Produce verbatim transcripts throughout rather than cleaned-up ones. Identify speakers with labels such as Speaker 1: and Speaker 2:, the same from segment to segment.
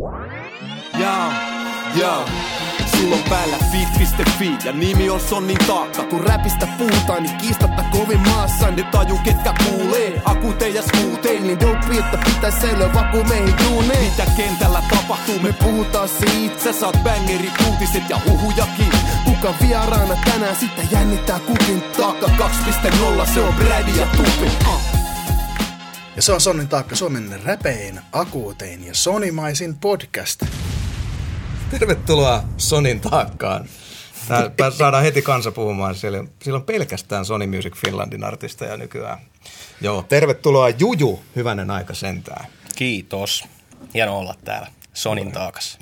Speaker 1: Jaa, jaa. Sulla on päällä fit piste fi ja nimi on Sonnin taakka. Kun räpistä puhutaan, niin kiistatta kovin maassa. Ne taju ketkä kuulee, akuuteen ja smootheen. Niin dope, että pitäis säilyä vaku meihin duuneen. Mitä kentällä tapahtuu, me puhutaan siitä. Sä saat bangerit, uutiset ja huhujakin. Kuka vieraana tänään, sitten jännittää kukin taakka. kaksi piste nolla, se on Brady ja Tupi. uh.
Speaker 2: Ja se on Sonnin taakka, Suomen räpein, akuutein ja sonimaisin podcast.
Speaker 3: Tervetuloa Sonin taakkaan. Tää saadaan heti kansa puhumaan. Siellä, siellä on pelkästään Sony Music Finlandin artisteja nykyään. Joo, tervetuloa Juju, hyvänen aika sentään.
Speaker 4: Kiitos. Hieno olla täällä Sonin taakassa.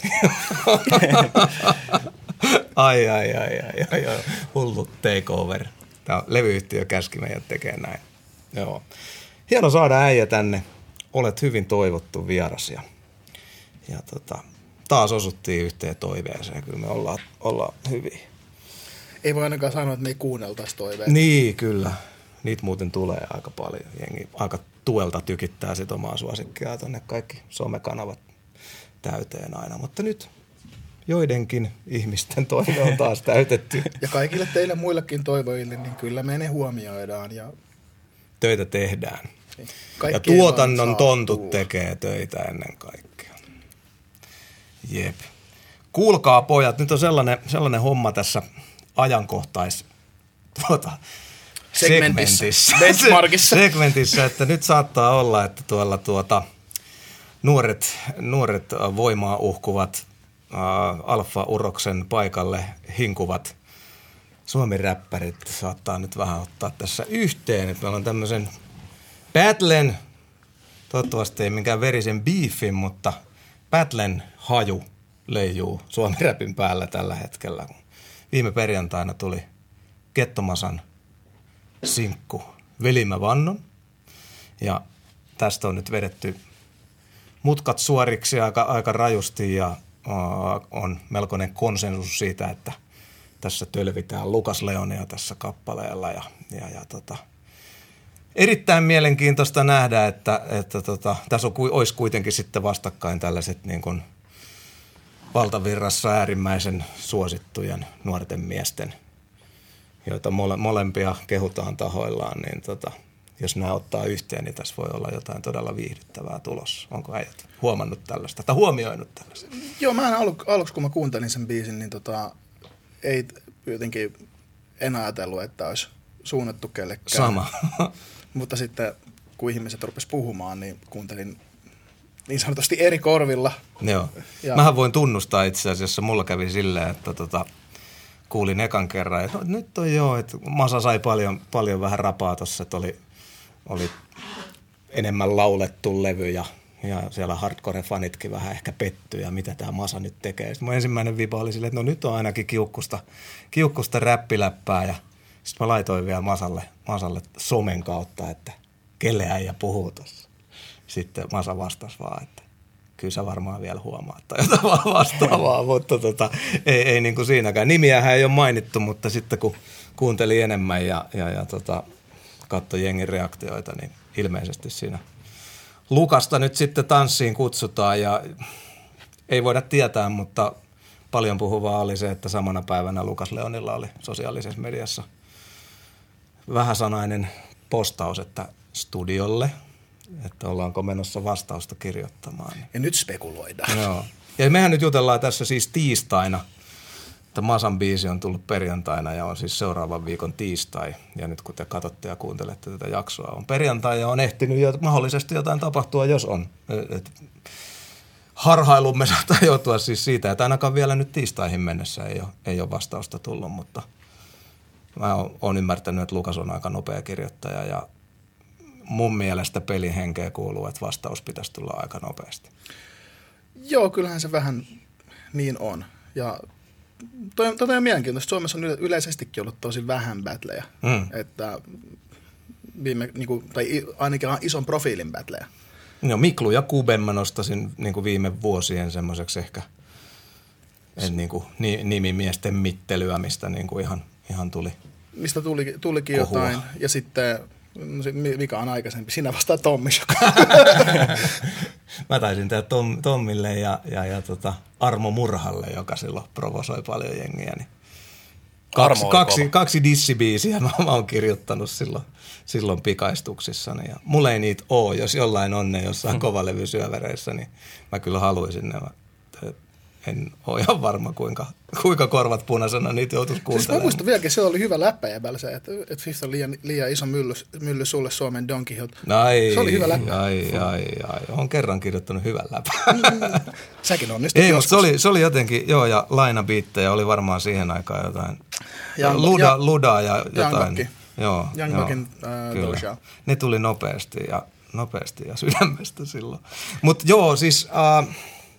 Speaker 3: ai, ai, ai, ai, ai, ai, hullu takeover. Tämä levyyhtiö käski meidät tekemään näin. Joo. Hieno saada äijä tänne. Olet hyvin toivottu vieras ja, ja tota... taas osuttiin yhteen toiveeseen. Kyllä me ollaan, ollaan hyviä.
Speaker 2: Ei voi ainakaan sanoa, että me ei kuunneltaisi toiveita.
Speaker 3: Niin, kyllä. Niitä muuten tulee aika paljon. Jengi aika tuelta tykittää sit omaa suosikkiaan tonne kaikki somekanavat täyteen aina. Mutta nyt joidenkin ihmisten toive on taas täytetty.
Speaker 2: Ja kaikille teille muillekin toivoille, niin kyllä me ne huomioidaan. Ja
Speaker 3: töitä tehdään.
Speaker 2: Kaikkien
Speaker 3: ja tuotannon tontut tekee töitä ennen kaikkea. Jep. Kuulkaa pojat, nyt on sellainen, sellainen homma tässä ajankohtais tuota, segmentissä,
Speaker 2: benchmarkissa.
Speaker 3: segmentissä, että nyt saattaa olla, että tuolla tuota, nuoret, nuoret voimaa uhkuvat äh, alfa-uroksen paikalle hinkuvat suomi-räppärit saattaa nyt vähän ottaa tässä yhteen. Että meillä on tämmöisen battlen, toivottavasti ei minkään verisen beefin, mutta battlen haju leijuu suomi-räpin päällä tällä hetkellä. Viime perjantaina tuli Kettomasan sinkku Velimä Vannon. Ja tästä on nyt vedetty mutkat suoriksi aika, aika rajusti ja uh, on melkoinen konsensus siitä, että tässä tölvitään Lukas Leonia tässä kappaleella. Ja, ja, ja tota, erittäin mielenkiintoista nähdä, että, että tota, tässä on, olisi kuitenkin sitten vastakkain tällaiset niin kuin valtavirrassa äärimmäisen suosittujen nuorten miesten, joita mole, molempia kehutaan tahoillaan, niin tota, jos nämä ottaa yhteen, niin tässä voi olla jotain todella viihdyttävää tulossa. Onko äijät huomannut tällaista tai huomioinut tällaista?
Speaker 2: Joo, mä alu, aluksi kun mä kuuntelin sen biisin, niin tota, ei jotenkin en ajatellut, että olisi suunnattu kellekään.
Speaker 3: Sama.
Speaker 2: Mutta sitten kun ihmiset rupes puhumaan, niin kuuntelin niin sanotusti eri korvilla.
Speaker 3: Joo.
Speaker 2: Ja
Speaker 3: mähän voin tunnustaa itse asiassa, mulla kävi silleen, että tota, kuulin ekan kerran, että no, nyt on joo, että Masa sai paljon, paljon vähän rapaa tossa, että oli, oli enemmän laulettu levy ja, ja siellä hardcore-fanitkin vähän ehkä pettyi ja mitä tämä Masa nyt tekee. Sitten mun ensimmäinen viba oli silleen, että no nyt on ainakin kiukkusta, kiukkusta räppiläppää ja sitten mä laitoin vielä Masalle, Masalle somen kautta, että kelle äijä puhuu tossa. Sitten Masa vastasi vaan, että kyllä sä varmaan vielä huomaat tai jotain vastaavaa, mutta tota, ei, ei niin kuin siinäkään. Nimiähän ei ole mainittu, mutta sitten kun kuunteli enemmän ja, ja, ja tota, katsoi jengin reaktioita, niin ilmeisesti siinä Lukasta nyt sitten tanssiin kutsutaan ja ei voida tietää, mutta paljon puhuvaa oli se, että samana päivänä Lukas Leonilla oli sosiaalisessa mediassa vähäsanainen postaus, että studiolle, että ollaanko menossa vastausta kirjoittamaan.
Speaker 2: Ja nyt spekuloidaan.
Speaker 3: Joo. Ja mehän nyt jutellaan tässä siis tiistaina, että Masan biisi on tullut perjantaina ja on siis seuraavan viikon tiistai. Ja nyt kun te katsotte ja kuuntelette tätä jaksoa, on perjantai ja on ehtinyt jo mahdollisesti jotain tapahtua, jos on. Et harhailumme saattaa joutua siis siitä, että ainakaan vielä nyt tiistaihin mennessä ei ole, ei ole vastausta tullut, mutta mä oon ymmärtänyt, että Lukas on aika nopea kirjoittaja ja mun mielestä pelin henkeä kuuluu, että vastaus pitäisi tulla aika nopeasti.
Speaker 2: Joo, kyllähän se vähän niin on. Ja toi, toi on mielenkiintoista. Suomessa on yleisestikin ollut tosi vähän battleja. Mm. Että viime, niin kuin, tai ainakin ison profiilin battleja.
Speaker 3: No Miklu ja Kuben mä nostasin niin kuin viime vuosien semmoiseksi ehkä niin kuin nimimiesten mittelyä, mistä niin kuin ihan, ihan tuli
Speaker 2: Mistä tuli, tulikin
Speaker 3: kohua.
Speaker 2: Jotain. Ja sitten No sit mikä on aikaisempi? Sinä vastaa Tommi.
Speaker 3: Mä taisin tehdä Tom, Tommille ja, ja, ja tota Armo Murhalle, joka silloin provosoi paljon jengiä. Niin kaksi, kaksi, kaksi dissibiisiä mä, mä oon kirjoittanut silloin, silloin pikaistuksissani. Ja mulla ei niitä oo, jos jollain on ne jossain mm. kovalevysyövereissä, niin mä kyllä haluaisin ne. En ole ihan varma, kuinka, kuinka korvat punaisena niitä joutuisi kuuntelemaan.
Speaker 2: Siis mä muistan vieläkin, se oli hyvä läppä jäbällä se, että, että Fifth on liian, liian iso mylly, mylly sulle Suomen Donkey Hill.
Speaker 3: Ai,
Speaker 2: se oli hyvä läppä.
Speaker 3: Ai, ai, ai. Olen kerran kirjoittanut hyvän läppän.
Speaker 2: Mm, säkin onnistut.
Speaker 3: Ei, mutta se oli, se oli jotenkin, joo, ja lainabiittejä oli varmaan siihen aikaan jotain.
Speaker 2: Young,
Speaker 3: Luda,
Speaker 2: ja,
Speaker 3: Luda ja jotain.
Speaker 2: Young
Speaker 3: joo,
Speaker 2: Young
Speaker 3: joo,
Speaker 2: Buckin uh, Doja.
Speaker 3: Ne tuli nopeasti ja, nopeasti ja sydämestä silloin. Mutta joo, siis... Uh,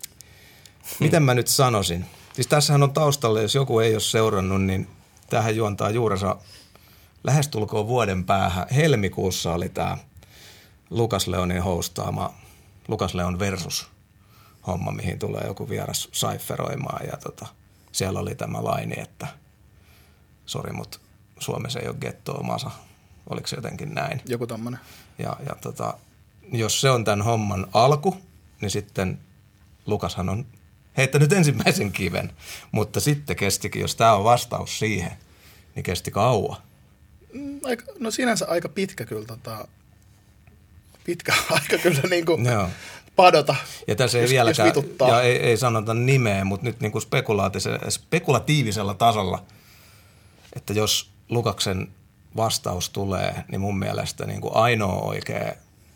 Speaker 3: Miten mä nyt sanoisin? Siis tässähän on taustalla, jos joku ei ole seurannut, niin tämähän juontaa juurensa lähestulkoon vuoden päähän. Helmikuussa oli tämä Lukas Leonin hostaama Lukas Leon versus homma, mihin tulee joku vieras saiferoimaan. Ja tota, siellä oli tämä laini, että sori, mutta Suomessa ei ole gettoa masa. Oliko se jotenkin näin?
Speaker 2: Joku tommonen.
Speaker 3: Ja, ja tota, jos se on tämän homman alku, niin sitten Lukashan on heittänyt ensimmäisen kiven, mutta sitten kestikin, jos tämä on vastaus siihen, niin kesti kauan.
Speaker 2: Aika, no sinänsä aika pitkä kyllä, tota, pitkä aika kyllä niin kuin padota,
Speaker 3: ja tässä ei
Speaker 2: jos,
Speaker 3: vieläkään,
Speaker 2: jos vituttaa.
Speaker 3: Ja ei, ei sanota nimeä, mutta nyt niin kuin spekulatiivisella tasolla, että jos Lukaksen vastaus tulee, niin mun mielestä niin kuin ainoa oikea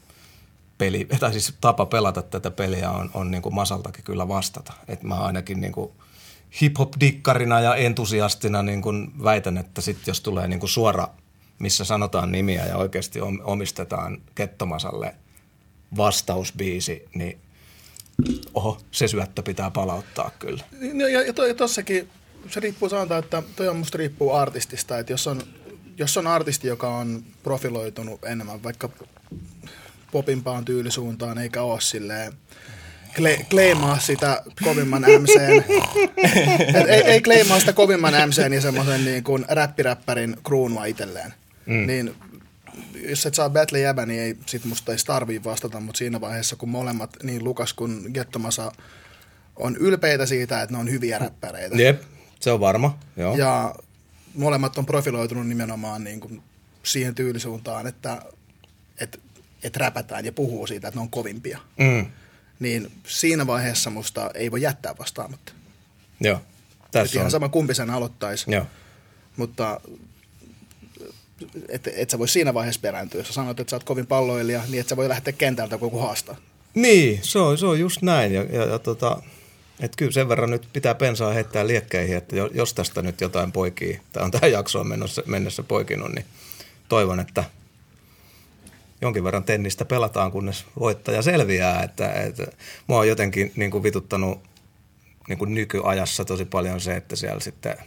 Speaker 3: peli, tai siis tapa pelata tätä peliä on, on niin kuin Masaltakin kyllä vastata. Että mä ainakin niin kuin hip-hop-dikkarina ja entusiastina niin kuin väitän, että sitten jos tulee niin kuin suora, missä sanotaan nimiä ja oikeasti omistetaan Kettomasalle vastausbiisi, niin oho, se syöttö pitää palauttaa kyllä.
Speaker 2: No, ja, ja, to, ja tossakin se riippuu, sanotaan, että toi on musta riippuu artistista, että jos on, jos on artisti, joka on profiloitunut enemmän vaikka popimpaan tyylisuuntaan, eikä ole silleen kle, kleimaa sitä kovimman M C:n. ei, ei kleimaa sitä kovimman M C:n ja semmoisen niin kuin räppiräppärin kruunua itselleen. Mm. Niin jos et saa battle jäbä, niin ei sit musta edes tarvii vastata, mutta siinä vaiheessa, kun molemmat, niin Lukas kuin Gettomasa, on ylpeitä siitä, että ne on hyviä räppäreitä.
Speaker 3: Jep, se on varma, joo.
Speaker 2: Ja molemmat on profiloitunut nimenomaan niin kuin siihen tyylisuuntaan, että, että että räpätään ja puhuu siitä, että ne on kovimpia. Mm. Niin siinä vaiheessa musta ei voi jättää vastaamatta.
Speaker 3: Joo. Tässä
Speaker 2: ihan
Speaker 3: on.
Speaker 2: sama kumpi sen aloittaisi.
Speaker 3: Joo.
Speaker 2: Mutta et, et sä voi siinä vaiheessa perääntyä. Jos sä sanot, että sä oot kovin palloilija, niin et sä voi lähteä kentältä koko haastaa.
Speaker 3: Niin, se on, se on just näin. Ja, ja, ja tota, että kyllä sen verran nyt pitää pensaa heittää liekkeihin, että jos tästä nyt jotain poikii, tai on tähän jaksoon mennessä, mennessä poikinut, niin toivon, että jonkin verran tennistä pelataan, kunnes voittaja selviää. Että, että mua on jotenkin niin kuin vituttanut niin kuin nykyajassa tosi paljon se, että siellä sitten,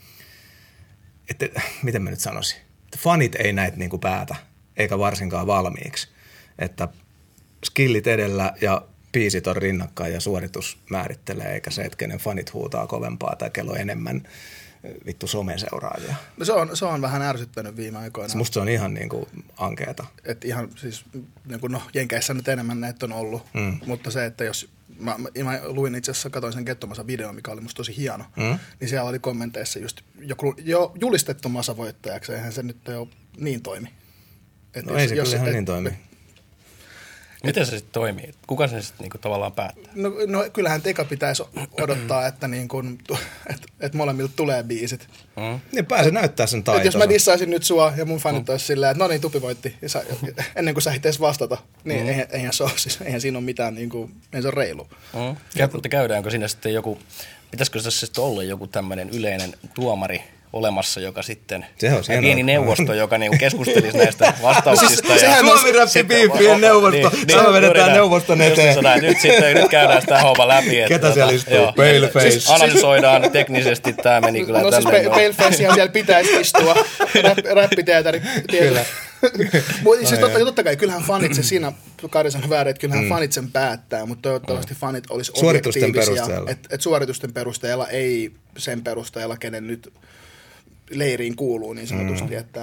Speaker 3: että, miten mä nyt sanoisin, että fanit ei näitä niin kuin päätä, eikä varsinkaan valmiiksi. Että skillit edellä ja biisit on rinnakkain ja suoritus määrittelee, eikä se, että kenen fanit huutaa kovempaa tai kello enemmän vittu someseuraajia.
Speaker 2: No se on, se on vähän ärsyttänyt viime aikoina.
Speaker 3: Musta se on ihan niin kuin ankeeta.
Speaker 2: Että ihan siis, niin kuin no Jenkeissä nyt enemmän näitä on ollut, mm. mutta se, että jos, mä, mä luin itse asiassa, katsoin sen Kettomasa video, mikä oli musta tosi hieno, mm. niin siellä oli kommenteissa just joku, jo julistettu masavoittajaksi, eihän se nyt ole niin toimi.
Speaker 3: Et no jos, ei se jos, kyllä ihan et, niin toimi.
Speaker 4: Miten se sitten toimii? Kuka se sitten niinku tavallaan päättää?
Speaker 2: No, no kyllähän teka pitäisi odottaa, että, niinku, et, et molemmilta tulee biisit.
Speaker 3: Mm. Niin pääse näyttää sen taitonsa.
Speaker 2: Jos mä dissaisin nyt sua ja mun fanit mm. olisi silleen, että no niin, Tupi voitti, ja sä, ennen kuin sä edes vastata, niin mm. eihän, eihän, se ole, siis, eihän siinä ole mitään, niinku, eihän se ole reilu.
Speaker 4: Mm. Mutta käydäänkö siinä sitten joku, pitäisikö tässä sitten olla joku tämmöinen yleinen tuomari olemassa, joka sitten, pieni neuvosto, joka niinku keskustelisi näistä vastauksista.
Speaker 2: No siis, ja
Speaker 3: Suomi-räppi-biippien neuvosto, niin, niin, vedetään neuvoston eteen.
Speaker 4: Nyt sitten, nyt käydään sitä homma läpi.
Speaker 3: Ketä siellä istuu? Paleface.
Speaker 4: Siis analysoidaan teknisesti, tämä meni kyllä
Speaker 2: no,
Speaker 4: tälle.
Speaker 2: No siis Palefaceihan siellä pitäisi istua, räppiteateri.
Speaker 3: Kyllä.
Speaker 2: Mutta siis totta, totta kai, kyllähän fanit se siinä, Kari sanoi väärin, että kyllähän mm. fanit sen päättää, mutta toivottavasti mm. fanit olisi objektiivisia. Että et suoritusten perusteella, ei sen perusteella, kenen nyt leiriin kuuluu niin sanotusti, mm. että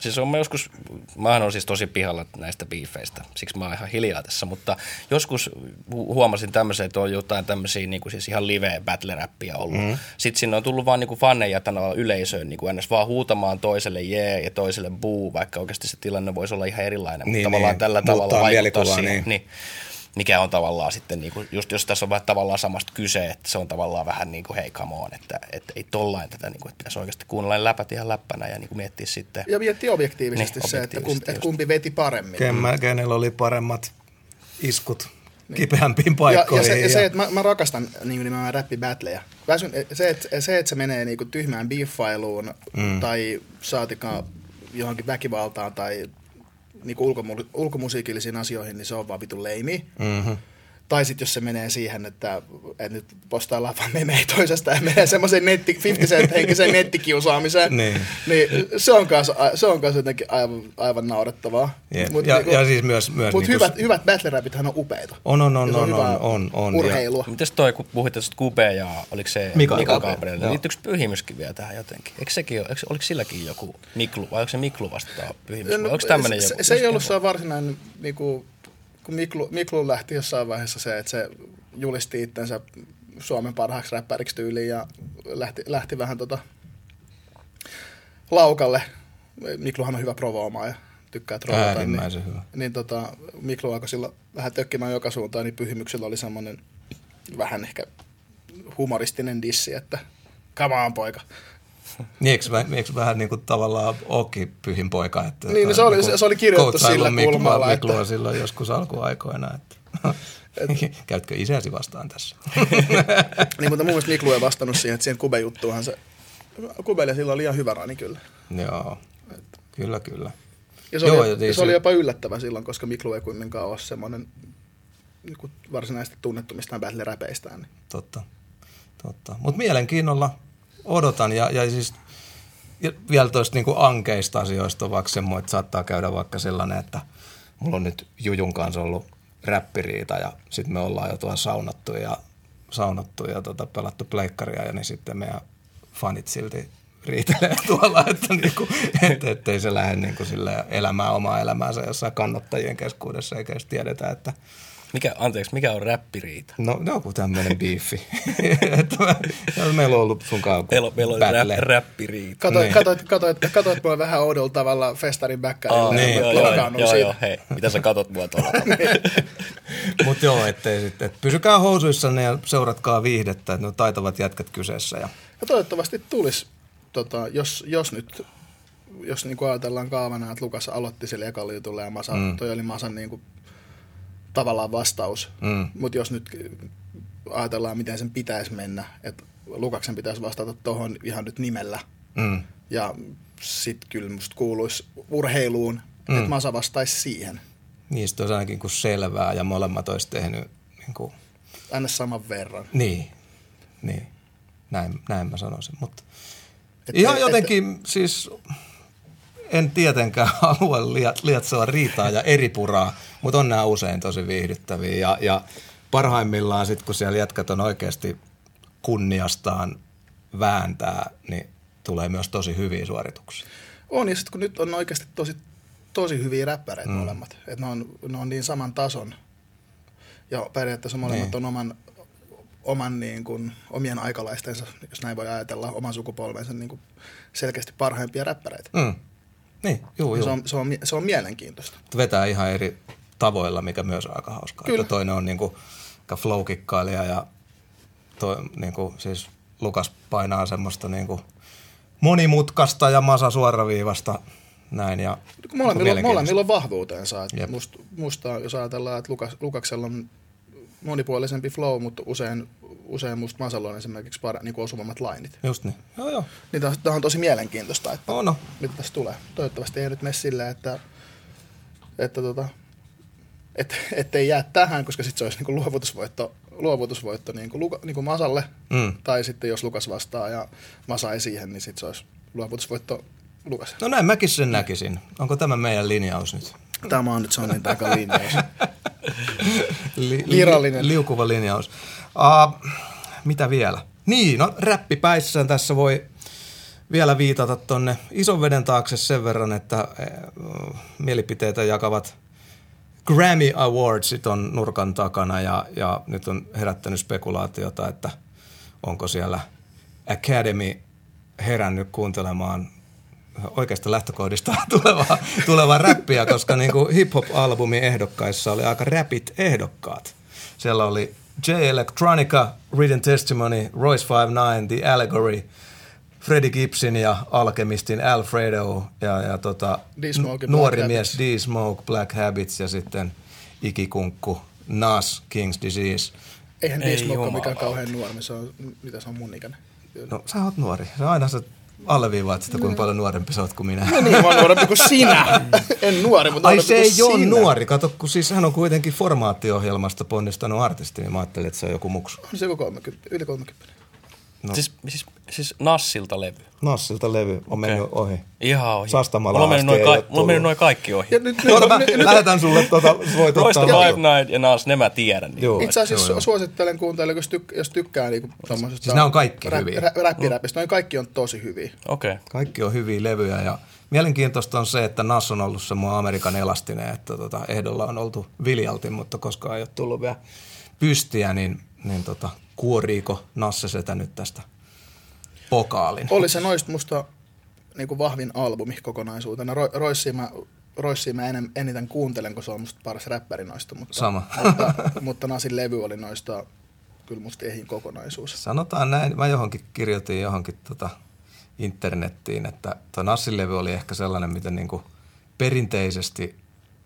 Speaker 4: Siis on mä joskus, mähän on siis tosi pihalla näistä biifeistä, siksi mä oon ihan hiljaa tässä, mutta joskus huomasin tämmöisen, että on jotain tämmöisiä niin kuin siis ihan live battle-räppiä ollut. Mm. Sitten sinne on tullut vaan niin kuin faneja tänä yleisöön, niin kuin ennäs vaan huutamaan toiselle jee ja toiselle buu, vaikka oikeasti se tilanne voisi olla ihan erilainen,
Speaker 3: niin,
Speaker 4: mutta tavallaan
Speaker 3: niin.
Speaker 4: tällä tavalla vaikuttaa siihen.
Speaker 3: Niin.
Speaker 4: Niin. Mikä on tavallaan sitten, niin kuin, just jos tässä on vähän tavallaan samasta kyse, että se on tavallaan vähän niin kuin hei come on, että, että ei tollain tätä, niin kuin, että pitäisi oikeasti kuunnella läpät ihan läppänä ja niin kuin miettiä sitten.
Speaker 2: Ja miettiä objektiivisesti niin, se, että, kumpi, että kumpi veti paremmin.
Speaker 3: Kemmä, kenellä oli paremmat iskut niin. kipeämpiin paikkoihin.
Speaker 2: Ja, ja, se, ja se, että mä, mä rakastan niin nimenomaan räppibattleja. Se, että se, että se menee niin kuin tyhmään beef-failuun mm. tai saatikaan johonkin väkivaltaan tai niinku ulkomu- ulkomusiikillisiin asioihin, niin se on vaan vitun leimi. Mm-hmm. Tai sitten jos se menee siihen, että, että nyt postaillaan vaan memei toisesta ja menee semmoiseen netti, viisikymmentä cent henkiseen nettikiusaamiseen, niin. niin se on kanssa, se on kanssa jotenkin aivan, aivan naurettavaa.
Speaker 3: Yeah. Mut ja, niinku, ja siis myös... myös
Speaker 2: mutta
Speaker 3: niinku
Speaker 2: hyvät, hyvät battle-rapithan on upeita.
Speaker 3: On, on, on,
Speaker 2: on,
Speaker 3: on, on, on, on.
Speaker 2: urheilua.
Speaker 4: Mites toi, kun puhuit tästä Kube ja oliko se Mika, Mika Gabriel, niin liittyykö Pyhimyskin vielä tähän jotenkin? Eikö sekin ole, oliko silläkin joku Miklu, vai onko se Miklu vastaan Pyhimys? No, onko tämmöinen
Speaker 2: se,
Speaker 4: joku?
Speaker 2: Se ei ollut se varsinainen... Niinku, kun Miklu, Miklu lähti jossain vaiheessa se, että se julisti itsensä Suomen parhaaksi räppäriksi tyyliin ja lähti, lähti vähän tota laukalle. Mikluhan on hyvä provoomaan ja tykkää trovata.
Speaker 3: Äärimmäisen
Speaker 2: niin,
Speaker 3: hyvä.
Speaker 2: Niin tota, Miklu alkoi silloin vähän tökkimään joka suuntaan, niin Pyhimyksellä oli semmoinen vähän ehkä humoristinen dissi, että come on poika.
Speaker 3: Niin, eikö, eikö vähän niin kuin tavallaan ookin pyhin poika? Että
Speaker 2: niin, niin se, oli, niin se oli kirjoittu sillä kulmalla.
Speaker 3: Miklua että... silloin joskus alkuaikoina. Että... Et... Käytkö isäsi vastaan tässä?
Speaker 2: Niin, mutta mun mielestä Miklu ei vastannut siihen, että siihen Kube-juttuunhan se... Kubelle sillä oli ihan hyvä rani kyllä.
Speaker 3: Joo, et... kyllä, kyllä.
Speaker 2: Ja se, Joo, oli, ja se, se oli jopa yllättävä silloin, koska Miklu ei kuitenkaan ole semmoinen niin varsinaisesti tunnettu mistään battle-räpeistään. Niin.
Speaker 3: Totta, totta. Mutta mielenkiinnolla odotan ja, ja siis ja vielä tuosta niinku ankeista asioista on vaikka semmoinen, että saattaa käydä vaikka sellainen, että mulla on nyt Jujun kanssa ollut räppiriita ja sitten me ollaan jo tuolla saunattu ja, saunattu ja tota, pelattu pleikkaria ja niin sitten meidän fanit silti riitelee tuolla, että niinku, et, ettei se lähde niinku elämään omaa elämäänsä jossain kannattajien keskuudessa eikä edes tiedetä, että
Speaker 4: Mikä, anteeksi, mikä on räppiriita?
Speaker 3: No, no kun tämmöinen biifi. Meillä on ollut sunkaan
Speaker 4: Meillä, meillä on rä, räppiriita.
Speaker 2: Katoit, niin. katoit, katoit, katoit mua vähän oudolla tavalla festarin bäkkärillä.
Speaker 4: Ah, niin, joo, joo, joo, joo, hei, mitä sä katot mua tuolla?
Speaker 3: Mutta joo, ettei sitten, et pysykää housuissanne ja seuratkaa viihdettä, että ne on taitavat jätkät kyseessä. Ja,
Speaker 2: ja toivottavasti tulisi, tota, jos, jos nyt, jos niin ajatellaan kaavana, että Lukas aloitti sille ekalla jutulla ja Masa, mm. toi oli Masan niin kuin tavallaan vastaus, mm. mutta jos nyt ajatellaan, miten sen pitäisi mennä, että Lukaksen pitäisi vastata tuohon ihan nyt nimellä, mm. ja sitten kyllä musta kuuluisi urheiluun, mm. että Masa vastaisi siihen.
Speaker 3: Niistä olisi ainakin kuin selvää, ja molemmat olisi tehnyt niin kuin...
Speaker 2: aina saman verran.
Speaker 3: Niin, niin. Näin, näin mä sanoisin, mutta et, ihan jotenkin et, siis... En tietenkään halua lietsoa riitaa ja eripuraa, mutta on nämä usein tosi viihdyttäviä. Ja, ja parhaimmillaan sitten, kun siellä jätkät on oikeasti kunniastaan vääntää, niin tulee myös tosi hyviä suorituksia.
Speaker 2: On, ja sitten kun nyt on oikeasti tosi, tosi hyviä räppäreitä mm. molemmat. Että ne on, ne on niin saman tason. Ja periaatteessa molemmat niin. on oman, oman niin kuin, omien aikalaistensa, jos näin voi ajatella, oman sukupolvensa niin kuin selkeästi parhaimpia räppäreitä. Mm.
Speaker 3: Niin, juu, juu.
Speaker 2: Se, on, se, on, se on mielenkiintoista.
Speaker 3: Vetää ihan eri tavoilla, mikä myös on aika hauskaa. Kyllä. Että toinen on niinku flow-kikkailija ja toi, niinku, siis Lukas painaa semmoista niinku monimutkaista ja Masa suoraviivasta näin. Ja
Speaker 2: molemmilla, molemmilla on vahvuutensa. Musta, musta, jos ajatellaan, että Lukas, Lukaksella on monipuolisempi flow, mutta usein, usein musta Masalla on esimerkiksi para, niin kuin osuvammat lainit.
Speaker 3: Just niin. Joo, joo.
Speaker 2: Niin tämä on tosi mielenkiintoista, että
Speaker 3: no, no.
Speaker 2: mitä tässä tulee. Toivottavasti ei nyt mene silleen, että, että tota, et, ettei jää tähän, koska sitten se olisi niin kuin luovutusvoitto, luovutusvoitto niin kuin, Luka, niin kuin Masalle. Mm. Tai sitten jos Lukas vastaa ja Masa ei siihen, niin sitten se olisi luovutusvoitto Lukas.
Speaker 3: No näin mäkin sen näkisin. Onko tämä meidän linjaus nyt?
Speaker 2: Tämä on nyt Sonin takan linjaus.
Speaker 3: Li, Virallinen. Liukuva linjaus. Uh, mitä vielä? Niin, no räppipäissään tässä voi, vielä viitata tonne ison veden taakse sen verran, että mielipiteitä jakavat Grammy Awardsit on nurkan takana ja, ja nyt on herättänyt spekulaatiota, että onko siellä Academy herännyt kuuntelemaan oikeasta lähtökohdista tulevaa, tulevaa räppiä, koska niin kuin hip-hop-albumin ehdokkaissa oli aika räpit ehdokkaat. Siellä oli J Electronica, Written Testimony, Royce five nine, The Allegory, Freddie Gibbsin ja Alchemistin Alfredo ja, ja tota,
Speaker 2: D-Smoke,
Speaker 3: nuori
Speaker 2: Black
Speaker 3: mies
Speaker 2: Habits.
Speaker 3: D-Smoke, Black Habits ja sitten ikikunkku Nas, King's Disease.
Speaker 2: Eihän
Speaker 4: Ei
Speaker 2: D-Smoke ole
Speaker 4: jumala.
Speaker 2: mikään kauhean nuori, se on, mitä se on mun ikäinen.
Speaker 3: No sä oot nuori. Se aina sä alleviivaat sitä, kuinka paljon nuorempi sä oot kuin minä.
Speaker 2: No niin, mä oon nuorempi kuin sinä. En nuori, mutta
Speaker 3: Ai
Speaker 2: nuorempi
Speaker 3: se ei
Speaker 2: kuin
Speaker 3: ole
Speaker 2: sinä.
Speaker 3: nuori. Kato, kun siis hän on kuitenkin formaattiohjelmasta ponnistanut artisti, niin mä ajattelin, että se on joku muksu.
Speaker 2: On se joku kolmekymmentä, yli kolmekymmentä.
Speaker 3: No.
Speaker 4: Siis, siis, siis Nassilta levy.
Speaker 3: Nassilta levy on mennyt ohi.
Speaker 4: Ihan ohi.
Speaker 3: Sastamala
Speaker 4: Mulla on mennyt
Speaker 3: asti
Speaker 4: noin,
Speaker 3: ei
Speaker 4: ka-
Speaker 3: oo
Speaker 4: mulla on mennyt
Speaker 3: tullut.
Speaker 4: noin kaikki ohi.
Speaker 2: Ja nyt,
Speaker 3: No,
Speaker 2: nyt,
Speaker 3: mä
Speaker 2: nyt, nyt,
Speaker 3: lähetän sulle tuota, voit
Speaker 4: Roista
Speaker 3: ottaa.
Speaker 4: Five Nine ja Nas, ne mä tiedän. Niin.
Speaker 3: Joo.
Speaker 2: itse asiassa
Speaker 3: Joo, joo.
Speaker 2: suosittelen kuuntelemaan, jos, tyk, jos tykkää niinku tommosesta
Speaker 3: Siis nämä on kaikki
Speaker 2: rap,
Speaker 3: hyviä.
Speaker 2: rä, räppiräpistä. Noin kaikki on tosi hyviä.
Speaker 4: Okei. Okay.
Speaker 3: Kaikki on hyviä levyjä ja mielenkiintoista on se, että Nas on ollut se mun Amerikan elastinen, että tota, ehdolla on oltu viljalti, mutta koska ei ole tullut vielä pystiä, niin, niin tota, kuoriiko Nasse setä nyt tästä pokaalin?
Speaker 2: Oli se noista musta niinku vahvin albumi kokonaisuutena. Ro, Roissia mä, Roissia mä enem, eniten kuuntelen, kun se on musta paras räppäri noista. Mutta,
Speaker 3: Sama.
Speaker 2: Mutta, mutta Nasin levy oli noista kyllä musta ehin kokonaisuus.
Speaker 3: Sanotaan näin, mä johonkin kirjoitin johonkin tota internettiin, että tuo Nassin levy oli ehkä sellainen, miten niinku perinteisesti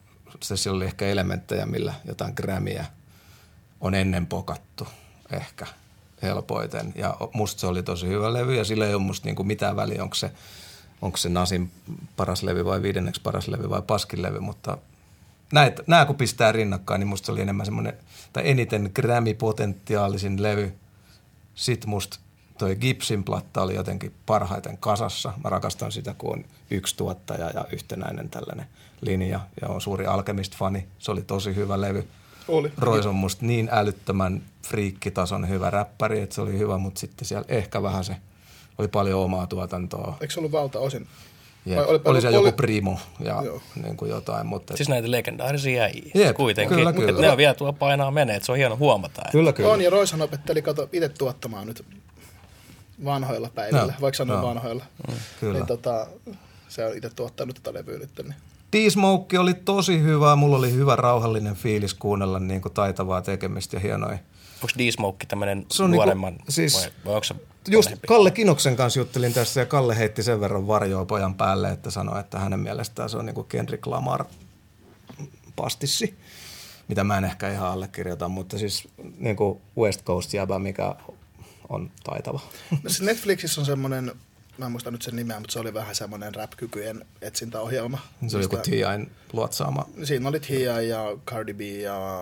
Speaker 3: se siellä oli ehkä elementtejä, millä jotain Grammyä on ennen pokattu ehkä helpoiten. Ja musta se oli tosi hyvä levy ja sillä ei ole musta niinku mitään väliä, onko se, onko se Nasin paras levy vai viidenneksi paras levy vai paskin levy, mutta näitä, nämä kun pistää rinnakkain, niin musta se oli enemmän semmoinen, tai eniten Grammy-potentiaalisin levy. Sitten musta toi Gibson platta oli jotenkin parhaiten kasassa. Mä rakastan sitä, kun on yksi tuottaja ja yhtenäinen tällainen linja. Ja on suuri Alchemist-fani. Se oli tosi hyvä levy.
Speaker 2: Oli.
Speaker 3: Royce on musta niin älyttömän friikkitason hyvä räppäri, että se oli hyvä, mutta sitten siellä ehkä vähän se, oli paljon omaa tuotantoa.
Speaker 2: Eikö se ollut valtaosin?
Speaker 3: Jep.
Speaker 2: Vai
Speaker 3: Oli, oli se
Speaker 2: oli-
Speaker 3: joku Primo ja
Speaker 2: Joo.
Speaker 3: niin kuin jotain, mutta
Speaker 4: Siis näitä legendaarisia äijä.
Speaker 3: Jep,
Speaker 4: Kuitenkin.
Speaker 3: kyllä,
Speaker 4: Mutta
Speaker 3: kyllä.
Speaker 4: ne on vielä tuolla painaa menee, että se on hieno huomata. Että
Speaker 3: kyllä kyllä.
Speaker 2: On, ja Roishan opetteli kato itse tuottamaan nyt vanhoilla päivillä,
Speaker 3: No,
Speaker 2: vaikka sanoin
Speaker 3: no.
Speaker 2: vanhoilla.
Speaker 3: Kyllä.
Speaker 2: Niin tota, se on itse tuottanut tätä levyä nyt. Niin.
Speaker 3: D-Smoke oli tosi hyvä. Mulla oli hyvä rauhallinen fiilis kuunnella niin kuin taitavaa tekemistä ja hienoja.
Speaker 4: onko D-Smoke tämmöinen
Speaker 3: Se on niinku-
Speaker 4: nuoremman
Speaker 3: siis-
Speaker 4: vai, vai onko se
Speaker 3: Just
Speaker 4: vanhempi?
Speaker 3: Kalle Kinoksen kanssa juttelin tässä ja Kalle heitti sen verran varjoa pojan päälle, että sanoi, että hänen mielestään se on niin kuin Kendrick Lamar pastissi, mitä mä en ehkä ihan allekirjoita, mutta siis niin kuin West Coast jäbä, mikä on taitava.
Speaker 2: No, siis Netflixissä on semmoinen, mä en muista nyt sen nimeä, mutta se oli vähän semmoinen rap-kykyjen etsintäohjelma.
Speaker 3: Se oli joku
Speaker 2: Mistä-
Speaker 3: T I:n luotsaama.
Speaker 2: Siinä oli T I ja Cardi B ja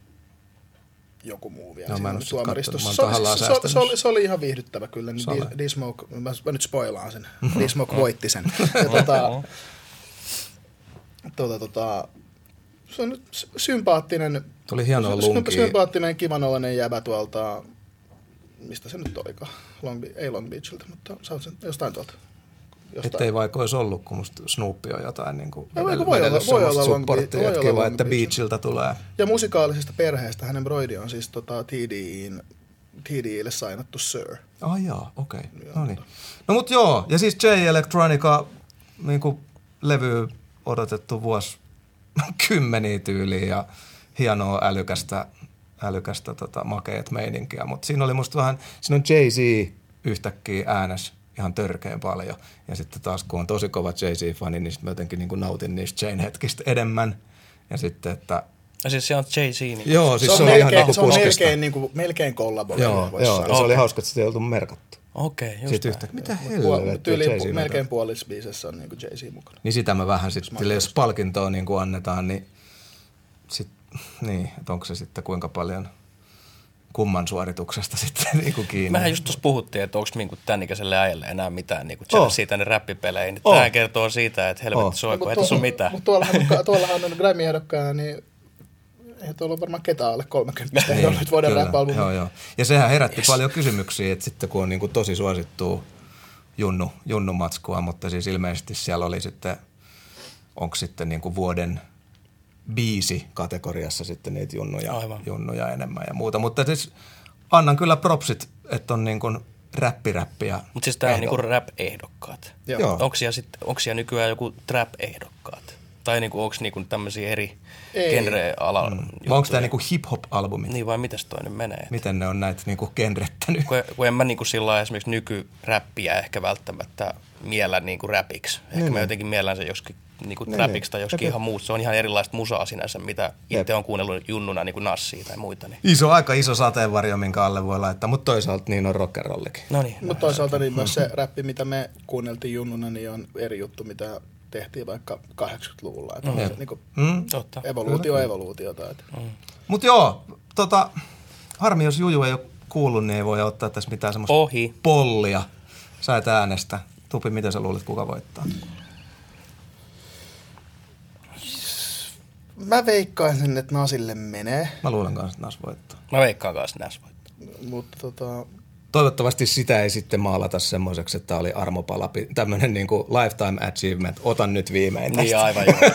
Speaker 2: joku muu vielä.
Speaker 3: No, mä
Speaker 2: siinä
Speaker 3: en
Speaker 2: oli
Speaker 3: oo sit
Speaker 2: tuomaristossa.
Speaker 3: kattonut. Mä
Speaker 2: Se,
Speaker 3: oon
Speaker 2: oli-
Speaker 3: tahallaan
Speaker 2: se, se, se,
Speaker 3: säästänyt.
Speaker 2: oli, se oli ihan viihdyttävä kyllä. Niin
Speaker 3: Se oli.
Speaker 2: D- D-Smoke, mä, mä nyt spoilaan sen. D-Smoke voitti sen. Ja tota, tota, tota, se on nyt sy- sympaattinen,
Speaker 3: Tuli hienoa
Speaker 2: sy-
Speaker 3: lunkia.
Speaker 2: sympaattinen, kivanolainen jäbä tuolta, mistä se nyt olikaan? Long, Be- ei Long Beachilta, mutta sä oot sen jostain tuolta. Jostain.
Speaker 3: Ettei vaikka olisi ollut, kun musta Snoop on jotain niin kuin
Speaker 2: No, voi olla- voi olla Long Beach- voi olla
Speaker 3: kiva,
Speaker 2: Long
Speaker 3: että
Speaker 2: Beach.
Speaker 3: Beachiltä tulee.
Speaker 2: Ja musikaalisesta perheestä hänen broidi on siis tota, T D I:n, T D I:lle sainattu Sir.
Speaker 3: Ah jaa, okei. Okay. No niin. No mut joo, ja siis J Electronica, niin kuin levy odotettu vuosi kymmeniä tyyliin ja hienoa älykästä, älykästä tota, makeet meininkiä. Mutta siinä oli musta vähän, siinä on Jay-Z yhtäkkiä äänessä ihan törkeän paljon. Ja sitten taas kun on tosi kova Jay-Z-fani, niin sitten mä jotenkin niin kuin nautin niistä Jane-hetkistä enemmän. Ja sitten, että
Speaker 4: Ja siis se on Jay-Z. Niin
Speaker 3: joo, siis se,
Speaker 2: se on
Speaker 3: oli ihan
Speaker 2: melkein,
Speaker 3: niinku
Speaker 2: se on
Speaker 3: puskista.
Speaker 2: melkein, niin kuin, melkein kollabo.
Speaker 3: Joo, joo, ja se oli hauska, että sitä ei oltu merkattu.
Speaker 4: Okei, just
Speaker 3: Sitten
Speaker 4: näin.
Speaker 3: yhtäkkiä, mitä
Speaker 2: Puol-
Speaker 3: helvettiä
Speaker 2: tyyliin
Speaker 3: Jay-Z
Speaker 2: pu-
Speaker 3: merkattu?
Speaker 2: melkein puolissa biisissä on niin kuin Jay-Z mukana.
Speaker 3: Niin sitä mä vähän sitten, jos palkintoa niin kuin annetaan, niin, sit, niin että onko se sitten kuinka paljon kumman suorituksesta sitten niin kuin kiinni.
Speaker 4: Mehän just tuossa puhuttiin, että onko niinku tämän ikäiselle äijälle enää mitään niinku
Speaker 3: Oh.
Speaker 4: oh. siitä ne räppipeleihin.
Speaker 3: Oh.
Speaker 4: Tämä kertoo siitä, että helvetti
Speaker 3: Oh.
Speaker 4: soiko, ei tässä ole mitään.
Speaker 2: Mutta tuollahan, tuollahan on Grammy-ehdokkaana, niin ei tuolla ole varmaan ketään alle kolmekymmentä, ei ole nyt vuoden
Speaker 3: Kyllä,
Speaker 2: rap-albumi.
Speaker 3: joo, joo. Ja sehän herätti yes. paljon kysymyksiä, että sitten kun on niin kuin tosi suosittua junnu, junnumatskua, mutta siis ilmeisesti siellä oli sitten, onko sitten niin kuin vuoden biisi kategoriassa sitten niitä junnuja, junnuja enemmän ja muuta. Mutta siis annan kyllä propsit, että on niin kuin räppiräppiä.
Speaker 4: Mutta siis tää on niinku rap-ehdokkaat.
Speaker 2: Joo.
Speaker 4: Onko siellä, sit, onko siellä nykyään joku trap-ehdokkaat? Tai niinku, onko niinku tämmöisiä eri genre-ala mm.
Speaker 3: Onko tämä niinku hip-hop-albumi?
Speaker 4: Niin vai mitäs toi nyt menee?
Speaker 3: Miten ne on näitä niinku genrettänyt?
Speaker 4: Kun, kun en mä niinku sillä esimerkiksi nykyräppiä ehkä välttämättä miellä niinku räpiksi. Ehkä niin, mä jotenkin miellän sen joskin niinku niin, trapiksi tai joskin ihan muuta. Se on ihan erilaista musaa sinänsä, mitä itse on kuunnellut junnuna niinku Nassia tai muita. Niin.
Speaker 3: Iso, aika iso sateenvarjo, minkä alle voi laittaa, mutta toisaalta niin on rock'n'rollikin.
Speaker 4: No niin.
Speaker 2: Mutta toisaalta niin myös se räppi, mitä me kuunneltiin junnuna, niin on eri juttu, mitä tehtiin vaikka kahdeksankymmentäluvulla. Että mm. se niinku
Speaker 3: mm.
Speaker 2: evoluutio evoluutiota. Mm.
Speaker 3: Mutta joo, tota, harmi jos Juju ei ole kuullut, niin ei voi ottaa tässä mitään semmoista
Speaker 4: Ohi.
Speaker 3: pollia. Sä et äänestä. Tupi, mitä sä luulet, kuka voittaa?
Speaker 2: Mä veikkaisin, että Nasille menee.
Speaker 3: Mä luulen kanssa, että Nas voittaa.
Speaker 4: Mä veikkaan kanssa, että Nas voittaa.
Speaker 2: Mutta tota...
Speaker 3: Toivottavasti sitä ei sitten maalata semmoiseksi, että tämä oli armopala, tämmöinen niin kuin lifetime achievement, otan nyt viimein tästä.
Speaker 4: Niin aivan joo.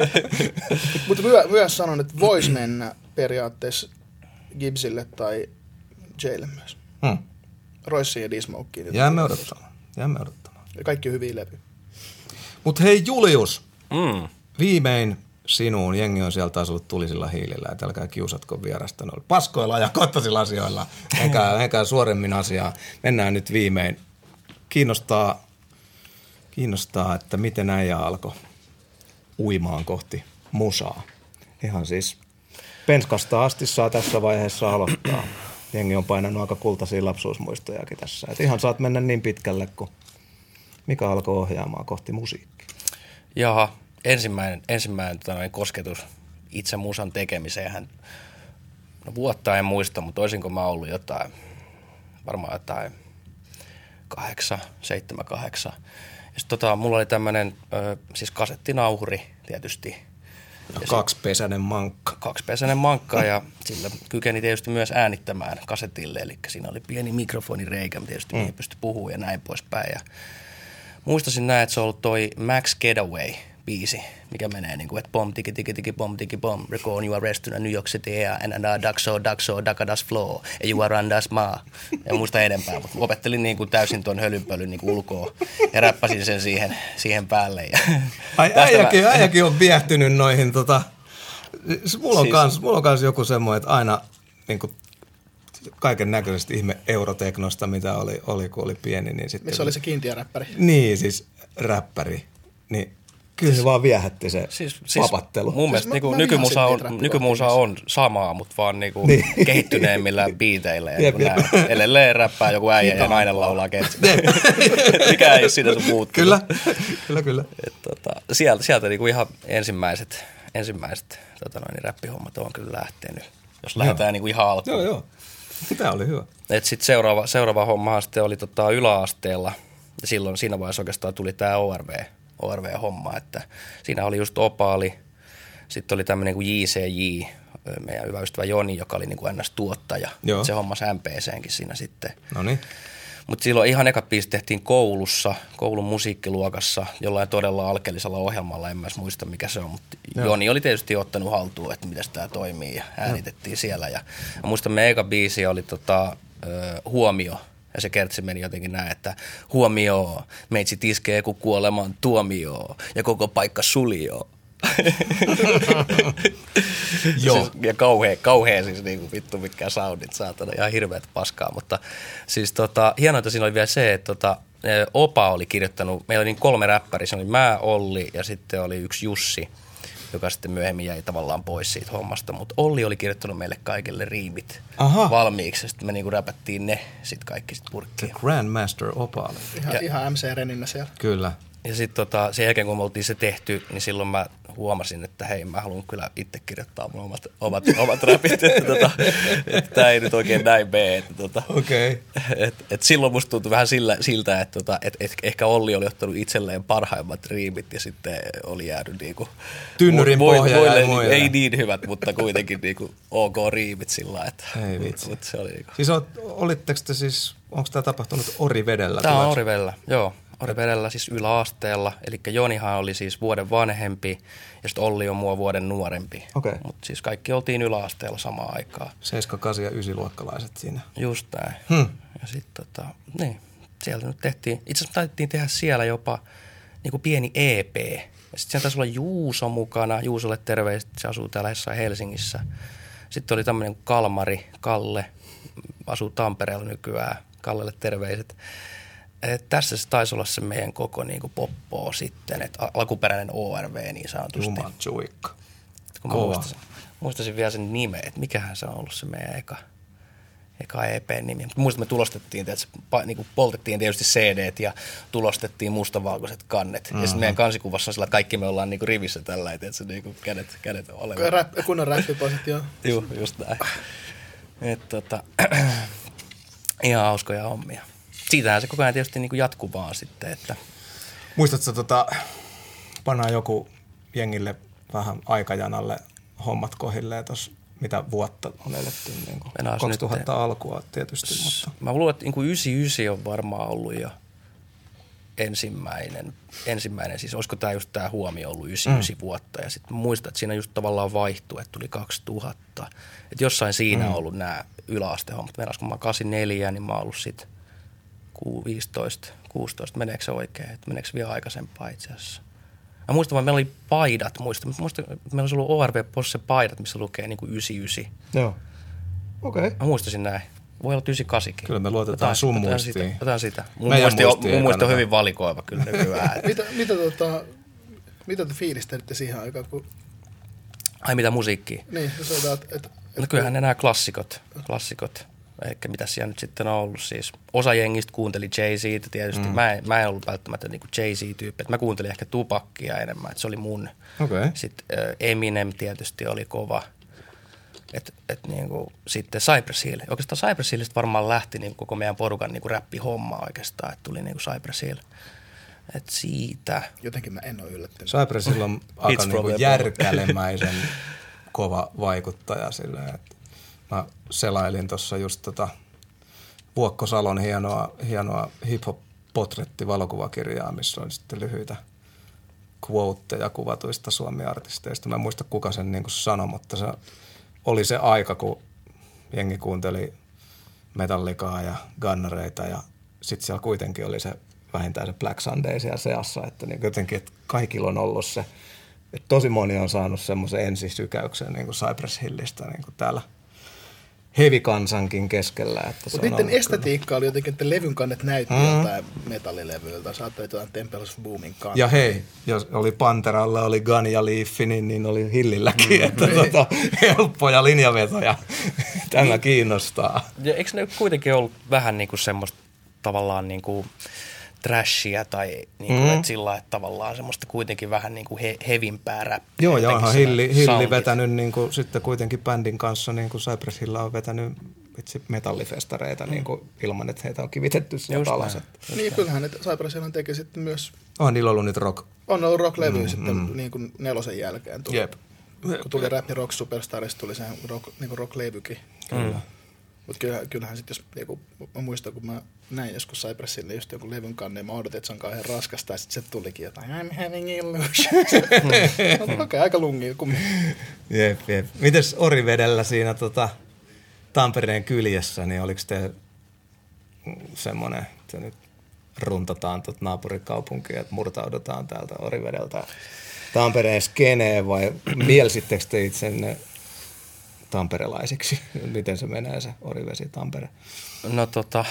Speaker 2: Mutta myö, myös sanon, että voisi mennä periaatteessa Gibbsille tai Jaylle myös.
Speaker 3: Hmm.
Speaker 2: Royceen ja D-Smokeen.
Speaker 3: Jäämme odottamaan. Jäämme odottamaan.
Speaker 2: Ja kaikki on hyviä levyjä.
Speaker 3: Mutta hei Julius,
Speaker 4: mm.
Speaker 3: viimein sinuun. Jengi on sieltä asunut tulisilla hiilillä, että älkää kiusatko vierasta noilla paskoilla ja kottaisilla asioilla. Eikä, eikä suoremmin asiaa. Mennään nyt viimein. Kiinnostaa, kiinnostaa, että miten äijä alkoi uimaan kohti musaa. Ihan siis penskasta asti saa tässä vaiheessa aloittaa. Jengi on painanut aika kultaisia lapsuusmuistojakin tässä. Et ihan saat mennä niin pitkälle, kun mikä alkoi ohjaamaan kohti musiikkia.
Speaker 4: Jaha, ensimmäinen, ensimmäinen tota noin, kosketus itse musan tekemiseen. No, vuotta en muista, mutta olisinko mä ollut jotain, varmaan jotain kahdeksan, seitsemän, kahdeksan. Ja sit, tota, mulla oli tämmönen ö, siis kasettinauhuri tietysti.
Speaker 3: Ja kaksipesäinen mankka.
Speaker 4: Kaksipesäinen mankka ja sillä kykeni tietysti myös äänittämään kasetille. Eli siinä oli pieni mikrofonireikä, tietysti mm. mihin pystyi puhumaan ja näin poispäin. Ja muistasin näin, että se on ollut toi Max Getaway-biisi, mikä menee niin kuin, että pom, tiki, tiki, tiki, pom, tiki, pom, recall you arrest in New York City, and and duck so, duck so, duck das floor, and you are on das maa. En muista enempää, mutta opettelin niin kuin täysin tuon hölynpölyn niin kuin ulkoa ja räppäsin sen siihen, siihen päälle. Ja
Speaker 3: ai äijäkin, mä... äijäkin on viehtynyt noihin, tota, mulla on, siis... kans, mulla on kans joku semmoinen, että aina niin kuin kaiken näköisesti ihme euroteknosta, mitä oli, oli kun oli pieni. Niin sitten
Speaker 2: missä oli se kiintiöräppäri?
Speaker 3: Niin, siis räppäri. Niin kyllä
Speaker 4: siis,
Speaker 3: se vaan viehätti se
Speaker 4: siis,
Speaker 3: papattelu.
Speaker 4: Siis mun mielestä
Speaker 2: siis
Speaker 4: niin nykymusa, on, nykymusa on samaa, mutta vaan niinku niin. kehittyneemmillä biiteillä. Ja niin edelleen räppää joku äijä ja nainen laulaa ketsi. Mikä ei ole siinä sun muuttunut.
Speaker 3: Kyllä, kyllä, kyllä.
Speaker 4: Et, tota, sieltä sieltä niinku ihan ensimmäiset, ensimmäiset tota noin, räppihommat on kyllä lähtenyt, jos lähdetään niinku ihan alkuun.
Speaker 3: Joo, joo. Tämä oli hyvä.
Speaker 4: Sitten seuraava, seuraava hommahan sitten oli tota yläasteella. Ja silloin siinä vaiheessa oikeastaan tuli tämä O R V, O R V-homma. Että siinä oli just Opaali. Sitten oli tämmöinen kuin J C J, meidän hyvä ystävä Joni, joka oli niin kuin N S-tuottaja. Joo. Se hommasi M P C:nkin siinä sitten.
Speaker 3: Noniin.
Speaker 4: Mutta silloin ihan ekat biisit tehtiin koulussa, koulun musiikkiluokassa, jollain todella alkeellisella ohjelmalla, en mä muista mikä se on, mutta Joni oli tietysti ottanut haltuun, että miten tämä toimii ja äänitettiin no. siellä. Ja muistan, meidän eka biisi oli tota, ö, Huomio, ja se kertsi meni jotenkin näin, että huomio, meitsi tiskee kun kuoleman tuomio ja koko paikka sulio. Joo. Siis, ja kauhea, kauhea siis niinku vittu mikään soundit, saatana, ihan hirveät paskaa, mutta siis tota, hienointa siinä oli vielä se, että tota, Opa oli kirjoittanut, meillä oli niin kolme räppäriä, se oli mä, Olli ja sitten oli yksi Jussi, joka sitten myöhemmin jäi tavallaan pois siitä hommasta, mutta Olli oli kirjoittanut meille kaikille riimit Aha. valmiiksi, ja sitten me niinku räpättiin ne sitten kaikki sitten purkkiin.
Speaker 3: The Grandmaster Opale.
Speaker 2: Ihan, ihan M C-reninä siellä.
Speaker 3: Kyllä.
Speaker 4: Ja sitten tota, sen jälkeen, kun me oltiin se tehty, niin silloin mä huomasin, että hei, mä haluan kyllä itse kirjoittaa mun omat, omat, omat räpit, että, tota, että tämä ei nyt oikein näin mene. Että, tota,
Speaker 3: okay.
Speaker 4: et, et silloin musta tuntui vähän sillä, siltä, että tota, et, et ehkä Olli oli ottanut itselleen parhaimmat riimit ja sitten oli jäänyt niinku...
Speaker 3: Tynnyrin
Speaker 4: mu-
Speaker 3: pohja
Speaker 4: muille,
Speaker 3: ja muille.
Speaker 4: ei niin hyvät, mutta kuitenkin niinku ok riimit sillä että...
Speaker 3: Ei vitsi.
Speaker 4: Mut se oli niinku.
Speaker 3: Siis olitteko te siis, onko tämä tapahtunut Orivedellä?
Speaker 4: Tämä on Orivedellä, joo. Orivedellä siis yläasteella, eli Jonihan oli siis vuoden vanhempi ja sitten Olli on mua vuoden nuorempi.
Speaker 3: Okay.
Speaker 4: Mutta siis kaikki oltiin yläasteella samaan aikaan.
Speaker 3: seitsemän, kahdeksan ja yhdeksän luokkalaiset siinä.
Speaker 4: Just näin.
Speaker 3: Hmm.
Speaker 4: Ja sitten tota, niin, sieltä nyt tehtiin, itse asiassa taidettiin tehdä siellä jopa niinku pieni E P. Ja sitten siellä taisi olla Juuso mukana, Juusolle terveiset, se asuu täällä jossain Helsingissä. Sitten oli tämmöinen Kalmari, Kalle, asuu Tampereella nykyään, Kallelle terveiset. Et tässä se taisi olla se meidän koko niinku poppoo sitten, että alkuperäinen O R V niin sanotusti.
Speaker 3: Juman tsuikka.
Speaker 4: Kun mä muistasin, muistasin vielä sen nimen, että mikähän se on ollut se meidän eka, eka E P-nimi. Muistan, me tulostettiin, että niinku poltettiin tietysti C D:t ja tulostettiin mustavalkoiset kannet. Mm-hmm. Ja sitten meidän kansikuvassa on sillä, että kaikki me ollaan niinku rivissä tällä, että se niinku kädet, kädet on oleva.
Speaker 2: Rap, kunnon räppiposit, joo.
Speaker 4: Joo, just näin. Et tota, ihan hauskoja hommia. Siitähän se koko ajan tietysti niinku jatkuu vaan sitten, että...
Speaker 3: Muistatko, tota, pannaan joku jengille vähän aikajanalle hommat kohilleen tuossa, mitä vuotta on eletty, niin kuin kaksituhatta nyt, alkua tietysti, s- mutta...
Speaker 4: Mä luulen, että niin kuin yhdeksänkymmentäyhdeksän on varmaan ollut jo ensimmäinen, ensimmäinen, siis olisiko tämä just tämä huomio ollut yhdeksänkymmentäyhdeksän mm. vuotta, ja sitten muistan, että siinä just tavallaan vaihtui, että tuli kaksituhatta, että jossain siinä mm. on ollut nämä yläastehommat. Meidän kun mä oon kahdeksankymmentäneljä, niin mä oon ollut sitten viisitoista, kuusitoista, meneekö se oikein, että meneekö se vielä aikaisempaa itse asiassa. Mä muistan vaan, meillä oli paidat, muistan, muistan meillä olisi ollut O R V-posse paidat, missä lukee niin kuin yhdeksänkymmentäyhdeksän.
Speaker 3: Joo, okei. Okay.
Speaker 4: Mä muistasin näin. Voi olla yhdeksänkymmentäkahdeksan.
Speaker 3: Kyllä me luotetaan sun
Speaker 4: otan
Speaker 3: muistiin.
Speaker 4: Sitä, otan sitä. Mun
Speaker 3: Meidän
Speaker 4: muisti on,
Speaker 3: muistiin
Speaker 4: mun muisti on
Speaker 3: kannata.
Speaker 4: hyvin valikoiva kyllä nykyään.
Speaker 2: mitä, mitä, tota, mitä te fiilistelitte siihen aikaan, kun...
Speaker 4: Ai mitä musiikkia?
Speaker 2: Niin, jos otat, että... Et,
Speaker 4: no kyllähän ne nämä klassikot, klassikot. Ehkä mitä siellä nyt sitten on ollut siis. Osa jengistä kuunteli Jay-Ztä tietysti. Mm. Mä, en, mä en ollut välttämättä niinku Jay-Z-tyyppi. Mä kuuntelin ehkä Tupackia enemmän, että se oli mun.
Speaker 3: Okay.
Speaker 4: Sitten äh, Eminem tietysti oli kova. Et, et niinku, sitten Cypress Hill. Oikeastaan Cypress Hillistä varmaan lähti niinku koko meidän porukan niinku räppihomma oikeastaan, että tuli niinku Cypress Hill. Et siitä.
Speaker 2: Jotenkin mä en ole yllättynyt.
Speaker 3: Cypress Hill on aika niinku järkälemäisen kova vaikuttaja silleen, että mä selailin tuossa just tota Vuokko Salon hienoa, hienoa hip-hop-potretti-valokuvakirjaa, missä on sitten lyhyitä quoteja kuvatuista Suomi-artisteista. Mä en muista, kuka sen niin kuin sanoi, mutta se oli se aika, kun jengi kuunteli Metallicaa ja Gunnereita ja sitten siellä kuitenkin oli se vähintään se Black Sunday siellä seassa, että niin jotenkin, että kaikilla on ollut se, että tosi moni on saanut semmoisen ensisykäyksen niin kuin Cypress Hillistä niin kuin täällä hevikansankin keskellä. Mutta
Speaker 2: niiden estetiikka kyllä oli jotenkin, että levyn kannet näytti mm. jotain metallilevyiltä. Saattaa jotain Temple of Boomin kannet.
Speaker 3: Ja hei, jos oli Panteralla, oli Gun ja Leaf, niin, niin oli Hillilläkin. Mm. Että tota, helppoja linjavetoja. Tämä kiinnostaa.
Speaker 4: Ja eikö ne kuitenkin ollut vähän niin kuin semmoista tavallaan niin kuin trashia tai niin kuin, mm. että sillä lailla, että tavallaan semmoista kuitenkin vähän niin kuin he, hevimpää räppiä.
Speaker 3: Joo, ja onhan Hilli, Hilli vetänyt niin kuin, sitten kuitenkin bändin kanssa, niin kuin Cypress Hill on vetänyt itse metallifestareita mm. niin kuin, ilman, että heitä on kivitetty sieltä alas.
Speaker 2: Niin, kyllähän että Cypress Hill teki sitten myös...
Speaker 3: On niillä ollut nyt rock.
Speaker 2: On ollut rock-levy mm, sitten mm. niin kuin nelosen jälkeen. Tuli,
Speaker 3: Jep.
Speaker 2: Kun tuli Rap Rock Superstarista, tuli se rock, niin kuin rock-levykin.
Speaker 3: Kyllä.
Speaker 2: Mutta kyllähän, kyllähän sitten, jos joku, mä muistan, kun mä näin joskus Cypress Hillin just joku levyn kanneen, mä odotin, että se on kauhean raskasta, ja sitten se tulikin jotain, I'm having illusions. Okei, okay, aika lungia kumminkin.
Speaker 3: Jep, jep. Mites Orivedellä siinä tota, Tampereen kyljessä, niin oliko te semmoinen, että nyt runtataan tuota naapurikaupunkia, että murtaudutaan täältä Orivedeltä Tampereen skeneen, vai mielsittekö te itsenne tamperelaisiksi? Miten se menee se Orivesi Tampere?
Speaker 4: No tota,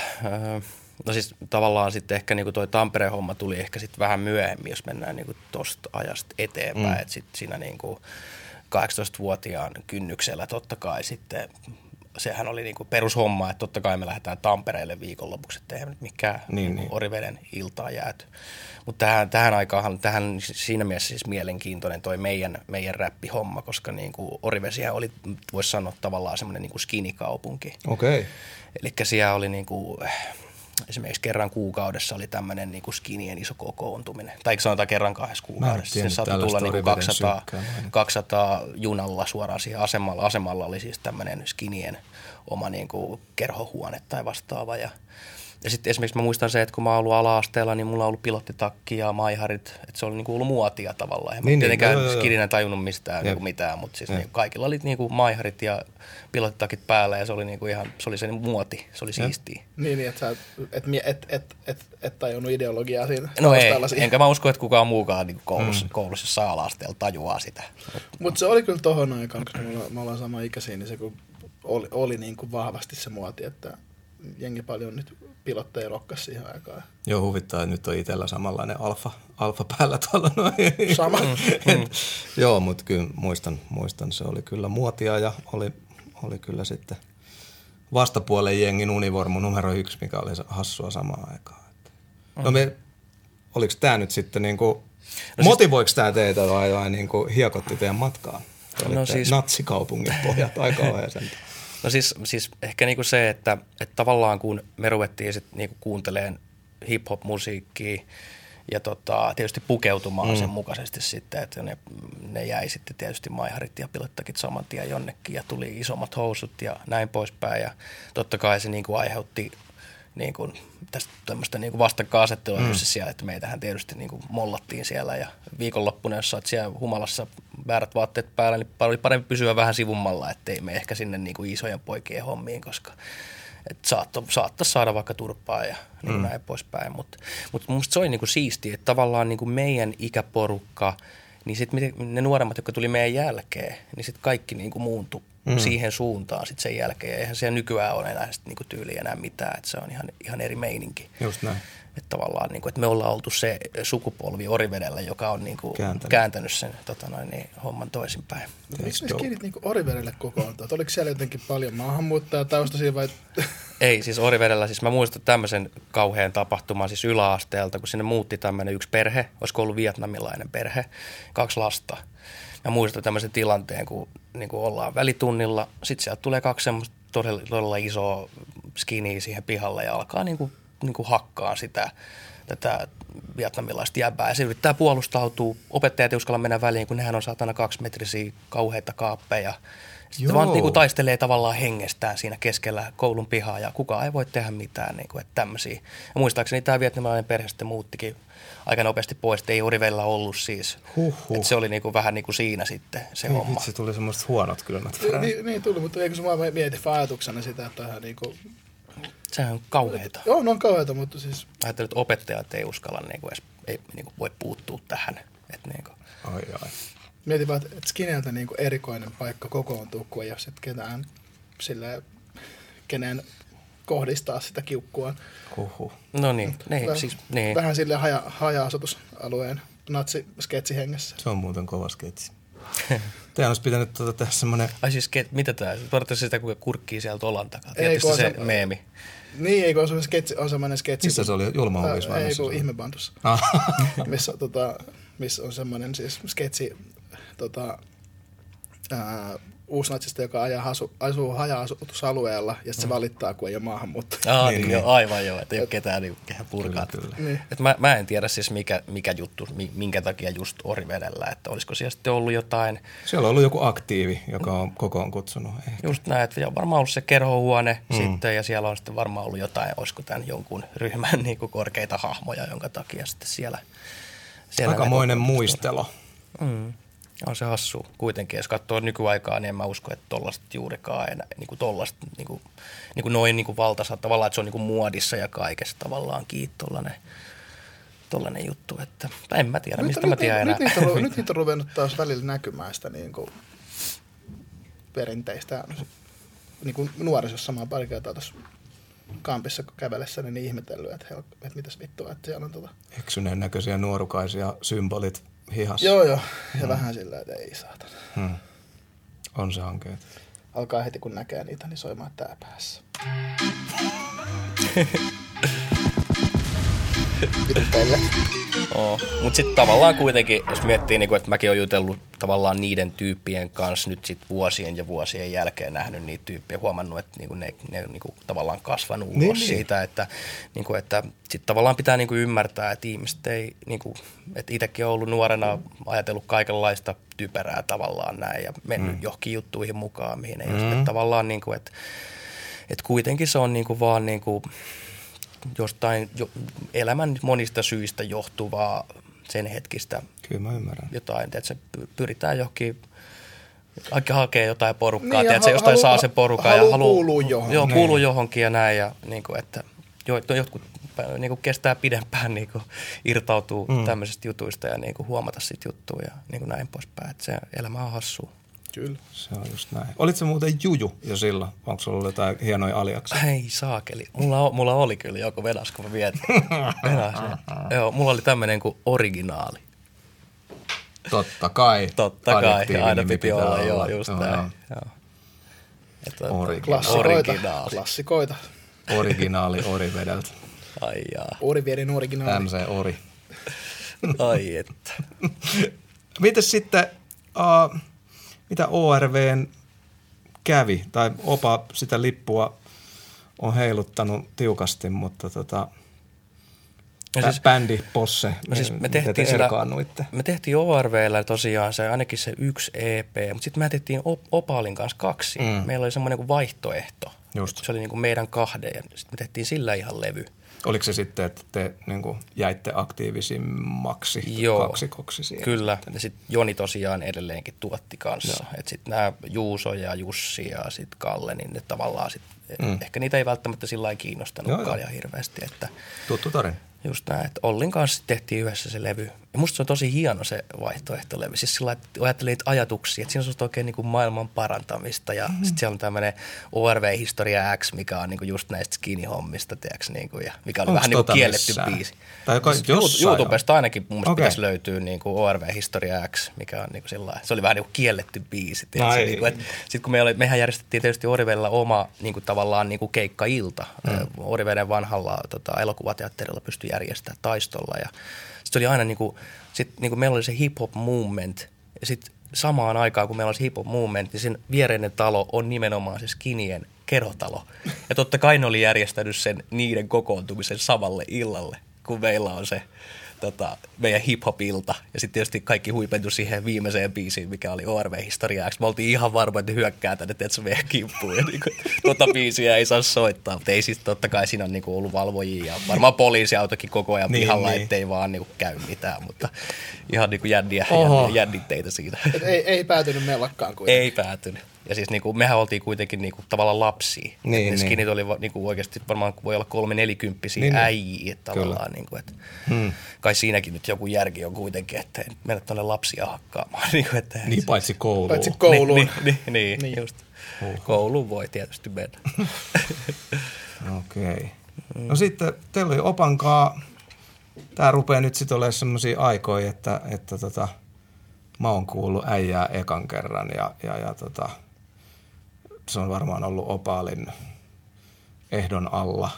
Speaker 4: no siis tavallaan sitten ehkä niinku toi Tampereen homma tuli ehkä sitten vähän myöhemmin, jos mennään niinku tosta ajasta eteenpäin. Mm. Että sitten siinä niinku kahdeksantoistavuotiaan kynnyksellä totta kai sitten sehän oli niinku perushomma, että totta kai me lähdetään Tampereelle viikonlopuksi, että eihän nyt mikään niin, niin. Oriveden iltaa jääty. Mutta tähän, tähän aikaan, tähän siinä mielessä siis mielenkiintoinen toi meidän, meidän räppihomma, koska niinku Orivesihän oli, voisi sanoa tavallaan semmoinen niinku skinny-kaupunki.
Speaker 3: Okei. Okay.
Speaker 4: Elikkä siellä oli niinku, esimerkiksi kerran kuukaudessa oli tämmöinen niinku skinien iso kokoontuminen. Tai sanotaan kerran kahdessa kuukaudessa. Se saattoi tulla niinku kaksisataa, kaksisataa junalla suoraan siihen asemalla. Asemalla oli siis tämmöinen skinien oma niinku kerhohuone tai vastaava. Ja, ja sitten esimerkiksi mä muistan se, että kun mä oon ollut ala-asteella, niin mulla on ollut pilottitakki ja maiharit. Että se oli niinku ollut muotia tavallaan. En niin, tietenkään niin, skinenä tajunnut mistään niinku mitään, mutta siis niinku kaikilla oli niinku maiharit ja pilottitakit päällä ja se oli niinku ihan, se oli se muoti, se oli siistiä.
Speaker 2: Niin, niin että sä et, et, et, et, et, et tajunnut ideologiaa siinä.
Speaker 4: No ei, siihen. Enkä mä usko, että kukaan muukaan niin koulussa, mm. koulussa jossain ala-asteella tajuaa sitä.
Speaker 2: Mutta se oli kyllä tohon aikaan, koska me ollaan, me ollaan sama ikäisiä, niin se kun oli, oli niin kuin vahvasti se muoti, että jengi paljon nyt pilotteja rokkasi siihen aikaan.
Speaker 3: Joo, huvittaa, että nyt on itsellä samanlainen alfa, alfa päällä tuolla noin.
Speaker 2: Sama.
Speaker 3: Et, joo, mutta kyllä muistan, muistan, se oli kyllä muotia ja oli, oli kyllä sitten vastapuolen jengin univormu numero yksi, mikä oli hassua samaan aikaan. No me, oliko tämä nyt sitten niinku, no motivoiko siis, tämä teitä vai, vai niinku hiekotti teidän matkaa? Te no siis, natsikaupungin pojat aika ohjaisempi.
Speaker 4: No siis, siis ehkä niinku se, että, että tavallaan kun me ruvettiin sitten niinku kuuntelemaan hip-hop-musiikkia ja tota, tietysti pukeutumaan mm. sen mukaisesti sitten, että ne, ne jäi sitten tietysti maiharit ja pilottakit saman tien jonnekin ja tuli isommat housut ja näin poispäin ja totta kai se niinku aiheutti niin kuin tästä tämmöistä niin kuin vastakkainasettelua mm. siellä, että meitähän tietysti niin kuin mollattiin siellä ja viikonloppuna, jos olet siellä humalassa väärät vaatteet päällä, niin oli parempi pysyä vähän sivummalla, ettei me ehkä sinne niin kuin isojen poikien hommiin, koska saattaisi saada vaikka turpaa ja niin mm. näin poispäin. Mutta mut musta se oli niin kuin siistiä, että tavallaan niin kuin meidän ikäporukka, niin sitten ne nuoremmat, jotka tuli meidän jälkeen, niin sitten kaikki niin kuin muuntui mm. siihen suuntaan sitten sen jälkeen. Ja eihän siellä nykyään ole enää sit niinku tyyliä enää mitään, että se on ihan, ihan eri meininki.
Speaker 3: Just näin.
Speaker 4: Että tavallaan, niinku, että me ollaan oltu se sukupolvi Orivedellä, joka on niinku kääntänyt. kääntänyt sen tota noin, niin, homman toisinpäin.
Speaker 2: Miksi ne skinit niinku Orivedelle kokoontua? Oliko siellä jotenkin paljon maahanmuuttajataustaisia vai?
Speaker 4: Ei, siis Orivedellä, siis mä muistan tämmöisen kauhean tapahtuman siis yläasteelta, kun sinne muutti tämmöinen yksi perhe, olisiko ollut vietnamilainen perhe, kaksi lasta. Mä muistan tämmöisen tilanteen, kun niin kuin ollaan välitunnilla, sitten sieltä tulee kaksi semmoista todella, todella isoa skiniä siihen pihalle ja alkaa niin kuin, niin kuin hakkaa sitä, tätä vietnamilaista jäbää. Ja se yrittää puolustautua, opettajat ei uskalla mennä väliin, kun nehän on saatana kaksimetrisiä kauheita kaappeja. Sitten vaan niin kuin taistelee tavallaan hengestään siinä keskellä koulun pihaa ja kukaan ei voi tehdä mitään, niin kuin, että tämmöisiä. Ja muistaakseni tämä vietnamilainen perhe sitten muuttikin aika nopeasti pois, että ei Orivella ollut siis. Huhhuh. Että se oli niinku vähän niin kuin siinä sitten se niin, homma.
Speaker 3: Se tuli semmoiset huonot kylmät.
Speaker 2: Niin, niin tuli, mutta eikö se vaan mieti ajatuksena sitä, että ihan niinku...
Speaker 4: Sehän on kauheita.
Speaker 2: Joo, ne on kauheita, mutta siis...
Speaker 4: Ajattelin, että opettajat ei uskalla niinku edes, ei niinku voi puuttua tähän. Että niinku...
Speaker 3: Ai ai.
Speaker 2: Mietin vaan, että skineltä niinku erikoinen paikka kokoontuu, kun ei ole sitten ketään silleen, kenen kohdistaa sitä kiukkua.
Speaker 3: Huhhuh.
Speaker 4: No niin, niin,
Speaker 2: vähän,
Speaker 4: siis, niin.
Speaker 2: Vähän silleen haja, haja-asutusalueen natsi-sketsihengessä.
Speaker 3: Se on muuten kova sketsi. Teidän olisi pitänyt tuota tehdä semmoinen...
Speaker 4: Ai siis, ske, mitä tämä? Toivottavasti sitä, kuinka kurkkii sieltä olan takaa. Tietysti se, se meemi.
Speaker 2: Niin, eikö on sketsi, on semmoinen sketsi.
Speaker 3: Missä se oli? Julmahuvissa vai?
Speaker 2: Ei, kun Ihmebandussa. Ah. missä, tota, missä on semmoinen siis sketsi tota, ää, uusnatsista, joka ajaa hasu, asuu haja-asutusalueella ja sitten se valittaa, kun ei ole maahanmuuttajia.
Speaker 4: Ah, niin, niin, jo, aivan joo, että ei ole ketään niin kehä purkaa. Niin. Mä, mä en tiedä siis mikä, mikä juttu, minkä takia just Orivedellä, että olisiko siellä sitten ollut jotain.
Speaker 3: Siellä on ollut joku aktiivi, joka on kokoon kutsunut. Ehkä.
Speaker 4: Just näin, että on varmaan ollut se kerhohuone mm. sitten ja siellä on sitten varmaan ollut jotain, olisiko tämän jonkun ryhmän niin kuin korkeita hahmoja, jonka takia sitten siellä. siellä
Speaker 3: aikamoinen muistelo.
Speaker 4: Mm. On se hassu. Kuitenkin, jos katsoo nykyaikaa, niin en mä usko, että tollaista juurikaan enää, niin kuin tollaista, niin kuin, niin kuin noin niin kuin valtaisa tavallaan, että se on niin kuin muodissa ja kaikessa tavallaan kiinni tollainen, tollainen juttu, että en mä tiedä, mistä nyt, mä tiedän
Speaker 2: nyt,
Speaker 4: enää.
Speaker 2: Nyt niitä, on, nyt niitä on ruvennut taas välillä näkymään sitä niin kuin perinteistä, niin kuin nuorisossa samaan pari kertaa tuossa kampissa kävelessä, niin ihmetellyt, että, he, että mitäs vittua, että siellä on tota...
Speaker 3: Eksyneen näköisiä nuorukaisia symbolit hihassa.
Speaker 2: Joo, joo. Ja hmm. vähän sillä, että ei saatana.
Speaker 3: Hmm. On se hankeet.
Speaker 2: alkaa heti kun näkee niitä, niin soimaan tää päässä. Vitu pelle.
Speaker 4: Oh. Mutta sitten tavallaan kuitenkin, jos miettii, niin kun, että mäkin olen jutellut tavallaan niiden tyyppien kanssa nyt sit vuosien ja vuosien jälkeen nähnyt niitä tyyppejä, huomannut, että niin ne, ne niin kuin, tavallaan kasvanut ulos niin, siitä, niin. että, niin kuin, että sitten tavallaan pitää niin kuin ymmärtää, että ihmiset ei, niin kuin, että itsekin on ollut nuorena ajatellut kaikenlaista typerää tavallaan näin ja mennyt mm. johonkin juttuihin mukaan, mihin ei mm. ole tavallaan, niin kuin, että, että kuitenkin se on niin kuin vaan niin kuin, jostain jo, elämän monista syistä johtuvaa sen hetkistä.
Speaker 3: Kyllä mä ymmärrän.
Speaker 4: Jotain, että se pyritään johonkin, kaikki hakee jotain porukkaa,
Speaker 2: niin,
Speaker 4: että se jostain halu, saa se porukka ja haluaa
Speaker 2: kuulua johonkin.
Speaker 4: Joo, kuuluu johonkin ja näin ja niin kuin, että jo, jotkut niin kuin kestää pidempään niin kuin irtautuu mm. tämmöisistä jutuista ja niin kuin huomata sit juttuja ja niin kuin näin poispäin, että se elämä on hassua.
Speaker 2: Kyllä.
Speaker 3: Se on just näin. Olitko muuten juju jo silloin? Onko sulla ollut jotain hienoja aliaksia?
Speaker 4: Ei saakeli. Mulla, mulla oli kyllä joku vedas, kun mä vietin. Joo, mulla oli tämmöinen kuin originaali.
Speaker 3: Totta kai.
Speaker 4: Totta kai. Aina piti olla, olla, joo, just no, näin. Joo.
Speaker 3: Että, Originaali.
Speaker 2: Klassikoita.
Speaker 4: Originaali.
Speaker 2: Klassikoita.
Speaker 3: Originaali Orivedeltä.
Speaker 4: Ai jaa.
Speaker 2: Oriverin originaali.
Speaker 3: M C Ori.
Speaker 4: Ai että.
Speaker 3: Mites sitten... Uh, mitä O R V:n kävi? Tai Opa sitä lippua on heiluttanut tiukasti, mutta tota, no siis, bändi, Posse,
Speaker 4: no siis me tehtiin siellä, me tehtiin O R V:llä tosiaan se, ainakin se yksi E P, mutta sitten me tehtiin Opalin kanssa kaksi. Mm. Meillä oli semmoinen kuin vaihtoehto. Just. Se oli niin kuin meidän kahden ja sitten me tehtiin sillä ihan levy.
Speaker 3: Oliko se sitten, että te niin kuin jäitte aktiivisimmaksi
Speaker 4: Joo,
Speaker 3: kaksikoksi siihen?
Speaker 4: Kyllä. Ja sitten Joni tosiaan edelleenkin tuotti kanssa. Että sitten nämä Juuso ja Jussi ja sitten Kalle, niin ne tavallaan sit, mm. ehkä niitä ei välttämättä sillä lailla kiinnostanutkaan ihan hirveästi. Että
Speaker 3: tuttu tarina.
Speaker 4: Just näin, että Ollin kanssa tehtiin yhdessä se levy. Ja musta se on tosi hieno se vaihtoehtolevy. Siis sillä lailla, että ajattelin niitä ajatuksia, että siinä on oikein niin kuin maailman parantamista. Ja mm-hmm. sitten siellä on tämmöinen O R V-historia X, mikä on niin kuin just näistä skinny-hommista, tiedätkö, niin kuin, ja mikä oli onks vähän tota niin kuin kielletty missään? Biisi.
Speaker 3: Tai joka, siis
Speaker 4: YouTubesta ainakin mun mielestä okay. pitäisi löytyä niin kuin O R V-historia X, mikä on niin kuin sillä se oli vähän niin kuin kielletty biisi. Niin sitten kun me oli, mehän järjestettiin tietysti Orivellä oma niin kuin tavallaan niin kuin keikka-ilta. Mm. Oriveden vanhalla tota, elokuvateatterilla pystyi järjestämään taistolla ja sitten oli aina niin kuin, sit, niin kuin meillä oli se hip-hop movement ja sitten samaan aikaan, kun meillä oli se hip-hop movement, niin sen viereinen talo on nimenomaan se skinien kerhotalo. Ja totta kai ne oli järjestänyt sen niiden kokoontumisen samalle illalle, kun meillä on se tota, meidän hip-hop-ilta. Ja sitten tietysti kaikki huipentui siihen viimeiseen biisiin, mikä oli O R V-historia. Me oltiin ihan varma, että ne hyökkää tänne, että se meidän kimppuun. Ja niin kuin, tuota biisiä ei saa soittaa, mutta ei siis totta kai siinä on niin kuin ollut valvojia. Ja varmaan poliisiautokin koko ajan niin, pihalla, niin. Ettei vaan niin kuin käy mitään. Mutta ihan niin kuin jänniä, jänniä, jännitteitä siitä.
Speaker 2: Et ei, ei päätynyt mellakkaan kuitenkin.
Speaker 4: Ei päätynyt. Ja siis niinku, mehän oltiin kuitenkin niinku, tavallaan lapsia. Niin, ne skinit niin. oli niinku, oikeasti varmaan voi olla kolme nelikymppisiä niin, äijiä tavallaan. Niinku, et, hmm. Kai siinäkin nyt joku järki on kuitenkin, että ei mennä tuonne lapsia hakkaamaan. Niinku, että
Speaker 3: niin paitsi kouluun.
Speaker 2: Paitsi kouluun.
Speaker 4: Niin, niin, niin, niin. Just. Uh-huh. Kouluun voi tietysti mennä.
Speaker 3: Okei. Okay. No sitten teillä oli Opankaa. Tää rupeaa nyt sitten olemaan semmosia aikoja, että, että tota, mä oon kuullut äijää ekan kerran ja, ja, ja tota, se on varmaan ollut Opalin ehdon alla.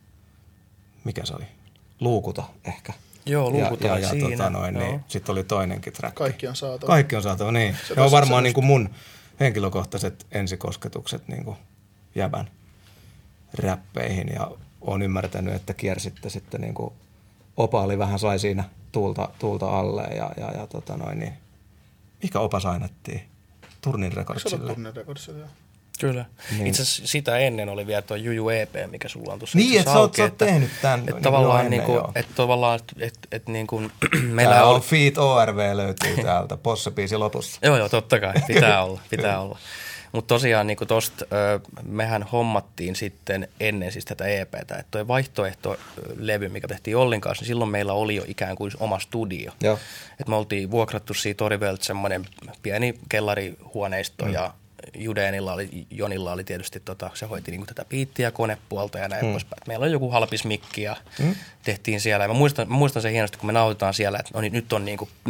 Speaker 3: Mikä se oli? Luukuta ehkä.
Speaker 4: Joo, Luukuta ja, ja, ja siinä. Tota noin,
Speaker 3: niin, sitten oli toinenkin track.
Speaker 2: Kaikki on saatava.
Speaker 3: Kaikki on saatava, niin. Se ne on varmaan niin kuin mun henkilökohtaiset ensikosketukset niin kuin jäbän räppeihin ja oon ymmärtänyt, että kiersitte sitten niin kuin Opali vähän sai siinä tuulta, tuulta alle ja, ja, ja tota noin, niin mikä Opa sainattiin? Turnin Recordsille.
Speaker 2: Se oli Turnin Recordsille, joo.
Speaker 4: Kyllä. Niin. Itse asiassa sitä ennen oli vielä tuo Juju E P, mikä sulla on tuossa.
Speaker 3: Niin, että sä oot tehnyt tämän.
Speaker 4: Että niin tavallaan, ennen, niin kuin, että tavallaan, että et, niin kuin, meillä
Speaker 3: Tää
Speaker 4: on...
Speaker 3: on Feat O R V löytyy täältä, Posse-biisi lopussa.
Speaker 4: Joo, joo, totta kai. Pitää olla, pitää olla. Mutta tosiaan niin tosta, mehän hommattiin sitten ennen siis tätä E P:tä, että tuo vaihtoehtolevy, mikä tehtiin Ollin kanssa, niin silloin meillä oli jo ikään kuin oma studio. Että me oltiin vuokrattu siitä Orivelta semmoinen pieni kellarihuoneisto mm. ja Judeenilla oli, Jonilla oli tietysti, tota, se hoiti niinku tätä biittiä, konepuolta ja näin mm. poispäin. Meillä oli joku halpis mikki ja mm. tehtiin siellä. Ja mä muistan, mä muistan sen hienosti, kun me nauhoitetaan siellä, että no niin, nyt on, niinku, nyt on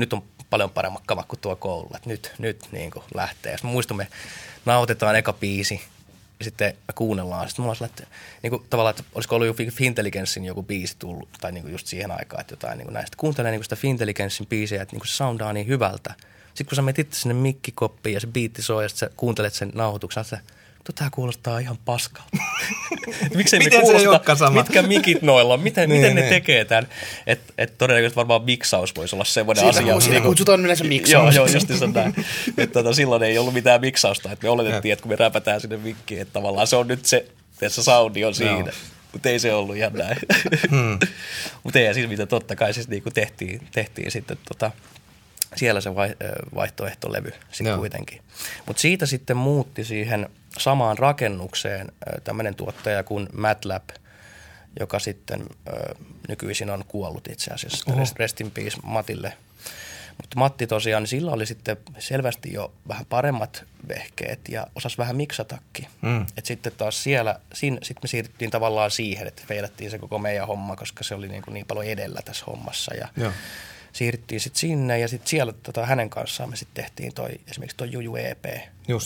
Speaker 4: paljon paremmat kamat kuin tuo koululla, että nyt, nyt niin kuin lähtee. Sitten muistumme, nauhoitetaan eka biisi, ja sitten me kuunnellaan. Sitten mulla on sellainen, että niin kuin, tavallaan, että olisiko ollut jo Fintelligenssin joku biisi tullut, tai niin kuin just siihen aikaan, että jotain niin kuin näistä. Kuuntelee niin kuin sitä Fintelligenssin biisiä, että niin kuin se soundaa niin hyvältä. Sitten kun sä menet itse sinne mikkikoppiin ja se biitti soi, ja sitten sä kuuntelet sen nauhoituksen, että tämä kuulostaa ihan paskalta. Miksei me kuulosta, mitkä mikit noilla on, miten, niin, miten ne niin. tekee tämän. Että et todennäköisesti varmaan miksaus voisi olla semmoinen
Speaker 2: siitä,
Speaker 4: asia.
Speaker 2: Siitä kutsutaan yleensä miksaus.
Speaker 4: Joo, joo, just se näin. Että tota, silloin ei ollut mitään miksausta. Että me oletettiin, että kun me räpätään sinne mikkiin, että tavallaan se on nyt se, että se soundi on siinä. No. Mutta ei se ollut ihan näin. Hmm. Mutta ei siis mitä totta kai siis niin tehtiin, tehtiin sitten tota, siellä se vaihtoehtolevy sitten kuitenkin. Mutta siitä sitten muutti siihen samaan rakennukseen tämmöinen tuottaja kuin MATLAB, joka sitten ö, nykyisin on kuollut itse asiassa. Oho. Rest in peace Matille. Mutta Matti tosiaan, niin sillä oli sitten selvästi jo vähän paremmat vehkeet ja osasi vähän miksatakin. Mm. Et sitten taas siellä, sitten me siirryttiin tavallaan siihen, että veidattiin se koko meidän homma, koska se oli niin, kuin niin paljon edellä tässä hommassa. Ja Joo. siirryttiin sitten sinne ja sitten siellä tota, hänen kanssaan me sitten tehtiin toi, esimerkiksi toi Juju E P. Just.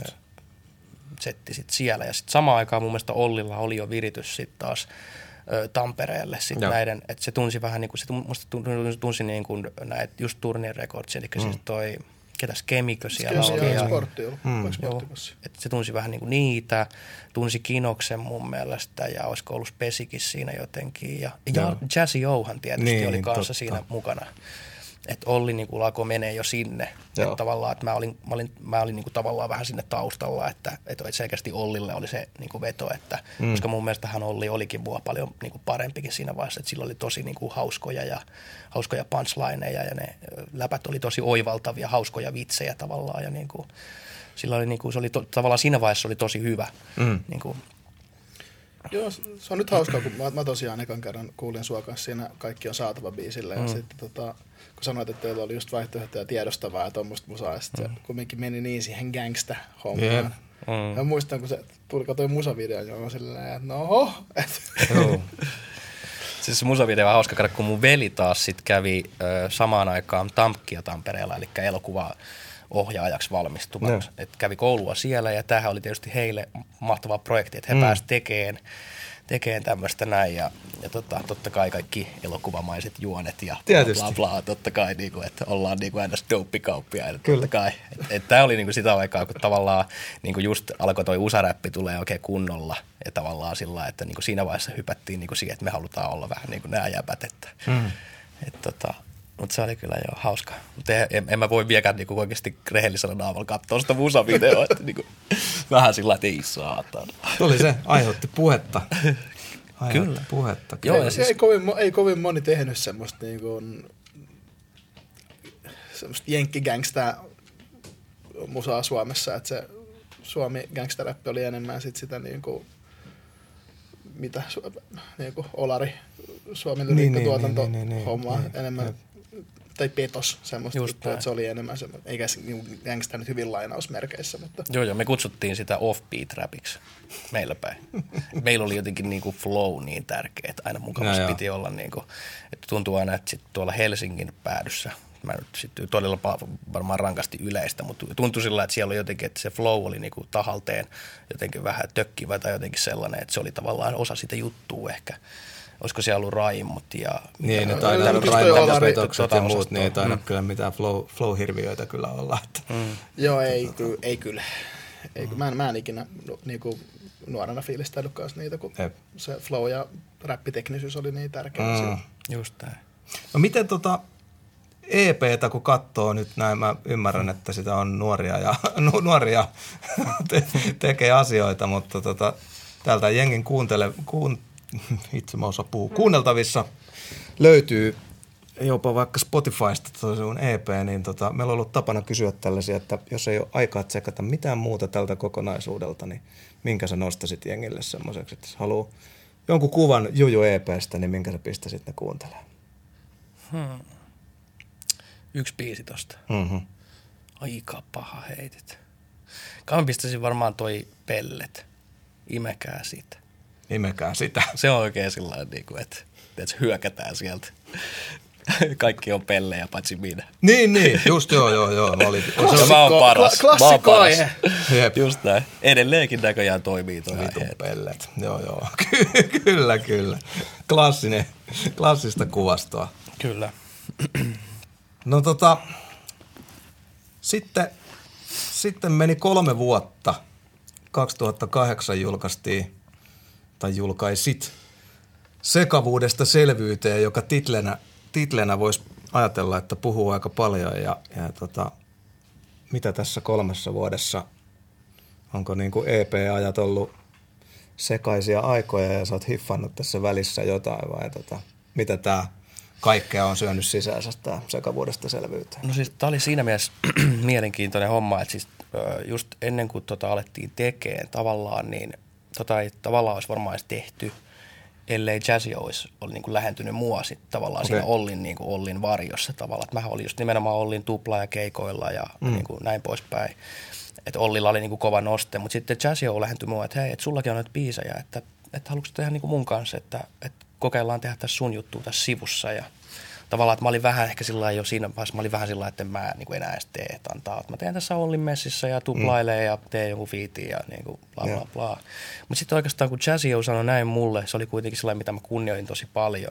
Speaker 4: Setti sitten siellä ja sitten samaan aikaan mun mielestä Ollilla oli jo viritys sitten taas ö, Tampereelle sitten näiden, että se tunsi vähän niin kuin, se musta tunsi, tunsi niin kuin näitä just Turnier Records, eli mm. siis toi, ketäs Kemikö siellä
Speaker 2: Skemmi
Speaker 4: oli.
Speaker 2: Ja Sportti oli. Mm.
Speaker 4: Joo, että se tunsi vähän niin kuin niitä, tunsi Kinoksen mun mielestä ja olisiko ollut Spesikin siinä jotenkin ja, ja Jazzy Johan tietysti niin, oli kanssa totta. Siinä mukana. Että Olli niinku alkoi menee jo sinne. Että tavallaan, että mä olin, mä olin, mä olin niinku tavallaan vähän sinne taustalla, että, että selkeästi Ollille oli se niinku veto, että, mm. koska mun mielestähän Olli olikin mua paljon niinku parempikin siinä vaiheessa, että sillä oli tosi niinku hauskoja ja hauskoja punchlineja ja ne läpät oli tosi oivaltavia, hauskoja vitsejä tavallaan ja niinku, sillä oli niinku, se oli to, tavallaan siinä vaiheessa oli tosi hyvä. Mm. Niinku,
Speaker 2: Joo, se on nyt hauskaa, kun mä, mä tosiaan ekan kerran kuulin sua kanssa siinä Kaikki on saatava biisille ja mm. sitten tota, kun sanoit, että teillä oli just vaihtoehtoja tiedostavaa ja tuommoista musaa ja sitten mm. se kumminkin meni niin siihen gangsta-hommaan. Yeah. Mm. Ja muistan, kun se tuli katsoin musavideon, ja mä silleen, että no oho.
Speaker 4: Joo. Siis se musavideo on hauska käydä, kun mun veli taas sit kävi ö, samaan aikaan Tampkia Tampereella, eli elokuvaa ohjaajaksi valmistumassa. No. Et kävi koulua siellä ja tämähän oli tietysti heille mahtava projekti, että he mm. pääsivät tekemään tekeen tämmöistä näin ja, ja tota, totta kai kaikki elokuvamaiset juonet ja tietysti. bla bla bla, totta kai niinku, että ollaan niinku aina dopikauppia. Totta kai. Tämä oli niinku sitä aikaa, kun tavallaan niinku just alkoi toi usaräppi tulee oikein kunnolla ja tavallaan sillä, että niinku siinä vaiheessa hypättiin niinku siihen, että me halutaan olla vähän niin kuin nämä jäbät. Että, mm. et tota, mutta se oli kyllä jo hauska. Mutta en, en mä voi vieläkään niinku oikeasti rehellisellä naamalla katsoa sitä musavideoa. Että niinku, vähän sillä että ei saatana.
Speaker 3: Tuli se, aiheutti puhetta. Aiheutti kyllä. puhetta.
Speaker 2: Joo, ja siis... ei, kovin, ei kovin moni tehnyt semmoista, niinku, semmoista jenkkigangsta musaa Suomessa. Että se Suomi gangsteräppi oli enemmän sit sitä niinku, mitä niinku Olari Suomen lyriikkatuotanto niin, niin, niin, hommaa niin, enemmän. Niin. Tai petos semmoista, juttua, että se oli enemmän semmoista, eikä se niin gangsta nyt hyvin lainausmerkeissä. Mutta.
Speaker 4: Joo, joo, me kutsuttiin sitä off-beat-rapiksi meillä päin. Meillä oli jotenkin niinku flow niin tärkeä, että aina mukavasti no, piti olla, niinku, että tuntuu aina, että sit tuolla Helsingin päädyssä, mä nyt sitten todella varmaan rankasti yleistä, mutta tuntui sillä, että siellä oli jotenkin, että se flow oli niinku tahalteen jotenkin vähän tökkivä tai jotenkin sellainen, että se oli tavallaan osa sitä juttua ehkä. Olisiko siellä ollut Raimot ja...
Speaker 3: Niin, ne taidaan ollut Raimot ja Petokset ja muut, niin ei taida mm. kyllä mitään flow, flow-hirviöitä kyllä olla.
Speaker 2: Mm. Joo, ei, ky, ei kyllä. Ei, mm. mä, en, mä en ikinä niinku, nuorena fiilistänyt kanssa niitä, kun Jep. se flow ja räppiteknisyys oli niin tärkeä.
Speaker 4: Mm. Just näin.
Speaker 3: No miten tota E P:tä kun katsoo nyt näin, mä ymmärrän, että sitä on nuoria ja nu, nuoria te, tekee asioita, mutta tota, täältä jengin kuuntele... Kuun, itse mä osaan puhua. Kuunneltavissa löytyy jopa vaikka Spotifysta sun E P, niin tota, meillä on ollut tapana kysyä tällaisia, että jos ei ole aikaa tsekata mitään muuta tältä kokonaisuudelta, niin minkä sä nostasit jengille semmoiseksi, että jos haluaa jonkun kuvan Juju E P:stä, niin minkä sä pistäisit ne kuuntelemaan?
Speaker 4: Hmm. Yksi biisi tosta. Mm-hmm. Aika paha heitit. Kai mä pistäisin varmaan toi Pellet. Imekää siitä.
Speaker 3: Imekää sitä.
Speaker 4: Se on oikein sillä tavalla, että, että hyökätään sieltä. Kaikki on pellejä, paitsi minä.
Speaker 3: Niin, niin, just joo, joo, joo. Mä, olin,
Speaker 4: Klassikko, mä oon paras.
Speaker 2: Klassikko aihe.
Speaker 4: Just näin. Edelleenkin näköjään toimii toi aihe.
Speaker 3: Pellet, joo, joo. Kyllä, kyllä. Klassinen, klassista kuvastoa.
Speaker 4: Kyllä.
Speaker 3: No tota, sitten, sitten meni kolme vuotta. kaksituhattakahdeksan julkaistiin, tai julkaisit Sekavuudesta selvyyteen, joka titlenä, titlenä voisi ajatella, että puhuu aika paljon. Ja, ja tota, mitä tässä kolmessa vuodessa, onko niin kuin E P-ajat ollut sekaisia aikoja ja sä oot hiffannut tässä välissä jotain vai tota, mitä tää kaikkea on syönyt sisäänsä tää Sekavuudesta selvyyteen?
Speaker 4: No siis tää oli siinä mielessä mielenkiintoinen homma, että siis just ennen kuin tota alettiin tekemään tavallaan, niin tota ei tavallaan olisi varmaan edes tehty, ellei Jazzy olisi oli niin kuin lähentynyt mua sitten tavallaan okay. siinä Ollin, niin kuin Ollin varjossa tavallaan. Että mähän olin just nimenomaan Ollin tupla ja keikoilla ja mm. niin kuin näin poispäin. Että Ollilla oli niin kuin kova noste, mutta sitten Jazzy on lähentyi mua, että hei, että sullakin on näitä biisejä, että, että haluatko tehdä niin kuin mun kanssa, että, että kokeillaan tehdä tässä sun juttua tässä sivussa ja tavallaan, että mä olin vähän ehkä sillä jo siinä vaiheessa, mä olin vähän sillä että en mä niin kuin enää edes tee, että antaa, että mä teen tässä Ollin messissä ja tuplailee mm. ja teen jonkun fiitin ja niin kuin bla bla bla. Mutta sitten oikeastaan kun Jazzy sanoi näin mulle, se oli kuitenkin sellainen, mitä mä kunnioitin tosi paljon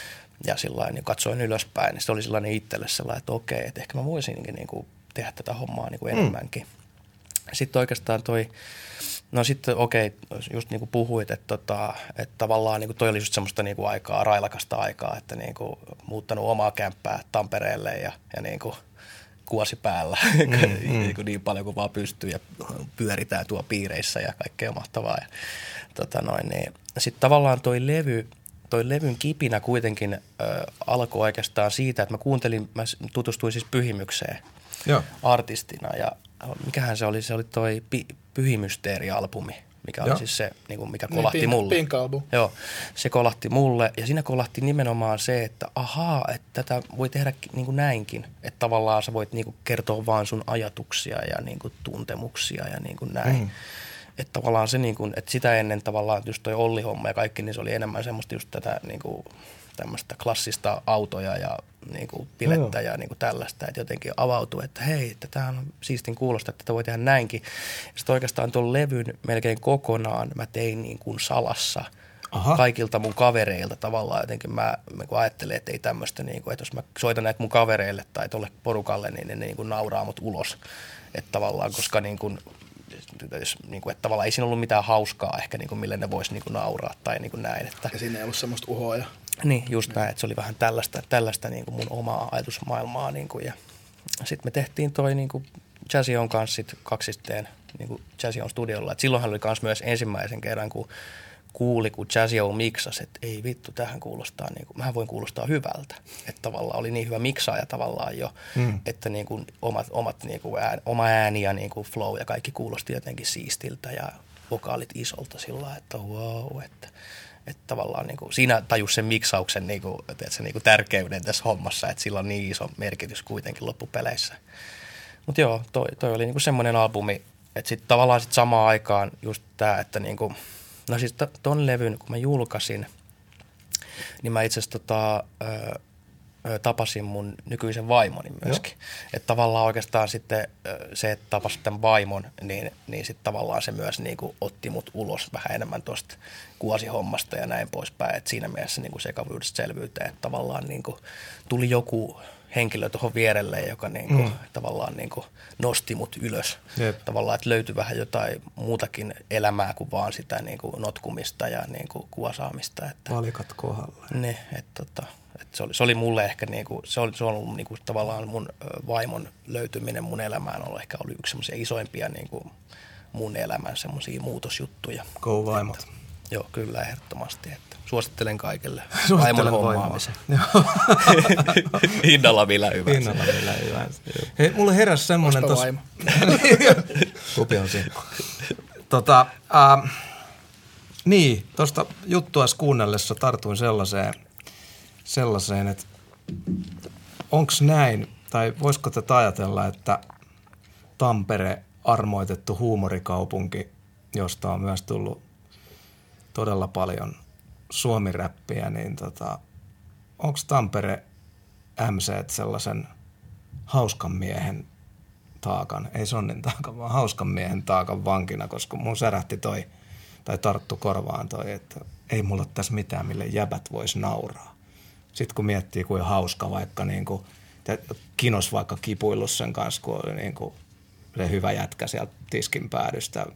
Speaker 4: ja sillain, niin katsoin ylöspäin, niin se oli sellainen itselle sellainen, että okei, että ehkä mä voisinkin niin kuin tehdä tätä hommaa niin kuin mm. enemmänkin. Sitten oikeastaan toi, no sitten okei, just niin kuin puhuit, että, tota, että tavallaan niin kuin toi oli just semmoista niin kuin aikaa, railakasta aikaa, että niin kuin muuttanut omaa kämppää Tampereelle ja, ja niin kuin kuosi päällä mm, mm. niin, kuin niin paljon kuin vaan pystyy ja pyöritään tuo piireissä ja kaikkea mahtavaa. Ja, tota noin, niin. Sitten tavallaan toi levy, toi levyn kipinä kuitenkin äh, alkoi oikeastaan siitä, että mä kuuntelin, mä tutustuin siis Pyhimykseen Joo. artistina ja mikähän se oli, se oli toi Pi- Pyhimysteeri-albumi, mikä oli Joo. siis se, niin kuin mikä kolahti niin, mulle.
Speaker 2: Pink-album.
Speaker 4: Joo, se kolahti mulle ja siinä kolahti nimenomaan se, että ahaa, että tätä voi tehdä niin kuin näinkin. Että tavallaan sä voit niin kuin kertoa vaan sun ajatuksia ja niin kuin tuntemuksia ja niin kuin näin. Mm. Että tavallaan se, niin kuin, että sitä ennen tavallaan just toi Olli-homma ja kaikki, niin se oli enemmän semmoista just tätä niin kuin tämmöistä klassista autoja ja niin kuin bilettä no, ja niin kuin tällaista, että jotenkin avautui, että hei, että tämä on siistin kuulosta, että tätä voi tehdä näinkin. Ja sitten oikeastaan tuon levyn melkein kokonaan mä tein niin kuin salassa Aha. kaikilta mun kavereilta tavallaan. Jotenkin mä, mä ajattelen, että ei tämmöistä, niin kuin, että jos mä soitan näitä mun kavereille tai tolle porukalle, niin ne niin kuin nauraa mut ulos. Että tavallaan, koska niin kuin, jos, niin kuin, että tavallaan ei siinä ollut mitään hauskaa ehkä, niin kuin, mille ne vois niin kuin nauraa tai niin kuin näin. Että
Speaker 2: ja siinä ei ollut semmoista uhoa.
Speaker 4: Niin, just näin, että se oli vähän tällaista, tällaista niin kuin mun omaa ajatusmaailmaa. Niin kuin, ja sitten me tehtiin toi niin kuin Jazzy on kanssa sit kaksisteen niin kuin Jazzy on studiolla. Et silloinhan oli kans myös ensimmäisen kerran, kun kuuli, kun Jazzy on miksasi, että ei vittu, tähän kuulostaa, niin kuin, mähän voin kuulostaa hyvältä. Että tavallaan oli niin hyvä miksaaja tavallaan jo, mm. että niin kuin omat, omat niin kuin ään, oma ääni ja niin kuin flow ja kaikki kuulosti jotenkin siistiltä ja vokaalit isolta sillä, että wow, että että tavallaan niin kuin, siinä tajus sen miksauksen niin kuin, tiedätkö, niin kuin tärkeyden tässä hommassa, että sillä on niin iso merkitys kuitenkin loppupeleissä. Mutta joo, toi, toi oli niin kuin semmoinen albumi, että sitten tavallaan sit samaan aikaan just tämä, että niin kuin, no siis ton levyn, kun mä julkaisin, niin mä itse asiassa tota, ö, ö, tapasin mun nykyisen vaimoni myöskin. Että tavallaan oikeastaan sitten ö, se, että tapasin tämän vaimon, niin, niin sitten tavallaan se myös niin kuin otti mut ulos vähän enemmän tuosta kuosihommasta ja näin poispäin. Että siinä mielessä niin kuin Sekavuudesta selvyyteen, että tavallaan niin kuin tuli joku henkilö tuohon vierelle, joka niin kuin, mm. tavallaan niin kuin nosti mut ylös. Jep. Tavallaan, että löytyi vähän jotain muutakin elämää kuin vaan sitä niin kuin notkumista ja niin kuin kuvasaamista. Että,
Speaker 3: valikat kohdalla.
Speaker 4: Ne, että, että, että se, oli, se oli mulle ehkä, niin kuin, se, oli, se on ollut niin kuin, tavallaan mun vaimon löytyminen mun elämään on ehkä ollut yksi semmoisia isoimpia niin kuin mun elämän semmoisia muutosjuttuja.
Speaker 3: Go vaimot.
Speaker 4: Että, joo, kyllä ehdottomasti. Että suosittelen kaikille vaimon hommaamisen. Hinnalla millä hyvänsä.
Speaker 3: Hinnalla millä hyvänsä. Hei, mulle heräsi semmoinen tuossa. Kupi on siinä. Tota, äh, niin, tuosta juttua kuunnellessa tartuin sellaiseen, sellaiseen että onko näin, tai voisiko tätä ajatella, että Tampere armoitettu huumorikaupunki, josta on myös tullut todella paljon suomiräppiä, niin tota, onko Tampere M C sellaisen hauskan miehen taakan, ei sonnin taakan, vaan hauskan miehen taakan vankina, koska mun särähti toi, tai tarttu korvaan toi, että ei mulla ole tässä mitään, mille jäbät vois nauraa. Sitten kun miettii, kuinka hauska vaikka niin kuin, kinos vaikka kipuillut sen kanssa, kun oli niin kuin se hyvä jätkä sieltä tiskin päädystä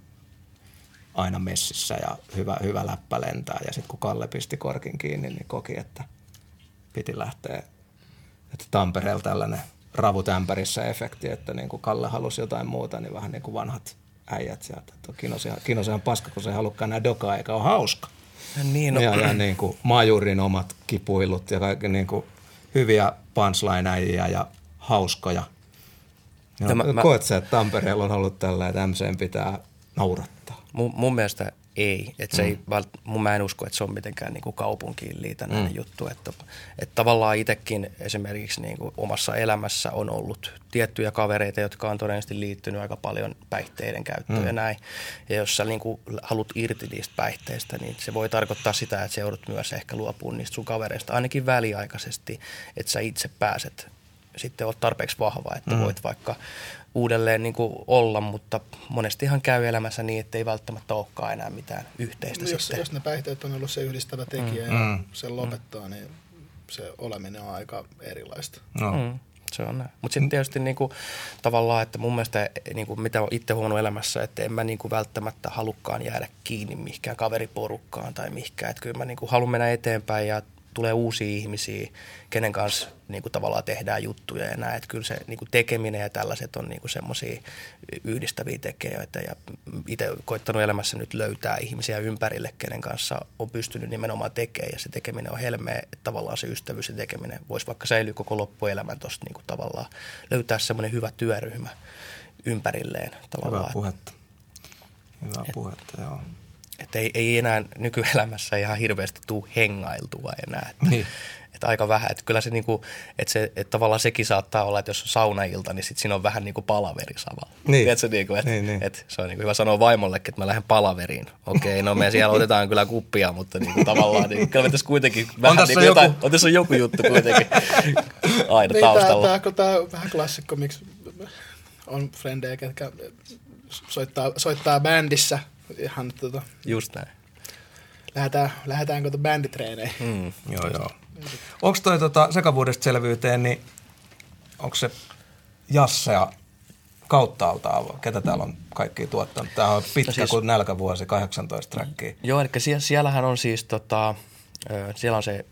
Speaker 3: aina messissä ja hyvä, hyvä läppä lentää. Ja sitten kun Kalle pisti korkin kiinni, niin koki, että piti lähteä, että Tampereella tällainen ravut ämpärissä efekti, että niin kuin Kalle halusi jotain muuta, niin vähän niin kuin vanhat äijät sieltä. Kinos ihan paska, kun se ei halukaan nää dokaa, eikä ole hauska.
Speaker 4: Niin, no.
Speaker 3: Ja, ja niin kuin Majurin omat kipuilut ja kaikki niin kuin hyviä punchline-äijiä ja hauskoja. Ja mä, mä, koet sä, että Tampereella on ollut tällä, että M C:n pitää naurattaa?
Speaker 4: Mun, mun mielestä ei. Että se mm. ei mun mä en usko, että se on mitenkään niin kuin kaupunkiin liitännäinen mm. juttu. Että, että tavallaan itsekin esimerkiksi niin kuin omassa elämässä on ollut tiettyjä kavereita, jotka on todennäköisesti liittynyt aika paljon päihteiden käyttöön mm. ja näin. Ja jos sä niin kuin haluat irti niistä päihteistä, niin se voi tarkoittaa sitä, että sä joudut myös ehkä luopumaan niistä sun kavereista ainakin väliaikaisesti, että sä itse pääset sitten oot tarpeeksi vahva, että mm. voit vaikka uudelleen niin kuin olla, mutta monestihan käy elämässä niin, että ei välttämättä olekaan enää mitään yhteistä
Speaker 2: no, jos,
Speaker 4: sitten.
Speaker 2: Jos ne päihteet on ollut se yhdistävä tekijä mm. ja sen lopettaa, mm. niin se oleminen on aika erilaista.
Speaker 3: No.
Speaker 4: Mm. Se on näin. Mutta sitten tietysti niinku, tavallaan, että mun mielestä niinku, mitä olen itse huomannut elämässä, että en mä niinku, välttämättä halukkaan jäädä kiinni mihinkään kaveriporukkaan tai mihinkään. Että kyllä mä niinku, haluan mennä eteenpäin ja tulee uusia ihmisiä, kenen kanssa niinku, tavallaan tehdään juttuja ja näin. Että kyllä se niinku, tekeminen ja tällaiset on niinku, semmoisia yhdistäviä tekijöitä. Ja itse koittanut elämässä nyt löytää ihmisiä ympärille, kenen kanssa on pystynyt nimenomaan tekemään. Ja se tekeminen on helmeä, että tavallaan se ystävyys ja tekeminen voisi vaikka säilyä koko loppuelämän tuosta niinku, tavallaan löytää semmoinen hyvä työryhmä ympärilleen. Tavallaan.
Speaker 3: Hyvä puhetta. Hyvä et, puhetta, joo.
Speaker 4: Että ei, ei enää nykyelämässä ihan hirveästi tule hengailtua enää. Että,
Speaker 3: niin.
Speaker 4: että aika vähän. Että kyllä se, niinku, että se että tavallaan sekin saattaa olla, että jos on saunailta, niin sitten siinä on vähän niin kuin palaveri samalla.
Speaker 3: Niin.
Speaker 4: Tiedätkö, niinku, että,
Speaker 3: niin, niin.
Speaker 4: että se on niinku hyvä sanoa vaimollekin, että mä lähden palaveriin. Okei, no me siellä otetaan kyllä kuppia, mutta niinku, tavallaan niin, kyllä me tässä kuitenkin vähän niin kuin
Speaker 3: joku...
Speaker 4: jotain, on tässä joku juttu kuitenkin aina
Speaker 2: niin,
Speaker 4: taustalla.
Speaker 2: Tämä, tämä on vähän klassikko, miksi on frendejä, ketkä soittaa, soittaa bändissä. Ihan, tota,
Speaker 4: just näin.
Speaker 2: Lähdetään, lähdetäänkö tuon bänditreeneihin?
Speaker 3: Mm, joo, joo. Onko toi tota, sekavuudesta selvyyteen, niin onko se Jassea kauttaaltaan, ketä täällä on kaikki tuottanut? Tämä on pitkä no siis, kuin nälkävuosi, kahdeksantoista trackia.
Speaker 4: Joo, eli sie- siellähän on siis, tota, siellä on se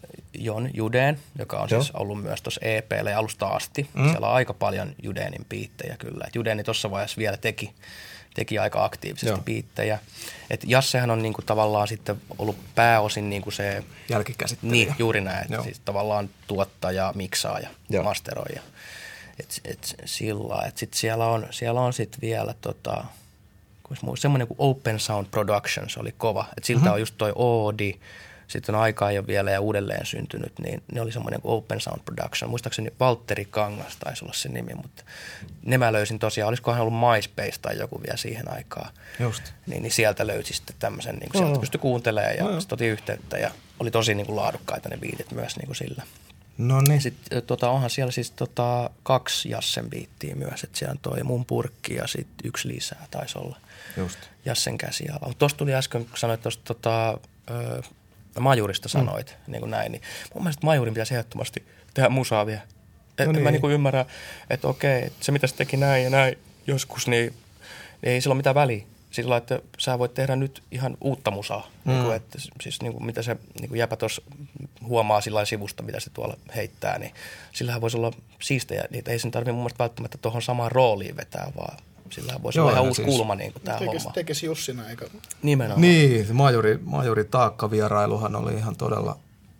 Speaker 4: Jon Judeen, joka on joo. siis ollut myös tuossa E P:llä alusta asti. Mm. Siellä on aika paljon Judeenin biittejä kyllä. Judeeni tuossa vaiheessa vielä teki. teki aika aktiivisesti Joo. biittejä. Et Jassehan on niinku tavallaan sitten ollut pääosin niinku se...
Speaker 3: Jälkikäsittelijä.
Speaker 4: Niin, juuri näin. Siis tavallaan tuottaja, miksaaja, Joo. masteroija. Et, et sillä et sit siellä on, siellä on sitten vielä tota, semmoinen kuin Open Sound Productions oli kova. Et siltä mm-hmm. on just toi Oodi, sitten on aikaa jo vielä ja uudelleen syntynyt, niin ne oli semmoinen kuin Open Sound Production. Muistaakseni Valtteri Kangas taisi olla se nimi, mutta ne mä löysin tosiaan. Olisikohan ollut MySpace tai joku vielä siihen aikaan. Just. Niin, niin sieltä löysi sitten tämmöisen, niin sieltä oh. pystyi kuuntelemaan ja oh. sitten otin yhteyttä ja oli tosi niin kuin laadukkaita ne biitit myös niin kuin sillä.
Speaker 3: No niin.
Speaker 4: Sitten tota, onhan siellä siis tota, kaksi Jassen biittiä myös, että siellä on toi Mun purkki ja sitten yksi lisää taisi olla Just. Jassen käsiala. Mutta tuossa tuli äsken, kun sanoit tuosta tota, öö, Majurista sanoit, mm. niin kuin näin, niin mun mielestä Majurin pitäisi ehdottomasti tehdä musaa vielä. Et, no niin. Mä niin kuin ymmärrän, että okei, että se mitä se teki näin ja näin joskus, niin, niin ei sillä ole mitään väliä. Sillä että sä voit tehdä nyt ihan uutta musaa. Mm. Niin kuin, että, siis niin kuin, mitä se niin kuin jäpä tuossa huomaa sillä sivusta, mitä se tuolla heittää, niin sillähän voisi olla siistejä. Niitä ei sen tarvitse mun mielestä välttämättä tuohon samaan rooliin vetää, vaan sillähän voisi Joo, olla ihan uusi siis kulma niin kuin tämä
Speaker 2: tekis,
Speaker 4: homma.
Speaker 2: Tekisi Jussina eikä...
Speaker 4: Nimenomaan.
Speaker 3: Niin, Majuri, Majuri Taakka-vierailuhan oli ihan todella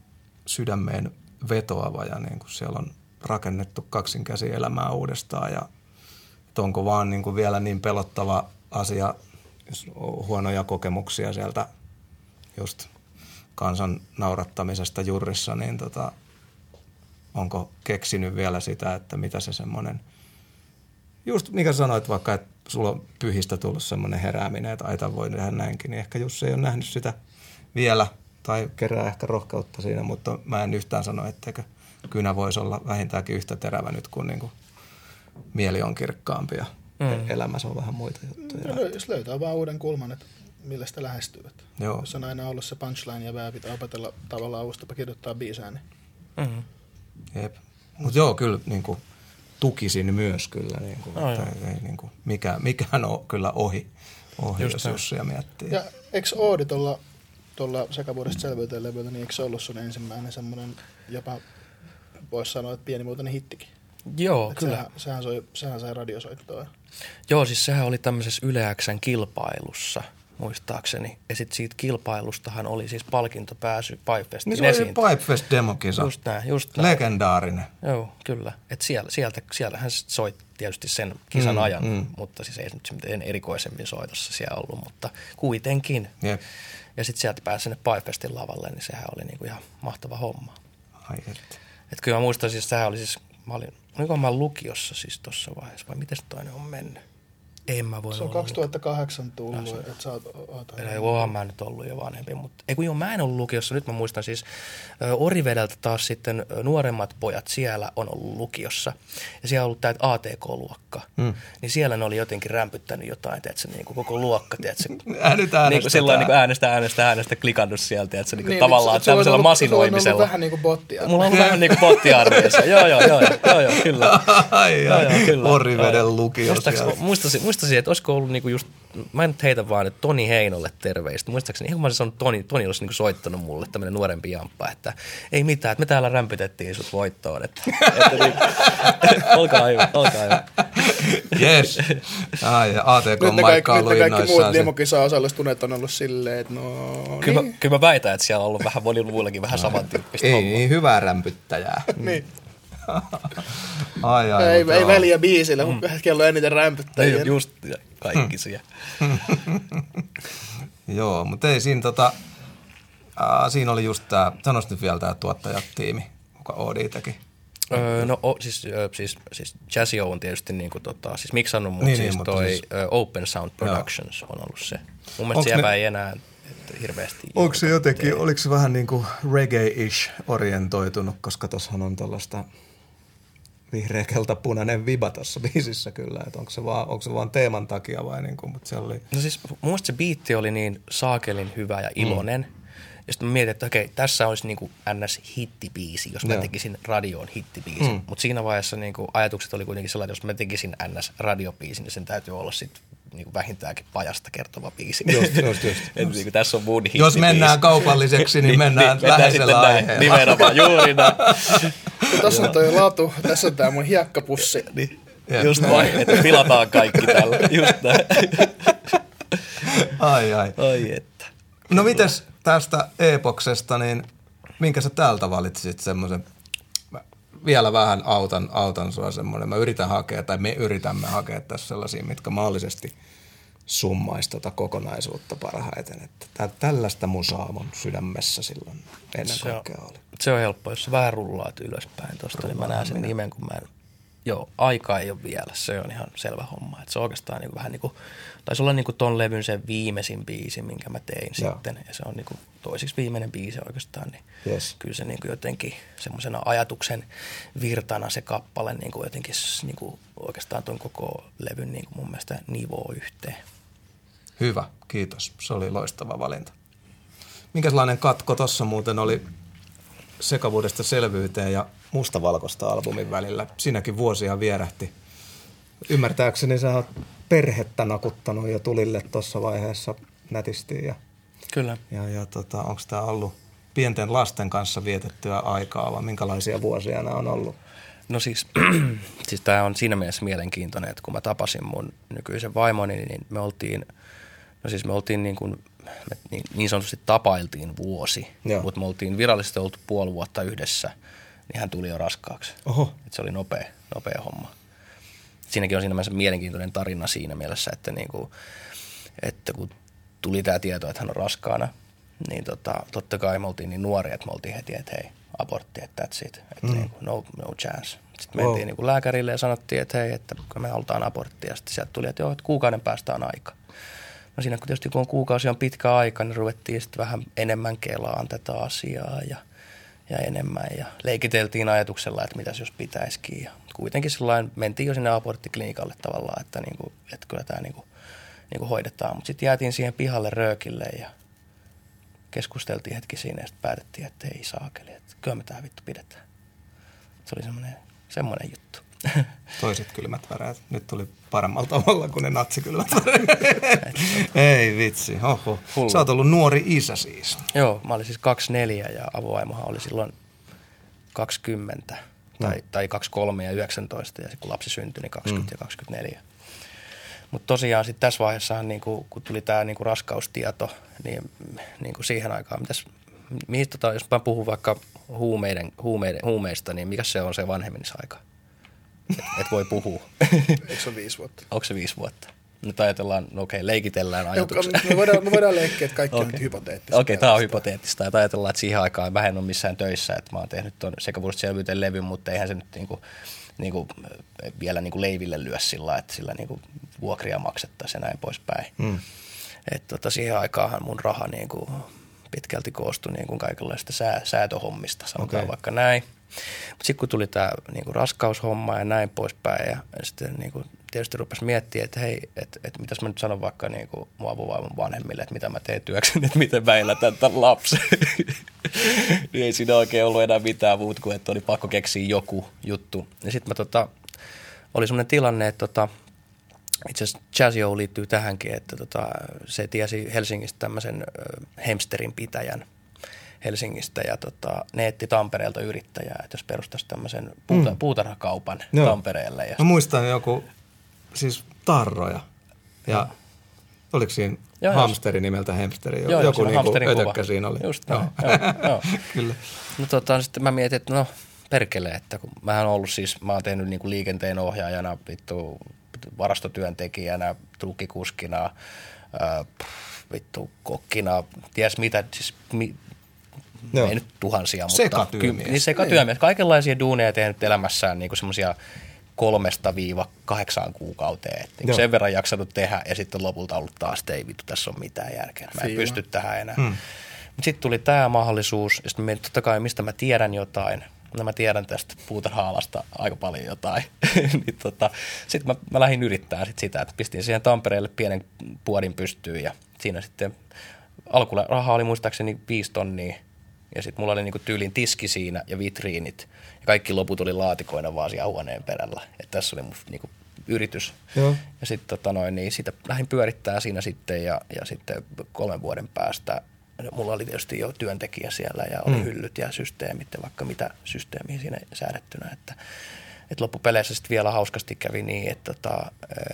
Speaker 3: sydämeen vetoava ja niin kuin siellä on rakennettu kaksinkäsi elämää uudestaan ja onko vaan niin kuin vielä niin pelottava asia, jos on huonoja kokemuksia sieltä just kansan naurattamisesta jurrissa, niin tota, onko keksinyt vielä sitä, että mitä se semmoinen, just mikä sanoit vaikka, että sulla on pyhistä tullut semmoinen herääminen, että aita voi tehdä näinkin, niin ehkä Jussi ei ole nähnyt sitä vielä tai kerää ehkä rohkeutta siinä, mutta mä en yhtään sano, etteikö kynä voisi olla vähintäänkin yhtä terävä nyt, kun niin kuin mieli on kirkkaampi ja mm. elämässä on vähän muita juttuja.
Speaker 2: No, jos löytää vaan uuden kulman, että millä sitä lähestyy.
Speaker 3: Joo.
Speaker 2: Jos on aina ollut se punchline ja vähän pitää opetella tavallaan alusta kirjoittaa biisää, niin...
Speaker 3: Mm-hmm. Jep. Mutta joo, kyllä niin kuin, tukisin myös kyllä, niin kuin, no, että ei, niin kuin, mikä, mikään on kyllä ohi, ohi jos Jussia miettii.
Speaker 2: Ja eikö Oodi tuolla, tuolla Sekavuodesta selvyyteen levyltä, niin eikö se ollut sun ensimmäinen semmoinen jopa, voisi sanoa, että pienimuotoinen hittikin?
Speaker 4: Joo,
Speaker 2: Et
Speaker 4: kyllä.
Speaker 2: Sehän, sehän, soi, sehän sai radiosoittoa.
Speaker 4: Joo, siis sehän oli tämmöisessä Yle X:n kilpailussa, muistaakseni. Ja sitten siitä kilpailustahan oli siis palkintopääsy Pipefestin
Speaker 3: niin esiin. Niin se oli Pipefest-demokisa.
Speaker 4: Just näin, just näin.
Speaker 3: Legendaarinen.
Speaker 4: Joo, kyllä. Että siellä, sieltä, siellähän soi tietysti sen kisan mm, ajan, mm. mutta siis ei nyt miten erikoisemmin soitossa siellä ollut, mutta kuitenkin.
Speaker 3: Jep.
Speaker 4: Ja sitten sieltä pääsi sinne Pipefestin lavalle, niin sehän oli niinku ihan mahtava homma.
Speaker 3: Ai että.
Speaker 4: Että kyllä mä muistan siis, sehän oli siis, mä olin, olinko mä lukiossa siis tossa vaiheessa vai miten toinen on mennyt? En mä voi
Speaker 2: se on kaksituhattakahdeksan tullut, että sä oot... oot
Speaker 4: ei voihan mä nyt ollut jo vanhempi, mutta ei kun joo, mä en ollut lukiossa, nyt mä muistan siis Orivedeltä taas sitten nuoremmat pojat siellä on ollut lukiossa ja siellä on ollut tää A T K-luokka, mm. niin siellä ne oli jotenkin rämpyttänyt jotain, tiedätkö, niin kuin koko luokka, tiedätkö,
Speaker 3: Äänyt äänestä.
Speaker 4: Niin kuin silloin niin kuin äänestä, äänestä, äänestä, klikannut sieltä, tiedätkö, niin kuin
Speaker 2: niin,
Speaker 4: tavallaan
Speaker 2: se,
Speaker 4: tämmöisellä
Speaker 2: se
Speaker 4: masinoimisella.
Speaker 2: Se on ollut vähän niin kuin bottia.
Speaker 4: Mulla on vähän niin kuin bottiarmeessa, joo, joo, joo, joo, joo, kyllä.
Speaker 3: Ai,
Speaker 4: joo, joo, kyllä.
Speaker 3: Oriveden lukio siellä.
Speaker 4: Muistasin, muistasin, että olisiko ollut niinku just, mä en nyt heitä vaan, että Toni Heinolle terveistä. Muistaakseni, ihan kun mä olisin sanonut, Toni, Toni olisi niinku soittanut mulle, tämmöinen nuorempi jamppa, että ei mitään, että me täällä rämpytettiin sut voittoon. Että, että niin, olkaa hyvä, olkaa hyvä.
Speaker 3: Jes. Ai, A T K-maikka on ollut
Speaker 2: innoissaan. Nyt ne kaikki muut Demokisaan osallistuneet on ollut silleen, että no
Speaker 4: kyllä,
Speaker 2: niin.
Speaker 4: Mä, kyllä mä väitän, että siellä on ollut vähän monilla muillakin vähän samantyyppistä
Speaker 3: ei,
Speaker 4: hommaa.
Speaker 3: Ei, hyvää rämpyttäjää.
Speaker 2: Niin.
Speaker 3: Ai, ai,
Speaker 2: ei, ei väliä biisillä, kun mm. kello eniten rämpyttäjiä.
Speaker 4: Ei, just kaikki siellä.
Speaker 3: Joo, mutta ei siinä tota, äh, siinä oli just tää, sanois nyt vielä tää tuottajatiimi, kuka Oodi teki.
Speaker 4: Öö, no o, siis, ö, siis, siis Jazzio on tietysti niinku tota, siis miksannut, mutta
Speaker 3: niin,
Speaker 4: siis
Speaker 3: niin,
Speaker 4: toi
Speaker 3: siis...
Speaker 4: ö, Open Sound Productions Joo. on ollut se. Mun mielestä siellä ne... ei enää hirveästi.
Speaker 3: Onko se jotenkin, tee. Oliko se vähän niinku reggae-ish orientoitunut, koska tossahan on tällaista vihreä kelta punainen viba tuossa biisissä kyllä, että onko se vaan, onko se vaan teeman takia vai niinku, mutta se oli...
Speaker 4: No siis mun mielestä se biitti oli niin saakelin hyvä ja iloinen, mm. ja sitten mä mietin, että okei, tässä olisi niinku N S-hittibiisi, jos mä Joo. tekisin radioon hittibiisin, mm. mutta siinä vaiheessa niinku ajatukset oli kuitenkin sellainen, että jos mä tekisin N S-radiobiisin, niin sen täytyy olla sitten niinku vähintäänkin pajasta kertova biisi.
Speaker 3: Just, just, just.
Speaker 4: Että niinku tässä on mun hittibiisi.
Speaker 3: Jos mennään kaupalliseksi, niin mennään niin, läheisellä aiheella.
Speaker 4: Nimenomaan, juuri näin.
Speaker 2: Tässä on toi latu, tässä on tää mun hiekkapussi.
Speaker 4: Niin. Just vain, että pilataan kaikki tällä. Just näin.
Speaker 3: Ai ai.
Speaker 4: Ai että.
Speaker 3: No mites tästä Epoksesta, niin minkä sä täältä valitsit semmoisen, vielä vähän autan, autan sua semmoinen, mä yritän hakea, tai me yritämme hakea tässä sellaisia, mitkä mahdollisesti summaisi tota kokonaisuutta parhaiten, että tä, tällaista musaa mun sydämessä silloin ennen kaikkea oli.
Speaker 4: Se on helppo, jos sä vähän rullaat ylöspäin tosta, niin mä näen sen nimen, kun mä en, joo, aika ei ole vielä, se on ihan selvä homma, että se on oikeastaan niin kuin vähän niin kuin, taisi olla niin kuin ton levyn se viimeisin biisi, minkä mä tein Joo. sitten, ja se on niin kuin toisiksi viimeinen biisi oikeastaan, niin
Speaker 3: yes.
Speaker 4: kyllä se niin kuin jotenkin semmoisena ajatuksen virtana se kappale niin kuin jotenkin niin kuin oikeastaan ton koko levyn niin kuin mun mielestä nivoo yhteen.
Speaker 3: Hyvä, kiitos. Se oli loistava valinta. Minkälainen katko tossa muuten oli Sekavuudesta selvyyteen ja Mustavalkoista albumin välillä? Siinäkin vuosia vierähti. Ymmärtääkseni sä oot perhettä nakuttanut jo tulille tuossa vaiheessa nätisti. Ja,
Speaker 4: Kyllä.
Speaker 3: Ja, ja tota, onko tämä ollut pienten lasten kanssa vietettyä aikaa vai minkälaisia vuosia nämä on ollut?
Speaker 4: No siis, siis tämä on siinä mielessä mielenkiintoinen, että kun mä tapasin mun nykyisen vaimoni, niin me oltiin, no siis me oltiin niin kuin, me niin, niin sanotusti tapailtiin vuosi, Joo. mutta me oltiin virallisesti oltu puoli vuotta yhdessä, niin hän tuli jo raskaaksi.
Speaker 3: Oho.
Speaker 4: Et se oli nopea, nopea homma. Siinäkin on siinä mielessä mielenkiintoinen tarina siinä mielessä, että, niin kuin, että kun tuli tämä tieto, että hän on raskaana, niin tota, totta kai me oltiin niin nuoria, että me oltiin heti, että hei, abortti, että that's it, että mm. niin kuin, no, no chance. Sitten mentiin wow. niin kuin lääkärille ja sanottiin, että hei, että me halutaan aborttia. Ja sitten sieltä tuli, että joo, että kuukauden päästä on aika. No siinä kun tietysti kun on kuukausi on pitkä aika, niin ruvettiin sitten vähän enemmän kelaan tätä asiaa ja, ja enemmän. Ja leikiteltiin ajatuksella, että mitäs jos pitäisikin. Ja kuitenkin sellainen mentiin jo sinne aborttiklinikalle tavallaan, että, niinku, että kyllä tämä niinku, niinku hoidetaan. Mutta sitten jäätiin siihen pihalle röökille ja keskusteltiin hetki siinä ja sitten päätettiin, että ei saakeli, että kyllä me tähän vittu pidetään. Se oli semmoinen, semmoinen juttu.
Speaker 3: Toiset kylmät väreet. Nyt tuli paremmalla tavalla kuin ne natsikylmät väreet. Ei vitsi, oho. Hullu. Sä oot ollut nuori isä siis.
Speaker 4: Joo, mä olin siis kaksikymmentäneljä ja avovaimohan oli silloin kaksikymmentä tai, mm. tai kaksikymmentäkolme ja yhdeksäntoista ja kun lapsi syntyi, niin kaksikymmentä mm. ja kaksikymmentäneljä. Mutta tosiaan sitten tässä vaiheessahan, niinku, kun tuli tämä niinku raskaustieto, niin niinku siihen aikaan, mitäs, mihin, tota, jos mä puhun vaikka huumeiden, huumeiden, huumeista, niin mikä se on se vanhemminisaika? Et, et voi puhua.
Speaker 2: Eikö se ole viisi vuotta?
Speaker 4: Onko se viisi vuotta? Nyt ajatellaan, no okei, leikitellään ajatuksia.
Speaker 2: Me voidaan, me voidaan leikkiä, että kaikki okay. on nyt hypoteettista.
Speaker 4: Okei, okay, tämä on hypoteettista. Että ajatellaan, että siihen aikaan mä en ole missään töissä. Että mä oon tehnyt tuon sekavuudesselvyyteen levyn, mutta eihän se nyt niinku, niinku, vielä niinku leiville lyö sillä, että sillä niinku vuokria maksettaisiin ja näin poispäin. Mm. Että tota, siihen aikaanhan mun raha niinku pitkälti koostui niinku kaikenlaista sää, säätöhommista, sanotaan okay. vaikka näin. Mutta sitten kun tuli tämä niinku raskaushomma ja näin poispäin ja sitten niinku tietysti rupesi miettimään, että hei, että et mitäs mä nyt sanon vaikka niinku mun avovaimon vanhemmille, että mitä mä teen työkseni, että miten mä elätän tämän lapsen. Niin ei siinä oikein ollut enää mitään muuta kuin, että oli pakko keksiä joku juttu. Ja sitten mä tota, oli semmoinen tilanne, että tota, itse asiassa Jazzio liittyy tähänkin, että tota, se tiesi Helsingistä tämmöisen hamsterin pitäjän Helsingistä ja tota, ne etti Tampereelta yrittäjää, että jos perustaisi tämmöisen puuta, mm. puutarhakaupan Joo. Tampereelle. Ja
Speaker 3: mä muistan joku, siis tarroja ja no. oliko siinä joo, hamsteri nimeltä hamsteri?
Speaker 4: Joo,
Speaker 3: joku
Speaker 4: niinku
Speaker 3: ötökkä siinä oli.
Speaker 4: Just näin, joo. joo. Kyllä. No tota, sitten mä mietin, että no perkele, että kun mähän on ollut siis, mä oon tehnyt niinku liikenteen ohjaajana, vittu varastotyöntekijänä, trukkikuskina, äh, vittu kokkina, ties mitä, siis mi, Joo. ei nyt tuhansia, mutta
Speaker 3: sekatyömies.
Speaker 4: Niin sekatyömies. Kaikenlaisia duuneja tehnyt elämässään niin semmoisia kolmesta viiva kahdeksaan kuukauteen. Niin sen verran jaksanut tehdä ja sitten lopulta ollut taas, että ei vittu, tässä on mitään järkeä. Mä en Fiima. pysty tähän enää. Hmm. Mutta sitten tuli tämä mahdollisuus ja sitten totta kai mistä mä tiedän jotain. No mä tiedän tästä puutarha-alasta aika paljon jotain. niin tota, sitten mä, mä lähdin yrittämään sit sitä, että pistin siihen Tampereelle pienen puodin pystyyn ja siinä sitten alkuun rahaa oli muistaakseni viisi tonnia. Ja sitten mulla oli niinku tyylin tiski siinä ja vitriinit. Ja kaikki loput oli laatikoina vaan siellä huoneen perällä. Että tässä oli mun niinku yritys. Joo. Ja sitten tota noin, niin sitä lähdin pyörittämään siinä sitten. Ja, ja sitten kolmen vuoden päästä mulla oli tietysti jo työntekijä siellä ja oli mm. hyllyt ja systeemit ja vaikka mitä systeemiä siinä säädettynä. Että, että loppupeleissä sitten vielä hauskasti kävi niin, että, tota,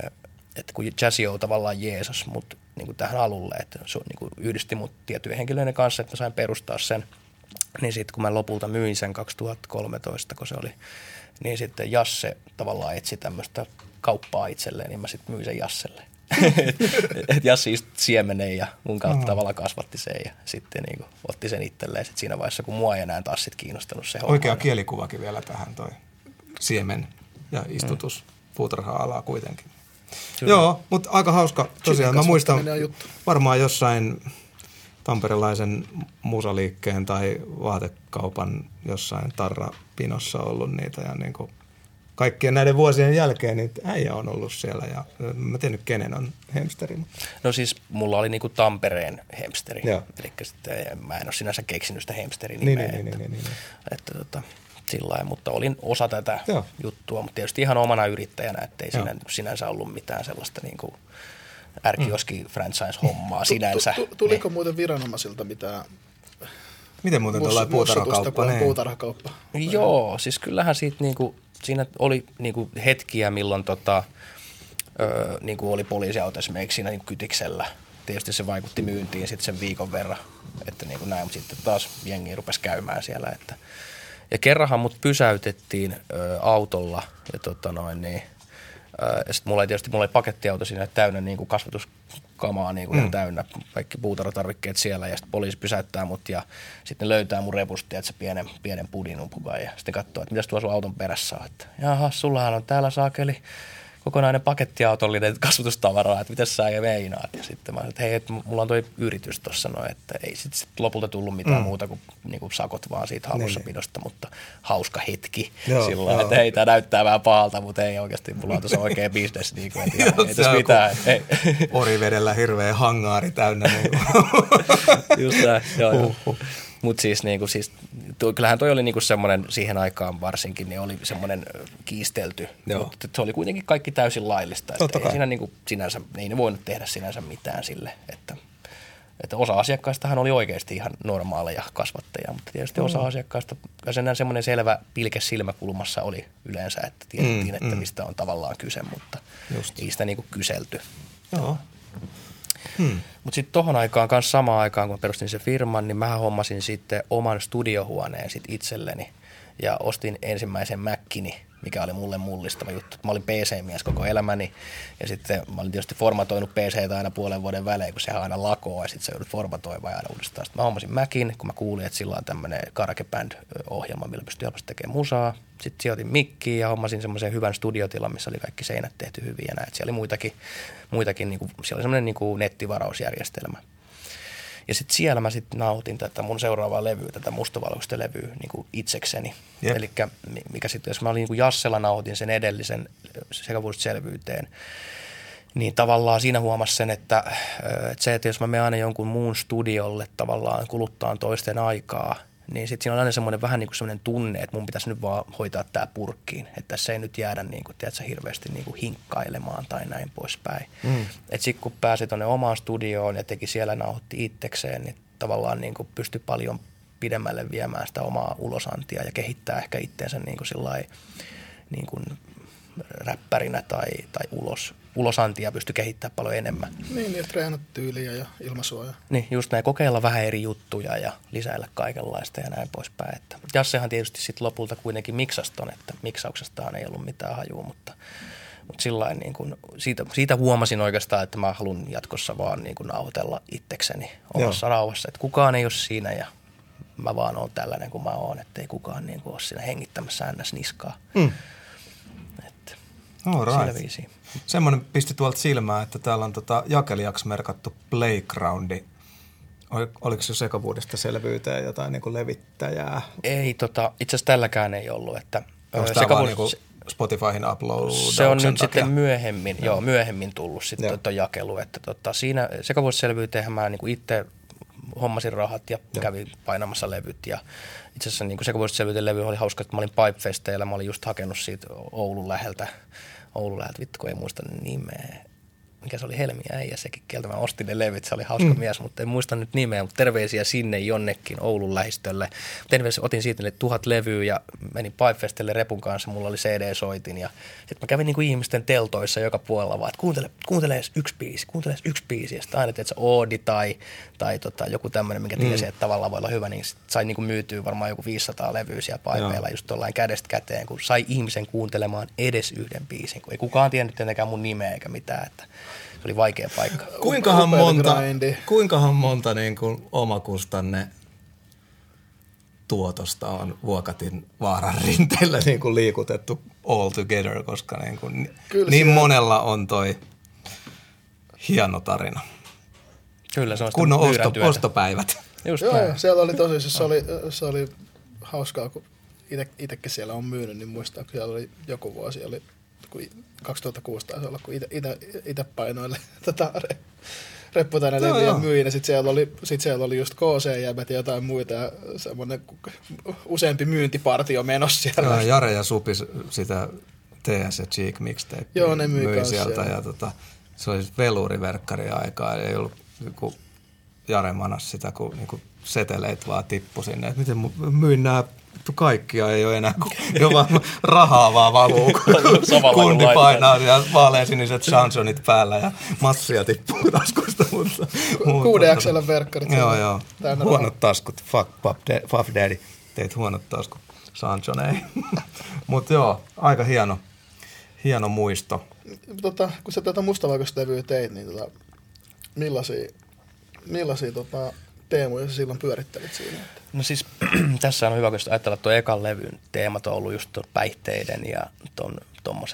Speaker 4: että kun Jazzio tavallaan jeesas mut niin tähän alulle, että se niin yhdisti mut tiettyjen henkilöiden kanssa, että mä sain perustaa sen. Niin sitten kun mä lopulta myin sen kaksituhattakolmetoista, kun se oli, niin sitten Jasse tavallaan etsi tämmöistä kauppaa itselleen, niin mä sitten myin sen Jasselle. Että et Jassi just siemeneen ja mun kautta tavallaan kasvatti sen ja sitten niin kuin otti sen itselleen sit siinä vaiheessa, kun mua ei enää taas sit kiinnostanut se homma.
Speaker 3: Oikea kielikuvakin vielä tähän toi siemen ja istutus mm. puutarha-alaa kuitenkin. Kyllä. Joo, mutta aika hauska. Tosiaan mä muistan varmaan jossain tamperelaisen musaliikkeen tai vaatekaupan jossain tarrapinossa ollut niitä ja niin kuin kaikkien näiden vuosien jälkeen niin äijä on ollut siellä ja mä tiedän nyt kenen on hamsteri.
Speaker 4: No siis mulla oli niinku Tampereen hamsteri, eli sitten mä en ole sinänsä keksinyt sitä hamsterin nimeä. Niin, niin, niin, niin, niin. Että tota, sillain, mutta olin osa tätä Joo. juttua, mutta tietysti ihan omana yrittäjänä, ettei sinä, sinänsä ollut mitään sellaista niinku ärkioski franchise-hommaa sinänsä.
Speaker 2: Tuliko muuten viranomaisilta mitään?
Speaker 3: Miten muuten tuollainen puutarhakauppa?
Speaker 2: puutarhakauppa?
Speaker 4: Joo, siis kyllähän siitä niinku, siinä oli niinku hetkiä, milloin tota, öö, niinku oli poliisiauto esimerkiksi siinä niinku kytiksellä. Tietysti se vaikutti myyntiin sitten sen viikon verran, että niinku näin, mutta sitten taas jengi rupesi käymään siellä. Että. Ja kerranhan mut pysäytettiin ö, autolla ja tota noin niin, ja sitten mulla ei tietysti mulla oli pakettiauto siinä täynnä niin kuin kasvatuskamaa niin kuin mm. ihan täynnä, kaikki puutarhatarvikkeet siellä ja sitten poliisi pysäyttää mut ja sitten löytää mun repusti, että se pienen, pienen pudin umpukaan ja sitten katsoo, että mitäs tuolla sun auton perässä on, että jaha, sullahan on täällä saakeli kokonainen pakettiautollinen kasvatustavaraa, että mitäs sä meinaat. Ja sitten mä sanoin, että hei, että mulla on toi yritys tuossa noin, että ei sitten sit lopulta tullut mitään mm. muuta kuin, niin kuin sakot vaan siitä hallussapidosta, mutta hauska hetki. Joo, sillä joo. Että hei, tää näyttää vähän pahalta, mutta ei oikeasti, mulla on tuossa oikea bisnes, niin kuin, että ihan, ei tässä mitään.
Speaker 3: Orivedellä hirveä hangaari täynnä. Niin
Speaker 4: just näin, joo, joo. Uh-huh. Mutta siis, niinku, siis tuo, kyllähän toi oli niinku semmoinen, siihen aikaan varsinkin, niin oli semmoinen kiistelty, mutta se oli kuitenkin kaikki täysin laillista. Ei siinä niinku, sinänsä, ei ne voinut tehdä sinänsä mitään sille, että, että osa asiakkaistahan oli oikeasti ihan normaaleja kasvattajia, mutta tietysti mm. osa asiakkaista, sen semmoinen selvä pilke silmäkulmassa oli yleensä, että tiedettiin, mm, että mm. mistä on tavallaan kyse, mutta just. Ei sitä niinku kyselty.
Speaker 3: Joo. Hmm.
Speaker 4: Mutta sitten tohon aikaan, kanssa samaan aikaan, kun perustin sen firman, niin mä hommasin sitten oman studiohuoneen sit itselleni ja ostin ensimmäisen Macini, mikä oli mulle mullistava juttu. Mä olin P C-mies koko elämäni ja sitten mä olin tietysti formatoinut P C:tä aina puolen vuoden välein, kun sehän aina lakoo ja sitten se joudut formatoimaan aina uudestaan. Sitten mä hommasin Macin, kun mä kuulin, että sillä on tämmöinen GarageBand-ohjelma, millä pystyy helposti tekemään musaa. Sitten sijoitin mikkiin ja hommasin semmoisen hyvän studiotilan, missä oli kaikki seinät tehty hyvin ja näin. Siellä oli muitakin, muitakin niin kuin, siellä oli semmoinen niin kuin nettivarausjärjestelmä. Ja sitten siellä mä sitten nautin tätä mun seuraavaa levyä, tätä mustavalkoista levyä niin kuin itsekseni. Yep. Eli mikä sitten, jos mä olin niin kuin Jassella nautin sen edellisen sekavuudesta selvyyteen, niin tavallaan siinä huomasi sen, että, että se, että jos mä menen aina jonkun muun studiolle tavallaan kuluttaa toisten aikaa, niin sitten siinä on aina semmoinen vähän niin kuin semmoinen tunne, että mun pitäisi nyt vaan hoitaa tää purkkiin. Että tässä ei nyt jäädä niin kuin, tiedätkö, hirveästi niin kuin hinkkailemaan tai näin poispäin. Mm. Että sitten kun pääsi tuonne omaan studioon ja teki siellä nauhoitti itsekseen, niin tavallaan niin kuin pystyi paljon pidemmälle viemään sitä omaa ulosantia ja kehittää ehkä itteensä niin kuin sillai, niin kuin räppärinä tai, tai ulos. Ulosantia pystyi kehittämään paljon enemmän.
Speaker 2: Niin, ja treenat tyyliä ja ilmaisua.
Speaker 4: Niin, just näin. Kokeilla vähän eri juttuja ja lisäillä kaikenlaista ja näin poispäin. Että Jassehan tietysti sitten lopulta kuitenkin miksasi ton, että miksauksestaan ei ollut mitään hajua, mutta, mutta sillain niin kun, siitä, siitä huomasin oikeastaan, että mä haluan jatkossa vaan niin kun nauhoitella itsekseni omassa Joo. rauhassa. Että kukaan ei ole siinä ja mä vaan oon tällainen kuin mä oon, että ei kukaan niin kuin ole siinä hengittämässä ns. Niskaa. Mm. Että
Speaker 3: right. Semmoinen pisti tuolta silmään, että täällä on tota jakelijaksi merkattu Playgroundi. Oliko se sekavuudesta selvyyteen jotain niin kuin levittäjää?
Speaker 4: Ei, tota, itse asiassa tälläkään ei ollut. Että
Speaker 3: onko tämä vaan niin kuin Spotifyhin uploadauksen
Speaker 4: se on nyt
Speaker 3: takia?
Speaker 4: Sitten myöhemmin, joo. Joo, myöhemmin tullut sitten tuo jakelu. Että tota, siinä sekavuudesta selvyyteenhän mä niin kuin itse hommasin rahat ja joo. kävin painamassa levyt. Ja itse asiassa niin sekavuudesta selvyyteen levy oli hauska, että mä olin Pipefesteillä, mä olin just hakenut siitä Oulun läheltä. Oulun läheltä, vittu kun ei muista nimeä. Mikä se oli, Helmi äijä, sekin kieltä. Mä ostin ne levyt, se oli hauska mm. mies, mutta en muista nyt nimeä. Mutta terveisiä sinne jonnekin Oulun lähistölle. Terveisiä, otin siitä ne tuhat levyä ja menin Pipefestille repun kanssa. Mulla oli C D-soitin ja sitten mä kävin niinku ihmisten teltoissa joka puolella vaan, että kuuntele, kuuntele edes yksi biisi, kuuntele edes yksi biisi. Ja sitten aina, että se Oodi tai, tai tota, joku tämmöinen, mikä tiesi, mm. että tavallaan voi olla hyvä, niin sai niinku myytyä varmaan joku viisisataa levyä siellä Pipeilla just tollain kädestä käteen, kun sai ihmisen kuuntelemaan edes yhden biisin. Kun ei kukaan tiennyt tietenkään mun nimeä eikä mitään, että se oli vaikea paikka.
Speaker 3: Kuinkahan monta, kuinkahan monta niin kuin omakustanne tuotosta on Vuokatin vaaran rinteillä niin kuin liikutettu all together, koska niin, kuin niin siellä monella on toi hieno tarina.
Speaker 4: Kyllä, se on
Speaker 3: kun on osto, ostopäivät.
Speaker 2: Just joo, joo, siellä oli tosiaan, se oli, se oli hauskaa, kun itsekin siellä on myynyt, niin muistaa, kun siellä oli joku vuosi, oli kun kaksituhattakuusi taisi olla, kun itse painoille tota, reppu tänä levyjä ja myin. Ja sitten siellä, sit siellä oli just K C-jäbät ja jotain muita ja semmoinen useampi myyntipartio menossa siellä.
Speaker 3: Joo, Jare ja Supi sitä T S ja Cheek mixtape
Speaker 2: joo, ne myi, myi
Speaker 3: sieltä. Ja tota, se oli veluriverkkari aikaa. Ei ollut joku Jare manas sitä, kun niinku seteleit vaan tippu sinne. Et miten myin nämä kaikkia ei ole enää, kun jo vaan rahaa vaan valuu, kun kundi painaa ja vaaleansiniset chansonit päällä ja massia tippuu taskusta. Mutta,
Speaker 2: kuuden X L-verkkarit.
Speaker 3: Joo, joo. Huonot taskut. Fuck Puff Daddy. Teit huonot taskut. Chanson ei. Mutta joo, aika hieno, hieno muisto.
Speaker 2: Tota, kun sä tätä mustavalkoista levyä teit, niin tota, millaisia, millaisia tota, teemoja sä silloin pyörittelit siinä?
Speaker 4: No siis tässä on hyvä, kun ajatella, että tuon ekan levyn teemat on ollut just tuon päihteiden ja tuon tommosen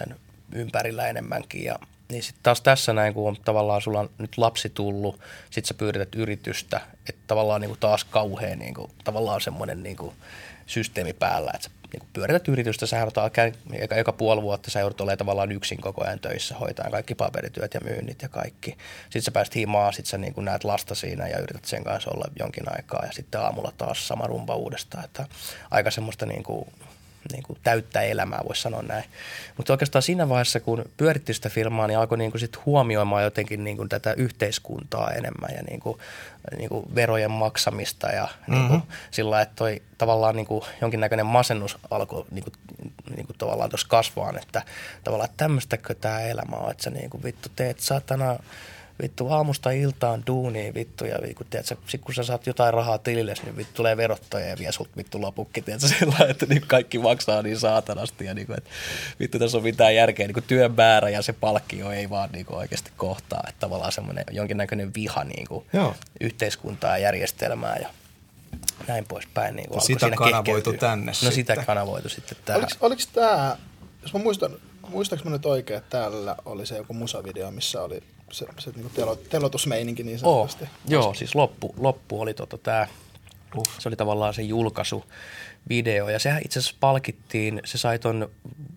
Speaker 4: ympärillä enemmänkin ja niin sitten taas tässä näin, kun on tavallaan sulla on nyt lapsi tullut, sit sä pyörität yritystä, että tavallaan niin kuin taas kauhean niin kuin, tavallaan semmoinen niin kuin systeemi päällä, että sä niin kuin pyörität yritystä, sä joudut joka, joka puoli vuotta sä joudut olemaan tavallaan yksin koko ajan töissä, hoitaa kaikki paperityöt ja myynnit ja kaikki. Sitten sä pääst himaan, sit sä niin kuin näet lasta siinä ja yrität sen kanssa olla jonkin aikaa ja sitten aamulla taas sama rumpa uudestaan, että aika semmoista niin kuin niin kuin täyttää elämää, voisi sanoa näin. Mutta oikeastaan siinä vaiheessa, kun pyöritti sitä firmaa, niin alkoi niin kuin sit huomioimaan jotenkin niin kuin tätä yhteiskuntaa enemmän ja niin kuin, niin kuin verojen maksamista ja mm-hmm. niin kuin sillä lailla, että toi tavallaan niin kuin jonkinnäköinen masennus alkoi niin kuin, niin kuin tavallaan tuossa kasvaan, että tavallaan että tämmöistäkö tämä elämä on, että sä niin kuin vittu teet satana vittu aamusta iltaan duuniin vittu ja vittu, tiedätkö, sit kun sä saat jotain rahaa tilille, niin vittu tulee verottaja ja vie sult vittu lopukki, tiedätkö, sillä että niin kaikki maksaa niin saatanasti ja niin kuin, että vittu tässä on mitään järkeä, niin kuin työn määrä ja se palkkio ei vaan niin kuin oikeasti kohtaa, että tavallaan semmoinen jonkinnäköinen viha niin kuin yhteiskuntaa ja järjestelmää ja näin poispäin. Niin kuin
Speaker 3: sitä kanavoitu tänne
Speaker 4: No
Speaker 3: sitten.
Speaker 4: sitä kanavoitu sitten tähän.
Speaker 2: Oliko, oliko tämä, jos mä muistan, muistaaks mä nyt oikein, että täällä oli se joku musavideo, missä oli se, se niinku telo, telotusmeininki niin sanotusti?
Speaker 4: Oh, joo, siis loppu, loppu oli tota tää, uh. se oli tavallaan se julkaisuvideo ja sehän itse asiassa palkittiin, se sai ton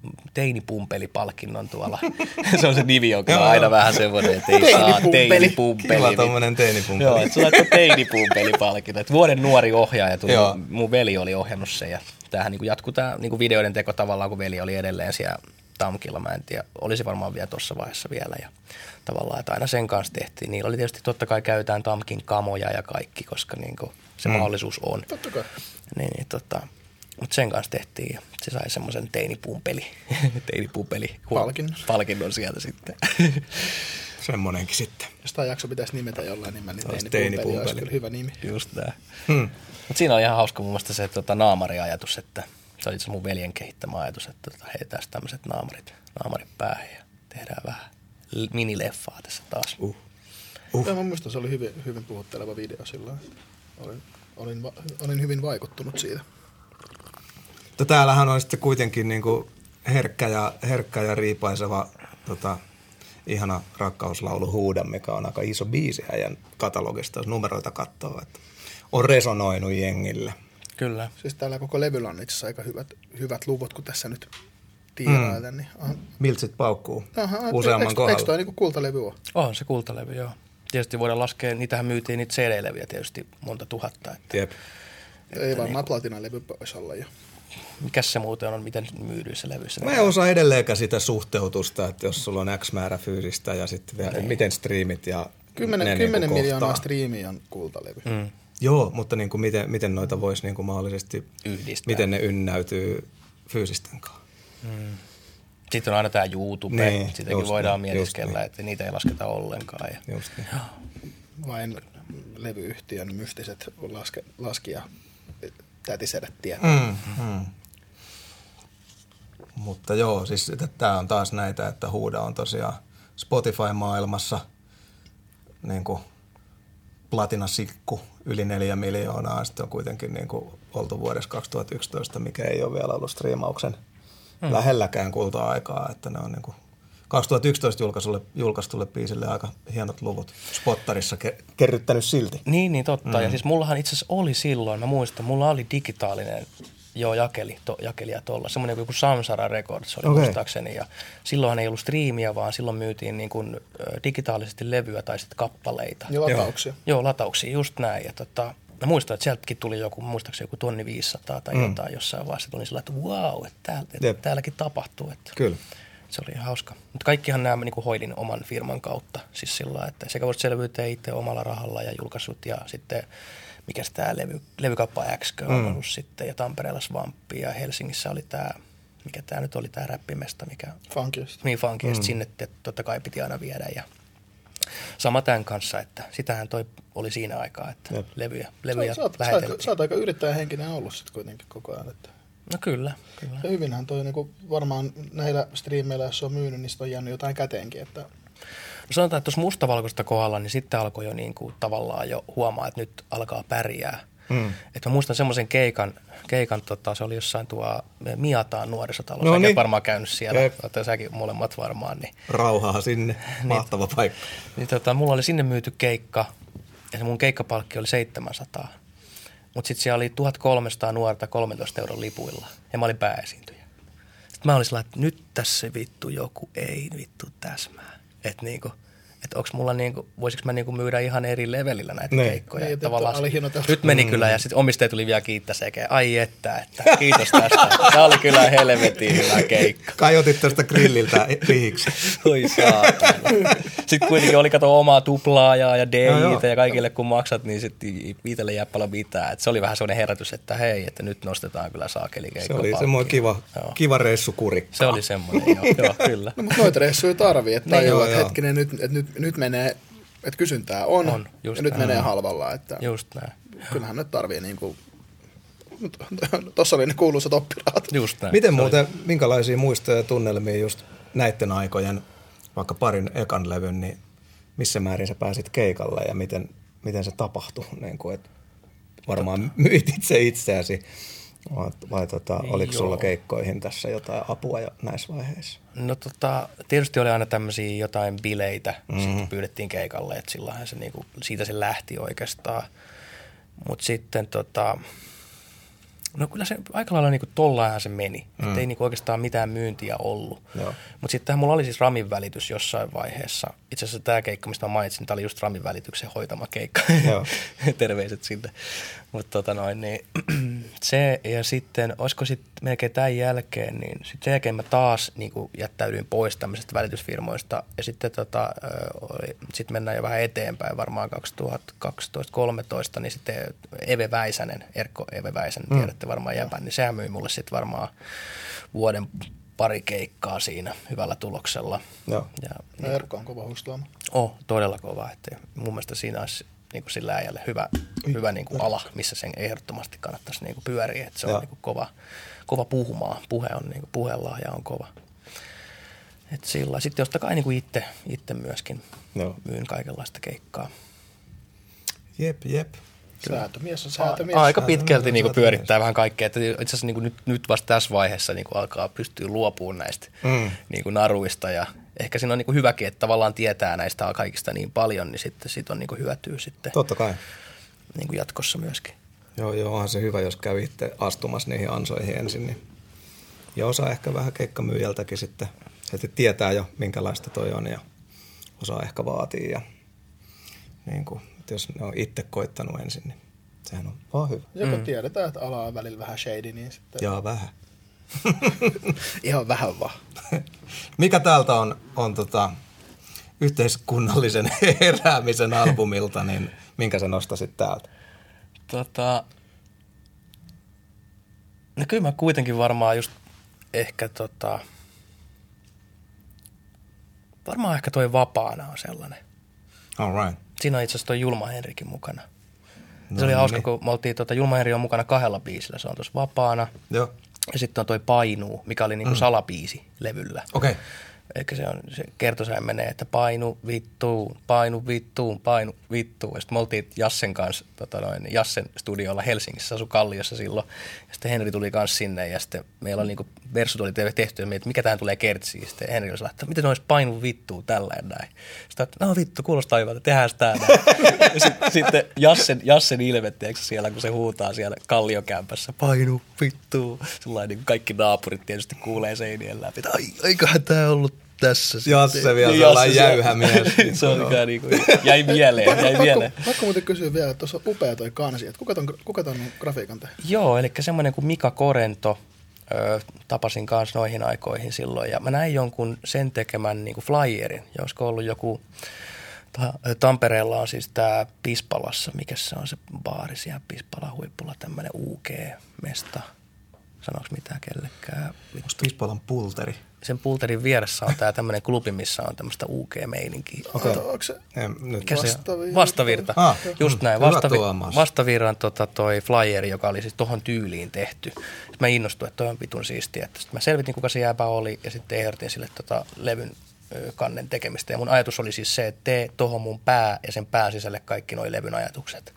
Speaker 4: teinipumpelipalkinnon tuolla. Se on se nimi, joka on aina vähän semmoinen, että ei saa teinipumpeli.
Speaker 3: Kiva tommonen teinipumpeli.
Speaker 4: Joo, että sulla on teinipumpelipalkinto. Että vuoden nuori ohjaaja tuli, mun veli oli ohjannut sen ja tämähän niinku jatkuu tämä niinku videoiden teko tavallaan, kun veli oli edelleen siellä Tamkilla, mä en tiedä, olisi varmaan vielä tuossa vaiheessa vielä ja tavallaan, että aina sen kanssa tehtiin. Niillä oli tietysti totta kai käytetään Tamkin kamoja ja kaikki, koska niinku se mm. mahdollisuus on.
Speaker 2: Totta kai.
Speaker 4: Niin, niin tota, mutta sen kanssa tehtiin ja se sai semmoisen teinipumpeli, teinipumpeli
Speaker 2: palkinnon.
Speaker 4: palkinnon sieltä sitten.
Speaker 3: Semmonenkin sitten.
Speaker 2: Jos tämä jakso pitäisi nimetä jollain nimellä, niin teinipumpeli olisi kyllä hyvä nimi.
Speaker 4: Just nää. Hmm. Mutta siinä on ihan hauska mun mielestä se tota, naamariajatus, että se oli itse mun veljen kehittämä ajatus, että tota, heitetään tämmöiset naamarit, naamarit päähän ja tehdään vähän minileffaa tässä taas.
Speaker 3: Uh. Uh.
Speaker 2: Ja mä muistan, se oli hyvin, hyvin puhutteleva video silloin. Olin, olin, olin hyvin vaikuttunut siitä.
Speaker 3: Mutta täällähän on sitten kuitenkin niinku herkkä, ja, herkkä ja riipaiseva tota, ihana rakkauslaulu Huuda, mikä on aika iso biisi äijän katalogista, jos numeroita katsoo, että on resonoinut jengille.
Speaker 4: Kyllä.
Speaker 2: Siis täällä koko levyllä on itse asiassa aika hyvät, hyvät luvut, kun tässä nyt tiiraiden. Mm. Niin
Speaker 3: Miltsit paukkuu
Speaker 2: aha,
Speaker 3: useamman
Speaker 2: eikö,
Speaker 3: kohdalla.
Speaker 2: Eikö toi niinku kultalevy ole?
Speaker 4: On se kultalevy, joo. Tietysti voidaan laskea, niitähän myytiin niitä C D-levyjä tietysti monta tuhatta. Että,
Speaker 3: Jep.
Speaker 2: Ei varmaan niinku platinalevy voisi olla jo.
Speaker 4: Mikäs se muuten on, miten myydyissä levyissä?
Speaker 3: Mä en osaa edelleenkään sitä suhteutusta, että jos sulla on X määrä fyysistä ja sitten vielä, miten striimit ja
Speaker 2: Kymmenen, kymmenen niin miljoonaa striimiä on kultalevy.
Speaker 4: Mm.
Speaker 3: Joo, mutta niin kuin miten, miten noita voisi niin kuin mahdollisesti,
Speaker 4: yhdistää.
Speaker 3: Miten ne ynnäytyy fyysisten kanssa.
Speaker 4: Mm. Sitten on aina tämä YouTube, niin, sitäkin voidaan niin, mietiskellä, niin. Että niitä ei lasketa ollenkaan. Ja...
Speaker 3: Just niin.
Speaker 2: Vain levyyhtiön mystiset laske, laskija tätisedät tietää.
Speaker 3: Mm, mm. Mutta joo, siis tämä on taas näitä, että Huuda on tosiaan Spotify-maailmassa niin kuin platinasikku yli neljä miljoonaa. Sitten on kuitenkin niin kuin oltu vuodessa kaksituhattayksitoista, mikä ei ole vielä ollut striimauksen hmm. lähelläkään kulta-aikaa. Että ne on niin kuin kaksituhattayksitoista julkaisulle, julkaistulle biisille aika hienot luvut. Spottarissa ke- kerryttänyt silti.
Speaker 4: Niin, niin totta.
Speaker 3: Hmm.
Speaker 4: Ja siis mullahan itse asiassa oli silloin, mä muistan, mulla oli digitaalinen joo, jakeli, to, jakelija tuolla. Semmoinen kuin Samsara Records oli okay. muistaakseni. Ja silloinhan ei ollut striimiä, vaan silloin myytiin niin kuin, ä, digitaalisesti levyä tai sitten kappaleita.
Speaker 2: Ja latauksia.
Speaker 4: Joo, joo latauksia, just näin. Ja tota, mä muistan, että sieltäkin tuli joku, muistaakseni joku tonni viisisataa tai mm. jotain jossain vaiheessa. Tuli sillä, että wow, että, tääl, että täälläkin tapahtuu. Että
Speaker 3: kyllä.
Speaker 4: Se oli ihan hauska. Mutta kaikkihan nämä niin kuin hoidin oman firman kautta. Siis sillä että sekä voisi selvyytää itse omalla rahalla ja julkaisut ja sitten... Mikäs tämä levy, levykauppa X on mm. ollut sitten, ja Tampereella Svamppi, ja Helsingissä oli tämä, mikä tämä nyt oli, tämä räppimesta, mikä...
Speaker 2: Funkista.
Speaker 4: Niin, Funkista,
Speaker 2: mm.
Speaker 4: sinne totta kai piti aina viedä, ja sama tämän kanssa, että sitähän toi oli siinä aikaa, että Jep. levyjä, levyjä
Speaker 2: sä, sä,
Speaker 4: läheteltiin.
Speaker 2: Sä oot aika yrittäjähenkinen ollut sitten kuitenkin koko ajan, että...
Speaker 4: No kyllä, kyllä.
Speaker 2: Ja hyvinhän toi niinku varmaan näillä striimeillä, jos on myynyt, niin on jäänyt jotain käteenkin, että...
Speaker 4: No sanotaan, että tuossa mustavalkoista kohdalla, niin sitten alkoi jo niin kuin tavallaan jo huomaa, että nyt alkaa pärjää. Mm. Että mä muistan semmoisen keikan, keikan tota, se oli jossain tuo Miataan nuorisotalossa.
Speaker 3: No
Speaker 4: Säkin
Speaker 3: niin.
Speaker 4: varmaan käynyt siellä, olette säkin molemmat varmaan. Niin.
Speaker 3: Rauhaa sinne, mahtava niin, paikka.
Speaker 4: Niin, tota, mulla oli sinne myyty keikka ja se mun keikkapalkki oli seitsemänsataa. Mutta sitten siellä oli tuhatkolmesataa nuorta kolmentoista euron lipuilla ja mä olin pääesiintyjä. Sitten mä olin sellainen, että nyt tässä vittu joku ei vittu täsmää. Että niinku, et onks mulla niinku, voisiko mä niinku myydä ihan eri levelillä näitä ne. keikkoja.
Speaker 2: Niin,
Speaker 4: tavallaan
Speaker 2: että
Speaker 4: nyt meni mm. kyllä ja sitten omistaja tuli vielä kiittää sekä. Ai että, että kiitos tästä. Tämä oli kyllä helvetin hyvä keikka.
Speaker 3: Kajotit tästä grilliltä vihiksi.
Speaker 4: Oi saatana. Sitten kuitenkin oli kato omaa tuplaajaa ja D J:tä ja kaikille kun maksat, niin sitten itselle jää paljon mitään. Et se oli vähän sellainen herätys, että hei, että nyt nostetaan kyllä saakeli keikko.
Speaker 3: Se oli semmoinen kiva, kiva reissu kurikkaa.
Speaker 4: Se oli semmoinen, joo, joo kyllä.
Speaker 2: No, mutta noita reissuja tarvii, että tajuu, että hetkinen, nyt, että nyt, nyt menee, että kysyntää on, on ja nyt näin. Menee halvalla. Että
Speaker 4: just näin.
Speaker 2: Kyllähän nyt tarvii niin kuin, tuossa oli ne kuuluisat oppirahat.
Speaker 4: Just näin.
Speaker 3: Miten muuten, minkälaisia muistoja ja tunnelmia just näiden aikojen, vaikka parin ekan levyn, niin missä määrin sä pääsit keikalle ja miten, miten se tapahtui? Niin kuin, että varmaan myit itse itseäsi vai, vai tota, oliko Joo. sulla keikkoihin tässä jotain apua jo näissä vaiheissa?
Speaker 4: No tota, tietysti oli aina tämmöisiä jotain bileitä, mm-hmm. sitten pyydettiin keikalle, että silloinhan se niinku, siitä se lähti oikeastaan. Mutta sitten tota, no kyllä se aika lailla niinku tollainhan se meni, mm. että ei niinku oikeastaan mitään myyntiä ollut. Mutta sittenhän mulla oli siis Ramin välitys jossain vaiheessa. Itse asiassa tämä keikka, mistä mä mainitsin, tämä oli just Ramin välityksen hoitama keikka. Terveiset sinne. Mutta tota noin, niin se ja sitten, olisiko sitten melkein tämän jälkeen, niin sitten sen jälkeen mä taas niin kuin jättäydyin pois tämmöisestä välitysfirmoista ja sitten tota, sit mennään jo vähän eteenpäin, varmaan kaksituhattakaksitoista kolmetoista, niin sitten Eve Väisänen, Erkko Eve Väisänen, mm. tiedätte varmaan jäpän, niin sehän myi mulle sitten varmaan vuoden pari keikkaa siinä hyvällä tuloksella.
Speaker 2: Joo. Ja, ja Erkko on kova huistaama.
Speaker 4: Oh, todella kova, että mun mielestä siinä olisi niin kuin sillä äijälle hyvä, hyvä niin kuin ala, missä sen ehdottomasti kannattaisi niin kuin pyöriä. Että se on niin kuin kova, kova puhumaan. Puhe on niin kuin puhelahja on kova. Et sillä. Sitten josta kai niin kuin itse, itse myöskin Joo. myyn kaikenlaista keikkaa.
Speaker 3: Jep, jep.
Speaker 2: Säätömies on säätömies.
Speaker 4: Aika pitkälti niin kuin pyörittää vähän kaikkea. Että itse asiassa niin kuin nyt, nyt vasta tässä vaiheessa niin kuin alkaa pystyä luopumaan näistä mm. niin kuin naruista ja ehkä siinä on niin hyväkin, että tavallaan tietää näistä kaikista niin paljon, niin sitten siitä on niin hyötyä sitten.
Speaker 3: Totta kai.
Speaker 4: Niin jatkossa myöskin.
Speaker 3: Joo, joo, onhan se hyvä, jos käy itse astumassa niihin ansoihin ensin. Niin. Ja osaa ehkä vähän keikkamyyjältäkin sitten, että tietää jo, minkälaista toi on ja osaa ehkä vaatia. Ja, niin kuin, jos ne on itse koittanut ensin, niin sehän on vaan hyvä.
Speaker 2: Ja kun mm. tiedetään, että ala on välillä vähän shady, niin sitten...
Speaker 3: Jaa, vähän.
Speaker 2: Ihan vähän vaan.
Speaker 3: Mikä täältä on, on tota, yhteiskunnallisen heräämisen albumilta, niin minkä sä nostasit täältä?
Speaker 4: Tota, no kyllä mä kuitenkin varmaan just ehkä tota, varmaan ehkä toi Vapaana on sellainen.
Speaker 3: All right.
Speaker 4: Siinä on itse asiassa toi Julma Henrikin mukana. No, se oli hauska, niin. kun me oltiin, tota, Julma Henri on mukana kahdella biisillä. Se on tuossa Vapaana. Joo. Ja sitten on toi Painuu, mikä oli niinku mm. salabiisi levyllä.
Speaker 3: Okei. Okay.
Speaker 4: Eikä se, on, se kertosäin menee, että painu vittuun, painu vittuun, painu vittuun. Ja sitten me oltiin Jassen kanssa, tota noin, Jassen studiolla Helsingissä, asu Kalliossa silloin. Ja sitten Henri tuli kanssa sinne ja sitten meillä oli niinku, versut oli tehty, että mikä tähän tulee kertsiin. Sitten Henri oli että miten olisi painu vittuun tällä ja näin. Sitten että no vittu, kuulostaa hyvältä, tehdään sitä näin. Ja sitten, sitten Jassen, Jassen ilmetteeksi siellä, kun se huutaa siellä Kalliokämpässä, painu vittuun. Sellainen niin kaikki naapurit tietysti kuulee seinien läpi, että ai, aikahan tämä ollut tässä.
Speaker 3: Jasse vielä niin sellainen jäyhä mies.
Speaker 4: Se on ikään niin kuin, jäi mieleen, jäi mieleen.
Speaker 2: Pakko muuten kysyä vielä, että tuossa on upea toi kansi, että kuka ton, kuka ton grafiikan tehnyt?
Speaker 4: Joo, eli semmoinen kuin Mika Korento, ö, tapasin kanssa noihin aikoihin silloin, ja mä näin jonkun sen tekemän niin kuin flyerin, ja olisiko ollut joku, ta, Tampereella on siis tää Pispalassa, mikä se on se baari siellä Pispalan huippulla, tämmöinen U G-mesta. Sanoks mitään kellekään?
Speaker 3: Onko Pispalan pulteri?
Speaker 4: Sen pulterin vieressä on tää tämmönen klubi, missä on tämmöistä U G-meininkiä.
Speaker 2: Okei. Okay. Onko se
Speaker 4: vastavirta? Vastavirta. Ah, Just näin. Vastavi- vastavirran tota, toi flyeri, joka oli siis tohon tyyliin tehty. Sitten mä innostuin, että toi on vitun siistiä. Sitten mä selvitin, kuka se jääpä oli ja sitten ehdotin sille tota, levyn ö, kannen tekemistä. Ja mun ajatus oli siis se, että tee tohon mun pää ja sen pään sisälle kaikki noi levyn ajatukset.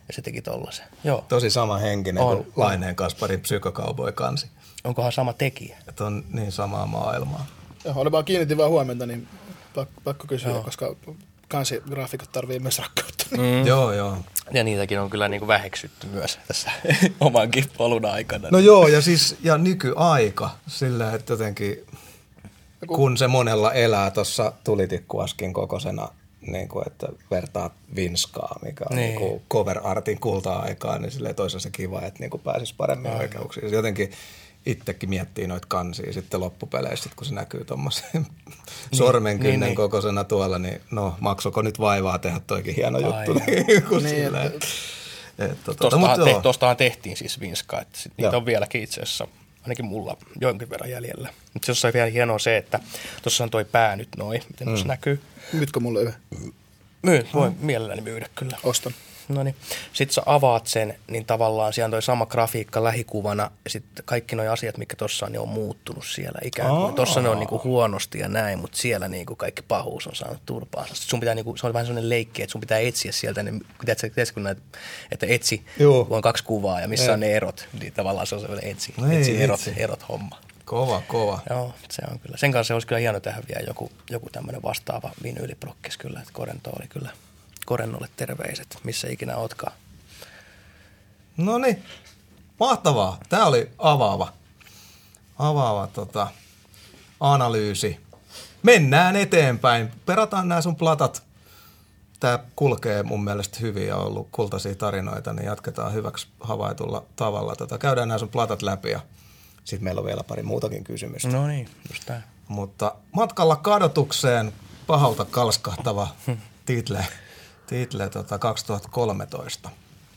Speaker 4: ja se teki tollasen. Joo.
Speaker 3: Tosi sama henkinen
Speaker 4: on,
Speaker 3: kuin Laineen Kasparin Psykocowboy-kansi.
Speaker 4: Onkohan sama tekijä?
Speaker 3: Että on niin samaa maailmaa.
Speaker 2: Joo, oli vaan kiinnitin vaan huomenta, niin pakko, pakko kysyä,
Speaker 4: Joo.
Speaker 2: koska kansigraafikot tarvii myös rakkautta.
Speaker 3: Mm. Joo, joo.
Speaker 4: Ja niitäkin on kyllä niinku väheksytty myös tässä omankin polun aikana.
Speaker 3: No joo, ja siis ja nykyaika sillä, että jotenkin kun se monella elää tuossa tulitikkuaskin kokoisena, niin kuin, että vertaa Vinskaa, mikä on niin. Niin cover artin kulta-aikaa, niin silleen toisaalta se kiva, että niin pääsisi paremmin Aivan. oikeuksiin. Jotenkin itsekin miettii noita kansia sitten loppupeleissä, kun se näkyy tuommoisen niin, sormenkynnen niin, kokoisena niin. tuolla, niin no maksoiko nyt vaivaa tehdä toikin hieno Aivan. juttu. Niin, niin, silleen, että, että,
Speaker 4: tostahan, te, tostahan tehtiin siis Vinskaa, että sit niitä on vieläkin itse asiassa, ainakin mulla jonkin verran jäljellä. Mutta se on vielä hienoa se, että tuossa on toi pää nyt noin, miten tuossa mm. näkyy.
Speaker 2: Myytkö mulle yhden?
Speaker 4: Myy, voin mm. mielelläni myydä kyllä.
Speaker 2: Ostan.
Speaker 4: No niin. Sitten sä avaat sen, niin tavallaan siellä on toi sama grafiikka lähikuvana, ja sitten kaikki nuo asiat, mitkä tuossa on, ne on muuttunut siellä ikään kuin. Tuossa ne on niinku huonosti ja näin, mutta siellä niinku kaikki pahuus on saanut turpaansa. Sun pitää niinku, se on vähän sellainen leikki, että sun pitää etsiä sieltä, ne, tiedätkö, kun näet, että etsi, Joo. on kaksi kuvaa ja missä ei. on ne erot, niin tavallaan se on sellainen etsi, no etsi erot, erot homma.
Speaker 3: Kova, kova.
Speaker 4: Joo, se on kyllä. Sen kanssa olisi kyllä hieno tehdä vielä joku, joku tämmöinen vastaava vinyyliprokkis kyllä, että Korento oli kyllä. Korennolle terveiset, missä ikinä ootkaan.
Speaker 3: No niin, mahtavaa. Tämä oli avaava, avaava tota, analyysi. Mennään eteenpäin. Perataan nämä sun platat. Tämä kulkee mun mielestä hyvin ja on ollut kultaisia tarinoita, niin jatketaan hyväksi havaitulla tavalla. Tota, käydään nämä sun platat läpi ja sitten meillä on vielä pari muutakin kysymystä.
Speaker 4: No niin, just tää.
Speaker 3: Mutta matkalla kadotukseen pahalta kalskahtava title. Title tota, kaksituhattakolmetoista.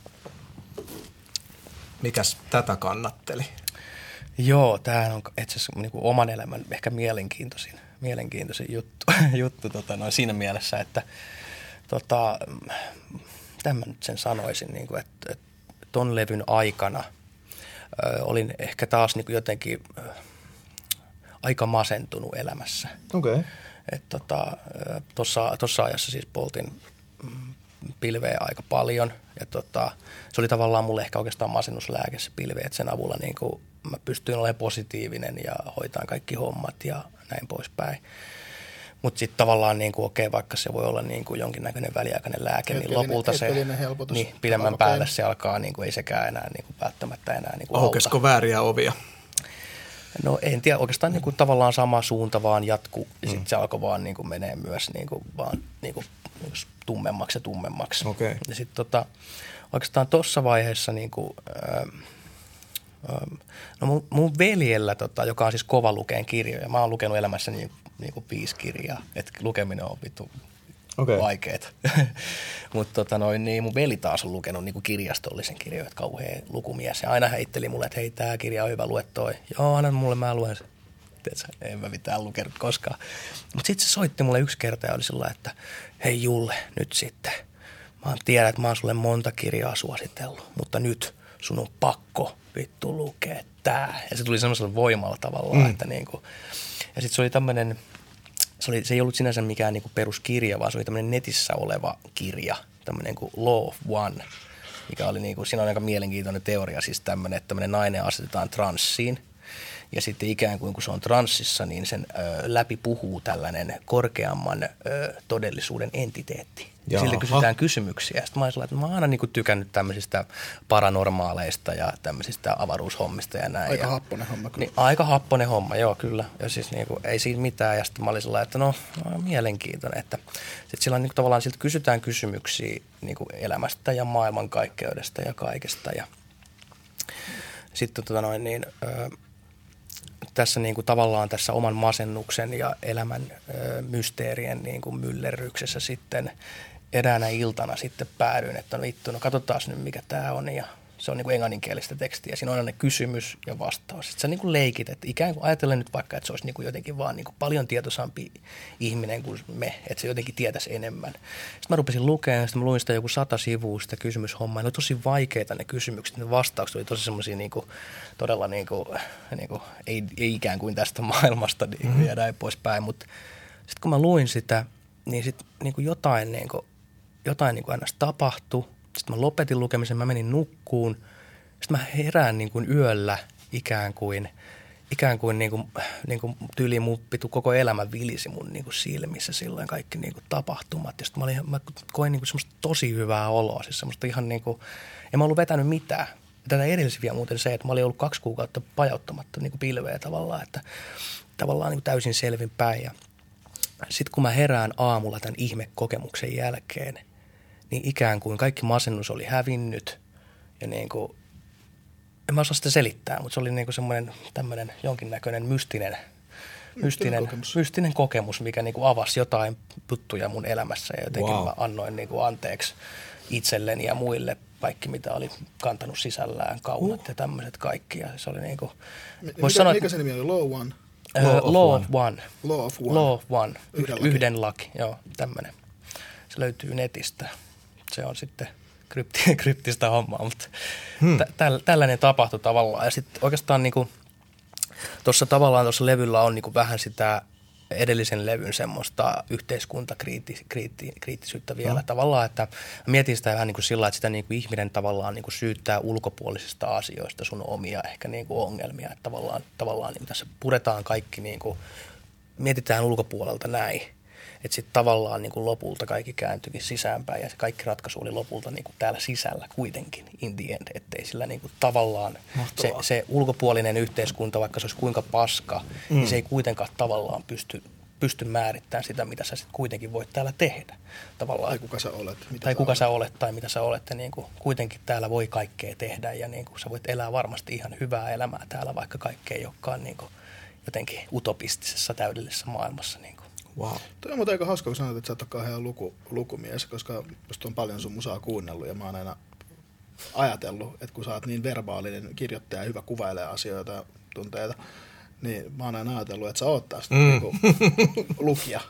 Speaker 3: Mikäs tätä kannatteli?
Speaker 4: Joo, tämähän on itse asiassa niin kuin oman elämän ehkä mielenkiintoisin, mielenkiintoisin juttu, juttu tota, noin siinä mielessä, että tota, tämän nyt sen sanoisin, niin kuin, että, että ton levyn aikana ö, olin ehkä taas niin kuin jotenkin ö, aika masentunut elämässä.
Speaker 3: Okei. Okay.
Speaker 4: Että tota, tuossa ajassa siis poltin pilveä aika paljon ja tota, se oli tavallaan mulle ehkä oikeastaan masennuslääke se pilve, että sen avulla niin kuin mä pystyin olemaan positiivinen ja hoitaan kaikki hommat ja näin poispäin. Mutta sitten tavallaan niin kuin, okei, vaikka se voi olla niin kuin jonkinnäköinen väliaikainen lääke, niin lopulta se niin, pidemmän päälle se alkaa, niin kuin, ei sekään enää niin kuin, välttämättä enää niin kuin
Speaker 3: aukesko auta. Vääriä ovia?
Speaker 4: No en tiedä, oikeastaan niin kuin, tavallaan sama suunta vaan jatkuu ja sitten mm. se alkoi vaan niin kuin, menee myös niin kuin, vaan niin kuin, niin kuin tummemmaksi ja tummemmaksi.
Speaker 3: Okay.
Speaker 4: Ja sitten tota, oikeastaan tuossa vaiheessa niin kuin, ää, ää, no mun, mun veljellä, tota, joka on siis kova lukeen kirjoja, mä oon lukenut elämässä niin, niin kuin viisi kirjaa, että lukeminen on vittu okay. vaikeet. Mutta tota noin, niin mun veli taas on lukenut niin kuin kirjastollisen kirjoja, että kauhean lukumies. Ja aina heitteli mulle, että hei, tää kirja on hyvä, lue toi. Joo, anna mulle, mä luen sen. Tiedätkö, en mä mitään lukenut koskaan. Mutta sitten se soitti mulle yksi kerta ja oli sillä, että hei Julle, nyt sitten. Mä tiedän, että mä oon sulle monta kirjaa suositellut, mutta nyt sun on pakko vittu lukea tää. Ja se tuli semmoisella voimalla tavallaan, mm. että niinku. Ja sitten se oli tämmönen, se, oli, se ei ollut sinänsä mikään niinku peruskirja, vaan se oli tämmönen netissä oleva kirja, tämmönen kuin Law of One, mikä oli niinku, siinä on aika mielenkiintoinen teoria, siis tämmönen, että tämmönen nainen asetetaan transsiin. Ja sitten ikään kuin kun se on transsissa, niin sen ö, läpi puhuu tällainen korkeamman ö, todellisuuden entiteetti. Ja siltä kysytään kysymyksiä. Sitten mä olin että mä oon aina niin kuin tykännyt tämmöisistä paranormaaleista ja tämmöisistä avaruushommista ja näin.
Speaker 2: Aika
Speaker 4: ja,
Speaker 2: happonen homma kyllä.
Speaker 4: Niin, aika happonen homma, joo kyllä. Ja siis niin kuin, ei siinä mitään. Ja sitten mä olin sellainen, että no, no mielenkiintoinen. Että sitten sillä niin kuin, tavallaan siltä kysytään kysymyksiä niin kuin elämästä ja maailmankaikkeudesta ja kaikesta. Ja sitten tota noin niin... Ö, tässä niin kuin tavallaan tässä oman masennuksen ja elämän ö, mysteerien niin kuin myllerryksessä sitten eräänä iltana sitten päädyin, että no vittu, no katsotaan nyt mikä tämä on ja se on niin kuin englanninkielistä tekstiä. Siinä on aina kysymys ja vastaus. Sitten sä niin kuin leikit, että ikään kuin ajatellen nyt vaikka, että se olisi niin kuin jotenkin vaan niin kuin paljon tietoisampi ihminen kuin me, että se jotenkin tietäisi enemmän. Sitten mä rupesin lukemaan, sitten mä luin sitä joku sata sivua sitä kysymyshommaa. Ne oli tosi vaikeita ne kysymykset, ne vastaukset oli tosi semmoisia niin kuin, todella niin kuin, niin kuin, ei, ei ikään kuin tästä maailmasta niin kuin, mm-hmm. ja näin poispäin. Mutta sitten kun mä luin sitä, niin sitten niin kuin jotain, niin kuin, jotain niin kuin aina tapahtui. Sitten mä lopetin lukemisen, mä menin nukkuun. Sitten mä herään niin kuin yöllä ikään kuin, ikään kuin, niin kuin, niin kuin tyyliin mun pitu koko elämä vilisi mun niin kuin silmissä silloin kaikki niin kuin tapahtumat. Ja sitten mä, olin, mä koin niin kuin semmoista tosi hyvää oloa, siis semmoista ihan niin kuin, en mä ollut vetänyt mitään. Tätä edelsi vielä muuten se, että mä olin ollut kaksi kuukautta pajauttamatta niin kuin pilveä tavallaan, että tavallaan niin kuin täysin selvin päin. Ja sitten kun mä herään aamulla tämän ihmekokemuksen jälkeen, niin ikään kuin kaikki masennus oli hävinnyt ja niin kuin, en mä osaa sitä selittää, mutta se oli niin kuin semmoinen tämmöinen jonkinnäköinen mystinen, mystinen, kokemus. mystinen kokemus, mikä niin kuin avasi jotain juttuja mun elämässä ja jotenkin wow. mä annoin niin kuin anteeksi itselleni ja muille kaikki, mitä oli kantanut sisällään, kaunat uh. ja tämmöiset kaikki. Ja se oli niin kuin,
Speaker 2: mikä, sanoa, mikä se nimi oli? Law One?
Speaker 4: Uh, Law, of, Law of One.
Speaker 2: Law of One.
Speaker 4: Law of One.
Speaker 2: Yhden,
Speaker 4: Yhden laki, joo, tämmöinen. Se löytyy netistä. Se on sitten krypti, kryptistä hommaa, mutta hmm. tä, tä, tällainen tapahtui tavallaan. Ja sitten oikeastaan niin kuin, tuossa tavallaan tuossa levyllä on niin kuin vähän sitä edellisen levyn semmoista yhteiskuntakriittisyyttä vielä no. tavallaan, että mietin sitä vähän niin kuin sillä, että sitä niin kuin ihminen tavallaan niin kuin syyttää ulkopuolisista asioista sun omia ehkä niin kuin ongelmia, että tavallaan, tavallaan niin kuin tässä puretaan kaikki, niin kuin, mietitään ulkopuolelta näin, että sitten tavallaan niin kuin lopulta kaikki kääntyikin sisäänpäin ja se kaikki ratkaisu oli lopulta niin kuin täällä sisällä kuitenkin in the end, ettei sillä niin kuin tavallaan se, se ulkopuolinen yhteiskunta, vaikka se olisi kuinka paska, mm. niin se ei kuitenkaan tavallaan pysty, pysty määrittämään sitä, mitä sä sitten kuitenkin voit täällä tehdä. Tavallaan,
Speaker 2: tai kuka sä olet. Mitä
Speaker 4: tai
Speaker 2: sä
Speaker 4: kuka
Speaker 2: olet.
Speaker 4: sä olet tai mitä sä olet. Niin kuin kuitenkin täällä voi kaikkea tehdä ja niin kuin sä voit elää varmasti ihan hyvää elämää täällä, vaikka kaikkea ei olekaan niin kuin jotenkin utopistisessa täydellisessä maailmassa. Niin kuin.
Speaker 2: Wow. Toi on muuten aika hauska, kun sanoit, että sä et ole kauhean luku, lukumies, koska musta on paljon sun musaa kuunnellut ja mä oon aina ajatellut, että kun sä oot niin verbaalinen kirjoittaja ja hyvä kuvailee asioita ja tunteita, niin mä oon aina ajatellut, että sä oot taas mm. niinku lukija.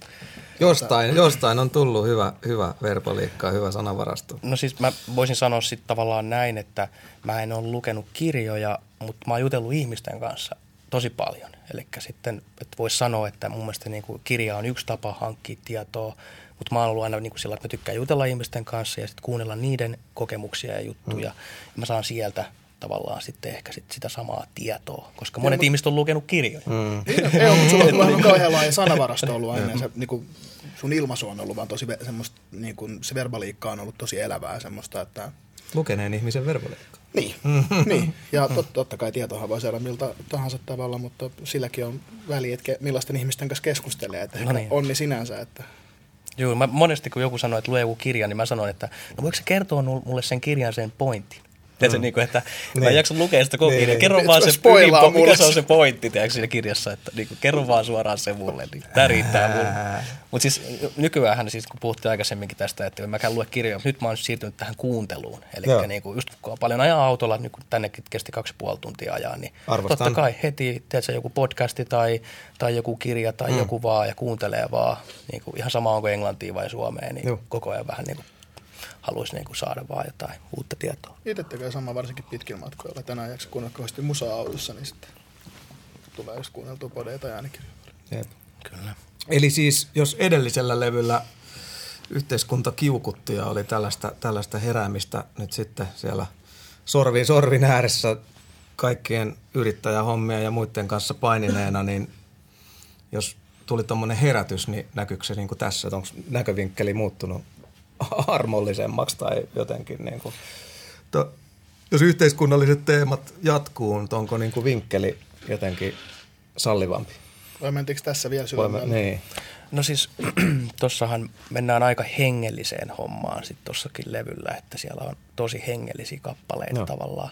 Speaker 3: Jostain, jostain on tullut hyvä, hyvä verbaliikka, hyvä sanavarasto.
Speaker 4: No siis mä voisin sanoa sitten tavallaan näin, että mä en ole lukenut kirjoja, mutta mä oon jutellut ihmisten kanssa tosi paljon. Eli sitten, että voisi sanoa, että mun mielestä niin kuin kirja on yksi tapa hankkia tietoa, mutta mä oon ollut aina niin kuin sillä, että mä tykkään jutella ihmisten kanssa ja sitten kuunnella niiden kokemuksia ja juttuja. Mm. Ja mä saan sieltä tavallaan sitten ehkä sit sitä samaa tietoa, koska monet ja, ihmiset on lukenut kirjoja. Mm.
Speaker 2: Ei ole, mutta sulla on kauhean laaja sanavarasto ollut aina. Se, niin kuin sun ilmaisu on ollut vaan tosi semmoista, niin kuin se verbaliikka on ollut tosi elävää semmoista, että
Speaker 3: lukeneen ihmisen verbaliikka.
Speaker 2: Niin, niin. Ja tot, totta kai tietohan voi saada miltä tahansa tavalla, mutta silläkin on väliä, että millaisten ihmisten kanssa keskustelee, että no niin. onni sinänsä. Että
Speaker 4: joo, mä monesti kun joku sanoo, että lue joku kirja, niin mä sanon, että no voiko sä kertoa mulle sen kirjan sen pointin? Mm. Se, niin kuin, että niin. Mä en jaksa lukea sitä koko kirjaa. Kerro vaan se, po- mikä se on se pointti tiedätkö, siinä kirjassa, että niin kuin, kerro vaan suoraan se mulle. Niin, tämä riittää mulle. Mutta siis nykyäänhän, siis, kun puhuttiin aikaisemminkin tästä, että en mäkään lue kirjoja, nyt mä oon siirtynyt tähän kuunteluun. Eli niin kuin, just kun on paljon ajaa autolla, nyt kun tännekin kesti kaksi puoli tuntia ajaa, niin arvostan. Totta kai heti, tiedätkö, joku podcasti tai, tai joku kirja tai mm. joku vaan ja kuuntelee vaan. Niin kuin, ihan sama onko englantia vai suomea, niin Joo. koko ajan vähän niin kuin haluaisi niinku saada vaan jotain uutta tietoa.
Speaker 2: Itse tekee sama varsinkin pitkillä matkoilla. Tänään jaksa kuunnella kauheasti musaa autossa, niin sitten tulee just kuunneltua podeita ja äänikirjoja.
Speaker 3: Jep. Kyllä. Eli siis jos edellisellä levyllä yhteiskunta kiukutti ja oli tällaista, tällaista heräämistä nyt sitten siellä sorvin, sorvin ääressä kaikkien yrittäjähommia ja muiden kanssa painineena, niin jos tuli tommoinen herätys, niin näkyykö se niin kuin tässä, että onko näkövinkkeli muuttunut armollisemmaksi tai jotenkin niin kuin, to, jos yhteiskunnalliset teemat jatkuu, niin onko niin kuin vinkkeli jotenkin sallivampi?
Speaker 2: Vai mentikö tässä vielä syvemmälle?
Speaker 3: Niin.
Speaker 4: No siis tossahan mennään aika hengelliseen hommaan sitten tossakin levyllä, että siellä on tosi hengellisiä kappaleita no. tavallaan.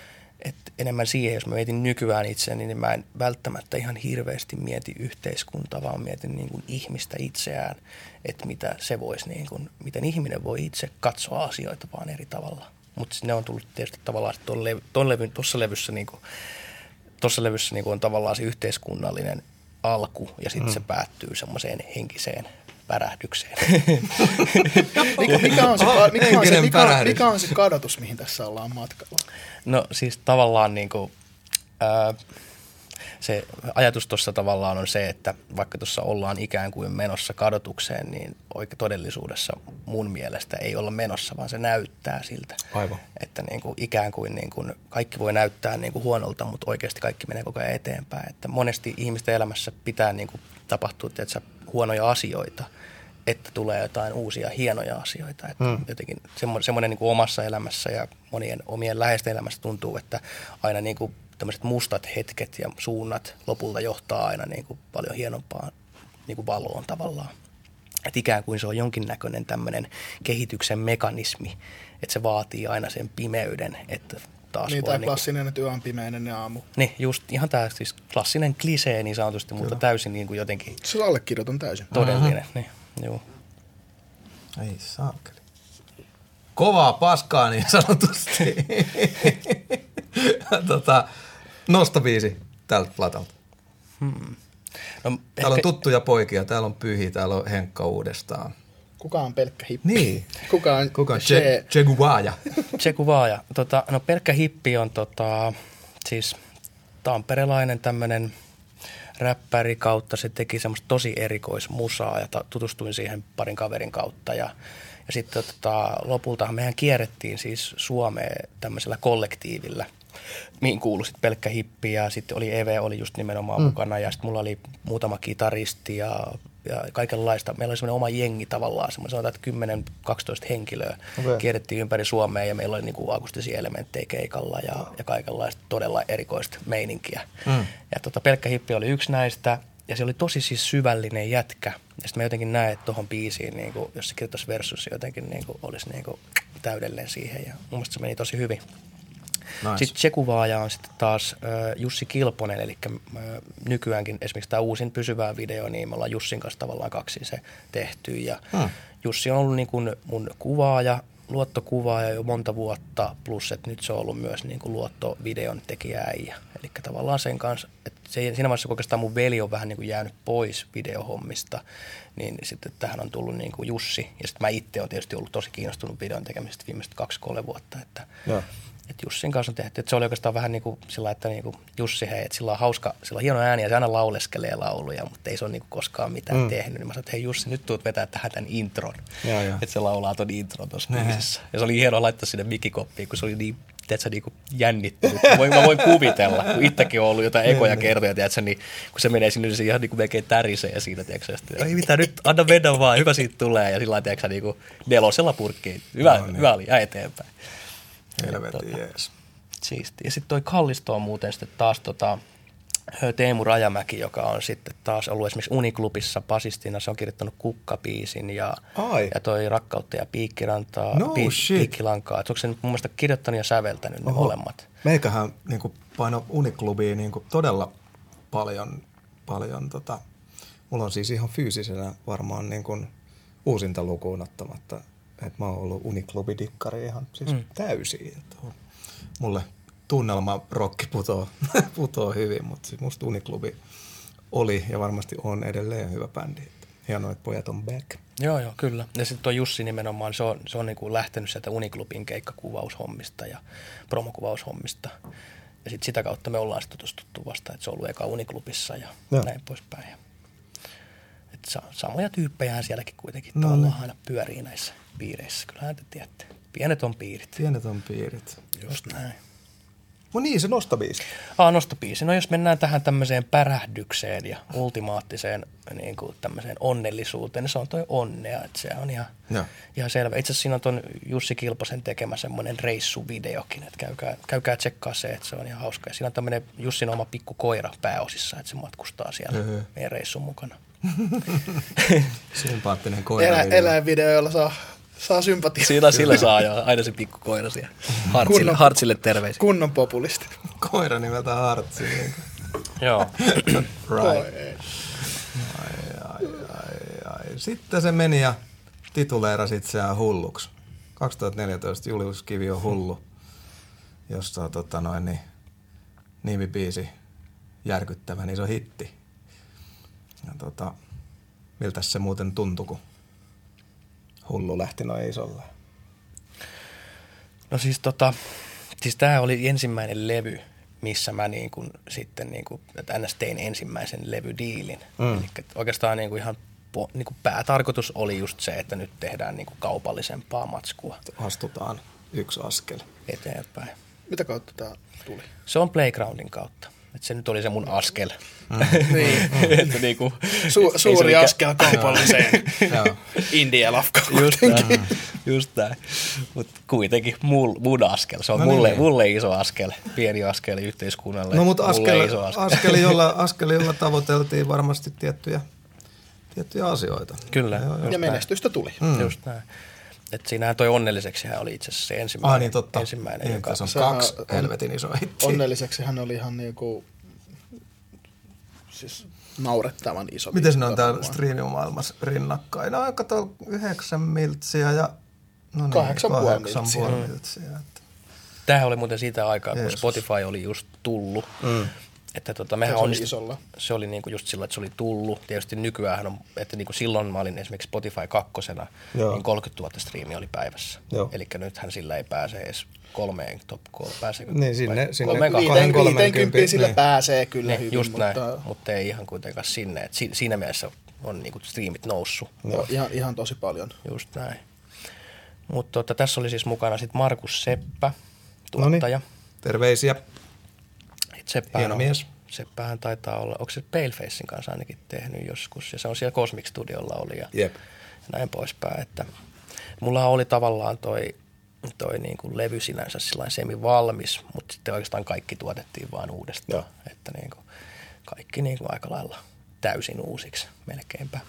Speaker 4: Et enemmän siihen, jos mä mietin nykyään itseäni, niin mä en välttämättä ihan hirveästi mieti yhteiskuntaa, vaan mietin niin kuin ihmistä itseään, että mitä se voisi, niin kuin, miten ihminen voi itse katsoa asioita vaan eri tavalla. Mutta ne on tullut tietysti tavallaan tuossa levy, levy, levyssä, niin kuin, levyssä niin kuin on tavallaan se yhteiskunnallinen alku ja sitten mm. se päättyy semmoiseen henkiseen pärähdykseen.
Speaker 2: mikä, on se, oh, mikä, on se, mikä, mikä on se kadotus, mihin tässä ollaan matkalla?
Speaker 4: No siis tavallaan niin kuin, ää, se ajatus tuossa tavallaan on se, että vaikka tuossa ollaan ikään kuin menossa kadotukseen, niin oikein todellisuudessa mun mielestä ei olla menossa, vaan se näyttää siltä. Aivan. Että niin kuin ikään kuin, niin kuin kaikki voi näyttää niin kuin huonolta, mutta oikeasti kaikki menee koko ajan eteenpäin. Että monesti ihmisten elämässä pitää niin kuin tapahtua tietysti, huonoja asioita, että tulee jotain uusia hienoja asioita. Että mm. jotenkin semmo, semmoinen niin kuin omassa elämässä ja monien omien läheisten elämässä tuntuu, että aina niin kuin tämmöiset mustat hetket ja suunnat lopulta johtaa aina niin kuin paljon hienompaan niin kuin valoon tavallaan. Että ikään kuin se on jonkinnäköinen tämmöinen kehityksen mekanismi, että se vaatii aina sen pimeyden, että taas
Speaker 2: niin,
Speaker 4: voi...
Speaker 2: tai klassinen, niin että yö on pimeinen ja aamu.
Speaker 4: Niin, just ihan tämä siis klassinen klisee niin sanotusti, mutta Kyllä. täysin niin kuin jotenkin...
Speaker 2: Se allekirjoitan täysin.
Speaker 4: Todellinen, uh-huh. niin, joo.
Speaker 3: Ei saakeli. Kovaa paskaa niin sanotusti. tota, nostobiisi tältä platalta. Hmm. No, täällä ehkä... on tuttuja poikia, täällä on Pyhi, täällä on Henkka uudestaan.
Speaker 2: Kuka on pelkkä hippi?
Speaker 3: Niin.
Speaker 2: Kuka on,
Speaker 3: Kuka on Che, che Guevara?
Speaker 4: Che Guevara. Tota, no pelkkä hippi on tota, siis tamperelainen tämmöinen räppäri kautta. Se teki semmoista tosi erikoismusaa ja ta- tutustuin siihen parin kaverin kautta. Ja, ja sitten tota, lopulta mehän kierrettiin siis Suomeen tämmöisellä kollektiivilla, mihin kuului sitten pelkkä hippi ja sitten oli Eve oli just nimenomaan mm. mukana ja sitten mulla oli muutama kitaristi ja, ja kaikenlaista. Meillä oli semmoinen oma jengi tavallaan, semmoinen sanotaan, että kymmenen kaksitoista henkilöä. Okay. Kierrettiin ympäri Suomea ja meillä oli niinku akustisia elementtejä keikalla ja, ja kaikenlaista todella erikoista meininkiä. Mm. Ja tota, pelkkä hippi oli yksi näistä ja se oli tosi siis syvällinen jätkä. Ja sitten mä jotenkin näen, että tuohon biisiin, niinku, jos se kirjoittaisi versus, se jotenkin niinku, olisi niinku, täydellinen siihen ja mun mielestä se meni tosi hyvin. Nice. Sitten Che Guevara on sitten taas äh, Jussi Kilponen, eli äh, nykyäänkin esimerkiksi tämä uusin pysyvää video, niin me ollaan Jussin kanssa tavallaan kaksin se tehty. Ja hmm. Jussi on ollut niin kuin mun kuvaaja, luottokuvaaja jo monta vuotta, plus että nyt se on ollut myös niin kuin luottovideon tekijääijä. Eli tavallaan sen kanssa, että se, siinä vaiheessa kun oikeastaan mun veli on vähän niin kuin jäänyt pois videohommista, niin sitten tähän on tullut niin kuin Jussi. Ja sitten mä itse olen tietysti ollut tosi kiinnostunut videon tekemisestä viimeiset kaksi kolme vuotta, että... Ja. Että Jussin kanssa on tehty. Että se oli oikeastaan vähän niin kuin sillä, että niin kuin Jussi, hei, että sillä on hauska, sillä on hieno ääni ja se aina lauleskelee lauluja, mutta ei se ole niin kuin koskaan mitään mm. tehnyt. Niin mä sanoin, että hei Jussi, nyt tuut vetää tähän tämän intron. Ja, ja. Että se laulaa ton intron tuossa biisissä. Ja se oli hienoa laittaa sinne mikikoppiin, kun se oli niin, tiedätkö, niin kuin jännittynyt. Mä voin, mä voin kuvitella, kun itsekin on ollut jotain ekoja kertoja, tiedätkö, niin kun se menee sinne, niin se ihan niin kuin melkein tärisee siinä, tiedätkö, että ei mitään, nyt anna mennä vaan, hyvä siitä tulee. Ja sillä lailla, tiedätkö, niin kuin nelosella purkkiin. Hyvä, no, niin. hyvä oli, ja eteenpäin.
Speaker 3: Helvetin jees.
Speaker 4: Siisti. Ja sitten toi Kallisto on muuten sitten taas tota, Teemu Rajamäki, joka on sitten taas ollut esimerkiksi Uniklubissa basistina. Se on kirjoittanut Kukkabiisin ja, ja toi Rakkautta ja Piikkirantaa,
Speaker 3: no,
Speaker 4: piik, Piikkilankaa. Et onko se nyt mun mielestä kirjoittanut ja säveltänyt ne molemmat?
Speaker 3: Meikähän niin paino Uniklubiin niin todella paljon. paljon tota. Mulla on siis ihan fyysisenä varmaan niin kuin uusinta lukuun ottamatta. Että mä oon ollut Uniklubidikkari ihan siis mm. täysin. Mulle tunnelma rokki putoo, putoo hyvin, mutta siis musta Uniklubi oli ja varmasti on edelleen hyvä bändi. Hienoa, että pojat on back.
Speaker 4: Joo, joo, kyllä. Ja sitten tuo Jussi nimenomaan, se on, se on niinku lähtenyt sieltä Uniklubin keikkakuvaushommista ja promokuvaushommista. Ja sitten sitä kautta me ollaan sitten tutustuttu vasta, että se on ollut eka Uniklubissa ja joo. näin poispäin. Et sa- samoja tyyppejähän sielläkin kuitenkin no, tavallaan aina pyörii näissä piireissä. Kyllähän te tiedätte. Pienet on piirit.
Speaker 3: Pienet on piirit.
Speaker 4: Just näin.
Speaker 3: No niin, se nostobiisi.
Speaker 4: Ah, nostobiisi. No jos mennään tähän tämmöiseen pärähdykseen ja ultimaattiseen niin kuin tämmöiseen onnellisuuteen, niin se on toi onnea. Että se on ihan, ihan selvä. Itse asiassa siinä on ton Jussi Kilposen tekemä semmoinen reissuvideokin. Että käykää, käykää tsekkaa se, että se on ihan hauska. Ja siinä on tämmöinen Jussin oma pikku koira pääosissa, että se matkustaa siellä Höhö. meidän reissun mukana.
Speaker 3: Sympaattinen koira.
Speaker 2: Elä, eläinvideo, jolla saa, saa sympatiaa.
Speaker 4: Sillä, sillä saa jo aina se pikku koira siellä. Hartsille, kunnon, hartsille terveisiä.
Speaker 2: Kunnon populisti.
Speaker 3: Koira nimeltä Hartsi.
Speaker 4: Joo.
Speaker 3: Right. Ai, ai, ai, ai. Sitten se meni ja tituleerasi itseään hulluksi. kaksituhattaneljätoista Julius Kivi on hullu, jossa on tota noin, niin, nimibiisi järkyttävä, niin se on hitti. Ja tota, miltä se muuten tuntui, kun hullu lähti noin isolle?
Speaker 4: No siis tota, siis tää oli ensimmäinen levy, missä mä niin kuin, sitten niin kuin, että ns. Tein ensimmäisen levydiilin. Mm. Eli oikeastaan niin kuin ihan po, niin kuin päätarkoitus oli just se, että nyt tehdään niin kuin kaupallisempaa matskua.
Speaker 3: Astutaan yksi askel
Speaker 4: eteenpäin.
Speaker 2: Mitä kautta tämä tuli?
Speaker 4: Se on Playgroundin kautta. Että se nyt oli se mun askel.
Speaker 2: Mm. niin.
Speaker 4: että niinku,
Speaker 2: Su- suuri askel kaupalliseen indie-lafkaan.
Speaker 4: Just näin. Just näin. Mutta kuitenkin mul, mun askel. Se on no mulle, niin. mulle iso askel. Pieni askel yhteiskunnalle.
Speaker 3: No mutta askel, iso askel. askeli, jolla, askeli, jolla tavoiteltiin varmasti tiettyjä, tiettyjä asioita.
Speaker 4: Kyllä.
Speaker 2: Ja, ja menestystä näin. Tuli.
Speaker 4: Mm. Just näin. Että siinähän toi onnelliseksihän oli itse asiassa se ensimmäinen.
Speaker 3: Ah, niin totta.
Speaker 4: Ensimmäinen,
Speaker 3: niin,
Speaker 4: joka...
Speaker 3: Se on kaksi on, helvetin iso hitti.
Speaker 2: Onnelliseksi hän oli ihan niinku... Siis naurettavan iso.
Speaker 3: Miten ne on täällä striimimaailmassa rinnakkain? No kato yhdeksän miltsiä ja... No niin,
Speaker 2: kahdeksan puoli
Speaker 3: miltsiä. miltsiä.
Speaker 4: Tämähän oli muuten siitä aikaa, kun Jeesus. Spotify oli just tullut. Mm. Että tota, mehän
Speaker 2: se oli
Speaker 4: onnist...
Speaker 2: isolla.
Speaker 4: Se oli niinku just silloin, että se oli tullut. Tietysti nykyään on, että niinku silloin mä olin esimerkiksi Spotify kakkosena, Joo. niin kolmekymmentätuhatta striimiä oli päivässä. Eli nythän sillä ei pääse edes kolmeen top kolme. Pääseekö?
Speaker 3: Niin, sinne, sinne
Speaker 2: viisikymmentä sillä niin. pääsee kyllä
Speaker 4: niin,
Speaker 2: hyvin.
Speaker 4: Just
Speaker 2: mutta...
Speaker 4: näin, mutta ei ihan kuitenkaan sinne. Et si- siinä mielessä on niinku striimit noussut.
Speaker 2: Joo, ihan, ihan tosi paljon.
Speaker 4: Just näin. Mutta tota, tässä oli siis mukana sitten Markus Seppä, tuottaja.
Speaker 3: Noniin. Terveisiä.
Speaker 4: Seppähän, on, Seppähän taitaa olla, onko se Palefacein kanssa ainakin tehnyt joskus, ja se on siellä Cosmic Studiolla oli ja,
Speaker 3: Jep.
Speaker 4: ja näin poispäin. Että mulla oli tavallaan toi, toi niin kuin levy sinänsä sillain semi-valmis, mutta sitten oikeastaan kaikki tuotettiin vaan uudestaan. Joo. Että niin kuin kaikki niin kuin aika lailla täysin uusiksi melkeinpä.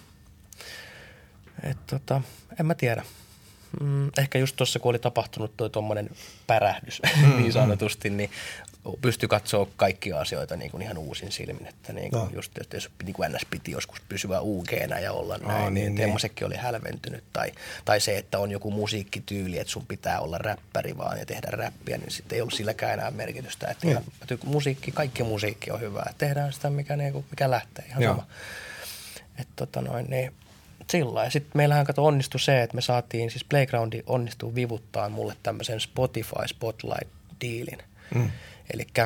Speaker 4: Että tota, en mä tiedä. Mm, ehkä just tuossa, kun oli tapahtunut toi tuommoinen pärähdys mm, niin sanotusti, niin pystyi katsoa kaikkia asioita niin kuin ihan uusin silmin. Että niin kuin no. just, jos niin kuin N S piti joskus pysyä U G:nä ja olla näin, oh, niin, niin semmoisetkin oli hälventynyt. Tai, tai se, että on joku musiikkityyli, että sun pitää olla räppäri vaan ja tehdä räppiä, niin sitten ei ollut silläkään enää merkitystä. Että mm. ihan, musiikki, kaikki musiikki on hyvää. Tehdään sitä, mikä, niin kuin, mikä lähtee. Ihan Joo. sama. Että tota noin, niin... Sillä. Ja sitten meillähän kato onnistui se, että me saatiin, siis Playgroundi onnistuu vivuttaa mulle tämmöisen Spotify Spotlight-diilin. Mm. Elikkä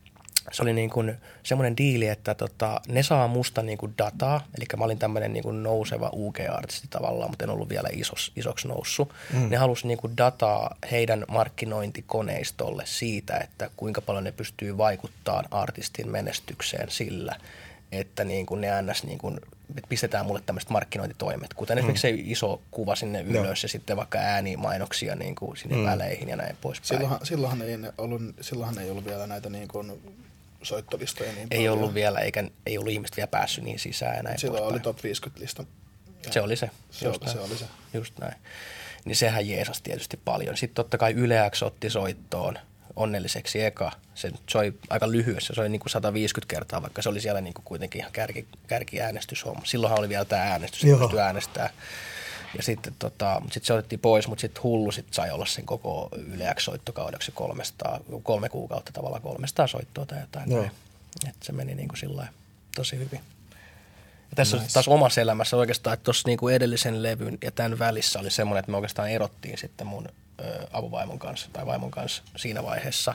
Speaker 4: se oli niin kuin semmoinen diili, että tota, ne saa musta niin kuin dataa, eli mä olin tämmöinen niin kuin nouseva U G-artisti tavallaan, mutta en ollut vielä isos, isoksi noussut. Mm. Ne halusi niin kuin dataa heidän markkinointikoneistolle siitä, että kuinka paljon ne pystyy vaikuttamaan artistin menestykseen sillä, että niin kuin ne ns. Niin kuin, että pistetään mulle tämmöiset markkinointitoimet, kuten mm. esimerkiksi se iso kuva sinne ylös no. ja sitten vaikka äänimainoksia niin kuin sinne mm. väleihin ja näin poispäin.
Speaker 2: Silloinhan, silloinhan, ei ollut, silloinhan ei ollut vielä näitä niin kuin soittolistoja niin
Speaker 4: Ei paljon. ollut vielä, eikä ei ollut ihmiset vielä päässyt niin sisään ja näin
Speaker 2: Silloin
Speaker 4: poispäin.
Speaker 2: oli top viisikymmentä-lista.
Speaker 4: Se oli se.
Speaker 2: Se,
Speaker 4: just
Speaker 2: oli, se oli se.
Speaker 4: Just näin. Niin sehän jeesasi tietysti paljon. Sitten totta kai Yle X otti soittoon onnelliseksi eka. Se soi aika lyhyessä, se oli niin kuin sata viisikymmentä kertaa, vaikka se oli siellä niin kuin kuitenkin ihan kärki, kärkiäänestyshomma. Silloinhan oli vielä tämä äänestys, että pystyi äänestämään. Ja sitten tota, sit se otettiin pois, mutta sitten Hullu sit sai olla sen koko Yle X-soittokaudeksi kolmesataa, kolme kuukautta tavallaan kolmesataa soittoa tai jotain. Että se meni niin kuin sillä tosi hyvin. Ja tässä nice. on taas omassa elämässä oikeastaan, että tuossa niin kuin edellisen levyn ja tämän välissä oli semmoinen, että me oikeastaan erottiin sitten mun ö, avovaimon kanssa tai vaimon kanssa siinä vaiheessa.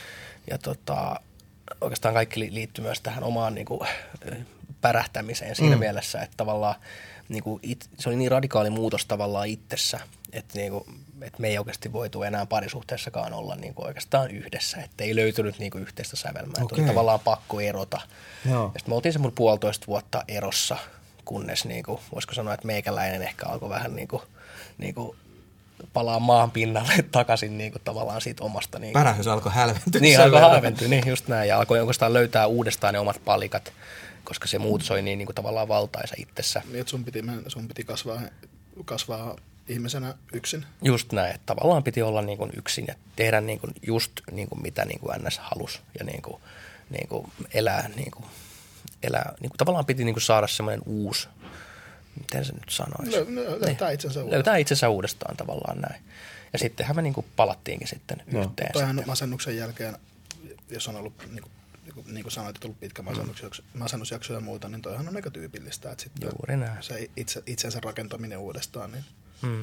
Speaker 4: Ja tota, oikeastaan kaikki liittyy myös tähän omaan niin kuin, pärähtämiseen siinä mm. mielessä, että tavallaan niin kuin it, se oli niin radikaali muutos tavallaan itsessä, että, niin kuin, että me ei oikeasti voitu enää parisuhteessakaan olla niin kuin oikeastaan yhdessä, että ei löytynyt niin kuin yhteistä sävelmää, okay. Oli tavallaan pakko erota. Joo. Ja sitten me oltiin semmoinen puolitoista vuotta erossa, kunnes niin kuin, voisiko sanoa, että meikäläinen ehkä alkoi vähän niin kuin, niin kuin palaa maan pinnalle takaisin niin kuin tavallaan siitä omasta. Niin
Speaker 3: Pärähys alkoi hälventyä.
Speaker 4: Niin, alkoi hälventyä, niin just näin, ja alkoi oikeastaan löytää uudestaan ne omat palikat, koska se muutos oli niin, niin kuin tavallaan valtaisa itsessä.
Speaker 2: Niin, että sun piti, sun piti kasvaa, kasvaa ihmisenä yksin.
Speaker 4: Just näin, että tavallaan piti olla niin kuin yksin ja tehdä niin kuin just niin kuin mitä niin kuin N S halusi ja niin kuin, niin kuin elää, niin kuin, elää niin kuin tavallaan piti niin kuin saada semmoinen uusi, miten se nyt sanoisi?
Speaker 2: Lö, löytää itsensä uudestaan.
Speaker 4: Löytää itsensä uudestaan tavallaan näin. Ja sittenhän me niin kuin palattiinkin sitten no. yhteen.
Speaker 2: Toihan masennuksen jälkeen, jos on ollut niin kuin niin kuin sanoit, että on ollut pitkä masennusjakso, masennusjakso ja muuta, niin toihan on aika tyypillistä, että sitten se itse, itsensä rakentaminen uudestaan, niin
Speaker 4: mm.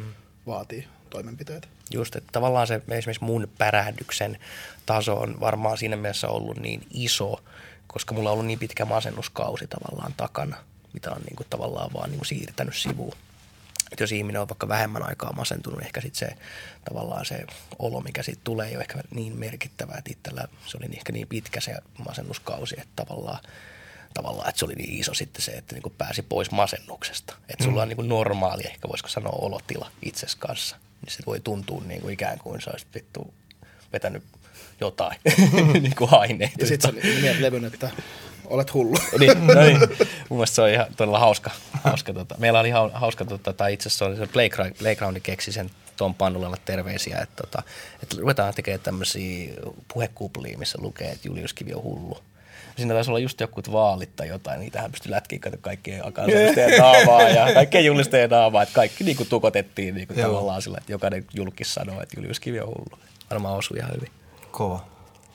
Speaker 2: vaatii toimenpiteitä.
Speaker 4: Just, että tavallaan se esimerkiksi mun pärähdyksen taso on varmaan siinä mielessä ollut niin iso, koska mulla on ollut niin pitkä masennuskausi tavallaan takana, mitä on niin kuin tavallaan vaan niin kuin siirtänyt sivuun. Että jos ihminen on vaikka vähemmän aikaa masentunut, niin ehkä sitten se tavallaan se olo, mikä siitä tulee, ei ole ehkä niin merkittävää, että itsellä se oli ehkä niin pitkä se masennuskausi, että tavallaan, tavallaan että se oli niin iso sitten se, että niin kuin pääsi pois masennuksesta. Että sulla on niin kuin normaali, ehkä voisiko sanoa olotila itsesi kanssa, niin se voi tuntua niin kuin ikään kuin sä olisit vittu vetänyt jotain niin kuin aineita.
Speaker 2: Ja sitten se oli levyn, että olet hullu.
Speaker 4: niin, no niin. Mun mielestä se on ihan todella hauska. hauska tota. Meillä oli ihan hauska, tota, tai itse asiassa oli se Playground, Playgroundi keksi sen Tom Pannulalle terveisiä, että, tota, että ruvetaan tekemään tämmöisiä puhekuplia, missä lukee, että Julius Kivi on hullu. Siinä taisi olla just joku vaalit tai jotain, niitähän pystyi lätkiin katsoa kaikkien kansanedustajien naamaa ja kaikkien julistajien naamaa, että kaikki niin kuin tukotettiin niin kuin tavallaan sillä, että jokainen julkis sanoo, että Julius Kivi on hullu. Varmaan osui ihan hyvin.
Speaker 3: Kova.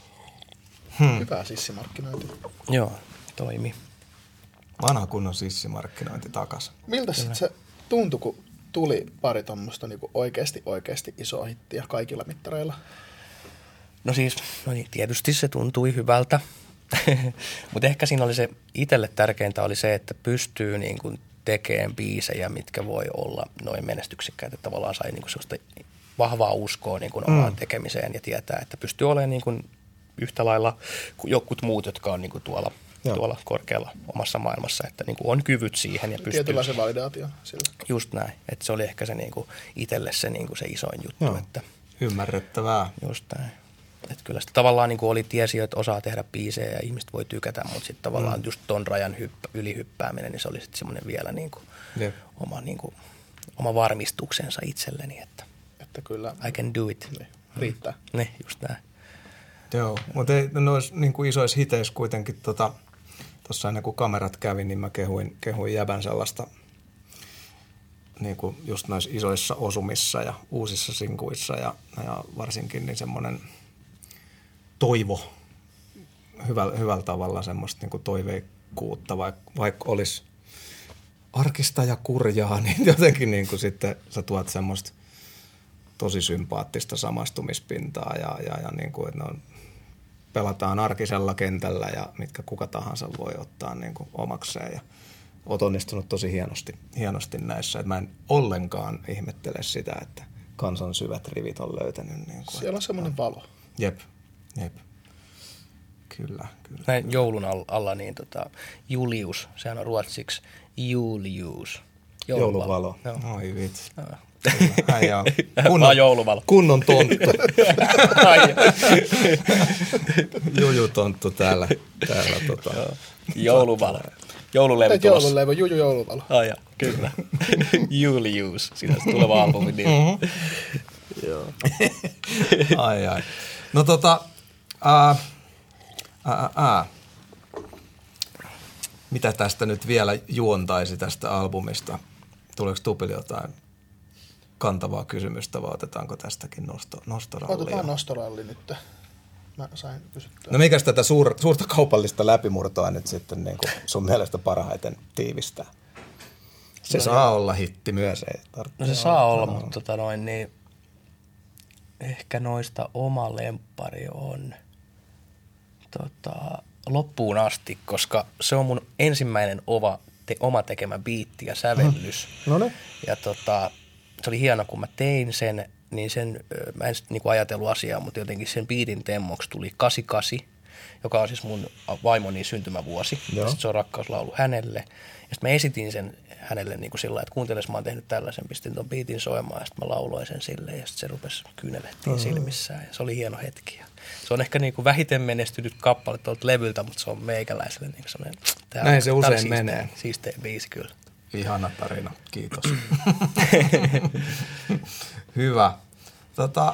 Speaker 2: Hmm. Hyvää sissimarkkinointi.
Speaker 4: Joo, toimi.
Speaker 3: Vanha kunnon sissimarkkinointi takas.
Speaker 2: Miltä sitten se tuntui, kun tuli pari tuommoista niinku oikeasti oikeasti isoa hittiä kaikilla mittareilla?
Speaker 4: No siis, no niin, tietysti se tuntui hyvältä. Mutta ehkä siinä oli se, itselle tärkeintä oli se, että pystyy niin kuin tekemään biisejä, mitkä voi olla noin menestyksekkäitä. Tavallaan sai niin kuin sellaista vahvaa uskoa niin kuin omaan mm. tekemiseen ja tietää, että pystyy olemaan niin kuin yhtä lailla kuin jokut muut, jotka on niin kuin tuolla, tuolla korkealla omassa maailmassa, että niin kuin on kyvyt siihen. Ja pystyy.
Speaker 2: Tietynlaisen validaation sillä.
Speaker 4: Just näin. Että se oli ehkä se niin kuin itselle se, niin kuin se isoin juttu.
Speaker 3: Joo.
Speaker 4: Että
Speaker 3: ymmärrettävää.
Speaker 4: Just näin. Että kyllä sitä tavallaan niin kuin oli tiesi, että osaa tehdä biisejä ja ihmiset voi tykätä, mutta sitten tavallaan mm. just ton rajan hyppä, ylihyppääminen, niin se oli sitten semmoinen vielä niin kuin yep. oma, niin kuin, oma varmistuksensa itselleni, että,
Speaker 2: että kyllä
Speaker 4: I can do it.
Speaker 2: Niin, riittää.
Speaker 4: Ne, just näin.
Speaker 3: Joo, mutta noissa niin kuin isoissa hiteissä kuitenkin tuossa tota, ennen kuin kamerat kävi, niin mä kehuin, kehuin jäbän sellaista niin kuin just noissa isoissa osumissa ja uusissa sinkuissa ja, ja varsinkin niin semmoinen toivo hyvällä, hyvällä tavalla semmoista niin kuin toiveikkuutta, vaikka, vaikka olisi arkista ja kurjaa, niin jotenkin niin kuin sitten sä tuot semmoista tosi sympaattista samastumispintaa ja, ja, ja niin kuin, että ne on, pelataan arkisella kentällä ja mitkä kuka tahansa voi ottaa niin kuin omakseen ja oot onnistunut tosi hienosti, hienosti näissä. Että mä en ollenkaan ihmettele sitä, että kansan syvät rivit on löytänyt. Niin kuin,
Speaker 2: siellä on semmoinen valo.
Speaker 3: Jep, jep. Kyllä, kyllä.
Speaker 4: Näin joulun alla niin tota, Julius, sehän on ruotsiksi Julius.
Speaker 3: Jouluvalo. Jouluvalo. Oi vitsi.
Speaker 4: No.
Speaker 3: Äijä on kunnon,
Speaker 4: jouluvalo.
Speaker 3: kunnon tonttu. Juju tonttu täällä. täällä tota.
Speaker 4: Jouluvalo. Joululevy tulossa.
Speaker 2: Joululevy, Juju jouluvalo.
Speaker 4: Ai ja, kyllä. Julius, siinä on tuleva albumi. Niin. Mm-hmm. Joo.
Speaker 3: ai ai. No tota, ää, ää, ää. mitä tästä nyt vielä juontaisi tästä albumista? Tuleeko Tupili jotain kantavaa kysymystä vai otetaanko tästäkin nosto, nostorallia?
Speaker 2: Otetaan nostoralli nyt. Mä sain kysyttyä.
Speaker 3: No mikäs tätä suur, suurta kaupallista läpimurtoa nyt sitten niin kuin sun mielestä parhaiten tiivistää? Se no saa joo. olla hitti myös. Ei
Speaker 4: no se saa olla, olla, mutta tota noin, niin ehkä noista oma lemppari on tota, loppuun asti, koska se on mun ensimmäinen ova, te, oma tekemä biitti ja sävellys.
Speaker 3: No ne.
Speaker 4: Ja tota, se oli hieno, kun mä tein sen, niin sen, mä en sitten niinku ajatellut asiaa, mutta jotenkin sen biitin temmoksi tuli kahdeksankymmentäkahdeksan, joka on siis mun vaimoni syntymävuosi. Sitten se on rakkauslaulu hänelle. Ja sitten mä esitin sen hänelle niin kuin sillä, että kuunteles, mä oon tehnyt tällaisen, pistin ton biitin soimaan ja sitten mä lauloin sen silleen ja sitten se rupesi kyynelehtiin mm-hmm. silmissään ja se oli hieno hetki. Ja se on ehkä niin kuin vähiten menestynyt kappale tuolta levyltä, mutta se on meikäläiselle niin sellainen.
Speaker 3: Näin
Speaker 4: on,
Speaker 3: se usein
Speaker 4: siistein,
Speaker 3: menee.
Speaker 4: Siistein biisi kyllä.
Speaker 3: Ihana tarina, kiitos. Hyvä. Tota,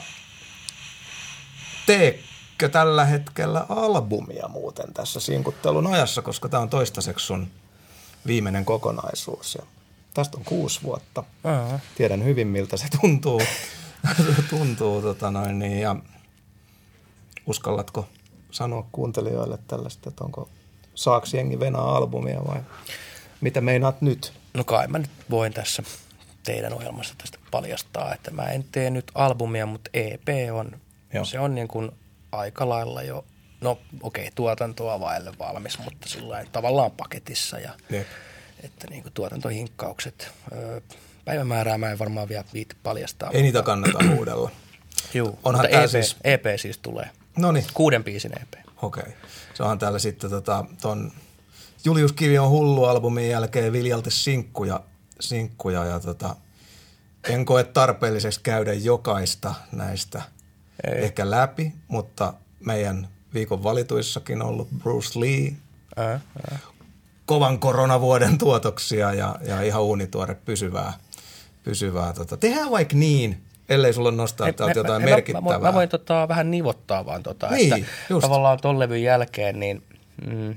Speaker 3: teekö tällä hetkellä albumia muuten tässä sinkuttelun ajassa, koska tämä on toistaiseksi sun viimeinen kokonaisuus. Ja tästä on kuusi vuotta. Uh-huh. Tiedän hyvin, miltä se tuntuu. tuntuu tota noin, niin, ja uskallatko sanoa kuuntelijoille tällaista, että onko saaks jengi venää albumia vai mitä meinaat nyt?
Speaker 4: No kai mä nyt voin tässä teidän ohjelmassa tästä paljastaa, että mä en tee nyt albumia, mutta E P on, Joo. se on niin kuin aika lailla jo, no okei, okay, tuotantoa vaille valmis, mutta sillain tavallaan paketissa ja Jep. että niin kuin tuotantohinkkaukset, öö, päivämäärää mä en varmaan vielä viitti paljastaa.
Speaker 3: Ei niitä kannata huudella.
Speaker 4: Joo, mutta E P siis... E P siis tulee.
Speaker 3: Noniin.
Speaker 4: Kuuden biisin E P.
Speaker 3: Okei. Okay. Se onhan täällä sitten tota, ton Julius Kivi on hullu -albumin jälkeen viljalti sinkkuja, sinkkuja ja tota, en koe tarpeelliseksi käydä jokaista näistä Ei. ehkä läpi, mutta meidän viikon valituissakin on ollut Bruce Lee, ää, ää. kovan koronavuoden tuotoksia ja, ja ihan uunituore pysyvää. pysyvää tota. Tehdään vaikka niin, ellei sulla nostaa he, täältä jotain
Speaker 4: he,
Speaker 3: merkittävää.
Speaker 4: Mä, mä voin tota, vähän nivottaa vaan, tota,
Speaker 3: niin,
Speaker 4: että
Speaker 3: just.
Speaker 4: tavallaan ton levyn jälkeen niin mm,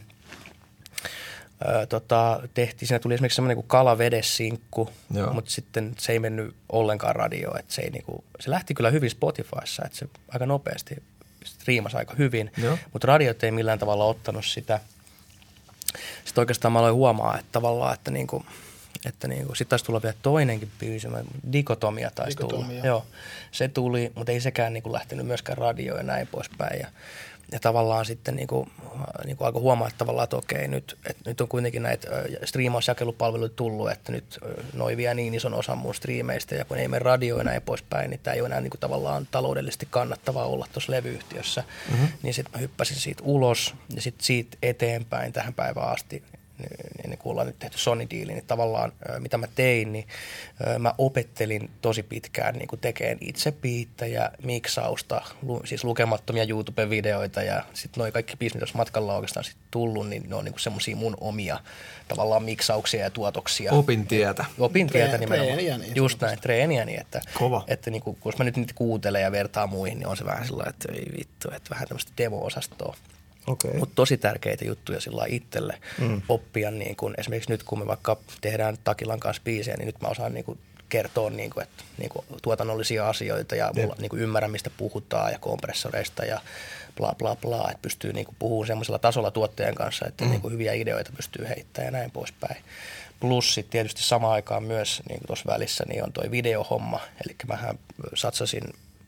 Speaker 4: ö, tota, tehtiin, siinä tuli esimerkiksi semmoinen kuin Kalavedessinkku, mutta sitten se ei mennyt ollenkaan radioon, että se, ei, niinku, se lähti kyllä hyvin Spotifyssa, että se aika nopeasti striimasi aika hyvin, Joo. mutta radiot ei millään tavalla ottanut sitä. Sitten oikeastaan mä aloin huomaa, että tavallaan, että niinku, että niinku, sitten taisi tulla vielä toinenkin biisi, Dikotomia taisi Dikotomia. tulla. Joo, se tuli, mutta ei sekään niinku lähtenyt myöskään radioon ja näin poispäin. Ja, ja tavallaan sitten niinku, niinku alkoi huomaa, että tavallaan, että okei, nyt, että nyt on kuitenkin näitä striimausjakelupalveluita tullut, että nyt noi vie niin ison osan mun striimeistä ja kun ei mene radioon ja näin poispäin, niin tämä ei ole enää niinku tavallaan taloudellisesti kannattavaa olla tuossa levyyhtiössä. Mm-hmm. Niin sitten mä hyppäsin siitä ulos ja sitten siitä eteenpäin tähän päivään asti. Niin kun ollaan nyt tehty Sony-diili, niin tavallaan mitä mä tein, niin mä opettelin tosi pitkään niin kuin tekemään itse biittejä, miksausta, siis lukemattomia YouTube-videoita ja sitten noi kaikki biisit, jos matkalla on oikeastaan sit tullut, niin ne on niin semmoisia mun omia tavallaan miksauksia ja tuotoksia.
Speaker 3: Opin tietä.
Speaker 4: Opin tietä
Speaker 2: Tre-
Speaker 4: nimenomaan.
Speaker 2: Treeniä niin.
Speaker 4: Just näin, treeniä niin, että,
Speaker 3: Kova.
Speaker 4: että niin kuin, kun mä nyt niitä kuuntelen ja vertaan muihin, niin on se vähän sellainen, että ei vittu, että vähän tämmöistä demo-osastoa.
Speaker 3: Okay.
Speaker 4: Mutta tosi tärkeitä juttuja sillä itselle mm. oppia. Niin kun, esimerkiksi nyt kun me vaikka tehdään Takilan kanssa biisejä, niin nyt mä osaan niin kun kertoa niin kun, että, niin kun tuotannollisia asioita ja mulla, niin kun ymmärrän, mistä puhutaan ja kompressoreista ja bla bla bla. Että pystyy niin kun puhumaan semmoisella tasolla tuottajan kanssa, että mm. niin kun hyviä ideoita pystyy heittämään ja näin poispäin. Plus sitten tietysti samaan aikaan myös niin kuin tuossa välissä niin on toi videohomma. Eli mähän satsasin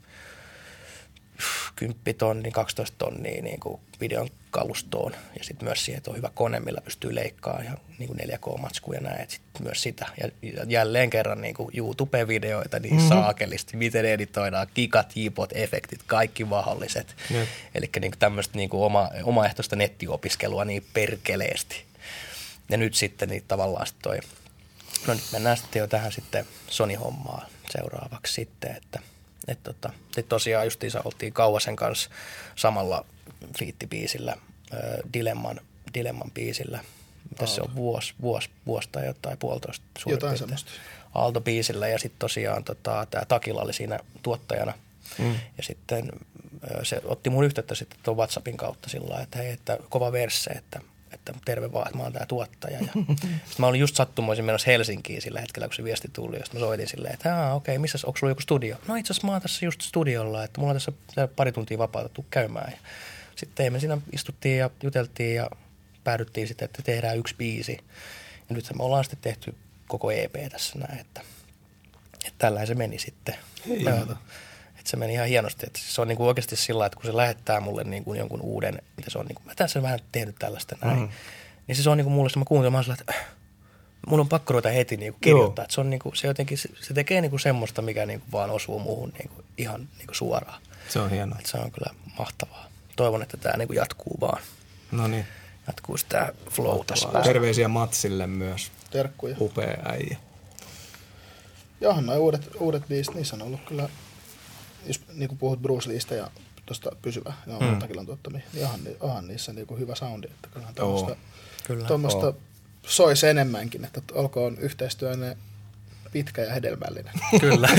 Speaker 4: kymmenen tonnia, kaksitoista tonnia niin kuin videon kalustoon ja sitten myös siihen, että on hyvä kone, millä pystyy leikkaamaan ihan niin kuin neljä K-matskuja ja näin, että sitten myös sitä. Ja jälleen kerran niin kuin YouTube-videoita niin mm-hmm. saakelisti, miten editoidaan, kikat, hiipot, efektit, kaikki mahdolliset. Mm. Eli niin kuin tämmöistä niin kuin oma, omaehtoista nettiopiskelua niin perkeleesti. Ja nyt sitten niin tavallaan sitten toi, no nyt mennään sitten jo tähän sitten Sony-hommaan seuraavaksi sitten, että Että tota, et tosiaan justiinsa oltiin Kauhasen kanssa samalla fiittibiisillä, äh, Dilemman, Dilemman biisillä. Mitäs se on, vuosi, vuosi, vuosi tai jotain, puolitoista suurin
Speaker 2: Jotain semmoista.
Speaker 4: Aalto-biisillä ja sitten tosiaan tota, tämä Takila oli siinä tuottajana. Mm. Ja sitten äh, se otti mun yhteyttä sitten tuon WhatsAppin kautta sillä lailla, että hei, että kova verse, että että terve vaan, että mä oon tää tuottaja. Ja sitten mä olin just sattumoisin menossa Helsinkiin sillä hetkellä, kun se viesti tuli, ja sitten mä soitin silleen, että okei, okay, missä, onko sulla joku studio? No itse asiassa mä oon tässä just studiolla, että mulla on tässä pari tuntia vapaata, tuu käymään. Ja sitten me siinä istuttiin ja juteltiin ja päädyttiin sitten, että tehdään yksi biisi. Ja nyt me ollaan sitten tehty koko E P tässä näin, että, että tällähän se meni sitten. Se meni ihan hienosti. Että se on niinku oikeasti sillä, että kun se lähettää mulle niinku jonkun uuden, mitä se on, niinku, mä tässä vähän tehnyt tällaista näin, mm. niin se, se on niinku mulle, mä kuuntelen, mä oon sillä, että äh, mun on pakko ruveta heti niinku kirjoittaa. Että se, on niinku, se, jotenkin, se tekee niinku semmoista, mikä niinku vaan osuu muuhun niinku ihan niinku suoraan.
Speaker 3: Se on hienoa.
Speaker 4: Että se on kyllä mahtavaa. Toivon, että tämä niinku jatkuu vaan.
Speaker 3: No niin.
Speaker 4: Jatkuu sitä flow tässä.
Speaker 3: Terveisiä Matsille myös.
Speaker 2: Terkkuja.
Speaker 3: Upea äijä.
Speaker 2: Johan noi uudet, uudet biisit, niissä on ollut kyllä, jos niin kuin puhut Bruce Leestä ja tuosta pysyvä, ja on mm. Takilan tuottamia, niin onhan, onhan niissä niin kuin hyvä soundi, että kyllähän tuommoista, tuommoista soisi enemmänkin, että olkoon yhteistyönne pitkä ja hedelmällinen.
Speaker 4: Kyllä.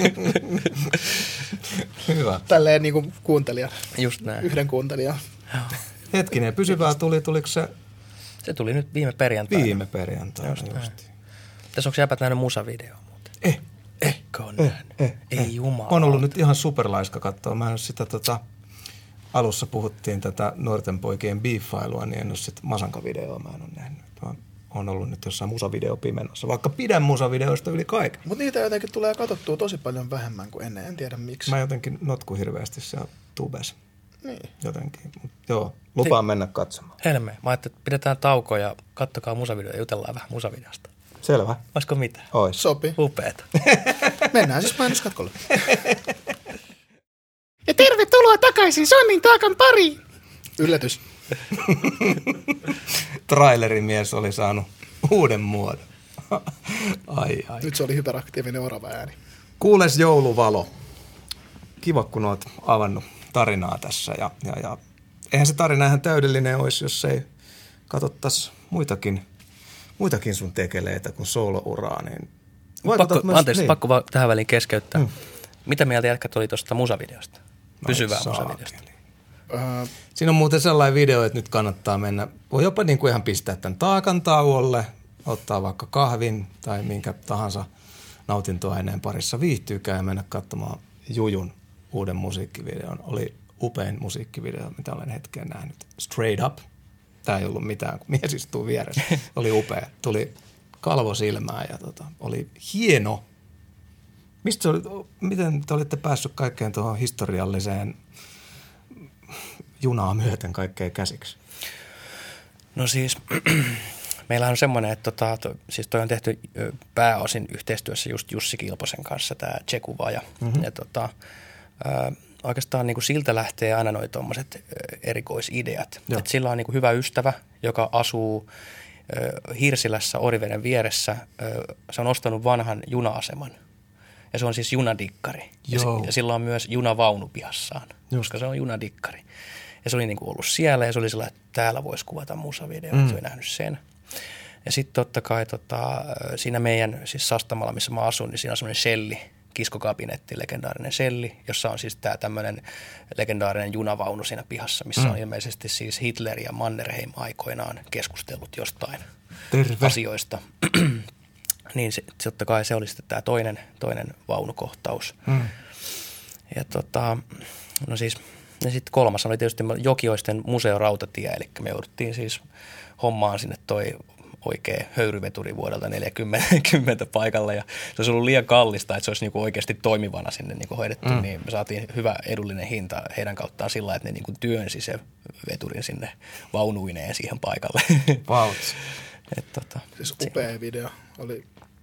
Speaker 3: Hyvä.
Speaker 2: Tälleen niin kuin kuuntelijan.
Speaker 4: Just näin.
Speaker 2: Yhden kuuntelijan.
Speaker 3: Hetkinen, pysyvää tuli, tuliko se?
Speaker 4: Se tuli nyt viime perjantaina.
Speaker 3: Viime perjantaina, just. just.
Speaker 4: Tässä onko jäpät nähnyt musavideoa muuten?
Speaker 3: Eh.
Speaker 4: Ehkö on eh, eh, Ei eh. jumala.
Speaker 3: On ollut nyt ihan superlaiska katsoa. Mä en ole sitä tota, alussa puhuttiin tätä nuorten poikien biiffailua, niin en ole sit Masanka-videoa mä en ole nähnyt. On, on ollut nyt jossain musavideopimenossa, vaikka pidän musavideoista yli kaiken.
Speaker 2: Mutta niitä jotenkin tulee katsottua tosi paljon vähemmän kuin ennen, en tiedä miksi.
Speaker 3: Mä jotenkin notku hirveästi siellä tubessa.
Speaker 2: Niin.
Speaker 3: Jotenkin. Mut joo, lupaan
Speaker 4: Hei.
Speaker 3: mennä katsomaan.
Speaker 4: Helme, mä ajattelin, että pidetään tauko ja kattokaa musavideoja ja jutellaan vähän musavideosta.
Speaker 3: Selvä.
Speaker 4: Olisiko mitään?
Speaker 3: Ois.
Speaker 2: Sopii.
Speaker 4: Upeeta.
Speaker 2: Mennään siis mainoskatkolle.
Speaker 5: Ja tervetuloa takaisin Sonnin taakan pariin.
Speaker 2: Yllätys.
Speaker 3: Trailerimies oli saanut uuden muodon. ai ai.
Speaker 2: Nyt se oli hyperaktiivinen orava ääni.
Speaker 3: Kuules jouluvalo. Kiva, kun oot avannut tarinaa tässä. Ja, ja, ja. Eihän se tarina ihan täydellinen olisi, jos ei katsottaisi muitakin, muitakin sun tekeleitä kuin soolouraa. Niin
Speaker 4: pakko,
Speaker 3: myös,
Speaker 4: anteeksi,
Speaker 3: niin.
Speaker 4: pakko vaan tähän väliin keskeyttää. Mm. Mitä mieltä jätkät oli tuosta musavideosta? Pysyvää
Speaker 3: Ai,
Speaker 4: musavideosta.
Speaker 2: Uh,
Speaker 3: Siinä on muuten sellainen video, että nyt kannattaa mennä. Voi jopa niin kuin ihan pistää tämän taakan tauolle, ottaa vaikka kahvin tai minkä tahansa nautintoaineen parissa viihtyykään ja mennä katsomaan Jujun uuden musiikkivideon. Oli upein musiikkivideo, mitä olen hetkeen nähnyt. Straight Up. Tämä ei ollut mitään, kun mies istuu vieressä. Oli upea. Tuli kalvo silmään ja tota, oli hieno. Mistä se oli, miten te olitte päässyt kaikkeen tuohon historialliseen junaa myöten kaikkea käsiksi?
Speaker 4: No siis, meillähän on semmoinen, että tota, to, siis toi on tehty pääosin yhteistyössä just Jussi Kilposen kanssa, tämä Tsekuva. Ja, mm-hmm. ja tota, ä, oikeastaan niin kuin siltä lähtee aina noi tommoset erikoisideat. Et sillä on niin kuin hyvä ystävä, joka asuu ä, Hirsilässä Oriveden vieressä. Ä, se on ostanut vanhan juna-aseman. Ja se on siis junadikkari. Ja, se, ja sillä on myös junavaunu pihassaan, koska se on junadikkari. Ja se oli niin kuin ollut siellä ja se oli sellainen, että täällä voisi kuvata musavideo, mm. että se oli nähnyt sen. Ja sitten totta kai tota, siinä meidän siis Sastamalla, missä mä asun, niin siinä on semmoinen selli, kiskokabinetti, legendaarinen selli, jossa on siis tämä tämmöinen legendaarinen junavaunu siinä pihassa, missä mm. on ilmeisesti siis Hitler ja Mannerheim aikoinaan keskustellut jostain
Speaker 3: Terve.
Speaker 4: asioista. Niin se, totta kai se oli sitten tämä toinen, toinen vaunukohtaus. Mm. Ja tota, no siis, ja sitten kolmas oli tietysti Jokioisten museorautatie, eli me jouduttiin siis hommaan sinne toi oikea höyryveturi vuodelta neljäkymmentä paikalle, ja se olisi ollut liian kallista, että se olisi niinku oikeasti toimivana sinne niinku hoidettu, mm. niin me saatiin hyvä edullinen hinta heidän kauttaan sillä, että ne niinku työnsi se veturin sinne vaunuineen siihen paikalle.
Speaker 3: Vauts.
Speaker 2: Et tota, siis upea se video. Oli,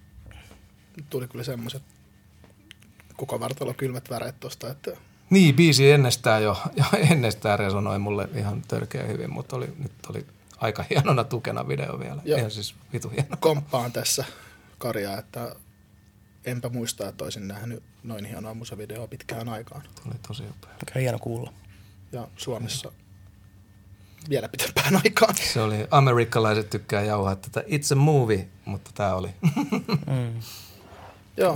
Speaker 2: tuli kyllä semmoiset koko vartalo kylmät väreet tosta, että
Speaker 3: niin, biisi ennestään jo, jo ennestään resonoi mulle ihan törkeä hyvin, mutta oli, nyt oli aika hienona tukena video vielä. Joo. Ihan siis vitu hieno.
Speaker 2: Komppaan tässä Karjaa, että enpä muista, että olisin nähnyt noin hienoa musavideoa pitkään aikaan.
Speaker 3: Oli tosi upea.
Speaker 4: Mikä hieno kuulla.
Speaker 2: Ja Suomessa vielä pitempään aikaan.
Speaker 3: Se oli, amerikkalaiset tykkää jauhaa tätä it's a movie, mutta tää oli.
Speaker 4: mm.
Speaker 2: Joo.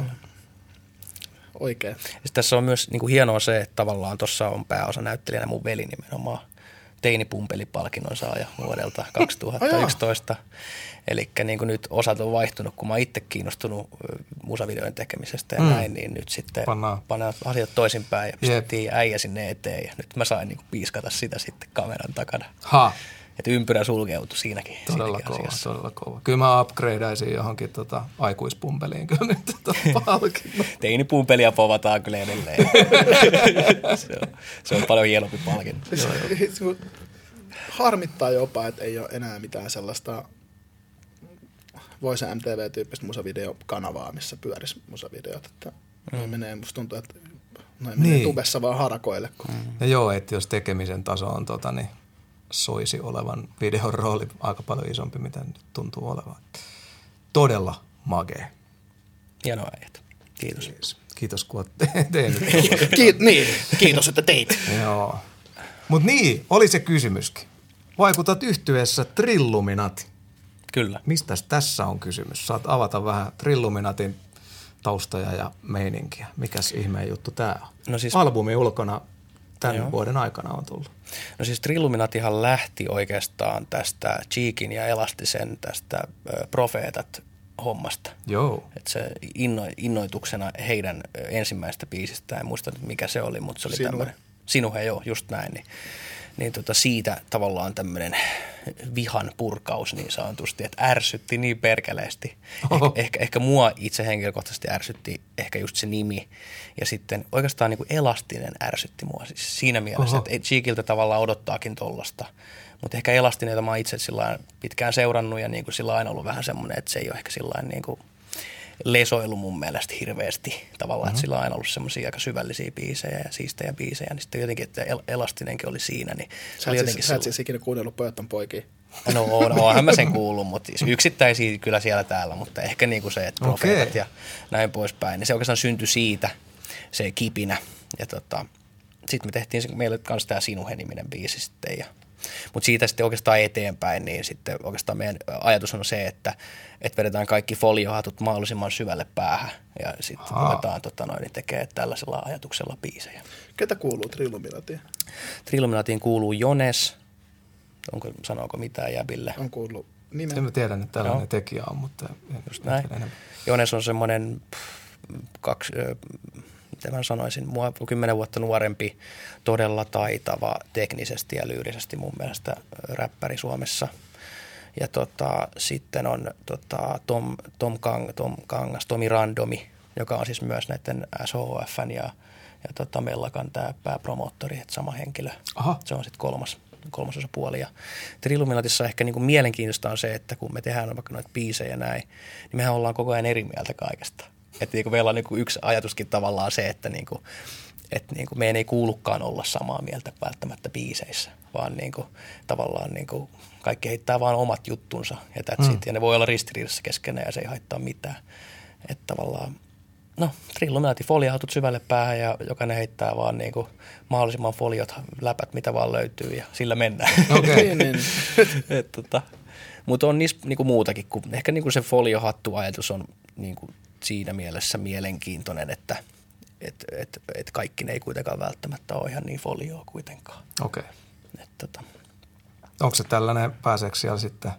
Speaker 2: Oikein.
Speaker 4: Ja tässä on myös niin kuin hienoa se, että tavallaan tuossa on pääosa näyttelijänä mun veli nimenomaan teinipumpelipalkinnon saaja vuodelta kaksituhattayksitoista. Oh, eli niin kuin nyt osat on vaihtunut, kun mä oon itse kiinnostunut musavideoiden tekemisestä ja mm. näin, niin nyt sitten pannaan asiat toisinpäin ja pistettiin yep. äijä sinne eteen ja nyt mä sain niin kuin piiskata sitä sitten kameran takana. Ha. Että ympyrä sulkeutui siinäkin.
Speaker 3: Todella
Speaker 4: siinäkin
Speaker 3: kova, todella kova. Kyllä mä upgradeaisin johonkin tota, aikuispumpeliin kyllä nyt tota palkinnon.
Speaker 4: Teinipumpelia povataan kyllä edelleen. se, on, se on paljon hienompi palkinnon.
Speaker 2: Harmittaa jopa, että ei ole enää mitään sellaista Voice M T V-tyyppistä musavideokanavaa, missä pyörisi musavideot. Että mm. noin menee, musta tuntuu, että noin menee niin. tubessa vaan harakoille. Kun...
Speaker 3: Mm. Ja joo, että jos tekemisen taso on tota, niin soisi olevan videon rooli aika paljon isompi, mitä nyt tuntuu olevan. Todella magee.
Speaker 4: Hienoa äijät. Kiitos.
Speaker 3: Kiitos, Kiitos kun olet tehnyt.
Speaker 2: Kiit- niin, kiitos, että teit.
Speaker 3: Joo. Mut niin, oli se kysymyskin. Vaikutat yhtyeessä Trilluminati.
Speaker 4: Kyllä.
Speaker 3: Mistäs tässä on kysymys? Saat avata vähän Trilluminatin taustoja ja meininkiä. Mikäs ihmeen juttu tää on? No siis... Albumi ulkona tämän Joo. vuoden aikana on tullut.
Speaker 4: No siis Trilluminatihan lähti oikeastaan tästä Cheekin ja Elastisen tästä ö, Profeetat hommasta.
Speaker 3: Joo.
Speaker 4: Että se inno, innoituksena heidän ensimmäistä biisistä, en muista nyt mikä se oli, mutta se oli
Speaker 2: Sinuhe.
Speaker 4: tämmöinen. Sinuhe, joo, just näin. Niin, niin tota siitä tavallaan tämmöinen vihan purkaus niin sanotusti, että ärsytti niin perkeleesti. Eh, ehkä, ehkä mua itse henkilökohtaisesti ärsytti ehkä just se nimi ja sitten oikeastaan niin kuin elastinen ärsytti mua siis siinä mielessä, Oho. että Cheekiltä tavallaan odottaakin tollasta. Mutta ehkä elastineita mä oon itse sillä pitkään seurannut ja niin kuin sillä aina ollut vähän semmoinen, että se ei ole ehkä sillä niin kuin lesoilu mun mielestä hirveästi tavallaan, mm-hmm. että sillä on aina ollut semmoisia aika syvällisiä biisejä ja siistejä biisejä, niin sitten jotenkin, että Elastinenkin oli siinä. Niin
Speaker 2: sä et siis, sillä... siis ikinä kuunnellut Pojatton poikia?
Speaker 4: No on, onhan mä sen kuullut, mutta siis yksittäisiä kyllä siellä täällä, mutta ehkä niin kuin se, että profeetat okay. ja näin poispäin. Niin se oikeastaan syntyi siitä, se kipinä. Ja tota, sitten me tehtiin se, meille kanssa tämä Sinuhe-niminen biisi sitten ja mutta siitä sitten oikeastaan eteenpäin, niin sitten oikeastaan meidän ajatus on se, että, että vedetään kaikki foliohatut mahdollisimman syvälle päähän ja sitten ruvetaan tota noin, niin tekemään tällaisella ajatuksella biisejä.
Speaker 2: Ketä kuuluu Trilluminatiin?
Speaker 4: Trilluminatiin kuuluu Jones. Onko, sanooko mitään jäbille?
Speaker 2: On kuullut nimen.
Speaker 3: En mä tiedä, että tällainen no. tekijä on, mutta
Speaker 4: just näin. Jones on semmoinen kaksi... Miten mä sanoisin, mua kymmenen vuotta nuorempi, todella taitava teknisesti ja lyyrisesti mun mielestä räppäri Suomessa. Ja tota, sitten on tota, Tom, Tom, Kang, Tom Kangas, Tomi Randomi, joka on siis myös näiden S H F:n ja, ja tota Mellakan tämä pääpromoottori, että sama henkilö. Aha. Se on sitten kolmas, kolmas osapuoli. Ja Trilluminatissa ehkä niinku mielenkiintoista on se, että kun me tehdään vaikka noita biisejä näin, niin mehän ollaan koko ajan eri mieltä kaikesta. Että niinku meillä on niinku yksi ajatuskin tavallaan se, että niinku, et niinku meidän ei kuulukaan olla samaa mieltä välttämättä biiseissä, vaan niinku, tavallaan niinku kaikki heittää vaan omat juttunsa ja that's mm. it. Ja ne voi olla ristiriidassa keskenään ja se ei haittaa mitään. Että tavallaan, no Trilluminati, foliohatut syvälle päähän ja jokainen heittää vaan niinku mahdollisimman foliot läpät, mitä vaan löytyy ja sillä mennään.
Speaker 3: Okei.
Speaker 4: Okay. tota, mutta on niissä niinku muutakin, kuin ehkä niinku se foliohattu-ajatus on niinku siinä mielessä mielenkiintoinen, että et, et, et kaikki ne ei kuitenkaan välttämättä ole ihan niin folioa kuitenkaan.
Speaker 3: Okei.
Speaker 4: Okay. Tota.
Speaker 3: Onko se tällainen, pääseekö siellä sitten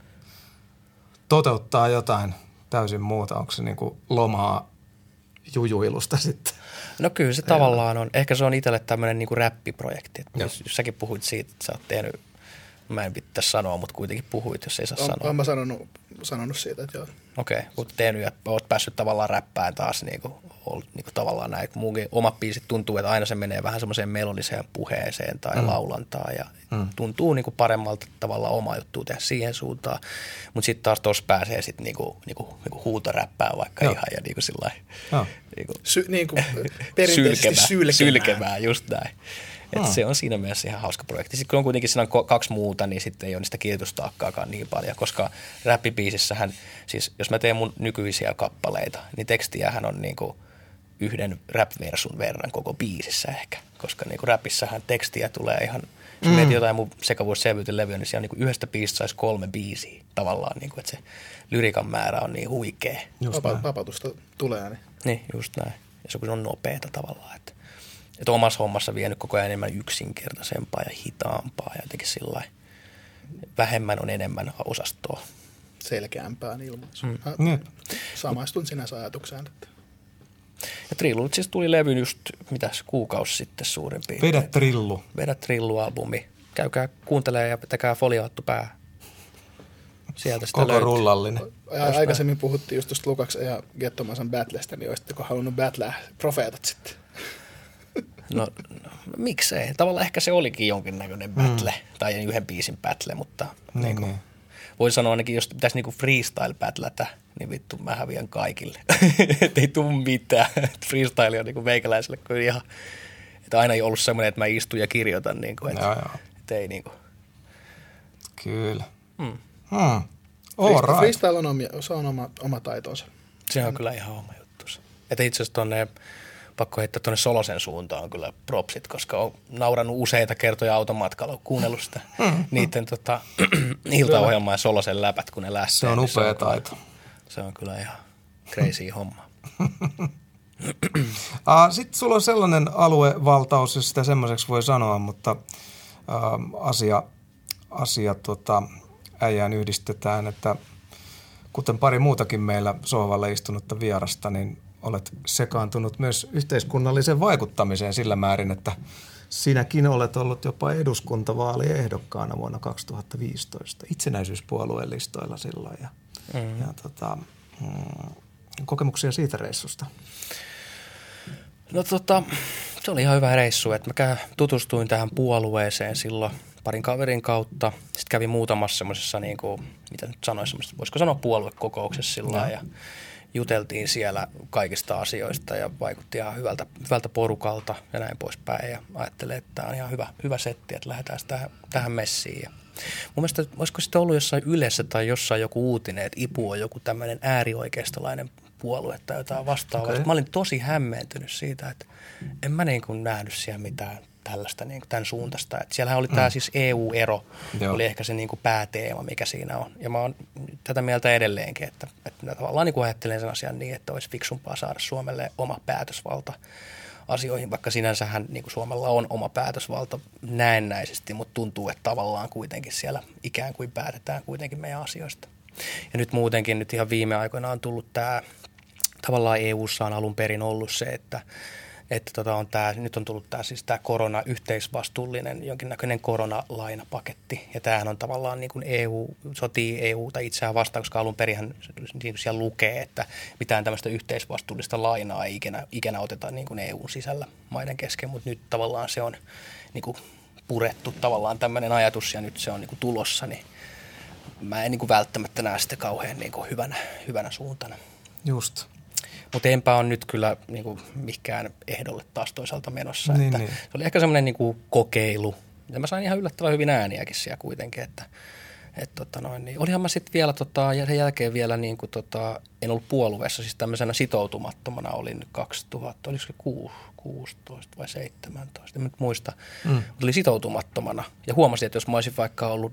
Speaker 3: toteuttaa jotain täysin muuta? Onko se niinku lomaa jujuilusta sitten?
Speaker 4: No kyllä se tavallaan on. Ehkä se on itselle tämmöinen niinku räppiprojekti. Jos, jos säkin puhuit siitä, että sä oot tehnyt, mä en pitäisi sanoa, mutta kuitenkin puhuit, jos ei saa
Speaker 2: on,
Speaker 4: sanoa.
Speaker 2: Olen mä sanonut, sanonut siitä, että joo.
Speaker 4: Okei, okay, oot tehnyt ja oot päässyt tavallaan räppään taas niinku, niinku tavallaan näin. Muukin omat biisit tuntuu, että aina se menee vähän semmoiseen melodiseen puheeseen tai mm. laulantaan ja mm. tuntuu niinku paremmalta tavallaan oma juttu tehdä siihen suuntaan. Mutta sitten taas tuossa pääsee sitten niinku, niinku, niinku huutoräppää vaikka joo. ihan ja niinku sillain niinku,
Speaker 2: Sy, niinku perinteisesti
Speaker 4: sylkemään,
Speaker 2: sylkemään.
Speaker 4: Sylkemään, just näin. Että hmm. se on siinä mielessä ihan hauska projekti. Sitten kun on kuitenkin siinä on kaksi muuta, niin sitten ei ole niistä kirjoitustaakkaakaan niin paljon, koska räppibiisissähän, siis jos mä teen mun nykyisiä kappaleita, niin tekstiähän on niinku yhden rap-versun verran koko biisissä ehkä, koska niinku räpissähän tekstiä tulee ihan, jos mm. mietin jotain mun sekavuusselvyyten levyä, niin siellä niinku yhdestä biisistä saisi kolme biisiä tavallaan, niinku, että se lyrikan määrä on niin huikea.
Speaker 2: Vapa- vapautusta tulee. Niin.
Speaker 4: niin, just näin. Ja se on nopeata tavallaan, että Että omassa hommassa vienyt koko ajan enemmän yksinkertaisempaa ja hitaampaa ja jotenkin sillä vähemmän on enemmän osastoa.
Speaker 2: Selkeämpään ilmaisuun.
Speaker 3: Mm. Mm.
Speaker 2: Samaistun sinänsä ajatukseen. Että.
Speaker 4: Ja Trillut siis tuli levy just, mitäs, kuukausi sitten suurin piirtein.
Speaker 3: Vedä Trillu.
Speaker 4: Vedä Trillu-albumi. Käykää kuuntelemaan ja tekää foliohattu päähän. Sieltä sitä
Speaker 3: koko
Speaker 4: löytyy.
Speaker 3: Rullallinen.
Speaker 2: Ja aikaisemmin puhuttiin just tuosta Lukaksen ja Gettomasan battlestä, niin olisitteko halunnut battlea profeetat sitten?
Speaker 4: No, no miksei. Tavallaan ehkä se olikin jonkinnäköinen battle, mm. tai yhden biisin battle, mutta
Speaker 3: niin,
Speaker 4: niin kuin,
Speaker 3: niin.
Speaker 4: voin sanoa ainakin, jos pitäisi niinku freestyle battletä, niin vittu mä häviän kaikille. Että ei tule mitään. Freestyle on niinku meikäläiselle kuin ihan, että aina ei ollut semmoinen, että mä istun ja kirjoitan. Niinku, että,
Speaker 3: joo, joo.
Speaker 4: että ei niinku.
Speaker 3: Kyllä.
Speaker 4: Mm.
Speaker 3: Hmm. All right.
Speaker 2: Freestyle on, omia, se on oma, oma taitonsa.
Speaker 4: Se on kyllä ihan oma juttusa. Että itse asiassa tonne, pakko heittää tuonne Solosen suuntaan on kyllä propsit, koska on naurannut useita kertoja automatkalla, kuunnellut sitä mm. niiden tota, iltaohjelmaa ja Solosen läpät, kun ne lähtee.
Speaker 3: Se on upea niin taito.
Speaker 4: Kyllä, se on kyllä ihan crazy homma.
Speaker 3: Sitten sulla on sellainen aluevaltaus, jos sitä semmoiseksi voi sanoa, mutta uh, asia, asia tota, äijään yhdistetään, että kuten pari muutakin meillä sohvalle istunutta vierasta, niin olet sekaantunut myös yhteiskunnalliseen vaikuttamiseen sillä määrin, että sinäkin olet ollut jopa eduskuntavaaliehdokkaana vuonna kaksituhattaviisitoista itsenäisyyspuolueen listoilla silloin. Ja, mm. ja tota, mm, kokemuksia siitä reissusta?
Speaker 4: No tota, se oli ihan hyvä reissu, että mä tutustuin tähän puolueeseen silloin parin kaverin kautta. Sitten kävin muutamassa semmoisessa, niin kuin, mitä nyt sanoisi, voisiko sanoa puoluekokouksessa silloin ja juteltiin siellä kaikista asioista ja vaikutti ihan hyvältä, hyvältä porukalta ja näin poispäin. Ja ajattelin, että tämä on ihan hyvä, hyvä setti, että lähdetään tähän, tähän messiin. Ja mun mielestä olisiko sitten ollut jossain Ylessä tai jossain joku uutinen, että I P U on joku tämmöinen äärioikeistolainen puolue tai jotain vastaavaa. Okay. Mä olin tosi hämmentynyt siitä, että en mä niin kuin nähnyt siellä mitään tällaista niin kuin tämän suuntaista. Että siellähän oli mm. tämä siis E U-ero, Joo. oli ehkä se niin kuin pääteema, mikä siinä on. Ja mä oon tätä mieltä edelleenkin, että, että tavallaan niin kuin ajattelen sen asian niin, että olisi fiksumpaa saada Suomelle oma päätösvalta asioihin, vaikka sinänsähän niin kuin Suomella on oma päätösvalta näennäisesti, mutta tuntuu, että tavallaan kuitenkin siellä ikään kuin päätetään kuitenkin meidän asioista. Ja nyt muutenkin nyt ihan viime aikoina on tullut tämä, tavallaan E U:ssa on alun perin ollut se, että Että tota on tää, nyt on tullut tämä siis tämä korona-yhteisvastuullinen jonkinnäköinen koronalainapaketti. Ja tämähän on tavallaan niin kuin E U, sotii E U:ta itseään vastaan, koska alun perinhän niin siellä lukee, että mitään tämmöistä yhteisvastuullista lainaa ei ikinä, ikinä oteta niin kuin E U:n sisällä maiden kesken. Mutta nyt tavallaan se on niin kuin purettu tavallaan tämmöinen ajatus ja nyt se on niin kuin tulossa. Niin mä en niin kuin välttämättä näe sitä kauhean niin kuin hyvänä, hyvänä suuntana.
Speaker 3: Just.
Speaker 4: Mutta enpä on nyt kyllä niin kuin mikään ehdolle taas toisaalta menossa.
Speaker 3: Niin,
Speaker 4: että
Speaker 3: niin.
Speaker 4: Se oli ehkä semmoinen niin kuin kokeilu. Ja mä sain ihan yllättävän hyvin ääniäkin siellä kuitenkin. Että, et tota noin, niin. Olihan mä sitten vielä, tota, ja sen jälkeen vielä, niin kuin, tota, en ollut puolueessa, siis tämmöisenä sitoutumattomana olin kaksituhatta, olisiko kuusitoista vai seitsemäntoista, en nyt muista. Mm. Mutta olin sitoutumattomana ja huomasin, että jos mä olisin vaikka ollut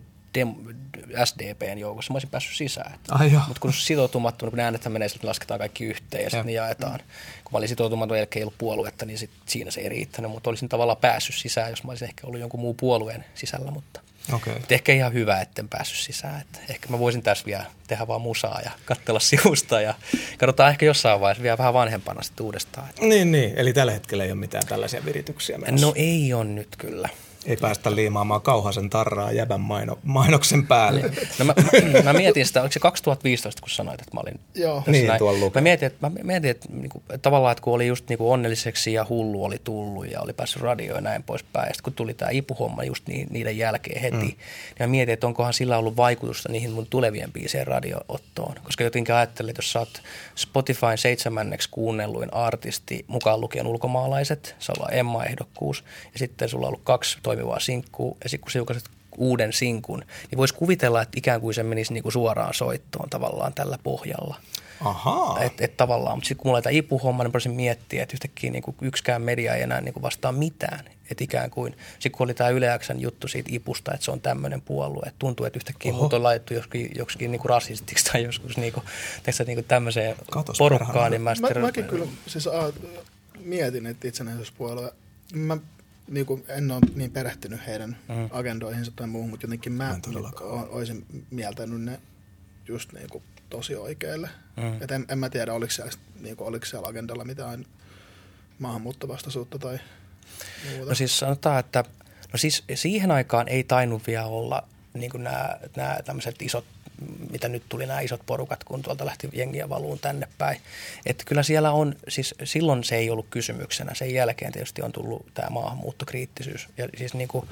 Speaker 4: S D P:n joukossa, mä olisin päässyt sisään. Mutta kun sitoutumattomana, kun äänethän menee, sitten lasketaan kaikki yhteen ja sitten ne jaetaan. Kun mä olin sitoutumaton, jälkeen ei ollut puoluetta, niin sit siinä se ei riittänyt, mutta olisin tavallaan päässyt sisään, jos mä olisin ehkä ollut jonkun muun puolueen sisällä, mutta okay. Ehkä ihan hyvä, etten päässyt sisään. Et ehkä mä voisin tässä vielä tehdä vaan musaa ja katsella sivusta ja katsotaan ehkä jossain vaiheessa vielä vähän vanhempana sitten uudestaan.
Speaker 3: Niin, niin, eli tällä hetkellä ei ole mitään tällaisia virityksiä menossa.
Speaker 4: No ei ole nyt kyllä.
Speaker 3: Ei päästä liimaamaan Kauhasen tarraa jäbän maino, mainoksen päälle.
Speaker 4: No mä, mä, mä mietin sitä, oliko se kaksituhattaviisitoista, kun sanoit, että mä olin
Speaker 2: Joo.
Speaker 3: Niin, tuolla lukee.
Speaker 4: Mä mietin, että, mä mietin, että, niinku, että tavallaan, että kun oli just niinku onnelliseksi ja hullu oli tullut ja oli päässyt radioon ja näin poispäin. Ja sitten kun tuli tämä I P U-homma just ni, niiden jälkeen heti, mm. niin mä mietin, että onkohan sillä ollut vaikutusta niihin mun tulevien biiseen radioottoon. Koska jotenkin ajattelin, että jos sä oot Spotifyn seitsemänneksi kuunnelluin artisti, mukaan lukien ulkomaalaiset, se on Emma-ehdokkuus, ja sitten sulla on ollut kaksi toimivaa sinkkuu, ja sitten kun sä julkaiset uuden sinkun, niin voisi kuvitella, että ikään kuin se menisi niinku suoraan soittoon tavallaan tällä pohjalla.
Speaker 3: Ahaa.
Speaker 4: Että et tavallaan, mutta sitten kun mulla oli tämä I P U-homma, niin voisin miettiä, että yhtäkkiä niinku yksikään media ei enää niinku vastaa mitään. Että ikään kuin, sitten kun oli tämä Yle X:n juttu siitä I P Usta, että se on tämmöinen puolue, että tuntuu, että yhtäkkiä mut on laitettu joksikin, joksikin niinku rasistiksi tai joskus niinku, niinku tämmöiseen
Speaker 3: Katos
Speaker 4: porukkaan. Niin mä,
Speaker 2: mä mäkin kyllä siis a, mietin, että itsenäisyyspuolue, mä niin kuin en ole niin perehtynyt heidän mm. agendoihinsa tai muuhun, mutta jotenkin mä olisin mieltänyt ne just niin kuin tosi oikealle. Mm. Et en, en mä tiedä, oliko siellä, niin kuin, oliko siellä agendalla mitään maahanmuuttovastaisuutta tai muuta.
Speaker 4: No siis sanotaan, että no siis siihen aikaan ei tainnut vielä olla niin kuin nämä, nämä tämmöiset isot, mitä nyt tuli nämä isot porukat, kun tuolta lähti jengiä valuun tänne päin. Että kyllä siellä on, siis silloin se ei ollut kysymyksenä. Sen jälkeen tietysti on tullut tämä maahanmuuttokriittisyys. Ja siis niin kuin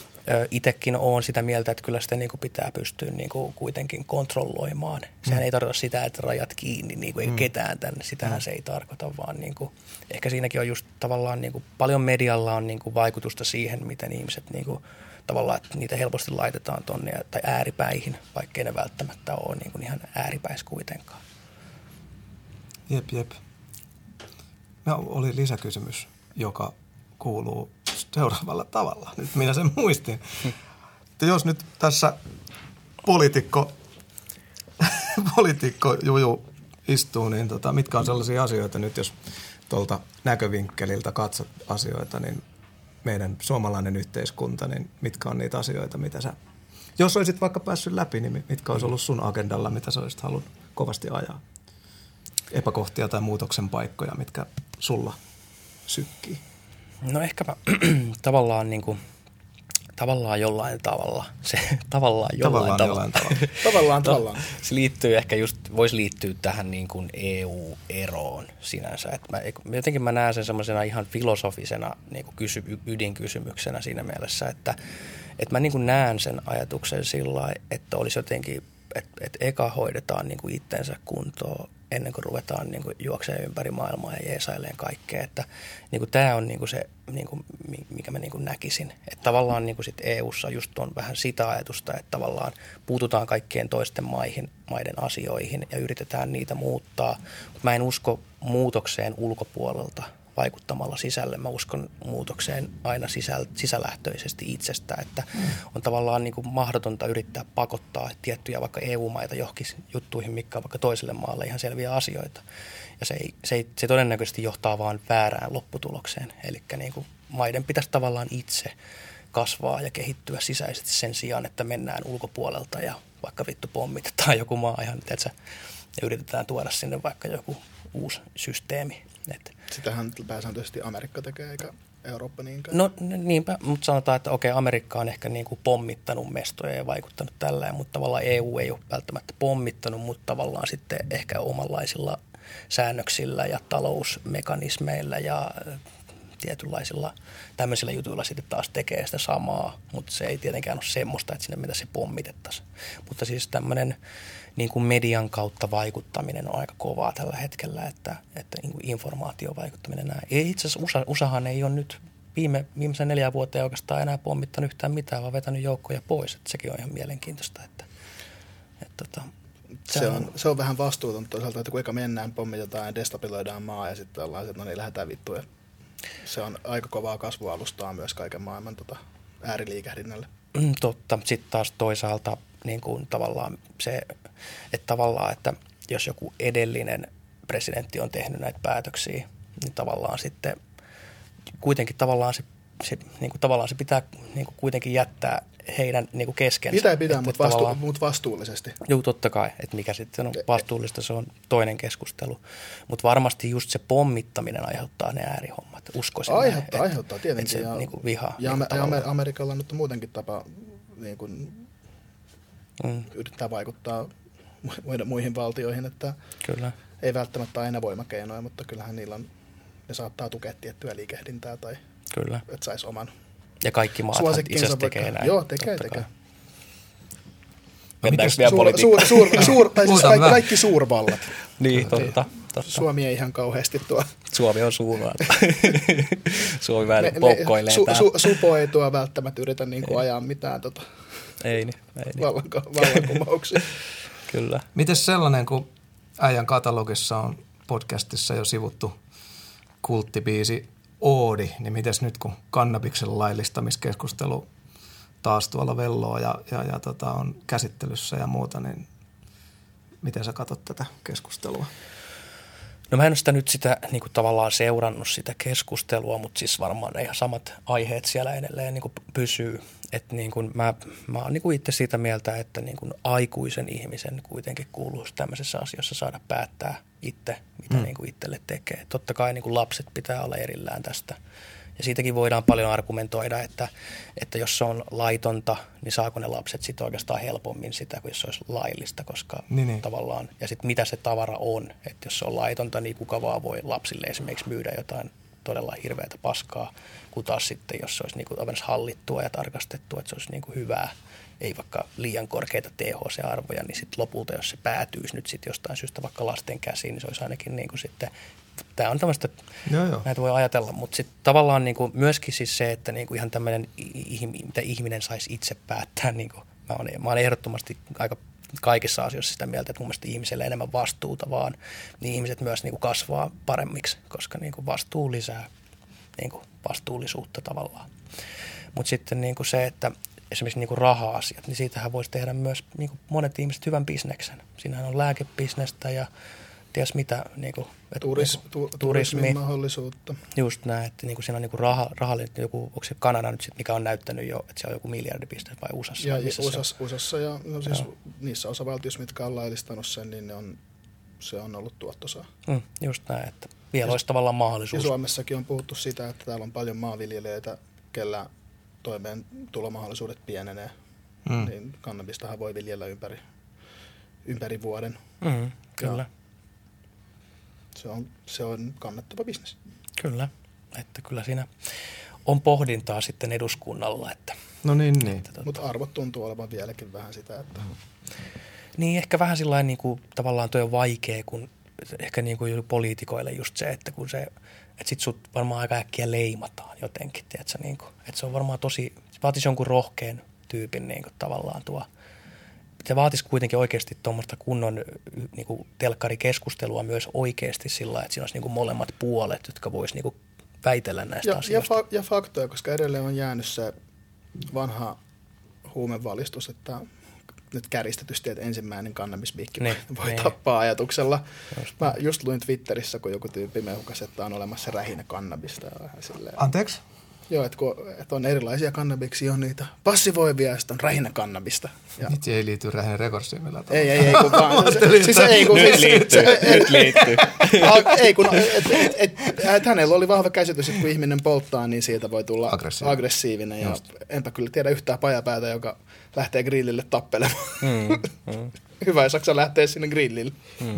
Speaker 4: itsekin olen sitä mieltä, että kyllä sitä niin kuin pitää pystyä niin kuin kuitenkin kontrolloimaan. Sehän mm. ei tarkoita sitä, että rajat kiinni, niin kuin ei mm. ketään tänne. Sitähän mm. se ei tarkoita, vaan niin kuin, ehkä siinäkin on just tavallaan niin kuin, paljon medialla on niin kuin vaikutusta siihen, miten ihmiset niin kuin, tavallaan, että niitä helposti laitetaan tonne tai ääripäihin, vaikkei ne välttämättä ole niin kuin ihan ääripäissä kuitenkaan.
Speaker 3: Jep, jep. No, oli lisäkysymys, joka kuuluu seuraavalla tavalla. Nyt minä sen muistin. Että jos nyt tässä poliitikko, poliitikko Juju istuu, niin tota, mitkä on sellaisia asioita nyt, jos tuolta näkövinkkeliltä katsot asioita, niin meidän suomalainen yhteiskunta, niin mitkä on niitä asioita, mitä sä, jos olisit vaikka päässyt läpi, niin mitkä olisi ollut sun agendalla, mitä sä olisit halunnut kovasti ajaa? Epäkohtia tai muutoksen paikkoja, mitkä sulla sykkii?
Speaker 4: No ehkäpä tavallaan niin kuin, tavallaan jollain tavalla. Se tavallaan jollain
Speaker 3: tavallaan
Speaker 4: tavalla.
Speaker 3: jollain tavalla.
Speaker 2: Tavallaan, tavallaan.
Speaker 4: Se liittyy ehkä just, voisi liittyä tähän niin kuin E U-eroon sinänsä. Et mä, jotenkin mä näen sen semmoisena ihan filosofisena niin kuin kysy, ydinkysymyksenä siinä mielessä, että, että mä niin kuin näen sen ajatuksen sillä, että olisi jotenkin, että, että eka hoidetaan niin kuin itsensä kuntoon ennen kuin ruvetaan niin kuin juoksemaan ympäri maailmaa ja jeesailemaan kaikkea. Että niin kuin tämä on niin kuin se, niin kuin, mikä mä niin kuin näkisin. Että tavallaan niin kuin sit E U:ssa just on vähän sitä ajatusta, että tavallaan puututaan kaikkien toisten maihin, maiden asioihin ja yritetään niitä muuttaa. Mä en usko muutokseen ulkopuolelta vaikuttamalla sisälle. Mä uskon muutokseen aina sisäl- sisälähtöisesti itsestä, että on tavallaan niin kuin mahdotonta yrittää pakottaa tiettyjä vaikka E U-maita johonkin juttuihin, mikä on vaikka toiselle maalle ihan selviä asioita. Ja se, ei, se, ei, se todennäköisesti johtaa vaan väärään lopputulokseen. Eli niin kuin maiden pitäisi tavallaan itse kasvaa ja kehittyä sisäisesti sen sijaan, että mennään ulkopuolelta ja vaikka vittu pommitetaan joku maa ihan, tiedätkö, ja yritetään tuoda sinne vaikka joku uusi systeemi. Et.
Speaker 2: Sitähän pääsääntöisesti Amerikka tekee, eikä Eurooppa niinkään.
Speaker 4: No niinpä, mutta sanotaan, että okei, Amerikka on ehkä niin kuin pommittanut mestoja ja vaikuttanut tällä, mutta tavallaan E U ei ole välttämättä pommittanut, mutta tavallaan sitten ehkä omanlaisilla säännöksillä ja talousmekanismeilla ja tietynlaisilla tämmöisillä jutuilla sitten taas tekee sitä samaa, mutta se ei tietenkään ole semmoista, että sinne mitä se pommitettaisiin. Mutta siis tämmöinen niin kuin median kautta vaikuttaminen on aika kovaa tällä hetkellä, että, että niin kuin informaatiovaikuttaminen näin. Itse asiassa U S A, U S Ahan ei ole nyt viime, viimeisen neljä vuoteen oikeastaan enää pommittanut yhtään mitään, vaan vetänyt joukkoja pois. Että sekin on ihan mielenkiintoista. Että, että, että,
Speaker 2: se, on, se on vähän vastuutonta toisaalta, että kuinka mennään, pommitetaan ja destabiloidaan maa ja sitten ollaan, että no niin, lähdetään vittuun. Se on aika kovaa kasvualustaa myös kaiken maailman tota, ääriliikehdinnälle.
Speaker 4: Mm, totta. Sitten taas toisaalta niin kuin tavallaan se, että tavallaan, että jos joku edellinen presidentti on tehnyt näitä päätöksiä, niin tavallaan sitten kuitenkin tavallaan se, se, niin kuin tavallaan se pitää niin kuin kuitenkin jättää heidän niin kuin keskensä.
Speaker 2: Pitää, pitää, mutta vastu, mut vastuullisesti.
Speaker 4: Joo, totta kai. Että mikä sitten on vastuullista, se on toinen keskustelu. Mutta varmasti just se pommittaminen aiheuttaa ne äärihommat. Uskoisin.
Speaker 2: Aiheuttaa,
Speaker 4: näin,
Speaker 2: aiheuttaa tietenkin.
Speaker 4: Se,
Speaker 2: ja,
Speaker 4: niin kuin viha.
Speaker 2: Ja,
Speaker 4: niin
Speaker 2: ja Amer- Amerikalla on nyt muutenkin tapa niin kuin mm. yrittää vaikuttaa muihin valtioihin, että
Speaker 4: Kyllä.
Speaker 2: ei välttämättä aina voimakeinoja, mutta kyllähän niillä on, ne saattaa tukea tiettyä liikehdintää tai
Speaker 4: Kyllä.
Speaker 2: että saisi oman
Speaker 4: ja kaikki maathan itse asiassa tekee näin.
Speaker 2: Joo, tekee, tekee.
Speaker 4: Mennäänkö vielä
Speaker 2: suur,
Speaker 4: politiikkaan?
Speaker 2: suur, suur, suur, tai siis kaikki, kaikki suurvallat.
Speaker 4: Niin, totta, totta.
Speaker 2: Suomi ei ihan kauheasti tuo.
Speaker 4: Suomi on suurvalta. Suomi vähän poukkoilee
Speaker 2: su,
Speaker 4: täällä.
Speaker 2: su, Supo ei tuo välttämättä yritä niin kuin ajaa mitään tota,
Speaker 4: ei niin, ei niin.
Speaker 2: vallanko, vallankumouksia.
Speaker 4: Kyllä.
Speaker 3: Mites sellainen, kun äijän katalogissa on podcastissa jo sivuttu kulttibiisi Oodi, niin mites nyt kun kannabiksen laillistamiskeskustelu taas tuolla velloo ja, ja, ja tota, on käsittelyssä ja muuta, niin miten sä katsot tätä keskustelua?
Speaker 4: No mä en ole sitä nyt sitä niin kuin tavallaan seurannut sitä keskustelua, mutta siis varmaan ne ihan samat aiheet siellä edelleen niin kuin pysyy. Että niin kuin mä, mä oon niin kuin itse siitä mieltä, että niin kuin aikuisen ihmisen kuitenkin kuuluu tämmöisessä asiassa saada päättää itse, mitä mm. niin kuin itselle tekee. Totta kai niin kuin lapset pitää olla erillään tästä. Ja siitäkin voidaan paljon argumentoida, että, että jos se on laitonta, niin saako ne lapset sitten oikeastaan helpommin sitä, kuin jos se olisi laillista, koska niin, niin. tavallaan, ja sitten mitä se tavara on, että jos se on laitonta, niin kuka vaan voi lapsille esimerkiksi myydä jotain todella hirveätä paskaa, kun taas sitten, jos se olisi niin kuin hallittua ja tarkastettua, että se olisi niin kuin hyvää, ei vaikka liian korkeita T H C-arvoja, niin sitten lopulta, jos se päätyisi nyt sitten jostain syystä vaikka lasten käsiin, niin se olisi ainakin niin kuin sitten, tämä on tämmöistä, joo, joo. näitä voi ajatella, mutta sitten tavallaan niin kuin myöskin siis se, että niin kuin ihan tämmöinen, mitä ihminen saisi itse päättää, niin kuin mä olen, mä olen ehdottomasti aika kaikissa asioissa sitä mieltä, että mun mielestä ihmiselle enemmän vastuuta vaan, niin ihmiset myös niin kuin kasvaa paremmiksi, koska niin kuin vastuu lisää niin kuin vastuullisuutta tavallaan. Mutta sitten niin kuin se, että esimerkiksi niin kuin raha-asiat, niin siitähän voisi tehdä myös niin kuin monet ihmiset hyvän bisneksen. Siinähän on lääkebisnestä ja ties mitä. Niin kuin, et,
Speaker 2: Turis, tu, turismin mahdollisuutta.
Speaker 4: Just näin, että niin kuin siinä on niin kuin raha, rahallinen, joku, onko se Kanada nyt sit, mikä on näyttänyt jo, että se on joku miljardibisnes vai U S A:ssa?
Speaker 2: Ja U S A:ssa, U S A:ssa ja no siis niissä osavaltioissa, mitkä on laillistanut sen, niin ne on, se on ollut tuottosaa.
Speaker 4: Mm, just näin, että vielä olisi tavallaan
Speaker 2: Ja
Speaker 4: mahdollisuus.
Speaker 2: Suomessakin on puhuttu sitä, että täällä on paljon maanviljelijöitä, kellä toimeentulomahdollisuudet pienenee. Mm. Niin kannabistahan voi viljellä ympäri, ympäri vuoden.
Speaker 4: Mm, kyllä.
Speaker 2: Se on, se on kannattava bisnes.
Speaker 4: Kyllä, että kyllä siinä on pohdintaa sitten eduskunnalla. Että,
Speaker 3: No niin, niin.
Speaker 4: että, tota,
Speaker 2: Mutta arvot tuntuu olevan vieläkin vähän sitä, että...
Speaker 4: niin ehkä vähän sillain niin kuin, tavallaan toi on vaikea, kun ehkä niin kuin poliitikoille just se, että kun se, että sit sut varmaan aika äkkiä leimataan jotenkin, tiedätkö, niin kuin, että se on varmaan tosi, se vaatisi jonkun rohkean tyypin niin kuin tavallaan tuo. Se vaatisi kuitenkin oikeasti tuommoista kunnon niin kuin telkkarikeskustelua myös oikeasti sillä lailla, että siinä olisi niin kuin molemmat puolet, jotka voisi niin kuin väitellä näistä
Speaker 2: ja,
Speaker 4: asioista.
Speaker 2: Ja, fa- ja faktoja, koska edelleen on jäänyt se vanha huumevalistus, että nyt kärjistetysti, että ensimmäinen kannabismiikki
Speaker 4: niin,
Speaker 2: voi
Speaker 4: niin.
Speaker 2: tappaa ajatuksella.
Speaker 4: Just.
Speaker 2: Mä just luin Twitterissä, kun joku tyyppi mehukasi, että on olemassa rähinä kannabista. Ja vähän silleen.
Speaker 3: Anteeksi?
Speaker 2: Joo, että, kun, että on erilaisia kannabiksia, on niitä passivoivia ja sitten on rähinä kannabista. Ja
Speaker 3: Nyt ei liity Rähin Recordsiin millään
Speaker 2: ei, ei, ei, kun vaan. Se, siis ei, kun,
Speaker 4: Nyt
Speaker 2: siis,
Speaker 4: liittyy,
Speaker 2: se,
Speaker 4: nyt liittyy.
Speaker 2: A, ei, kun et, et, et, et, hänellä oli vahva käsitys, että kun ihminen polttaa, niin siitä voi tulla
Speaker 3: Aggressiivinen.
Speaker 2: aggressiivinen. Ja
Speaker 3: Just.
Speaker 2: enpä kyllä tiedä yhtään pajapäätä, joka lähtee grillille tappelemaan.
Speaker 4: Mm, mm,
Speaker 2: Hyvä, jos saksa lähtee sinne grillille.
Speaker 4: mm.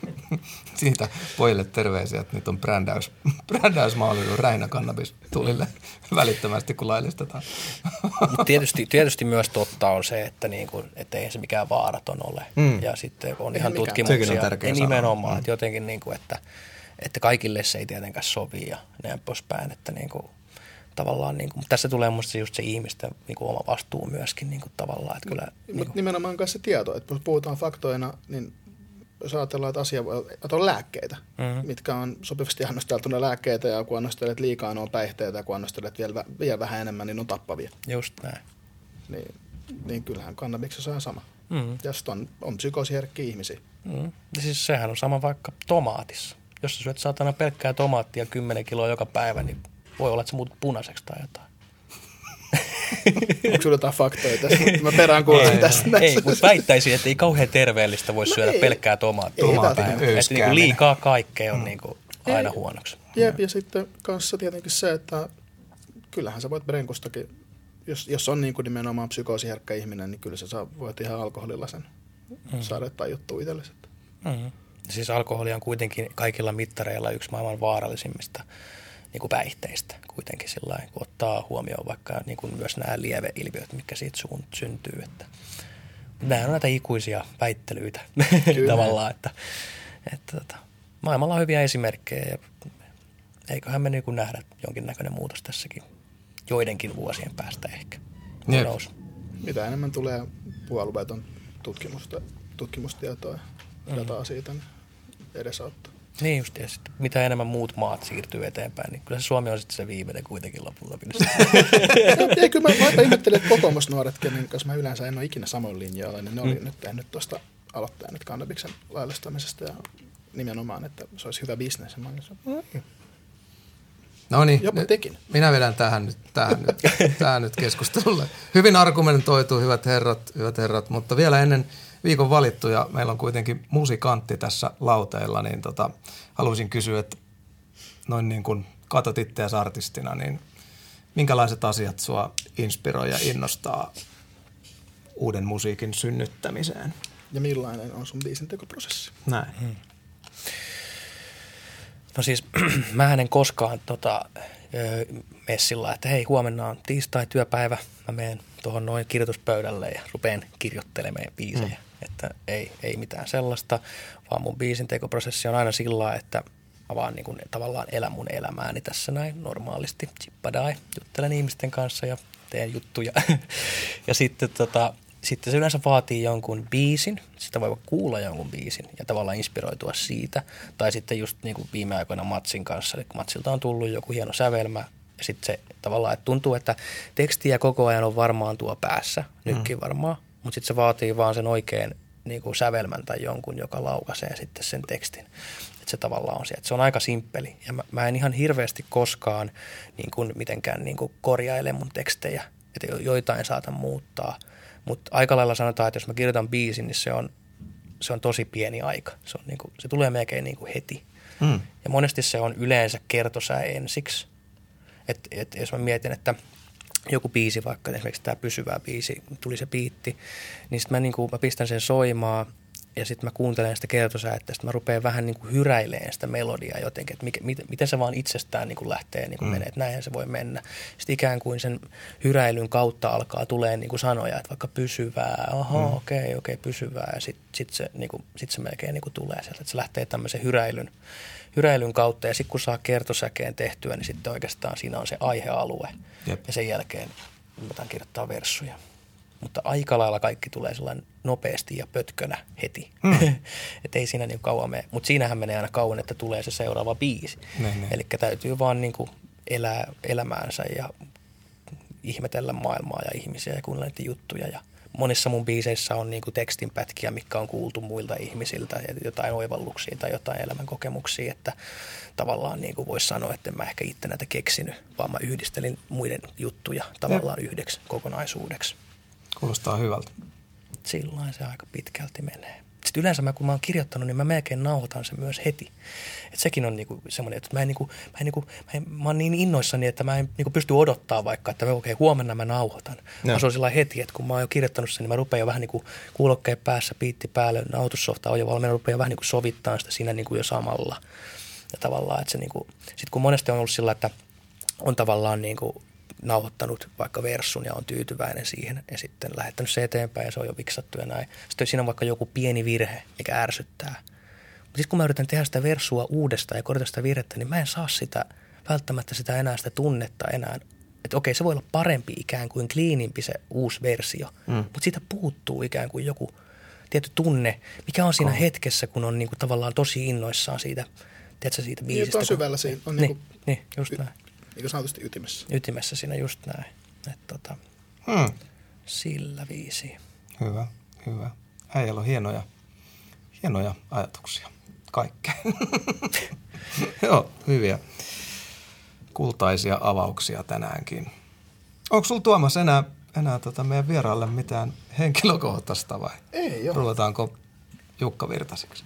Speaker 3: Siitä pojille terveisiä, että nyt on brändäys, brändäysmahdollisuus Rähinä kannabis tulille välittömästi, kun laillistetaan.
Speaker 4: Mutta tietysti, tietysti myös totta on se, että, niinku, että ei se mikään vaaraton ole.
Speaker 3: Mm.
Speaker 4: Ja sitten on
Speaker 2: Eihän
Speaker 4: ihan
Speaker 2: mikään.
Speaker 4: tutkimuksia.
Speaker 3: Sekin on tärkeä
Speaker 4: ja
Speaker 3: sanoa.
Speaker 4: nimenomaan,
Speaker 3: Mm.
Speaker 4: että jotenkin, niinku, että, että kaikille se ei tietenkään sovi ja näin poispäin. Että niinku, tavallaan, niinku, mutta tässä tulee musta just se ihmisten niinku, oma vastuu myöskin niinku, tavallaan. Että kyllä,
Speaker 2: Mutta
Speaker 4: niinku,
Speaker 2: nimenomaan myös se tieto, että kun puhutaan faktoina, niin jos ajatellaan, että asia voi että on lääkkeitä,
Speaker 4: Mhm.
Speaker 2: mitkä on sopivasti annosteltuneet lääkkeitä, ja kun annostelet liikaa, ne on päihteitä, ja kun annostelet vielä, vielä vähän enemmän, niin ne on tappavia.
Speaker 4: just näin.
Speaker 2: Niin, niin kyllähän kannabiksessa on sama.
Speaker 4: Mm.
Speaker 2: Ja sitten on, on psykoosiherkkiä ihmisiä.
Speaker 4: Mm. Ja siis sehän on sama vaikka tomaatissa. Jos sä syöt saatana pelkkää tomaattia kymmenen kiloa joka päivä, niin voi olla, että sä muutut punaiseksi tai jotain.
Speaker 2: Onko sinulla jotain faktoja tässä? Mä perään kuulisin tästä.
Speaker 4: Ei, mutta väittäisin, että ei kauhean terveellistä voi
Speaker 2: No
Speaker 4: syödä
Speaker 2: ei.
Speaker 4: pelkkää tomaattia.
Speaker 2: Ei
Speaker 4: joka
Speaker 2: välttämättä.
Speaker 4: päivä. Että niinku liikaa kaikkea on niinku aina huonoksi.
Speaker 2: Jep, ja sitten kanssa tietenkin se, että kyllähän sä voit brenkustakin, jos, jos on niin kuin nimenomaan psykoosiherkkä ihminen, niin kyllä sä saa, voit ihan alkoholilla sen mm. saada jotain juttua itsellesi.
Speaker 4: Mm-hmm. Siis alkoholi on kuitenkin kaikilla mittareilla yksi maailman vaarallisimmista niin kuin päihteistä kuitenkin sillä lailla, kun ottaa huomioon vaikka niin kuin myös nämä lieveilmiöt, mitkä siitä suun syntyy. Että nämä on näitä ikuisia väittelyitä tavallaan, että, että, että maailmalla on hyviä esimerkkejä ja eiköhän me niin kuin nähdä jonkinnäköinen muutos tässäkin joidenkin vuosien päästä ehkä.
Speaker 3: Jep.
Speaker 2: Mitä enemmän tulee puolueeton tutkimusta, tutkimustietoa ja
Speaker 4: Mm.
Speaker 2: dataa siitä, niin edesauttaa.
Speaker 4: Niin just, ja sitten mitä enemmän muut maat siirtyy eteenpäin, niin kyllä se Suomi on sitten se viimeinen kuitenkin lopulta.
Speaker 2: Ei, kyllä mä vaikka ihmettelin, että kokoomusnuoret, kenen kanssa mä yleensä en ole ikinä samoin linjoilla, niin ne oli mm. nyt tehnyt tuosta aloittajan nyt kannabiksen laillistamisesta ja nimenomaan, että se olisi hyvä bisnes.
Speaker 3: No niin,
Speaker 2: Jopa
Speaker 3: nyt
Speaker 2: tekin.
Speaker 3: minä vedän tähän nyt, tähän nyt, tähän nyt keskustelulle. Hyvin argumentoitu, hyvät herrat, hyvät herrat, mutta vielä ennen viikon valittuja, meillä on kuitenkin musikantti tässä lauteilla, niin tota, haluaisin kysyä, että noin niin kuin katot itseäsi artistina, niin minkälaiset asiat sua inspiroi ja innostaa uuden musiikin synnyttämiseen?
Speaker 2: Ja millainen on sun biisin tekoprosessi?
Speaker 3: Näin.
Speaker 4: Hmm. No siis, mähän en koskaan tota, mene sillä, että hei, huomenna on tiistai työpäivä, mä menen tuohon noin kirjoituspöydälle ja rupean kirjoittelemaan biisejä. Mm. Että ei, ei mitään sellaista, vaan mun biisin tekoprosessi on aina sillä, että mä vaan niin kuin tavallaan elän mun elämääni tässä näin normaalisti. Chippadai, juttelen ihmisten kanssa ja teen juttuja. Ja sitten tota, sitten se yleensä vaatii jonkun biisin, sitä voi kuulla jonkun biisin ja tavallaan inspiroitua siitä. Tai sitten just niin kuin viime aikoina Matsin kanssa, eli kun Matsilta on tullut joku hieno sävelmä, ja sitten se tavallaan, että tuntuu, että tekstiä koko ajan on varmaan tuo päässä, nytkin varmaan, mutta sitten se vaatii vaan sen oikein niin kuin sävelmän tai jonkun, joka laukaisee sitten sen tekstin. Että se tavallaan on se, että se on aika simppeli. Ja mä, mä en ihan hirveästi koskaan niin kuin mitenkään niin kuin korjaile mun tekstejä, että joitain saatan muuttaa. Mutta aika lailla sanotaan, että jos mä kirjoitan biisin, niin se on, se on tosi pieni aika. Se, on niin kuin, se tulee melkein niin kuin heti. Mm. Ja monesti se on yleensä kertosää ensiksi. Että et, jos mä mietin, että joku biisi, vaikka esimerkiksi tämä pysyvä biisi, tuli se biitti, niin sitten mä, niinku, mä pistän sen soimaan ja sitten mä kuuntelen sitä kertosäätä, sitten mä rupean vähän niinku hyräilemään sitä melodiaa jotenkin, että mikä, miten, miten se vaan itsestään niinku lähtee niinku mm. menee, että näinhän se voi mennä. Sitten ikään kuin sen hyräilyn kautta alkaa tulee niinku sanoja, että vaikka pysyvää, aha, mm. okei, okay, okei, okay, pysyvää, ja sitten sit se, niinku, sit se melkein niinku tulee sieltä, että se lähtee tämmöisen hyräilyn, hyräilyn kautta, ja sitten kun saa kertosäkeen tehtyä, niin sitten oikeastaan siinä on se aihealue, Jep. ja sen jälkeen ruvetaan kirjoittaa verssuja. Mutta aika lailla kaikki tulee sellainen nopeasti ja pötkönä heti. Mm. Että ei siinä niin kauan mene. Mutta siinähän menee aina kauan, että tulee se seuraava biisi. Eli täytyy vaan niin kuin elää elämäänsä ja ihmetellä maailmaa ja ihmisiä ja kuunnella niitä juttuja. Ja monissa mun biiseissä on niin kuin tekstinpätkiä, mitkä on kuultu muilta ihmisiltä, jotain oivalluksia tai jotain elämänkokemuksia, että tavallaan niin kuin voisi sanoa, että en mä ehkä itse näitä keksinyt, vaan mä yhdistelin muiden juttuja tavallaan Jep. yhdeksi kokonaisuudeksi.
Speaker 3: Kuulostaa hyvältä.
Speaker 4: Sillain se aika pitkälti menee. Sitten yleensä mä, kun mä oon kirjoittanut, niin mä melkein nauhoitan sen myös heti. Et sekin on niinku semmoinen, että mä, en niinku, mä, en niinku, mä, en, mä oon niin innoissani, että mä en niinku pysty odottaa vaikka, että okei, okay, huomenna mä nauhoitan. No. Mä se on sillä heti, että kun mä oon jo kirjoittanut sen, niin mä rupean jo vähän niinku kuulokkeen päässä, piitti päälle, nautussofta on jo valmiina, rupean jo vähän niinku sovittaa sitä siinä niinku jo samalla. Ja tavallaan, että se niinku, sit kun monesti on ollut sillä, että on tavallaan niinku nauhoittanut vaikka verssun ja on tyytyväinen siihen ja sitten lähettänyt se eteenpäin ja se on jo viksattu ja näin. Sitten siinä on vaikka joku pieni virhe, mikä ärsyttää. Mutta sitten kun mä yritän tehdä sitä versua uudestaan ja korjata sitä virhettä, niin mä en saa sitä, välttämättä sitä enää sitä tunnetta enää. Että okei, se voi olla parempi ikään kuin kliinimpi se uusi versio, mm. mutta siitä puuttuu ikään kuin joku tietty tunne, mikä on siinä oh. hetkessä, kun on niinku tavallaan tosi innoissaan siitä, tiedätkö, siitä biisistä.
Speaker 2: Niin, on syvällä siinä. On
Speaker 4: niin,
Speaker 2: niinku...
Speaker 4: niin, just näin.
Speaker 2: Niin kuin sanotusti ytimessä.
Speaker 4: Ytimessä siinä just näin. Että tota,
Speaker 3: hmm.
Speaker 4: sillä viisi.
Speaker 3: Hyvä, hyvä. Äijällä on hienoja, hienoja ajatuksia. Kaikkea. Joo, hyviä. Kultaisia avauksia tänäänkin. Onko sulla Tuomas enää, enää tota meidän vieraalle mitään henkilökohtaista vai?
Speaker 2: Ei ole.
Speaker 3: Ruvetaanko Jukka Virtasiksi?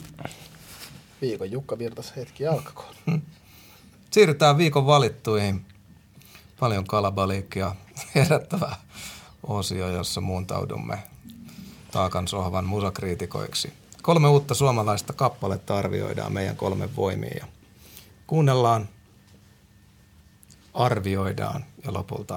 Speaker 2: Viikon Jukka Virtas hetki alkakoon. Hmm.
Speaker 3: Siirrytään viikon valittuihin. Paljon kalabaliikkia herättävää osio, jossa muuntaudumme taakan sohvan musakriitikoiksi. Kolme uutta suomalaista kappaletta arvioidaan meidän kolmen voimiin ja kuunnellaan, arvioidaan ja lopulta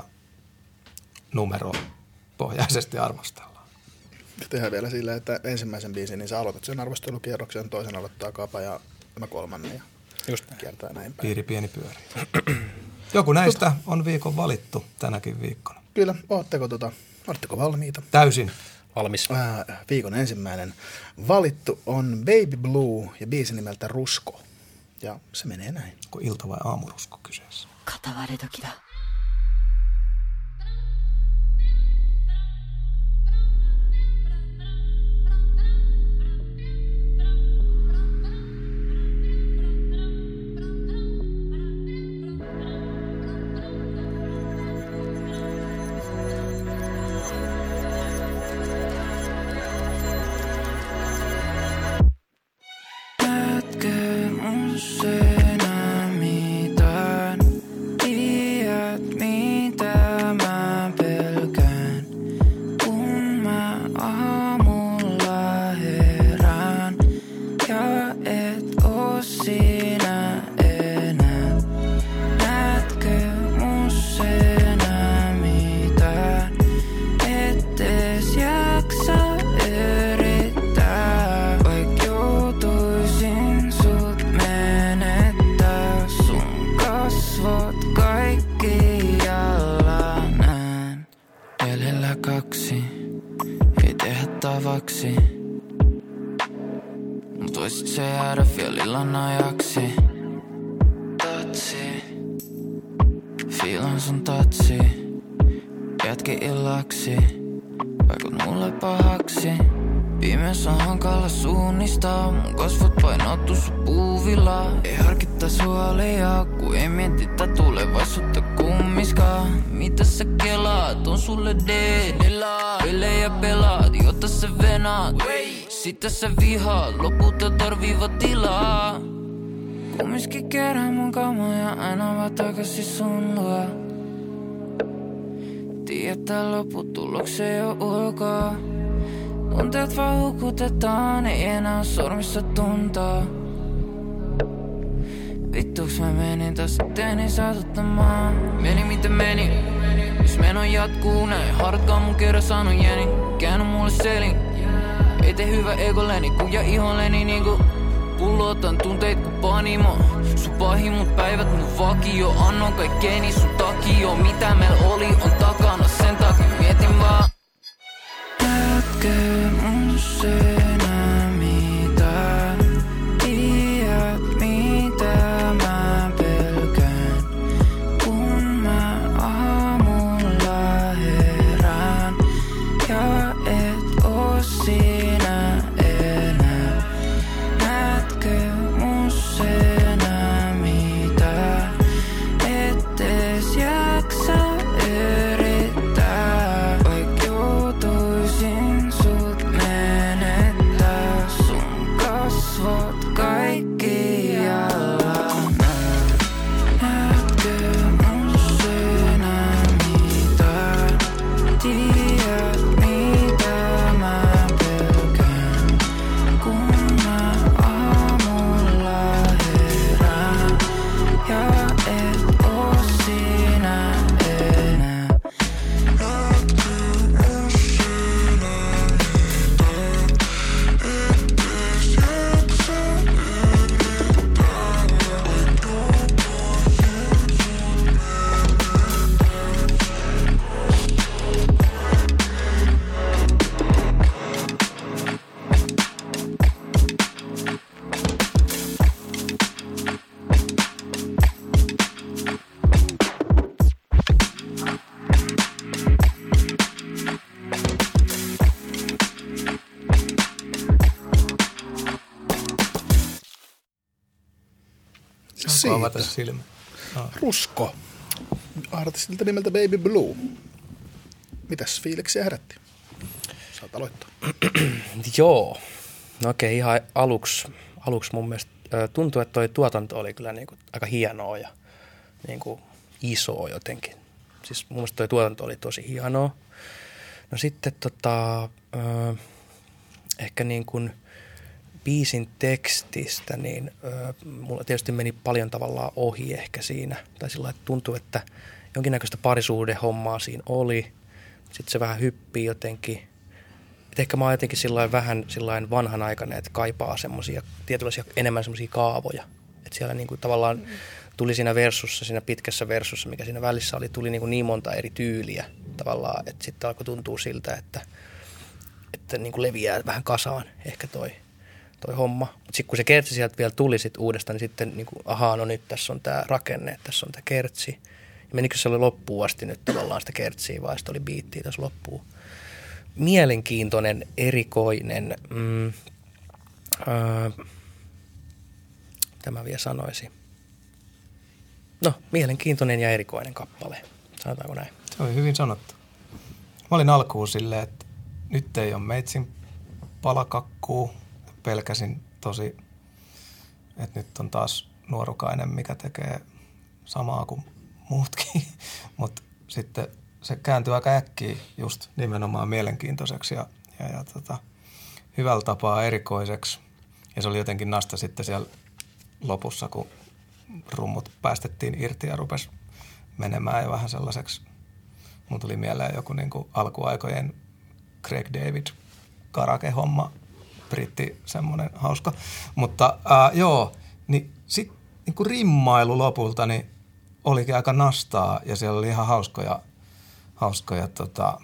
Speaker 3: numeropohjaisesti arvostellaan.
Speaker 2: Tehdään vielä sillä, että ensimmäisen biisin, niin sä aloitat sen arvostelukierroksen, toisen aloittaa Kapa ja mä kolmannen ja just kiertää näin päin.
Speaker 3: Piiri pieni pyöri. Joku näistä on viikon valittu tänäkin viikkona.
Speaker 2: Kyllä. Ootteko, tota, ootteko valmiita?
Speaker 3: Täysin.
Speaker 4: Valmis.
Speaker 2: Äh, viikon ensimmäinen valittu on Baby Blue ja biisi nimeltä Rusko. Ja se menee näin.
Speaker 3: Onko ilta- vai aamurusko kyseessä?
Speaker 6: Kataware-toki da. Mut voisit se jäädä vielä illan ajaksi. Tatsi, fiilan sun tatsi. Jätki illaksi, vaikut mulle pahaksi. Pimeässä on hankala suunnistaa. Mun kasvot painottu sun puuvilla. Ei harkittais huolia, kun ei mietitä tulevaisuutta kummiskaan. Mitä sä kelaat, on sulle deedellä. Pelejä pelaat, jotta sä venaat. Sitä sä vihaat, lopulta tarviiva tilaa. Kumminkin kerään mun kamoja aina vaan takaisin sun luo. Tiedättää lopputuloksen jo ulkoa. Tunteet vaan hukutetaan, ei enää sormissa tuntaa. Vittuks mä menin taas itteeni saatuttamaan. Meni miten meni, jos meno jatkuu näin. Hartkaa mun kerran saanut jeni, käännä mulle selin. Ei tee hyvä egolleni, kuja iholleni niinku pullotan tunteet ku panimo. Sun pahimut päivät mun vakio. Annon kaikkeeni sun takio. Mitä meil oli on takana, sen takia mietin vaan. Näetkö mun seinää mitään? Tiedät mitä mä pelkään. Kun mä aamulla herään ja et oo siinä enää. Näetkö mun seinää mitään? Et ees jaksa yrittää. Vaik joutuisin sut menettää. Sun kasvot kaikkialla. Näetkö mun seinää mitään? Tiedät mitä mä pelkään. Kun mä aamulla herään ja et oo siinä enää.
Speaker 3: Saanko avata silmä?
Speaker 2: Rusko. Artistilta nimeltä Baby Blue. Mitäs fiiliksiä herätti? Saat aloittaa.
Speaker 4: Joo. No okei, ihan aluksi, aluksi mun mielestä tuntuu, että toi tuotanto oli kyllä niinku aika hienoa ja niinku isoa jotenkin. Siis mun mielestä toi tuotanto oli tosi hienoa. No sitten tota, äh, ehkä niin kuin biisin tekstistä, niin äh, mulla tietysti meni paljon tavallaan ohi ehkä siinä. Tai sillä lailla, että tuntui, että jonkinnäköistä parisuhdehommaa siinä oli. Sitten se vähän hyppii jotenkin. Et ehkä mä oon jotenkin sillain vähän sillain vanhanaikainen, että kaipaa semmosia tietynlaisia enemmän semmosia kaavoja. Että siellä niinku tavallaan tuli siinä versussa, siinä pitkässä versussa, mikä siinä välissä oli, tuli niinku niin monta eri tyyliä tavallaan, että sitten alkoi tuntua siltä, että, että niinku leviää vähän kasaan ehkä toi, toi homma. Mutta sitten kun se kertsi sieltä vielä tuli sit uudestaan, niin sitten niinku, ahaa, no nyt tässä on tämä rakenne, tässä on tämä kertsi. Ja menikö se oli loppuun asti nyt tavallaan sitä kertsiä vai sitten oli biittiä tässä loppuun. Mielenkiintoinen, erikoinen, mm, öö, mitä mä vielä sanoisin? No, mielenkiintoinen ja erikoinen kappale, sanotaanko näin?
Speaker 3: Se oli hyvin sanottu. Mä olin alkuun silleen, että nyt ei ole meitsin palakakkuu. Pelkäsin tosi, että nyt on taas nuorukainen, mikä tekee samaa kuin muutkin, mutta sitten se kääntyi aika äkkiä just nimenomaan mielenkiintoiseksi ja, ja, ja tota, hyvällä tapaa erikoiseksi. Ja se oli jotenkin nasta sitten siellä lopussa, kun rummut päästettiin irti ja rupesi menemään ja vähän sellaiseksi. Mun tuli mieleen joku niin kuin alkuaikojen Craig David karake-homma, britti semmoinen hauska. Mutta ää, joo, niin sitten niin kuin rimmailu lopulta niin olikin aika nastaa ja siellä oli ihan hauskoja hauskoja, tota,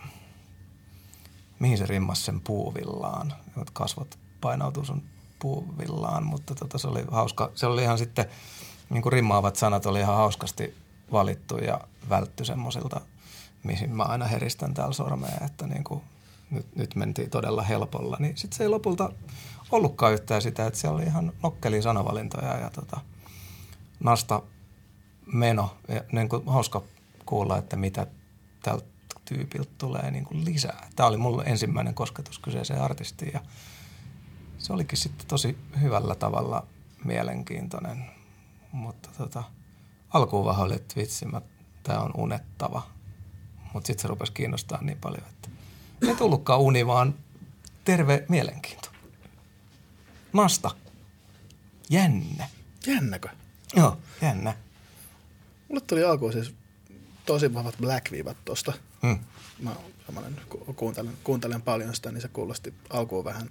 Speaker 3: mihin se rimmasi sen puuvillaan. Kasvot painautuu sun puuvillaan, mutta tota, se oli hauska. Se oli ihan sitten, niin kuin rimmaavat sanat oli ihan hauskasti valittu ja vältty semmoisilta, mihin mä aina heristän täällä sormea, että niin kuin nyt, nyt mentiin todella helpolla. Niin sitten se ei lopulta ollutkaan yhtään sitä, että siellä oli ihan nokkelia sanavalintoja ja tota, nasta meno. Ja niin kuin hauska kuulla, että mitä tältä tyypiltä tulee niin kuin lisää. Tämä oli mulle ensimmäinen kosketus kyseiseen artistiin ja se olikin sitten tosi hyvällä tavalla mielenkiintoinen. mutta tota, alkuun vähän oli, että vitsi, mä, tää on unettava. Mutta sitten se rupesi kiinnostaa niin paljon, että ei tullutkaan uni, vaan terve mielenkiinto. Nasta. Jännä.
Speaker 2: Jännäkö?
Speaker 3: Joo, jännä.
Speaker 2: Mulle tuli alkuun siis tosi vahvat black-viivat tosta.
Speaker 3: Hmm.
Speaker 2: Mä ku- kuuntelen, kuuntelen paljon sitä, niin se kuulosti alkuun vähän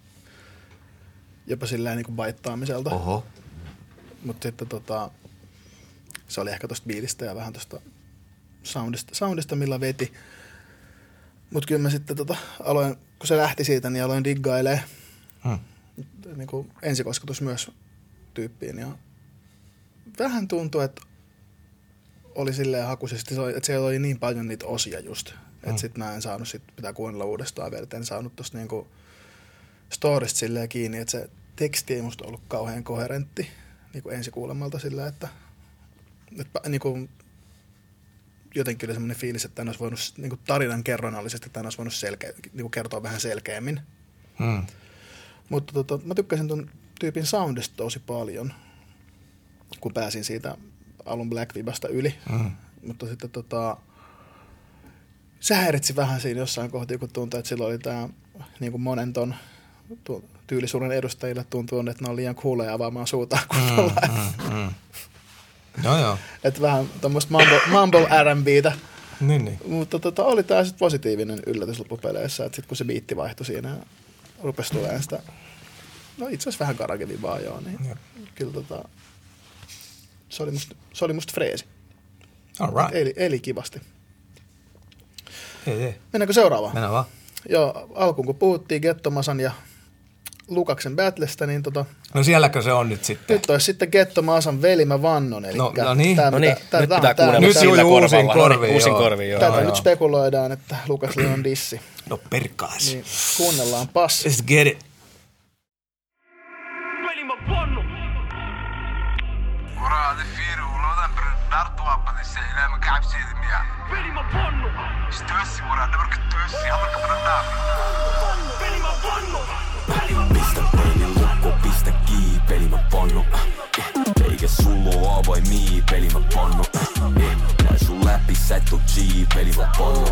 Speaker 2: jopa silleen niin kuin baittaamiselta.
Speaker 3: Oho.
Speaker 2: Mutta sitten tota, se oli ehkä tosta biitistä ja vähän tosta soundista, soundista millä veti. Mutta kyllä mä sitten tota, aloin, kun se lähti siitä, niin aloin diggailemaan.
Speaker 3: Hmm.
Speaker 2: Niin kuin ensikosketus myös tyyppiin. Ja vähän tuntui, että oli silleen hakuisesti, että siellä oli niin paljon niitä osia just. Hmm. Että sit mä en saanut, sit pitää kuunnella uudestaan vielä, en saanut tosta niinku storista silleen kiinni, että se teksti ei musta ollut kauhean koherentti niinku ensikuulemalta silleen, että, että niinku, jotenkin oli semmoinen fiilis, että tämän olisi voinut niinku tarinan kerronnallisesti, tämän olisi voinut selkeä, niinku kertoa vähän selkeämmin.
Speaker 3: Hmm.
Speaker 2: Mutta tota, mä tykkäsin ton tyypin soundista tosi paljon, kun pääsin siitä alun Black Vibasta yli. Mm. Mutta sitten tota, se häiritsi vähän siinä jossain kohtaa, kun tuntui, että silloin oli tää niin kuin monen ton tu- tyylisuuden edustajille tuntuu, että ne on liian cooleja avaamaan suutaan kunnolla. Mm, mm, mm.
Speaker 3: Joo, joo.
Speaker 2: Että vähän tommoista mumble, mumble R and B:tä.
Speaker 3: Niin, niin.
Speaker 2: Mutta tota, oli tää sitten positiivinen yllätys loppupeleissä, että sitten kun se biitti vaihtui siinä ja rupesi tulemaan sitä, no itse asiassa vähän garage-vibaa joo, niin ja. Kyllä tota, se oli musta, se oli musta freesi.
Speaker 3: All right.
Speaker 2: Eli, eli kivasti.
Speaker 3: Ei, ei.
Speaker 2: Mennäänkö seuraavaan?
Speaker 3: Mennään vaan.
Speaker 2: Joo, alkuun kun puhuttiin Gettomasan ja Lukaksen battlestä, niin tota...
Speaker 3: No sielläkö se on nyt sitten?
Speaker 2: Nyt olisi sitten Gettomasan veli mä vannon, eli...
Speaker 3: No, no niin,
Speaker 4: no niin.
Speaker 2: Tää,
Speaker 4: nyt
Speaker 2: tää,
Speaker 4: pitää
Speaker 2: tää,
Speaker 4: kuunnella
Speaker 3: nyt
Speaker 4: sillä
Speaker 3: juu, uusin
Speaker 4: korvalla.
Speaker 3: korviin,
Speaker 4: Uusin
Speaker 3: joo.
Speaker 4: korviin, joo.
Speaker 2: Tätä
Speaker 3: joo.
Speaker 2: nyt spekuloidaan, että Lukasli on dissi.
Speaker 3: No perkaas.
Speaker 2: Niin kuunnellaan passi.
Speaker 3: Let's get it.
Speaker 7: وراء ذفير ولوذا برد وابد السيلة من كعب سيد المياه بلي ما بانو استوسي وراء دبرك التوسي هذا كبرناك بلي ما بانو
Speaker 8: Pistä peli lukko, pistä kii, peli mä pannu. Eikä sulla oo avaimii, peli mä pannu. Näin sun läpi, sä et oo G, peli mä pannu.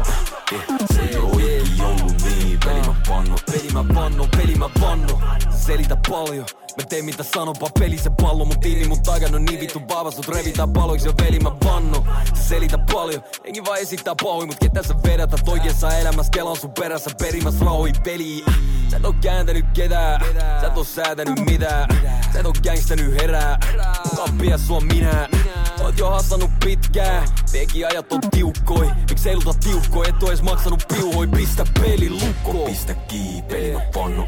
Speaker 8: Se ei oo ikki ollut niin, peli mä pannu. Peli mä pannu, peli mä pannu. Selitä paljon. Mä tein mitä sanonpa, peli se pallo. Mun tiimi mun takana on niin vittu vahva, sut revitään paloiksi ja veli mä vanno. Selitä paljon, enkin vaan esittää paui, mut ketä sä vedätät oikeassa elämässä, kelan sun perässä perimässä rauhoi peliin. Sä et oo kääntänyt ketään, sä et oo säätänyt mitään. Sä et oo gangstänyt herää, kappia sua minä. Oot jo hassannut pitkään, veki ajat on tiukkoi. Miks ei luta tiukkoi, et oo ees maksanut piuhoi. Pistä peli lukko, pistä kii, peli mä pannu.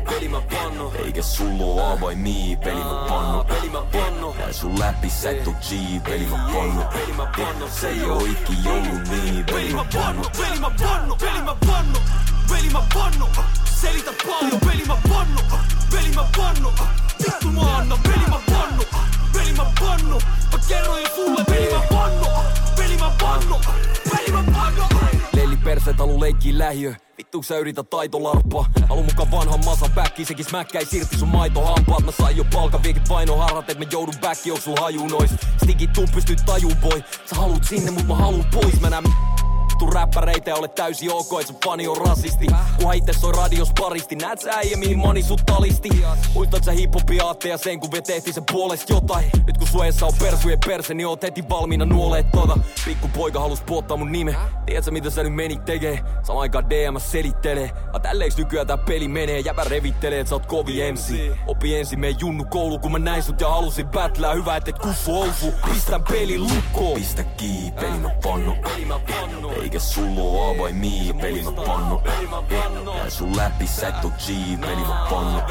Speaker 8: Eikä sulla oo avaimii, peli mä pannu. Näin sun läpi, sä et oo G, peli mä pannu. Se ei oo ikki ollut niin, peli mä pannu.
Speaker 7: Peli mä pannu, peli mä pannu, peli mä pannu. Selitä paljon, peli mä pannu, peli mä pannu. Vittu mä annan, peli mä pannu, peli mä pannu. Mä kerroin sulle, peli mä pannu, peli mä pannu, peli mä pannu.
Speaker 8: Lelli perseet halu leikkii lähiö. Vittu sä yrität taitolarppaa. Alun mukaan vanhan masan backi, sekin smäkkäis irti sun maitohampaat. Mä sain jo palkan, viekit vainoharrat, et mä joudun backi, onks sul haju nois? Stikit tuu pystyt tajuu boy. Sä haluut sinne, mut mä haluun pois. Mä näen räppäreitä ja olet täysin ok, et sun fani on rasisti. Kunhan itse soi radios paristi, näet sä äijä mihin moni sut talisti. Muistat sä hip-hopin aatteja sen kun me tehtiin sen puolest jotain. Nyt kun suojassa on persujen perse, niin oot heti valmiina nuoleet tota. Pikku poika halus puottaa mun nime. Tiedät sä mitä sä nyt menit tekee? Samaan aikaan D M selittelee. A tälleiks nykyään tää peli menee? Jäpä revittelee et sä oot kovi M C. Opi ensin meen junnu koulu kun mä näin sut ja halusin battlää. Hyvä et et kuffu oufu. Pistän peli lukkoon.
Speaker 7: Pistä kii, peli mä pannu. Eikä sulla oo avaimii, peli mä pannu. Näin sun läpi, sä et oo G, peli mä pannu.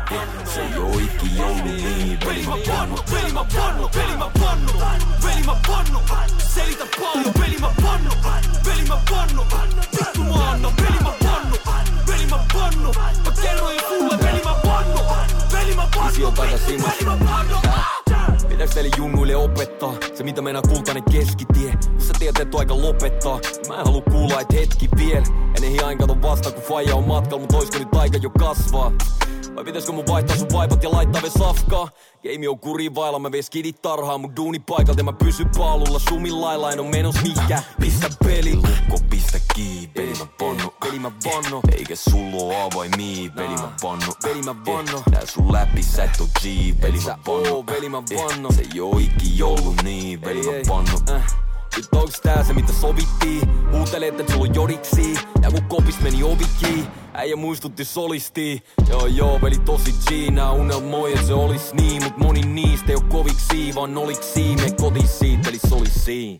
Speaker 7: Se ei oo ikki ollut niin, peli mä pannu. Peli mä pannu, peli mä pannu, peli mä pannu. Selitä paljon, peli mä pannu, peli mä pannu. Vittu mä annan, peli mä pannu, peli mä pannu. Mä kerroin sulle, peli mä pannu, peli mä pannu.
Speaker 8: Isi on takaisin, peli mä pannu. Pitäis teille junnuille opettaa se mitä meinaa kultainen keskitie. Jos sä tiedät et on aika lopettaa, mä en halua kuulla et hetki viel. En ehdi aina kato vasta kun faija on matkalla, mut oisko nyt aika jo kasvaa.
Speaker 7: Vai pitäisikö mun vaihtaa sun vaipat ja laittaa ve safkaa? Game on kuriin vailla, mä vien skidit tarhaan mun duuni paikalta ja mä pysyn paalulla sumin lailla, en oo menos mikään. Pistä peli,
Speaker 8: lukko pistä kiinni, peli mä pannu,
Speaker 7: peli mä vanno.
Speaker 8: Eikä sulla oo avaimia, peli mä pannu,
Speaker 7: peli mä vanno.
Speaker 8: Nää sun läpi, sä et oo G, peli mä pannu,
Speaker 7: peli mä vanno.
Speaker 8: Se ei oo ikin ollut niin, peli mä pannu.
Speaker 7: Nyt onks tää se mitä sovittiin? Huutelet et sulla on jodiksi ja kun kopis meni ovikki. Äijä muistutti solistiin. Joo joo veli tosi G. Nää unelmoi et se olis niin. Mut moni niistä ei oo koviksi vaan oliksi. Me kotis siitä eli solisiin.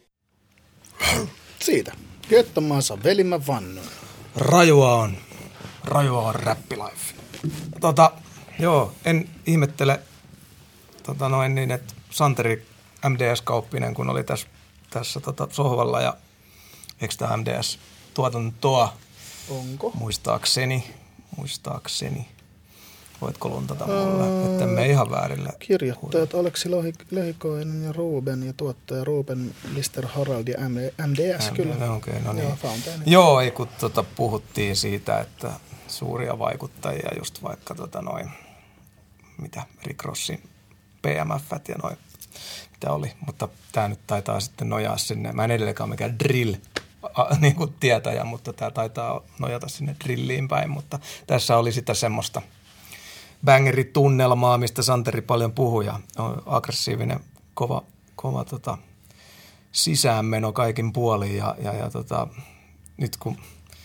Speaker 2: Siitä. Gettomaansa veli mä vannoin.
Speaker 3: Rajua on. Rajua on räppilife. Tota, joo, en ihmettele tota noin niin, että Santeri M D S-kauppinen, kun oli tässä tässä tota sohvalla ja eikö tämä M D S-tuotantoa?
Speaker 2: Onko?
Speaker 3: Muistaakseni, muistaakseni. Voitko luntata mulle, uh, että me ihan väärille?
Speaker 2: Kirjoittajat Aleksi Lehikoinen ja Ruben ja tuottaja Ruben, mister Harald ja M D S, M- kyllä.
Speaker 3: No, okay, no niin.
Speaker 2: Joo, Fountain.
Speaker 3: Joo, ei kun tota, puhuttiin siitä, että suuria vaikuttajia just vaikka tota noin, mitä Rick Rossin P M F:t ja noin. Mitä oli, mutta tämä nyt taitaa sitten nojaa sinne. Mä en edelleenkaan mikään drill a, niin kuin tietäjä, mutta tämä taitaa nojata sinne drilliin päin. Mutta tässä oli sitä semmoista bangeritunnelmaa, mistä Santeri paljon puhui. Ja aggressiivinen, kova, kova tota, sisäänmeno kaikin puolin. Ja, ja, ja tota, nyt kun,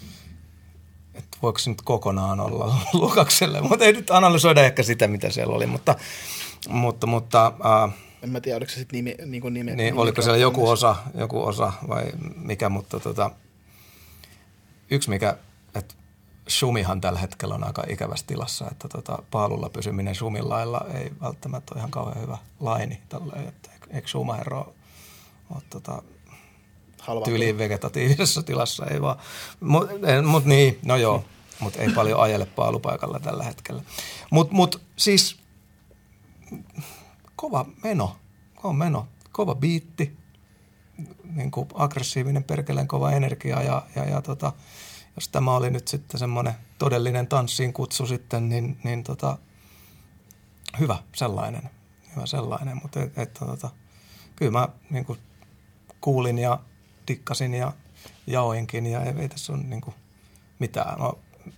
Speaker 3: että voiko se nyt kokonaan olla Lukakselle, mutta ei nyt analysoida ehkä sitä, mitä siellä oli. Mutta, mutta, mutta äh,
Speaker 2: en mä tiedä, oliko se sitten nimi, niin kuin nime.
Speaker 3: Niin,
Speaker 2: nimi
Speaker 3: oliko siellä joku osa, joku osa vai mikä, mutta tota, yksi mikä, että Shumihan tällä hetkellä on aika ikävässä tilassa, että tota, paalulla pysyminen Shumin lailla ei välttämättä ole ihan kauhean hyvä laini. Tälleen, että eikö Schumacher ole, ole tota, tyyliin vegetatiivisessa tilassa, ei vaan. Mutta mut niin, no joo, mutta ei paljon ajele paalupaikalla tällä hetkellä. Mutta mut, siis kova meno, kova meno, kova biitti, niin kuin aggressiivinen perkeleen kova energia ja, ja, ja tota, jos tämä oli nyt sitten semmoinen todellinen tanssiin kutsu sitten, niin, niin tota, hyvä sellainen, hyvä sellainen, mutta et, et, tota, kyllä mä niin kuin kuulin ja dikkasin ja jaoinkin ja ei, ei tässä ole niin kuin mitään. No,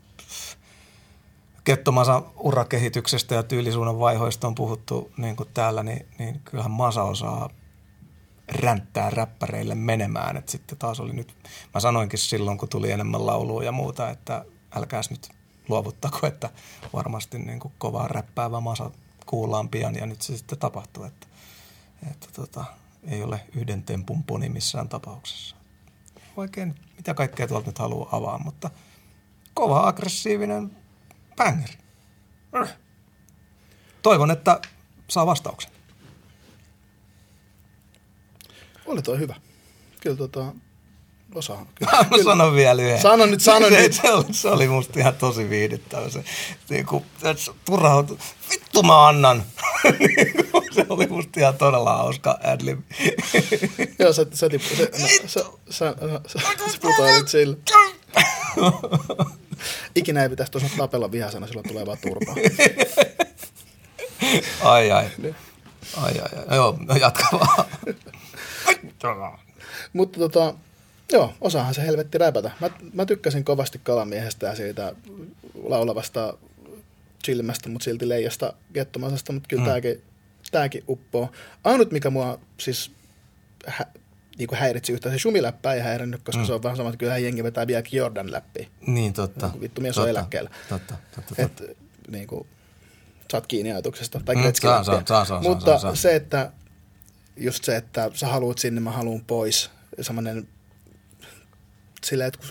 Speaker 3: Kettomasan urakehityksestä ja tyylisuunnan vaihoista on puhuttu niin kuin täällä, niin, niin kyllähän Masa osaa ränttää räppäreille menemään. Et sitten taas oli nyt, mä sanoinkin silloin, kun tuli enemmän laulua ja muuta, että älkääs nyt luovuttako, että varmasti niin kuin kovaa räppäävä Masa kuullaan pian ja nyt se sitten tapahtuu, että, että tota, ei ole yhden tempun poni missään tapauksessa. Oikein mitä kaikkea tuolta nyt haluaa avaa, mutta kova aggressiivinen bangeri. Toivon, että saa vastauksen.
Speaker 2: Oli toi hyvä. Kyllä tota, osaa. Kyllä,
Speaker 3: Mä
Speaker 2: kyllä.
Speaker 3: sanon vielä yhden.
Speaker 2: Sano nyt, sano
Speaker 3: se,
Speaker 2: nyt.
Speaker 3: Se oli, se oli musta ihan tosi viihdyttävä. Se, niin kuin, se turhautui. Vittu mä annan. Se oli musta ihan todella hauska adlib.
Speaker 2: Joo, sä, sä, tippu, se, no, sä, sä, sä, sä putoilit sillä. Ikinä ei pitäisi tosiaan tapella vihasena, silloin tulee vaan turpaa.
Speaker 3: Ai ai. Ai ai ai. Joo, jatka vaan.
Speaker 2: Mutta tota, joo, osaahan se helvetti räpätä. Mä, mä tykkäsin kovasti Kalamiehestä ja siitä laulavasta chilmästä, mutta silti leijasta Gettomasasta, mutta kyllä mm. tääkin, tääkin uppoo. Ainut, mikä mua siis hä, niin kuin häiritsi yhtään, se Shumi-läppä ei häirinnyt, koska mm. se on vähän sama, että kyllä jengi vetää vieläkin Jordan-läppiä.
Speaker 3: Niin, totta.
Speaker 2: Niin, vittu, mies
Speaker 3: totta,
Speaker 2: on eläkkeellä.
Speaker 3: Totta, totta, totta.
Speaker 2: Et, niin kuin, saat kiinni ajatuksesta. Tai
Speaker 3: mm, saa, saa, saa, saa,
Speaker 2: mutta
Speaker 3: saa, saa.
Speaker 2: se, että just se, että sä haluat sinne, mä haluan pois. Sellainen, silleen, että kun,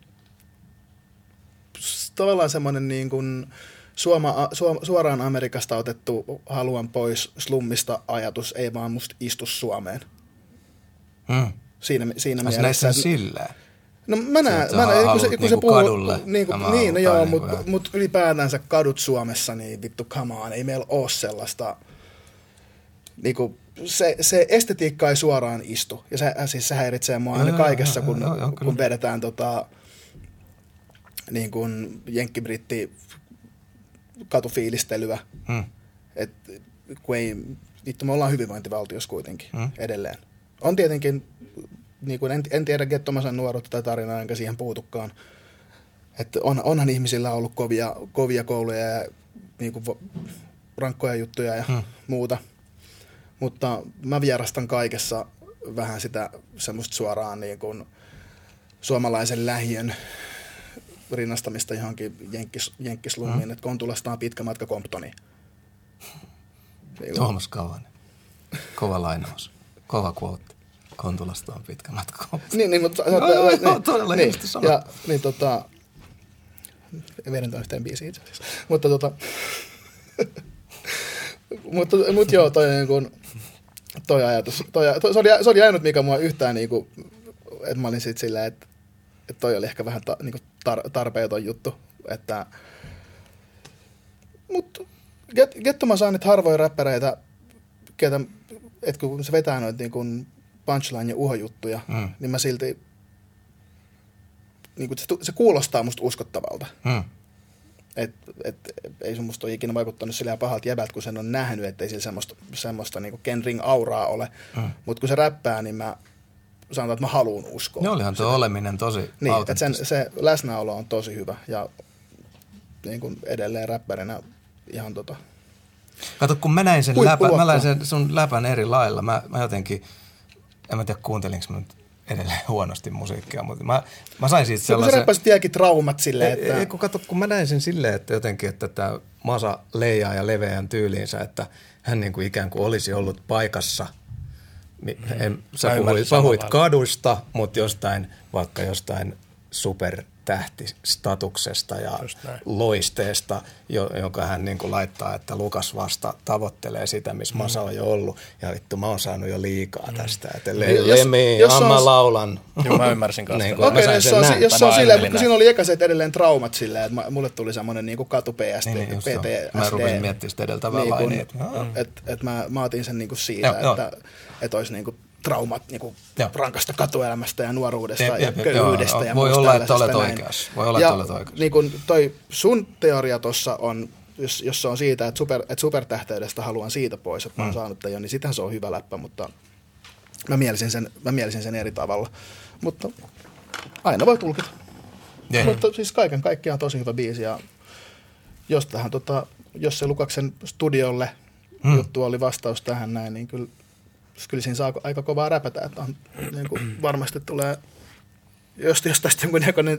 Speaker 2: tavallaan semmoinen niin kuin suoma, su, suoraan Amerikasta otettu haluan pois slummista ajatus ei vaan musta istu Suomeen.
Speaker 3: Hmm.
Speaker 2: Siinä, siinä
Speaker 3: Mä
Speaker 2: mielessä.
Speaker 3: Että silleen.
Speaker 2: No mä näen, mä näen kun se, kun se puhuu, niin, kuin, niin no joo, mutta niin mut ylipäätänsä kadut Suomessa, niin vittu come on, ei meillä ole sellaista, niin kuin, se, se estetiikka ei suoraan istu, ja se, siis se häiritsee mua aina kaikessa, kun, joo, joo, kun vedetään tota, niin kuin jenkkibritti katufiilistelyä.
Speaker 3: Hmm.
Speaker 2: Et, kun ei, vittu, me ollaan hyvinvointivaltiossa kuitenkin
Speaker 3: hmm.
Speaker 2: edelleen. On tietenkin, niin kuin en, en tiedä Gettomasan nuoruutta tai tarinaa, enkä siihen puutukaan. Että on, onhan ihmisillä ollut kovia, kovia kouluja ja niin kuin, rankkoja juttuja ja hmm. muuta. Mutta mä vierastan kaikessa vähän sitä semmoista suoraan niin kuin suomalaisen lähiön rinnastamista johonkin jenkkis, jenkkislummiin, hmm. että Kontulasta on pitkä matka Comptoniin.
Speaker 3: Tuomas Kauhanen. Kova lainaus. Kova quote. Kontulasta on pitkä matka Comptoniin.
Speaker 2: Niin, niin, mutta...
Speaker 3: No,
Speaker 2: no,
Speaker 3: joo,
Speaker 2: niin,
Speaker 3: joo, todella
Speaker 2: niin,
Speaker 3: hienosti sanottu.
Speaker 2: Ja niin tota... Vedän tuon yhteen biisiin itse asiassa. Mutta tota... mutta, mutta joo, toi niin kuin... Toi ajatus, toi, toi, se, oli, se oli ainut, mikä mua yhtään, niin kuin, että mä olin sitten silleen, että, että toi oli ehkä vähän ta, niin kuin tar, tarpeeton juttu. Että, mutta Gettoman saa nyt harvoja räppäreitä, ketä, että kun se vetää noita niin kuin punchline- ja uhojuttuja, mm. niin mä silti, niin kuin se, se kuulostaa musta uskottavalta. Mm. Että et, ei sun musta ole ikinä vaikuttanut silleen pahalta jäbältä, kun sen on nähnyt, ettei sillä semmoista, semmoista niinku Ken Ring-auraa ole. Mm. Mutta kun se räppää, niin mä sanotaan, että mä haluun uskoa.
Speaker 3: Ne olihan tuo oleminen tosi
Speaker 2: niin, että sen, se läsnäolo on tosi hyvä ja niin kuin edelleen räppärinä ihan tota...
Speaker 3: Kato, kun mä näin sen, läpä, mä näin sen sun läpän eri lailla, mä, mä jotenkin, en mä tiedä kuuntelinko mä nyt edelleen huonosti musiikkia, mutta mä, mä sain siitä sellaisen...
Speaker 2: Kun sä räppäsit jääkin traumat silleen, että...
Speaker 3: Ei, kun kato, kun mä näin sen silleen, että jotenkin, että tämä Masa leijaa ja leveän tyyliinsä, että hän niin kuin ikään kuin olisi ollut paikassa. En, sä puhuit, puhuit kadusta, mutta jostain, vaikka jostain supertähtistatuksesta ja loisteesta, jonka hän niin kuin laittaa, että Lukas vasta tavoittelee sitä, missä Masa on jo ollut. Ja vittu, mä oon saanut jo liikaa tästä. Että Lemi, Amma laulan.
Speaker 4: Joo, mä ymmärsin kanssa.
Speaker 2: Niin, okei, okay, jos, jos se on silleen, mutta siinä oli ekaiset edelleen traumat silleen, että mulle tuli semmoinen niin kuin katu P S D.
Speaker 3: Niin, niin, P T S D. Mä rupesin miettimään sitä edeltävää
Speaker 2: niin,
Speaker 3: laineet.
Speaker 2: Että et mä, mä otin sen niin kuin siitä,
Speaker 3: joo,
Speaker 2: että et olisi niin kuin traumat niinku rankasta katuelämästä ja nuoruudesta
Speaker 3: jep,
Speaker 2: ja
Speaker 3: jep,
Speaker 2: köyhyydestä.
Speaker 3: Joo,
Speaker 2: ja
Speaker 3: voi olla, että olet oikeassa. Voi olla,
Speaker 2: ja
Speaker 3: että olet oikeassa.
Speaker 2: Niin kun toi sun teoria tuossa on, jos, jos se on siitä, että, super, että supertähteydestä haluan siitä pois, että mä oon mm. saanut tämän jo, niin sitähän se on hyvä läppä, mutta mä mielisin sen, mä mielisin sen eri tavalla. Mutta aina voi tulkita. Yeah. Mutta siis kaiken kaikkiaan tosi hyvä biisi ja jos, tähän, tota, jos se Lukaksen studiolle mm. juttu oli vastaus tähän näin, niin kyllä Kyllä siinä saa aika kovaa räpätä, että on, niin kuin varmasti tulee, jos, jos tästä jonkunnäköinen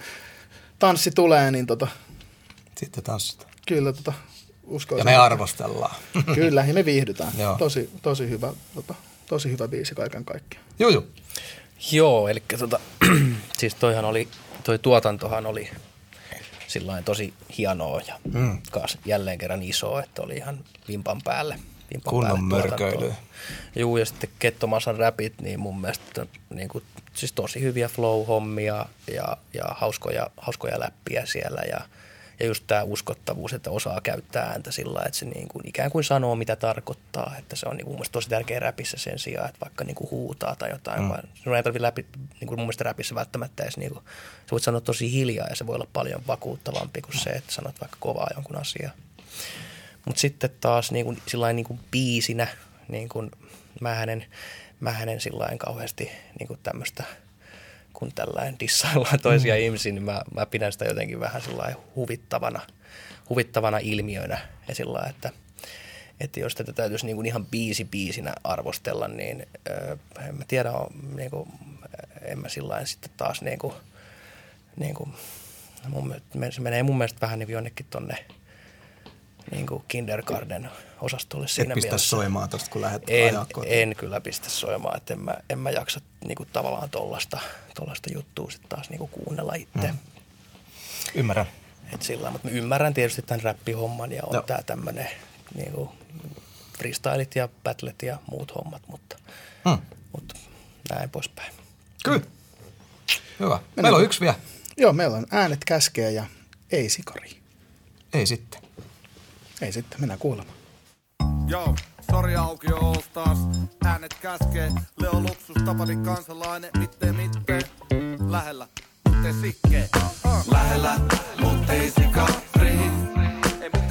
Speaker 2: tanssi tulee, niin tota...
Speaker 3: Sitten tanssitaan.
Speaker 2: Kyllä, tota, uskoisin.
Speaker 3: Ja me arvostellaan.
Speaker 2: Kyllä, ja me viihdytään. Tosi, tosi, hyvä, tota, tosi hyvä biisi kaiken kaikkiaan.
Speaker 3: Joo, joo.
Speaker 4: Joo, eli tota, siis toihan oli, toi tuotantohan oli sillain tosi hienoa ja mm. kaas jälleen kerran iso, että oli ihan vimpan päälle.
Speaker 3: Kunnon mörköily.
Speaker 4: Juu, ja sitten Gettomasan räpit, niin mun mielestä niin kuin, siis tosi hyviä flow-hommia ja, ja hauskoja, hauskoja läppiä siellä. Ja, ja just tämä uskottavuus, että osaa käyttää ääntä sillä lailla, että se niin kuin, ikään kuin sanoo, mitä tarkoittaa. Että se on niin kuin, mun mielestä tosi tärkeä räpissä sen sijaan, että vaikka niin kuin huutaa tai jotain. Mm. Vaan, sun ei tarvitse läpi, niin kuin mun mielestä räpissä välttämättä edes, niin kuin, sä voit sanoa tosi hiljaa ja se voi olla paljon vakuuttavampi kuin se, että sanot vaikka kovaa jonkun asian. Mutta sitten taas niin kuin, sillain niin kuin biisinä, niin kuin mä hänen, mä hänen sillain kauheasti niin kuin tämmöistä, kun tällainen dissaillaan toisia mm. ihmisiä, niin mä, mä pidän sitä jotenkin vähän sillain huvittavana, huvittavana ilmiönä. Ja sillain, että, että jos tätä täytyisi niin kuin ihan biisi biisinä arvostella, niin öö, en mä tiedä, niin kuin, en mä sillain sitten taas niin kuin, niin kuin, mun, se menee mun mielestä vähän niin jonnekin tonne niin kuin kindergarten osastolle siinä
Speaker 3: mielessä. Et pistä soimaan tuosta, kun lähdet ajaa kotiin.
Speaker 4: En kyllä pistä soimaan, että en mä, en mä jaksa niin kuin tavallaan tollaista, tollaista juttua sitten taas niin kuin kuunnella itse. Mm.
Speaker 3: Ymmärrän.
Speaker 4: Et sillä, mutta mä ymmärrän tietysti tämän räppihomman ja on no. tää tämmönen niin kuin freestylit ja battlet ja muut hommat, mutta, mm. mutta näin poispäin.
Speaker 3: Kyllä. Hyvä. Meillä, meillä on yksi vielä.
Speaker 2: Joo, meillä on Äänet käskee ja Ei sikari.
Speaker 3: Ei sitten.
Speaker 2: Ei sitten, mennään kuulemaan.
Speaker 9: Joo, sori Aukio All Stars, Äänet käskee, Leo Luksus, Tapani kansalainen, mitte mitte, lähellä, mutta ei sikkee. Uh. Lähellä, mutta ei sikari, ei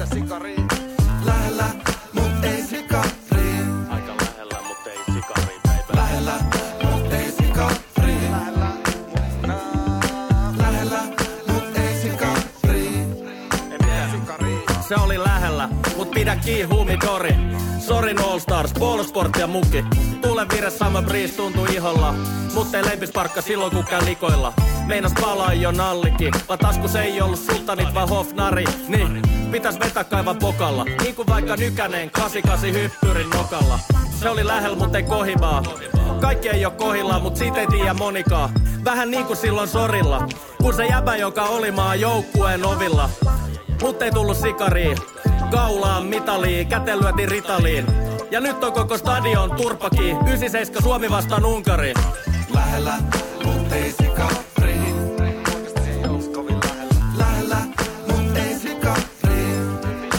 Speaker 10: kii, huumidori. Sorin All Stars, polosport ja muki. Tuulen vire, sama breeze tuntuu iholla. Mut ei lempisparkka silloin kun käy nikoilla. Meinas palaa jo nalliki. Vaan taskus ei ollut sultanit vaan hofnari. Niin, pitäis vetää kaivan pokalla. Niin kuin vaikka Nykänen, kasikasi hyppyrin nokalla. Se oli lähellä mut ei kohivaa. Kaikki ei oo kohillaan, mut siitä ei tiedä monikaa. Vähän niin kuin silloin sorilla. Kun se jäbä, joka oli maa joukkueen ovilla. Mut ei tullut sikariin. Kaulaan mitaliin, käteen lyötiin ritaliin. Ja nyt on koko stadion turpaki. yhdeksänkymmentäseitsemän Suomi vastaan Unkari.
Speaker 9: Lähellä, mut ei sikariin. Lähellä, mut ei sikariin.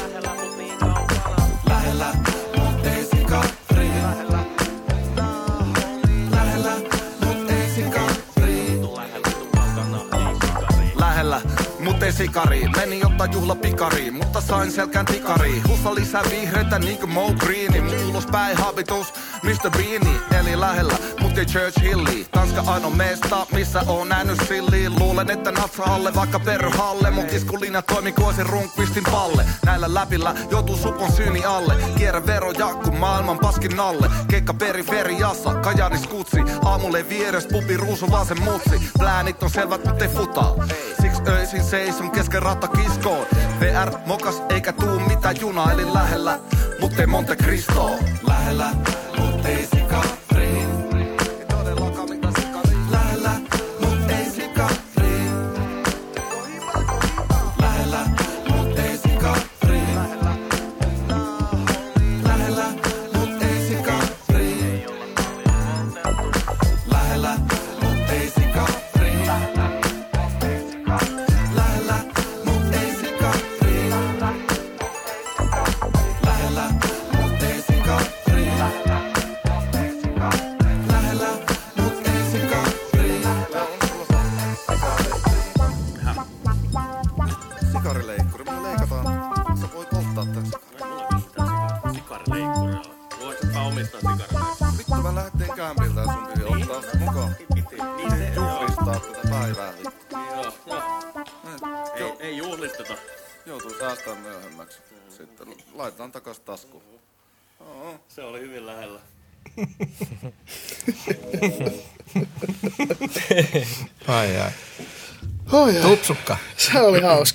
Speaker 9: Lähellä, mut ei sikariin. Lähellä, mut ei sikariin. Lähellä, mut ei sikariin. Meni ottaa juhla pikariin, mutta sain selkään tikariin. Hussa lisää vihreitä niinku Mo Greeni. Mun ulospäin habitus mister Beanie. Eli lähellä, mut ei Churchillia. Tanska ainoa mesta, missä oon nähnyt silliä. Luulen, että natsa alle vaikka perhalle. Mut iskulinja toimi kuosin runkvistin palle. Näillä läpillä joutuu supon syyni alle. Kierrä veroja kun maailman paskin alle. Keikka periferiassa, Kajaanis kutsi. Aamulle vieres, pubi ruusu vaan sen mutsi. Pläänit on selvät, mut ei futaa. Siksi öisin seison kesken rattakiskoon. V R mokas eikä tuu mitään junaa. Eli lähellä, mut ei Monte Cristo. Lähellä, mut ei sikariin. Ei todellakaan mitään sikariin. Lähellä, mut ei sikariin. Lähellä, mut ei sikariin. Lähellä, mut ei sikariin. Lähellä, mut ei sikariin. Lähellä, mut ei sikariin. Lähellä, mut ei sikariin. Lähellä, mut ei sikariin. Sikarileikkuri, me leikataan. Sä voit ottaa tän sikarileikkuri.
Speaker 10: Sikarileikkuri. Voisitko omistaa sikarileikkuri?
Speaker 9: Vittu mä lähteen kämpiltä ja sun piti ottaa sitä mukaan. Juhlistaa tätä päivää.
Speaker 10: Joo, joo. Ei, ei juhlisteta.
Speaker 9: Joutuu säästämään myöhemmäksi. Sitten laitetaan takas taskuun. Oo.
Speaker 10: Se oli hyvin lähellä.
Speaker 3: Ai ai.
Speaker 2: Oh, jaa.
Speaker 3: Tupsukka.
Speaker 2: Se oli hauska.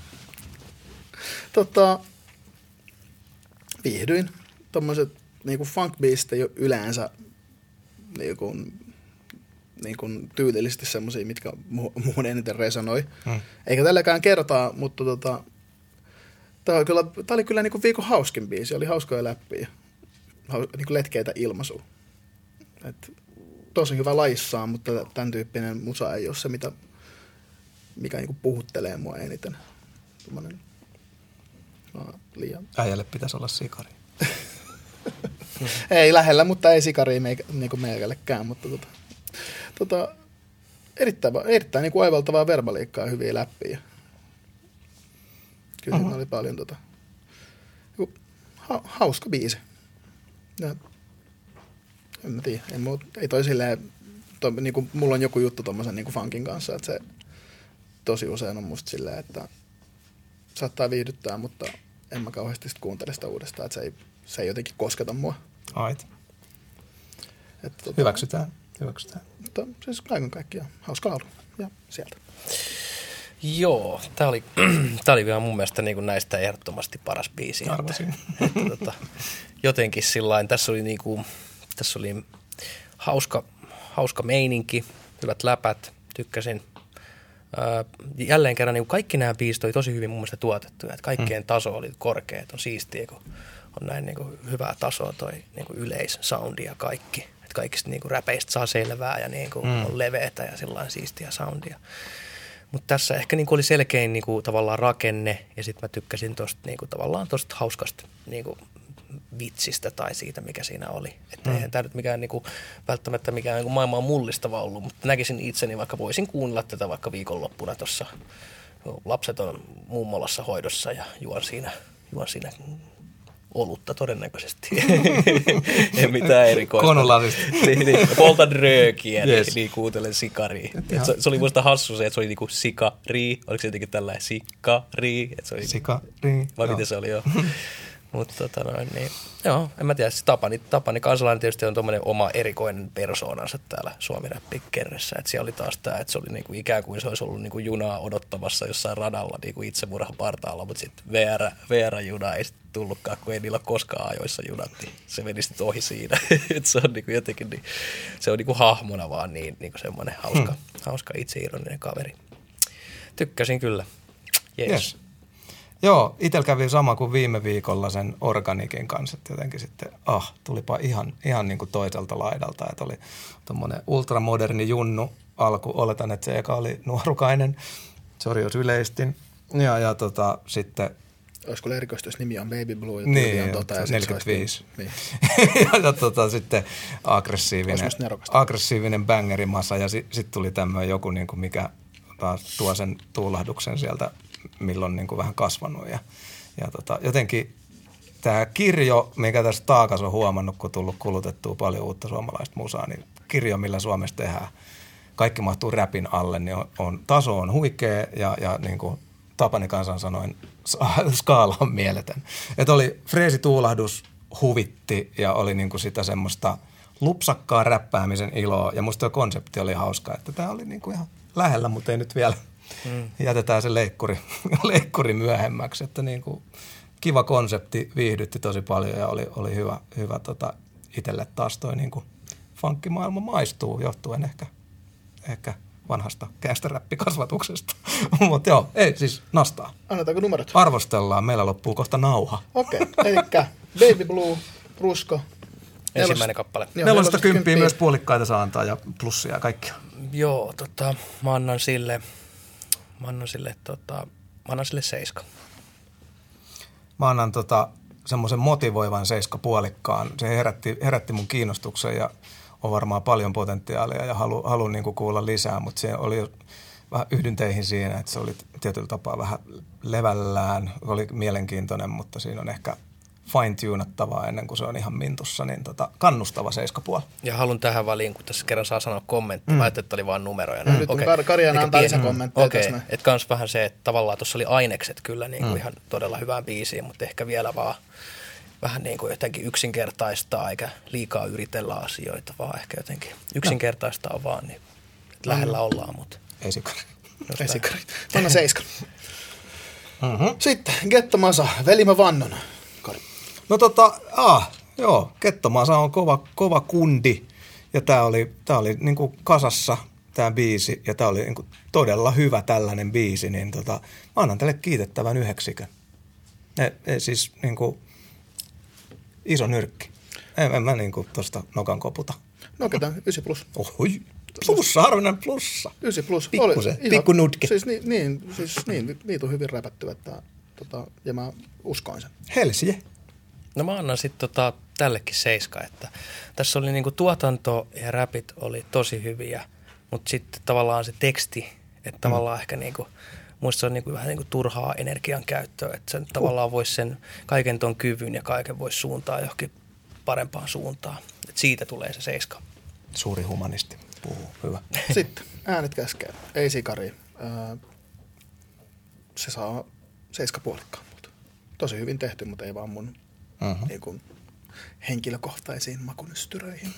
Speaker 2: Tota, viihdyin. Tommoset niinku funk-biisit ei ole yleensä niinku, niinku tyylillisesti semmosia, mitkä muun eniten resonoi. Hmm. Eikä tälläkään kertaa, mutta tota, tää oli kyllä, tää oli kyllä niinku viikon hauskin biisi. Oli hauskoja läppiä. Niinku letkeitä ilmaisua. Et tosi hyvä lajissaan, mutta tämän tyyppinen musa ei ole se, mitä, mikä niinku puhuttelee mua eniten. Tommonen, no, liian.
Speaker 3: Äijälle pitäisi olla sikari.
Speaker 2: Ei lähellä, mutta ei sikari meikä, niinku meikällekään. Mutta tota, tota, erittäin, erittäin niinku aivaltavaa verbaliikkaa ja hyviä läppiä. Kyllä uh-huh. oli paljon tota, ha, hauska biisi. Ja, en mä tiedä, ei, ei toi silleen, to, niinku, mulla on joku juttu tommosen niinku funkin kanssa, että se tosi usein on musta silleen, että saattaa viihdyttää, mutta en mä kauheasti sit kuuntele sitä uudestaan, että se ei, se ei jotenkin kosketa mua.
Speaker 3: Ait.
Speaker 2: Et, tota,
Speaker 3: hyväksytään, hyväksytään.
Speaker 2: Mutta siis kaiken kaikkiaan hauska laulu ja sieltä.
Speaker 4: Joo, tää oli, tää oli vielä mun mielestä niin kuin näistä ehdottomasti paras biisi.
Speaker 3: Arvasin.
Speaker 4: Että, että, tota, jotenkin sillain, tässä oli, niin kuin, tässä oli hauska, hauska meininki, hyvät läpät, tykkäsin. Ää, jälleen kerran niin kaikki nämä biisit oli tosi hyvin mun mielestä tuotettuja, että kaikkien taso oli korkea, että on siistiä, kun on näin niin kuin hyvää tasoa toi niin kuin yleissoundi ja kaikki. Että kaikista niin kuin räpeistä saa selvää ja niin kuin mm. on leveätä ja sellainen siistiä soundia. Mutta tässä ehkä niinku oli selkein niinku tavallaan rakenne ja sitten mä tykkäsin tosta niinku tavallaan tosta hauskasta niinku vitsistä tai siitä, mikä siinä oli. Että mm. eihän tämä nyt mikään niinku, välttämättä mikään niinku maailmaa mullistava ollut, mutta näkisin itseni, vaikka voisin kuunnella tätä vaikka viikonloppuna tuossa. Lapset on mummolassa hoidossa ja juon siinä, juon siinä olutta todennäköisesti. Ei mitään erikoista.
Speaker 3: Konulasista.
Speaker 4: niin, niin, poltan röökiä, yes. niin, niin kuuntelen sikaria. Se, se oli muista hassu se, että se oli niinku sikari. Oliko se jotenkin tällainen sikari? Se oli,
Speaker 3: sikari.
Speaker 4: vai
Speaker 3: no.
Speaker 4: miten se oli jo? Mutta tota noin, niin, joo, en mä tiedä, se Tapani, Tapani kansalainen tietysti on tommoinen oma erikoinen persoonansa täällä Suomi-räppikerressä, että siellä oli taas tää, että se oli niinku ikään kuin se olisi ollut niinku junaa odottamassa jossain radalla niinku itsemurhan partaalla, mutta sitten V R, V R-juna ei sitten tullutkaan, kun ei niillä ole koskaan ajoissa junat, niin se meni sitten ohi siinä, että se on niinku jotenkin, niin, se on niinku hahmona vaan niin niinku semmoinen hauska, hmm. hauska itseironinen kaveri. Tykkäsin kyllä, jees.
Speaker 3: Yes. Joo, itsellä kävi sama kuin viime viikolla sen Organikin kanssa, että jotenkin sitten, ah, tulipa ihan, ihan niin kuin toiselta laidalta, että oli tommoinen ultramoderni junnu alku, oletan, että se eka oli nuorukainen, sori jos yleistin, ja, ja tota, sitten...
Speaker 2: Olisiko erikoista, jos nimi on Baby Blue ja
Speaker 3: niin,
Speaker 2: on tota, ja
Speaker 3: neljäkymmentäviisi.
Speaker 2: Niin.
Speaker 3: ja, ja tota, sitten aggressiivinen, aggressiivinen bangerimassa, ja sitten sit tuli tämmöinen joku, niin kuin mikä taas tuo sen tuulahduksen sieltä, milloin niin kuin vähän kasvanut. Ja, ja tota, jotenkin tämä kirjo, mikä tässä taakas on huomannut, kun tullut kulutettua paljon uutta suomalaista musaa, niin kirjo, millä Suomessa tehdään, kaikki mahtuu räpin alle, niin on, on, taso on huikea ja, ja niin kuin Tapani kansan sanoin, skaala on mieletön. Että oli freesituulahdus, huvitti ja oli niin kuin sitä semmoista lupsakkaa räppäämisen iloa. Ja musta tuo konsepti oli hauska, että tämä oli niin kuin ihan lähellä, mutta ei nyt vielä. Mm. Jätetään se leikkuri, leikkuri myöhemmäksi, että niin kuin kiva konsepti, viihdytti tosi paljon ja oli, oli hyvä, hyvä tota, itselle taas toi niin kuin funkkimaailma maistuu, johtuen ehkä, ehkä vanhasta gangsterräppikasvatuksesta. Mutta joo, ei siis nastaa.
Speaker 2: Annetaanko numerot?
Speaker 3: Arvostellaan, meillä loppuu kohta nauha.
Speaker 2: Okei, okay. Elikkä Baby Blue, Rusko.
Speaker 4: Ensimmäinen kappale.
Speaker 3: Nelosta kymppiä myös puolikkaita saa antaa ja plussia ja kaikkia.
Speaker 4: Joo, tota, mä annan sille... Mä annan sille, tota, mä annan sille seiska.
Speaker 3: Mä annan tota, semmoisen motivoivan seiska puolikkaan. Se herätti, herätti mun kiinnostuksen ja on varmaan paljon potentiaalia ja halu, haluan niinku kuulla lisää, mutta se oli vähän yhdyn teihin siinä, että se oli tietyllä tapaa vähän levällään. Oli mielenkiintoinen, mutta siinä on ehkä fine-tunattavaa ennen kuin se on ihan mintussa, niin tota, kannustava seiskapuoli.
Speaker 4: Ja haluan tähän väliin, kun tässä kerran saa sanoa kommenttia, mm. mä ajattelin, että oli vaan numeroja.
Speaker 2: Mm. Nyt okay. Kar- Karjana antaa lisäkommentteja
Speaker 4: okay.
Speaker 2: tässä.
Speaker 4: Että kans vähän se, että tavallaan tuossa oli ainekset kyllä niin kuin mm. ihan todella hyvään biisiin, mutta ehkä vielä vaan vähän niin kuin jotenkin yksinkertaistaa, eikä liikaa yritellä asioita, vaan ehkä jotenkin yksinkertaistaa no. vaan, niin että lähellä mm. ollaan, mutta...
Speaker 3: Esikari.
Speaker 2: Esikari. Anna seiskan. Mm-hmm. Sitten Getto Masa, Velimä Vannon. Kari.
Speaker 3: No tota, ah, joo, Getto Masa on kova, kova kundi ja tää oli, tää oli niinku kasassa tää biisi ja tää oli niinku todella hyvä tällainen biisi, niin tota, mä annan tälle kiitettävän yhdeksikön. Ne, ne siis niinku iso nyrkki. En, en mä niinku tosta nokan koputa.
Speaker 2: Noketaan yhdeksän plus.
Speaker 3: Ohi, plussa, harvinainen plussa.
Speaker 2: yhdeksän plus.
Speaker 3: Pikkusen, pikku nutke.
Speaker 2: Siis niin, niin, siis niin, niitä on hyvin räpätty, että tota, ja mä uskoin sen.
Speaker 3: Helsiä.
Speaker 4: No mä annan sitten tota, tällekin seiska, että tässä oli niinku tuotanto ja räpit oli tosi hyviä, mutta sitten tavallaan se teksti, että mm. tavallaan ehkä niinku, muista se on niinku vähän niinku turhaa energian käyttöä, että sen uh. tavallaan voisi sen kaiken ton kyvyn ja kaiken voisi suuntaa johonkin parempaan suuntaan. Et siitä tulee se seiska.
Speaker 3: Suuri humanisti puhuu, hyvä.
Speaker 2: Sitten äänet käskee, ei sikari. Se saa seiska puolikkaan multa. Tosi hyvin tehty, mutta ei vaan mun uh-huh. niin kuin henkilökohtaisiin makunystyröihin.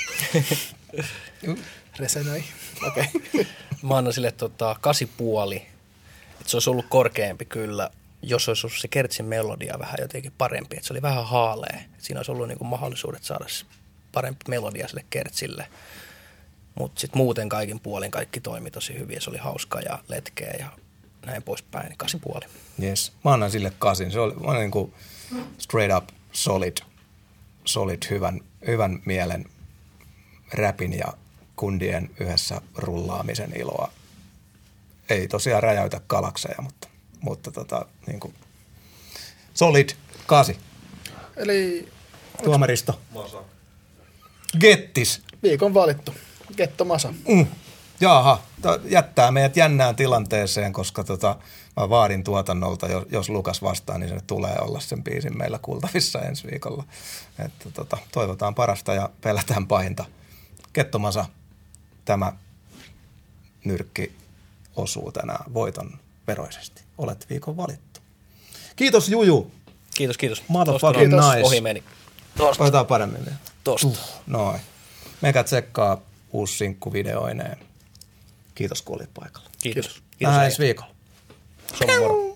Speaker 2: Resonoi. Okei. Okay.
Speaker 4: Mä annan sille tota, kasi puoli. Että se olisi ollut korkeampi kyllä, jos olisi ollut se kertsin melodia vähän jotenkin parempi. Että se oli vähän haalea. Että siinä olisi ollut niin kuin mahdollisuudet saada parempi melodia sille kertsille. Mutta sitten muuten kaikin puolin kaikki toimi tosi hyvin ja se oli hauskaa ja letkeä ja näin poispäin. Niin kasi puoli.
Speaker 3: Yes. Mä annan sille kasin. Se oli, mä olin niin kuin straight up solid, solid hyvän, hyvän mielen räpin ja kundien yhdessä rullaamisen iloa. Ei tosiaan räjäytä galakseja, mutta, mutta tota, niin kuin solid kasi.
Speaker 2: Eli
Speaker 3: tuomaristo. Masa. Gettis.
Speaker 2: Viikon valittu. Getto Masa.
Speaker 3: Mm. Jaaha, jättää meidät jännään tilanteeseen, koska tota, mä vaadin tuotannolta, jos, jos Lukas vastaa, niin se tulee olla sen biisin meillä kuultavissa ensi viikolla. Että tota, toivotaan parasta ja pelätään pahinta. Getto Masa, tämä nyrkki osuu tänään voiton veroisesti. Olet viikon valittu. Kiitos Juju.
Speaker 4: Kiitos, kiitos.
Speaker 3: Motherfucking nice.
Speaker 4: Ohi meni.
Speaker 3: Tosta. Otetaan paremmin vielä.
Speaker 4: Tosta.
Speaker 3: Uh, noin. Mekä tsekkaa uusi sinkku videoineen. Kiitos kun olit paikalla.
Speaker 4: Kiitos. Kiitos.
Speaker 3: Kiitos. Nähdään ensi viikolla.
Speaker 4: Sommoro.